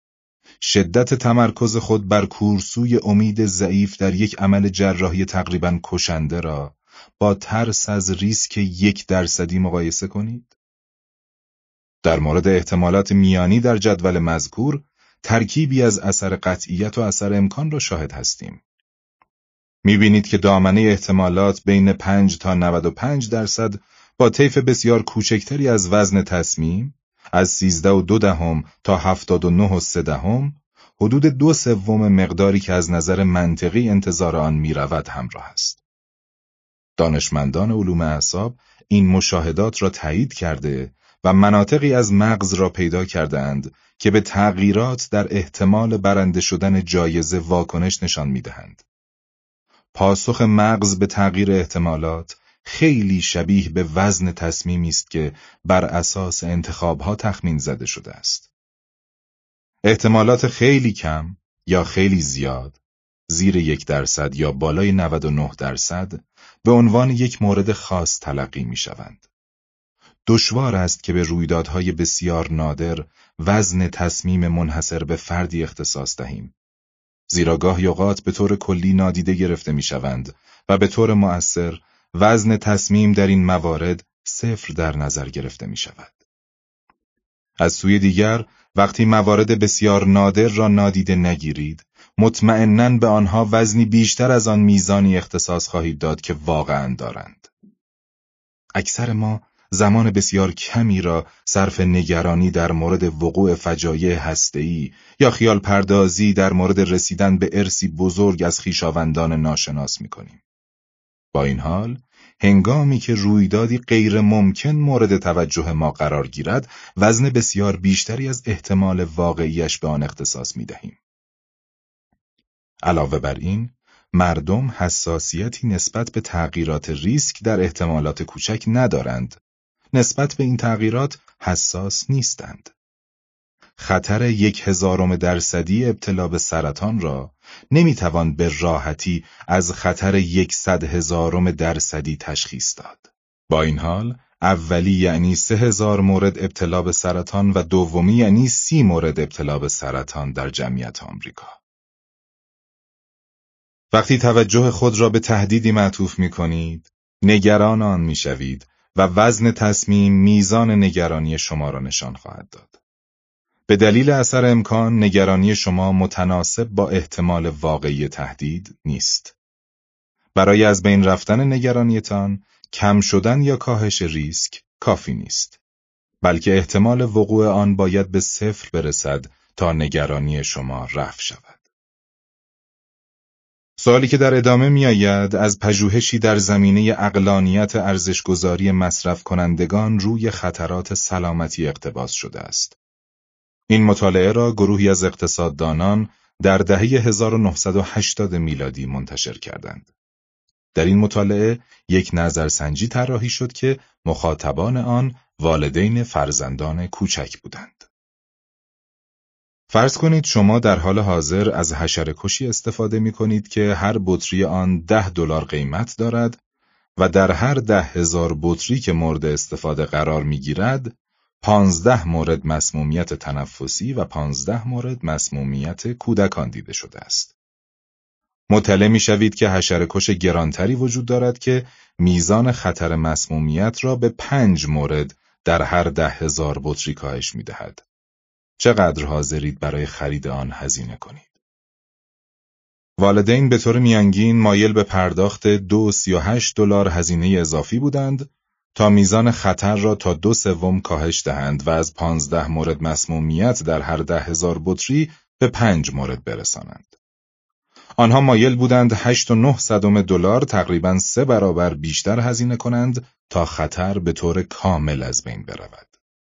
شدت تمرکز خود بر کورسوی امید ضعیف در یک عمل جراحی تقریباً کشنده را با ترس از ریسک 1% مقایسه کنید. در مورد احتمالات میانی در جدول مذکور، ترکیبی از اثر قطعیت و اثر امکان را شاهد هستیم. می‌بینید که دامنه احتمالات بین 5 تا 95% با طیف بسیار کوچکتری از وزن تصمیم، از 13.2 تا 79.3 حدود 2/3 مقداری که از نظر منطقی انتظار آن می‌رود همراه است. دانشمندان علوم اعصاب این مشاهدات را تایید کرده و مناطقی از مغز را پیدا کردند که به تغییرات در احتمال برنده شدن جایزه واکنش نشان می‌دهند. پاسخ مغز به تغییر احتمالات خیلی شبیه به وزن تصمیمی است که بر اساس انتخاب‌ها تخمین زده شده است. احتمالات خیلی کم یا خیلی زیاد، زیر 1% یا بالای 99% به عنوان یک مورد خاص تلقی می‌شوند. دشوار است که به رویدادهای بسیار نادر وزن تصمیم منحصر به فردی اختصاص دهیم. زیرا گاهی اوقات به طور کلی نادیده گرفته می‌شوند و به طور مؤثر وزن تصمیم در این موارد 0 در نظر گرفته می‌شود. از سوی دیگر، وقتی موارد بسیار نادر را نادیده نگیرید، مطمئناً به آنها وزنی بیشتر از آن میزانی اختصاص خواهید داد که واقعاً دارند. اکثر ما زمان بسیار کمی را صرف نگرانی در مورد وقوع فجایع هسته‌ای یا خیال پردازی در مورد رسیدن به ارثی بزرگ از خویشاوندان ناشناس می‌کنیم. با این حال، هنگامی که رویدادی غیر ممکن مورد توجه ما قرار گیرد، وزن بسیار بیشتری از احتمال واقعیش به آن اختصاص می‌دهیم. علاوه بر این، مردم حساسیتی نسبت به تغییرات ریسک در احتمالات کوچک ندارند. نسبت به این تغییرات حساس نیستند. خطر 0.01% ابتلا به سرطان را نمیتوان به راحتی از خطر 100,000% تشخیص داد. با این حال، اولی یعنی 3000 مورد ابتلا به سرطان و دومی یعنی 30 مورد ابتلا به سرطان در جمعیت آمریکا. وقتی توجه خود را به تهدیدی معطوف می کنید، نگران آن می شوید و وزن تصمیم میزان نگرانی شما را نشان خواهد داد. به دلیل اثر امکان، نگرانی شما متناسب با احتمال واقعی تهدید نیست. برای از بین رفتن نگرانیتان، کم شدن یا کاهش ریسک کافی نیست، بلکه احتمال وقوع آن باید به 0 برسد تا نگرانی شما رفع شود. سوالی که در ادامه می آید از پژوهشی در زمینه عقلانیت ارزشگذاری مصرف کنندگان روی خطرات سلامتی اقتباس شده است. این مطالعه را گروهی از اقتصاددانان در دهه 1980 میلادی منتشر کردند. در این مطالعه یک نظرسنجی طراحی شد که مخاطبان آن والدین فرزندان کوچک بودند. فرض کنید شما در حال حاضر از حشره‌کشی استفاده می کنید که هر بطری آن $10 قیمت دارد و در هر 10,000 بطری که مورد استفاده قرار می گیرد، 15 مورد مسمومیت تنفسی و 15 مورد مسمومیت کودکان دیده شده است. مطلع می شوید که حشره‌کش گرانتری وجود دارد که میزان خطر مسمومیت را به 5 مورد در هر 10,000 بطری کاهش می دهد. چقدر حاضرید برای خرید آن هزینه کنید؟ والدین به طور میانگین مایل به پرداخت $2.38 هزینه اضافی بودند تا میزان خطر را تا 2/3 کاهش دهند و از 15 مورد مسمومیت در هر 10,000 بطری به 5 مورد برسانند. آنها مایل بودند $8.9 تقریباً 3 برابر بیشتر هزینه کنند تا خطر به طور کامل از بین برود.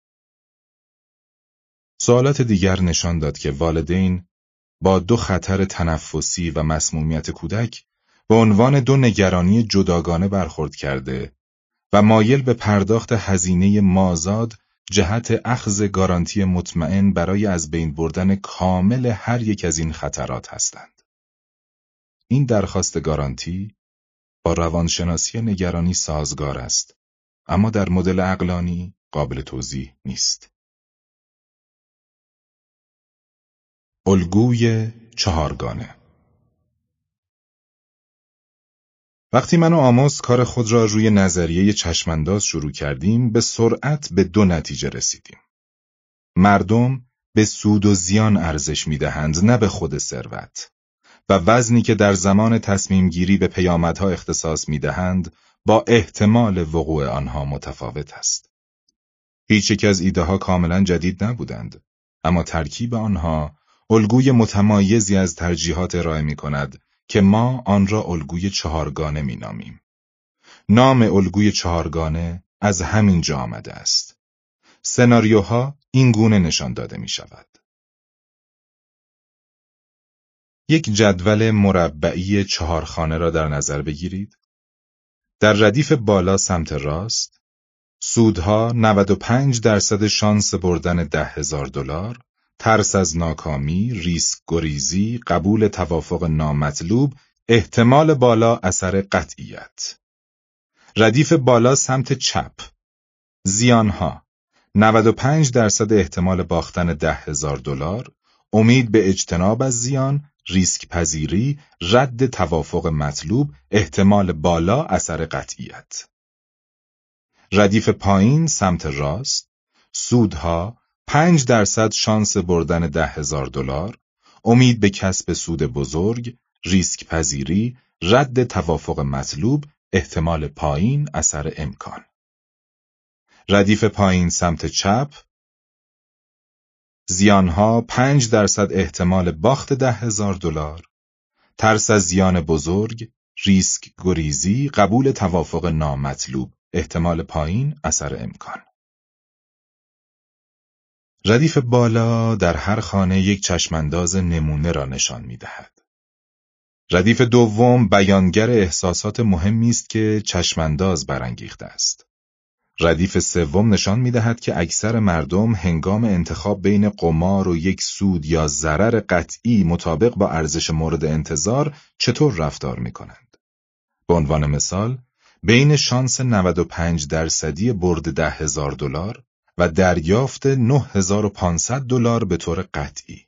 سوالات دیگر نشان داد که والدین با 2 خطر تنفسی و مسمومیت کودک به عنوان 2 نگرانی جداگانه برخورد کرده و مایل به پرداخت هزینه مازاد جهت اخذ گارانتی مطمئن برای از بین بردن کامل هر یک از این خطرات هستند. این درخواست گارانتی با روانشناسی نگرانی سازگار است، اما در مدل عقلانی قابل توضیح نیست. الگوی 4گانه. وقتی من و آموس کار خود را روی نظریه چشمانداز شروع کردیم، به سرعت به 2 نتیجه رسیدیم. مردم به سود و زیان ارزش می‌دهند، نه به خود ثروت. و وزنی که در زمان تصمیم گیری به پیامدها اختصاص می‌دهند، با احتمال وقوع آنها متفاوت است. هیچ یک از ایده‌ها کاملاً جدید نبودند، اما ترکیب آنها الگوی متمایزی از ترجیحات ارائه می‌کند که ما آن را الگوی 4گانه می‌نامیم. نام الگوی 4گانه از همین جا آمده است. سناریوها این گونه نشان داده می‌شود. یک جدول مربعی 4 خانه را در نظر بگیرید. در ردیف بالا سمت راست، سودها 95% شانس بردن $10,000، ترس از ناکامی، ریسک گریزی، قبول توافق نامطلوب، احتمال بالا اثر قطعیت. ردیف بالا سمت چپ، زیانها 95% احتمال باختن $10,000، امید به اجتناب از زیان، ریسک پذیری، رد توافق مطلوب، احتمال بالا اثر قطعیت. ردیف پایین سمت راست، سودها 5% شانس بردن $10,000، امید به کسب سود بزرگ، ریسک پذیری، رد توافق مطلوب، احتمال پایین اثر امکان. ردیف پایین سمت چپ، زیانها 5% احتمال باخت $10,000، ترس از زیان بزرگ، ریسک گریزی، قبول توافق نامطلوب، احتمال پایین اثر امکان. ردیف بالا در هر خانه یک چشمانداز نمونه را نشان می‌دهد. ردیف دوم بیانگر احساسات مهمی است که چشمانداز برانگیخته است. ردیف سوم نشان می‌دهد که اکثر مردم هنگام انتخاب بین قمار و یک سود یا ضرر قطعی مطابق با ارزش مورد انتظار چطور رفتار می‌کنند. به عنوان مثال، بین شانس 95% برد $10,000 و دریافت $9,500 به طور قطعی.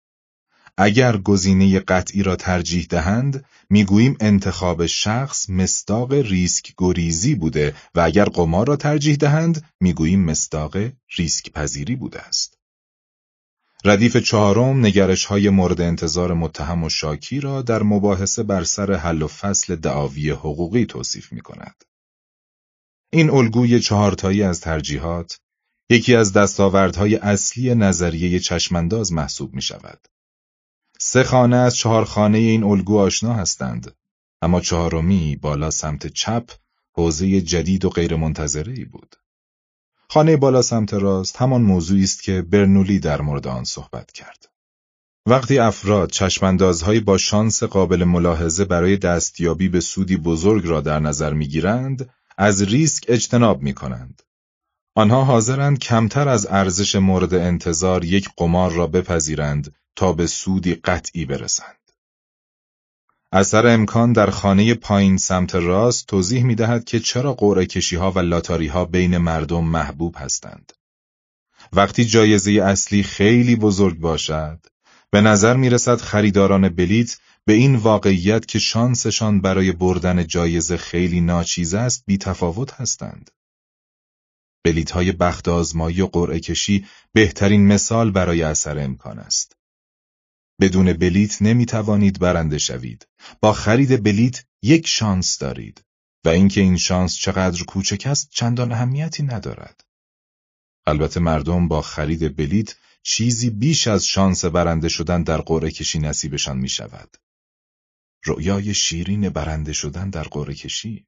اگر گزینه قطعی را ترجیح دهند، میگوییم انتخاب شخص مصداق ریسک گریزی بوده و اگر قمار را ترجیح دهند، میگوییم مصداق ریسک پذیری بوده است. ردیف چهارم نگرش‌های مورد انتظار متهم و شاکی را در مباحثه بر سر حل و فصل دعاوی حقوقی توصیف می‌کند. این الگوی چهارتایی از ترجیحات، یکی از دستاوردهای اصلی نظریه چشمانداز محسوب می‌شود. 3 خانه از 4 خانه این الگو آشنا هستند، اما چهارمی بالا سمت چپ حوزه جدید و غیرمنتظره‌ای بود. خانه بالا سمت راست همان موضوعی است که برنولی در مورد آن صحبت کرد. وقتی افراد چشماندازهای با شانس قابل ملاحظه برای دستیابی به سودی بزرگ را در نظر می‌گیرند، از ریسک اجتناب می‌کنند. آنها حاضرند کمتر از ارزش مورد انتظار یک قمار را بپذیرند تا به سودی قطعی برسند. اثر امکان در خانه پایین سمت راست توضیح می‌دهد که چرا قرعه کشی‌ها و لاتاری‌ها بین مردم محبوب هستند. وقتی جایزه اصلی خیلی بزرگ باشد، به نظر می‌رسد خریداران بلیت به این واقعیت که شانسشان برای بردن جایزه خیلی ناچیز است بی‌تفاوت هستند. بلیت‌های بخت آزمایی و قرعه کشی بهترین مثال برای اثر امکان است. بدون بلیت نمی‌توانید برنده شوید. با خرید بلیت یک شانس دارید و اینکه این شانس چقدر کوچک است چندان اهمیتی ندارد. البته مردم با خرید بلیت چیزی بیش از شانس برنده شدن در قرعه کشی نصیبشان می‌شود. رؤیای شیرین برنده شدن در قرعه کشی.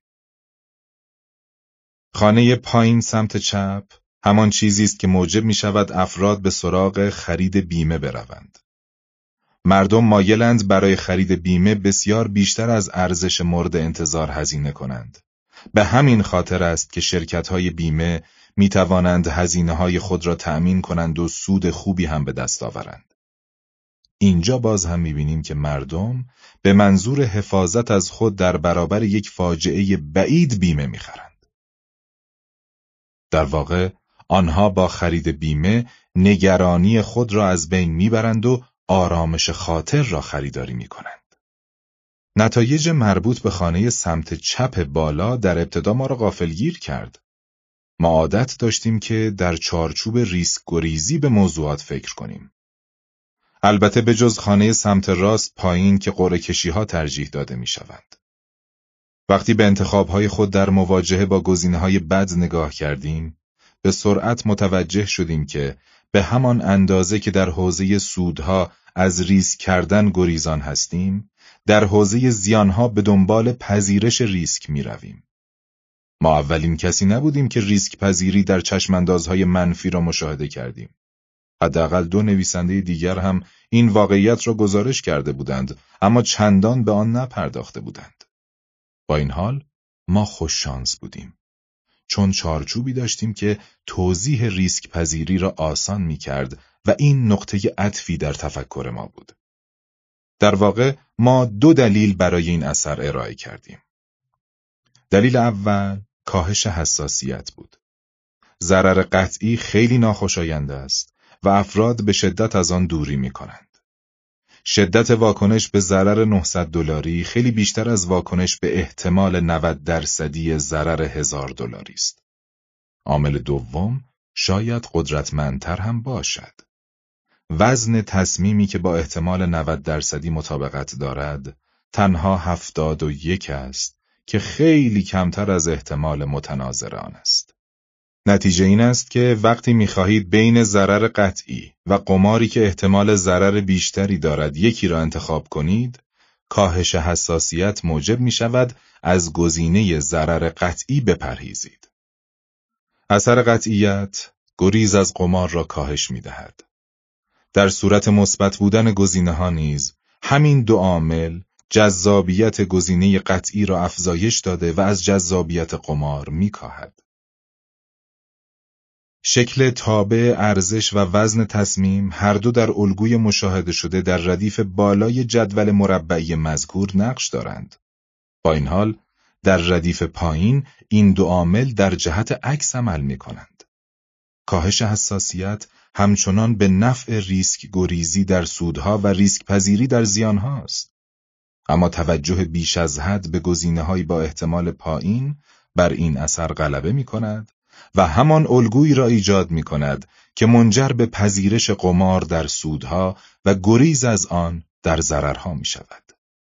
خانه پایین سمت چپ همان چیزی است که موجب می‌شود افراد به سراغ خرید بیمه بروند. مردم مایلند برای خرید بیمه بسیار بیشتر از ارزش مورد انتظار هزینه کنند. به همین خاطر است که شرکت‌های بیمه می‌توانند هزینه‌های خود را تأمین کنند و سود خوبی هم به دست آورند. اینجا باز هم می‌بینیم که مردم به منظور حفاظت از خود در برابر یک فاجعه بعید بیمه می‌خرند. در واقع آنها با خرید بیمه نگرانی خود را از بین می‌برند و آرامش خاطر را خریداری می‌کنند. نتایج مربوط به خانه سمت چپ بالا در ابتدا ما را غافلگیر کرد. ما عادت داشتیم که در چارچوب ریسک گریزی به موضوعات فکر کنیم. البته به جز خانه سمت راست پایین که قرعه کشی‌ها ترجیح داده می‌شوند. وقتی به انتخاب‌های خود در مواجهه با گزینه‌های بد نگاه کردیم، به سرعت متوجه شدیم که به همان اندازه که در حوزه سودها از ریسک کردن گریزان هستیم، در حوزه زیانها به دنبال پذیرش ریسک می رویم. ما اولین کسی نبودیم که ریسک پذیری در چشماندازهای منفی را مشاهده کردیم. حداقل 2 نویسنده دیگر هم این واقعیت را گزارش کرده بودند، اما چندان به آن نپرداخته بودند. با این حال ما خوش شانس بودیم، چون چارچوبی داشتیم که توضیح ریسک پذیری را آسان می کرد و این نقطه عطفی در تفکر ما بود. در واقع ما 2 دلیل برای این اثر ارائه کردیم. دلیل اول کاهش حساسیت بود. ضرر قطعی خیلی ناخوشایند است و افراد به شدت از آن دوری می کنند. شدت واکنش به ضرر $900 خیلی بیشتر از واکنش به احتمال 90% ضرر $1000 است. عامل دوم شاید قدرتمندتر هم باشد. وزن تصمیمی که با احتمال 90% مطابقت دارد تنها 71 است که خیلی کمتر از احتمال متناظر آن است. نتیجه این است که وقتی می‌خواهید بین ضرر قطعی و قماری که احتمال ضرر بیشتری دارد یکی را انتخاب کنید، کاهش حساسیت موجب می‌شود از گزینه ضرر قطعی بپرهیزید. اثر قطعیت گریز از قمار را کاهش می‌دهد. در صورت مثبت بودن گزینه‌ها نیز همین 2 عامل جذابیت گزینه قطعی را افزایش داده و از جذابیت قمار می‌کاهد. شکل تابع، ارزش و وزن تصمیم هر دو در الگوی مشاهده شده در ردیف بالای جدول مربعی مذکور نقش دارند. با این حال، در ردیف پایین این دو عامل در جهت عکس عمل می‌کنند. کاهش حساسیت همچنان به نفع ریسک گریزی در سودها و ریسک پذیری در زیانها است. اما توجه بیش از حد به گزینه‌های با احتمال پایین بر این اثر غلبه می‌کند و همان الگویی را ایجاد می‌کند که منجر به پذیرش قمار در سودها و گریز از آن در ضررها می‌شود.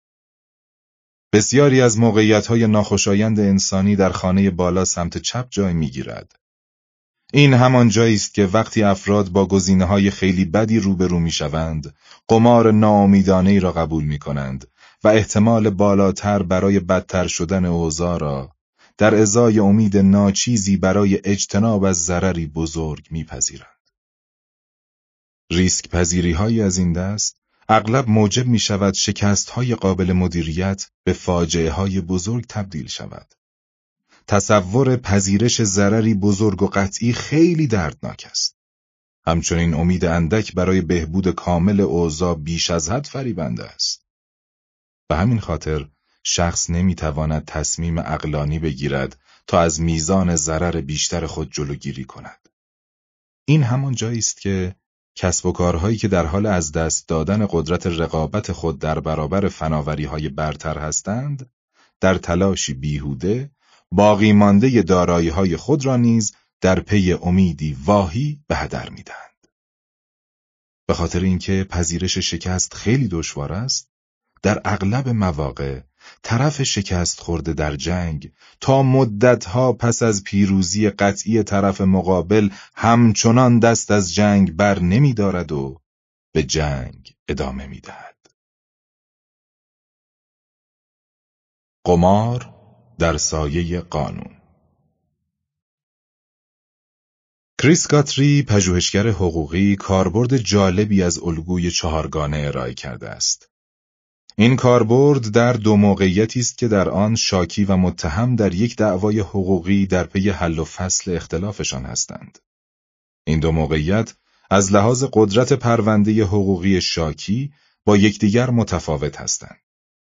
بسیاری از موقعیت‌های ناخوشایند انسانی در خانه بالا سمت چپ جای می‌گیرد. این همان جایی است که وقتی افراد با گزینه‌های خیلی بدی روبرو می‌شوند، قمار ناامیدانه‌ای را قبول می‌کنند و احتمال بالاتر برای بدتر شدن اوضاع را در ازای امید ناچیزی برای اجتناب از ضرری بزرگ می‌پذیرند. ریسک پذیری‌هایی از این دست اغلب موجب می‌شود شکست‌های قابل مدیریت به فاجعه‌های بزرگ تبدیل شود. تصور پذیرش ضرری بزرگ و قطعی خیلی دردناک است. همچنین امید اندک برای بهبود کامل اوضاع بیش از حد فریبنده است. به همین خاطر شخص نمیتواند تصمیم عقلانی بگیرد تا از میزان ضرر بیشتر خود جلوگیری کند. این همان جایی است که کسب و کارهایی که در حال از دست دادن قدرت رقابت خود در برابر فناوری‌های برتر هستند، در تلاشی بیهوده باقی مانده دارایی‌های خود را نیز در پی امیدی واهی به هدر می‌دهند. به خاطر اینکه پذیرش شکست خیلی دشوار است، در اغلب مواقع طرف شکست خورده در جنگ تا مدتها پس از پیروزی قطعی طرف مقابل همچنان دست از جنگ بر نمی‌دارد و به جنگ ادامه می‌دهد. قمار در سایه قانون. کریس گاتری، پژوهشگر حقوقی، کاربرد جالبی از الگوی چهارگانه ارائه کرده است. این کاربرد در دو موقعیتی است که در آن شاکی و متهم در یک دعوای حقوقی در پی حل و فصل اختلافشان هستند. این دو موقعیت از لحاظ قدرت پرونده حقوقی شاکی با یکدیگر متفاوت هستند.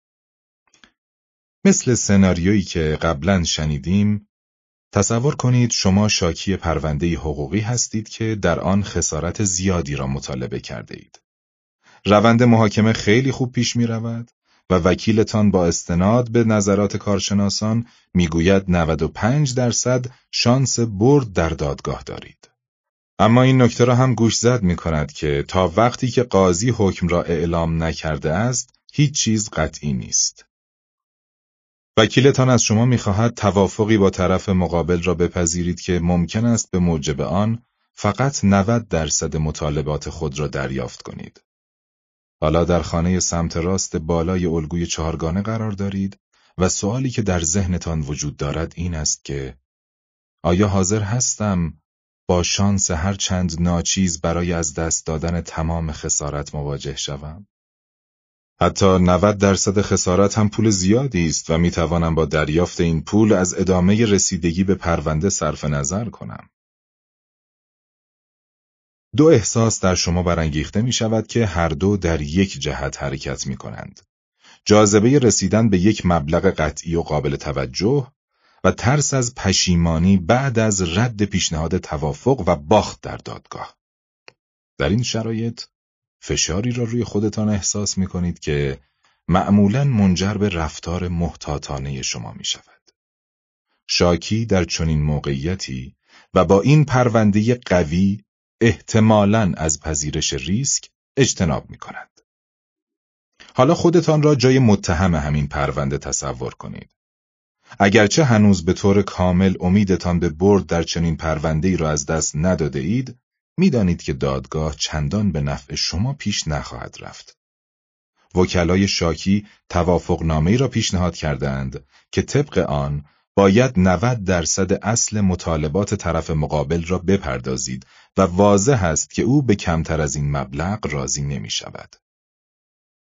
مثل سناریویی که قبلا شنیدیم، تصور کنید شما شاکی پرونده حقوقی هستید که در آن خسارت زیادی را مطالبه کرده اید. روند محاکمه خیلی خوب پیش می رود و وکیلتان با استناد به نظرات کارشناسان می گوید 95% شانس برد در دادگاه دارید. اما این نکته را هم گوشزد می کند که تا وقتی که قاضی حکم را اعلام نکرده است، هیچ چیز قطعی نیست. وکیلتان از شما می‌خواهد توافقی با طرف مقابل را بپذیرید که ممکن است به موجب آن فقط 90% مطالبات خود را دریافت کنید. حالا در خانه سمت راست بالای الگوی چهارگانه قرار دارید و سوالی که در ذهنتان وجود دارد این است که آیا حاضر هستم با شانس هر چند ناچیز برای از دست دادن تمام خسارت مواجه شوم؟ حتی 90% خسارت هم پول زیادی است و میتوانم با دریافت این پول از ادامه رسیدگی به پرونده صرف نظر کنم. دو احساس در شما برانگیخته می شود که هر دو در یک جهت حرکت می کنند. جاذبه رسیدن به یک مبلغ قطعی و قابل توجه و ترس از پشیمانی بعد از رد پیشنهاد توافق و باخت در دادگاه. در این شرایط فشاری را روی خودتان احساس می کنید که معمولاً منجر به رفتار محتاطانه شما می شود. شاکی در چنین موقعیتی و با این پرونده قوی احتمالاً از پذیرش ریسک اجتناب می کند. حالا خودتان را جای متهم همین پرونده تصور کنید. اگرچه هنوز به طور کامل امیدتان به برد در چنین پرونده‌ای را از دست نداده اید، می‌دانید که دادگاه چندان به نفع شما پیش نخواهد رفت. وکلای شاکی توافقنامه‌ای را پیشنهاد کردند که طبق آن باید 90% اصل مطالبات طرف مقابل را بپردازید و واضح است که او به کمتر از این مبلغ راضی نمی‌شود.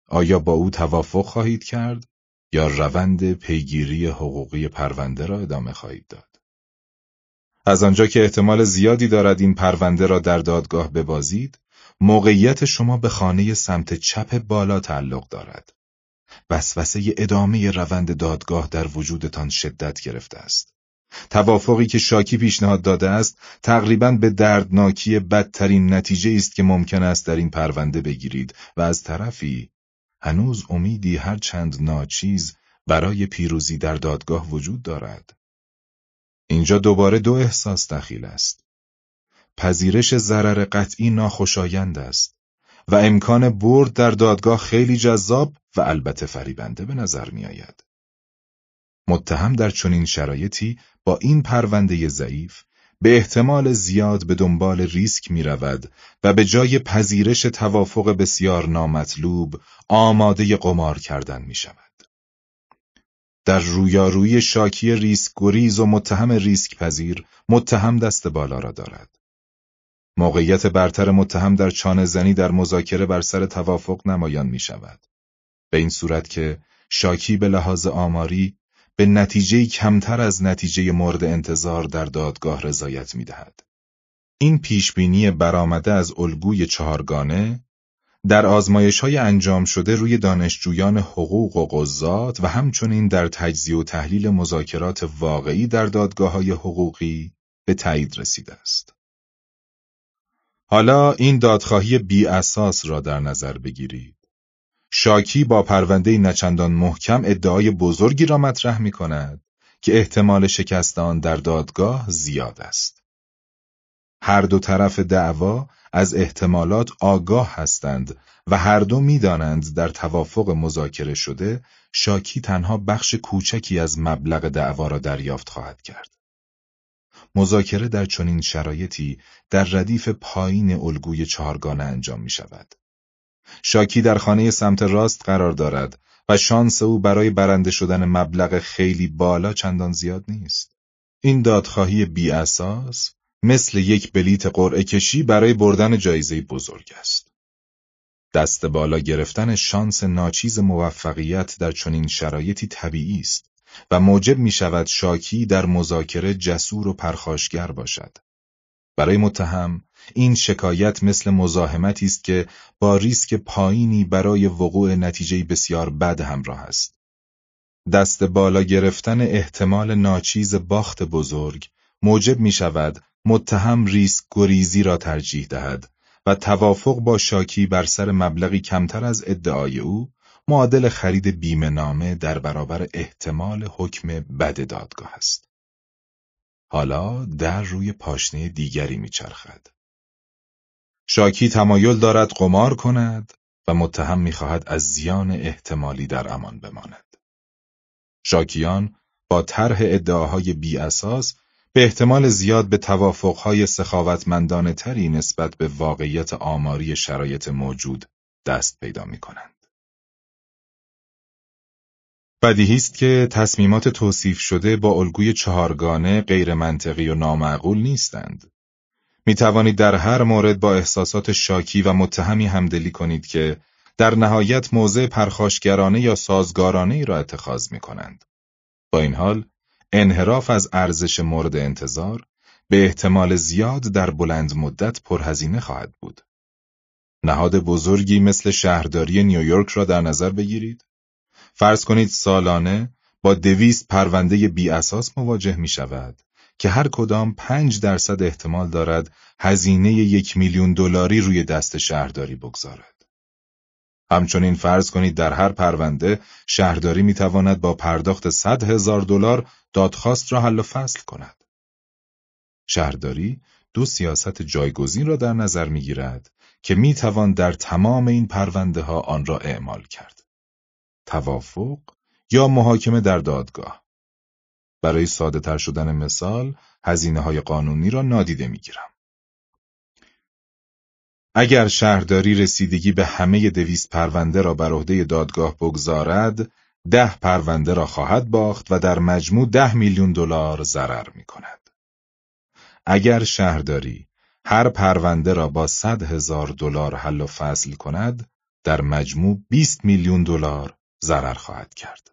آیا با او توافق خواهید کرد یا روند پیگیری حقوقی پرونده را ادامه خواهید داد؟ از آنجا که احتمال زیادی دارد این پرونده را در دادگاه ببازید، موقعیت شما به خانه سمت چپ بالا تعلق دارد. وسوسه ادامه روند دادگاه در وجودتان شدت گرفته است. توافقی که شاکی پیشنهاد داده است تقریباً به دردناکی بدترین نتیجه است که ممکن است در این پرونده بگیرید و از طرفی هنوز امیدی هر چند ناچیز برای پیروزی در دادگاه وجود دارد. اینجا دوباره دو احساس دخیل است. پذیرش ضرر قطعی ناخوشایند است و امکان برد در دادگاه خیلی جذاب و البته فریبنده به نظر می آید. متهم در چنین شرایطی با این پرونده ضعیف به احتمال زیاد به دنبال ریسک می رود و به جای پذیرش توافق بسیار نامطلوب آماده قمار کردن می شود. در رویارویی شاکی ریسک گریز و متهم ریسک پذیر، متهم دست بالا را دارد. موقعیت برتر متهم در چانه زنی در مذاکره بر سر توافق نمایان می شود. به این صورت که شاکی به لحاظ آماری به نتیجه کمتر از نتیجه مورد انتظار در دادگاه رضایت می دهد. این پیشبینی برآمده از الگوی چهارگانه در آزمایش‌های انجام شده روی دانشجویان حقوق و قضات و همچنین در تجزیه و تحلیل مذاکرات واقعی در دادگاه‌های حقوقی به تایید رسیده است. حالا این دادخواهی بی اساس را در نظر بگیرید. شاکی با پرونده نچندان محکم ادعای بزرگی را مطرح می کند که احتمال شکست آن در دادگاه زیاد است. هر دو طرف دعوا از احتمالات آگاه هستند و هر دو می دانند در توافق مذاکره شده شاکی تنها بخش کوچکی از مبلغ دعوا را دریافت خواهد کرد. مذاکره در چنین شرایطی در ردیف پایین الگوی چهارگانه انجام می شود. شاکی در خانه سمت راست قرار دارد و شانس او برای برنده شدن مبلغ خیلی بالا چندان زیاد نیست. این دادخواهی بی اساس مثل یک بلیت قرعه کشی برای بردن جایزه بزرگ است. دست بالا گرفتن شانس ناچیز موفقیت در چنین شرایطی طبیعی است و موجب می شود شاکی در مذاکره جسور و پرخاشگر باشد. برای متهم این شکایت مثل مزاحمتی است که با ریسک پایینی برای وقوع نتیجه بسیار بد همراه است. دست بالا گرفتن احتمال ناچیز باخت بزرگ موجب می شود متهم ریسک گریزی را ترجیح دهد و توافق با شاکی بر سر مبلغی کمتر از ادعای او معادل خرید بیمه نامه در برابر احتمال حکم بد دادگاه است. حالا در روی پاشنه دیگری میچرخد. شاکی تمایل دارد قمار کند و متهم میخواهد از زیان احتمالی در امان بماند. شاکیان با طرح ادعاهای بی اساس به احتمال زیاد به توافقهای سخاوتمندانه تری نسبت به واقعیت آماری شرایط موجود دست پیدا میکنند. بدیهی است که تصمیمات توصیف شده با الگوی چهارگانه غیر منطقی و نامعقول نیستند. می توانید در هر مورد با احساسات شاکی و متهمی همدلی کنید که در نهایت موضع پرخاشگرانه یا سازگارانه ای را اتخاذ می کنند. با این حال، انحراف از ارزش مورد انتظار به احتمال زیاد در بلند مدت پرهزینه خواهد بود. نهاد بزرگی مثل شهرداری نیویورک را در نظر بگیرید. فرض کنید سالانه با 200 پرونده بی اساس مواجه می شود که هر کدام 5% احتمال دارد هزینه $1,000,000 روی دست شهرداری بگذارد. همچنین فرض کنید در هر پرونده شهرداری می تواند با پرداخت $100,000 دادخواست را حل و فصل کند. شهرداری دو سیاست جایگزین را در نظر می گیرد که می توان در تمام این پرونده ها آن را اعمال کرد. توافق یا محاکمه در دادگاه. برای ساده تر شدن مثال، هزینه‌های قانونی را نادیده می‌گیرم. اگر شهرداری رسیدگی به همه 200 پرونده را بر عهده دادگاه بگذارد، 10 پرونده را خواهد باخت و در مجموع $10,000,000 ضرر می‌کند. اگر شهرداری هر پرونده را با $100,000 حل و فصل کند، در مجموع 20 میلیون دلار ضرر خواهد کرد.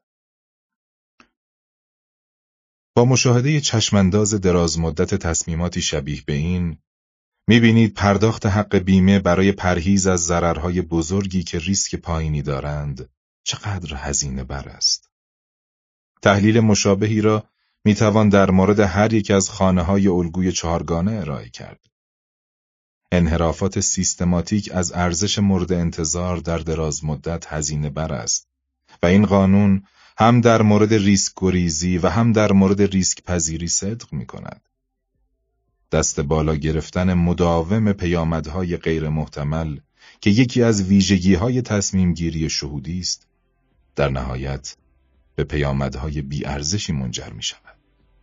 با مشاهده چشمانداز درازمدت تصمیماتی شبیه به این، می‌بینید پرداخت حق بیمه برای پرهیز از ضررهای بزرگی که ریسک پایینی دارند چقدر هزینه بر است. تحلیل مشابهی را میتوان در مورد هر یک از خانه‌های الگوی چهارگانه ارائه کرد. انحرافات سیستماتیک از ارزش مورد انتظار در دراز مدت هزینه بر است و این قانون هم در مورد ریسک گریزی و هم در مورد ریسک پذیری صدق می‌کند. دست بالا گرفتن مداوم پیامدهای غیر محتمل که یکی از ویژگی‌های تصمیم گیری شهودی است، در نهایت به پیامدهای بی‌ارزشی منجر می‌شود.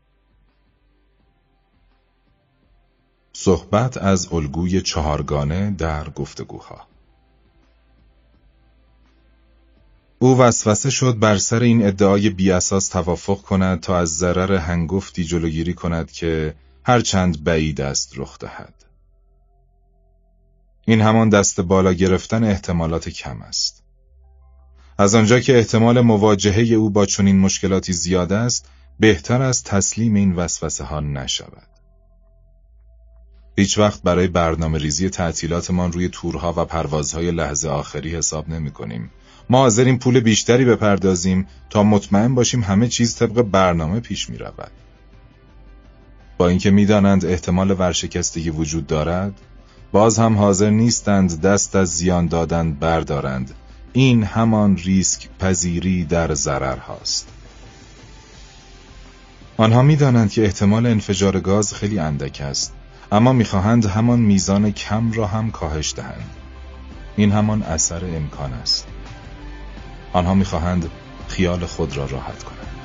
صحبت از الگوی چهارگانه در گفتگوها. او وسوسه شد بر سر این ادعای بی‌اساس توافق کند تا از ضرر هنگفتی جلوگیری کند که هرچند بعید است رخ دهد. این همان دست بالا گرفتن احتمالات کم است. از آنجا که احتمال مواجهه او با چنین مشکلاتی زیاد است، بهتر است تسلیم این وسوسه ها نشود. هیچ وقت برای برنامه‌ریزی تعطیلاتمان روی تورها و پروازهای لحظه آخری حساب نمی‌کنیم. ما حاضریم پول بیشتری بپردازیم تا مطمئن باشیم همه چیز طبق برنامه پیش می‌رود. با اینکه می‌دانند احتمال ورشکستگی وجود دارد، باز هم حاضر نیستند دست از زیان دادن بردارند. این همان ریسک پذیری در ضرر هاست. آنها می‌دانند که احتمال انفجار گاز خیلی اندک است، اما می‌خواهند همان میزان کم را هم کاهش دهند. این همان اثر امکان است. آنها می‌خواهند خیال خود را راحت کنند.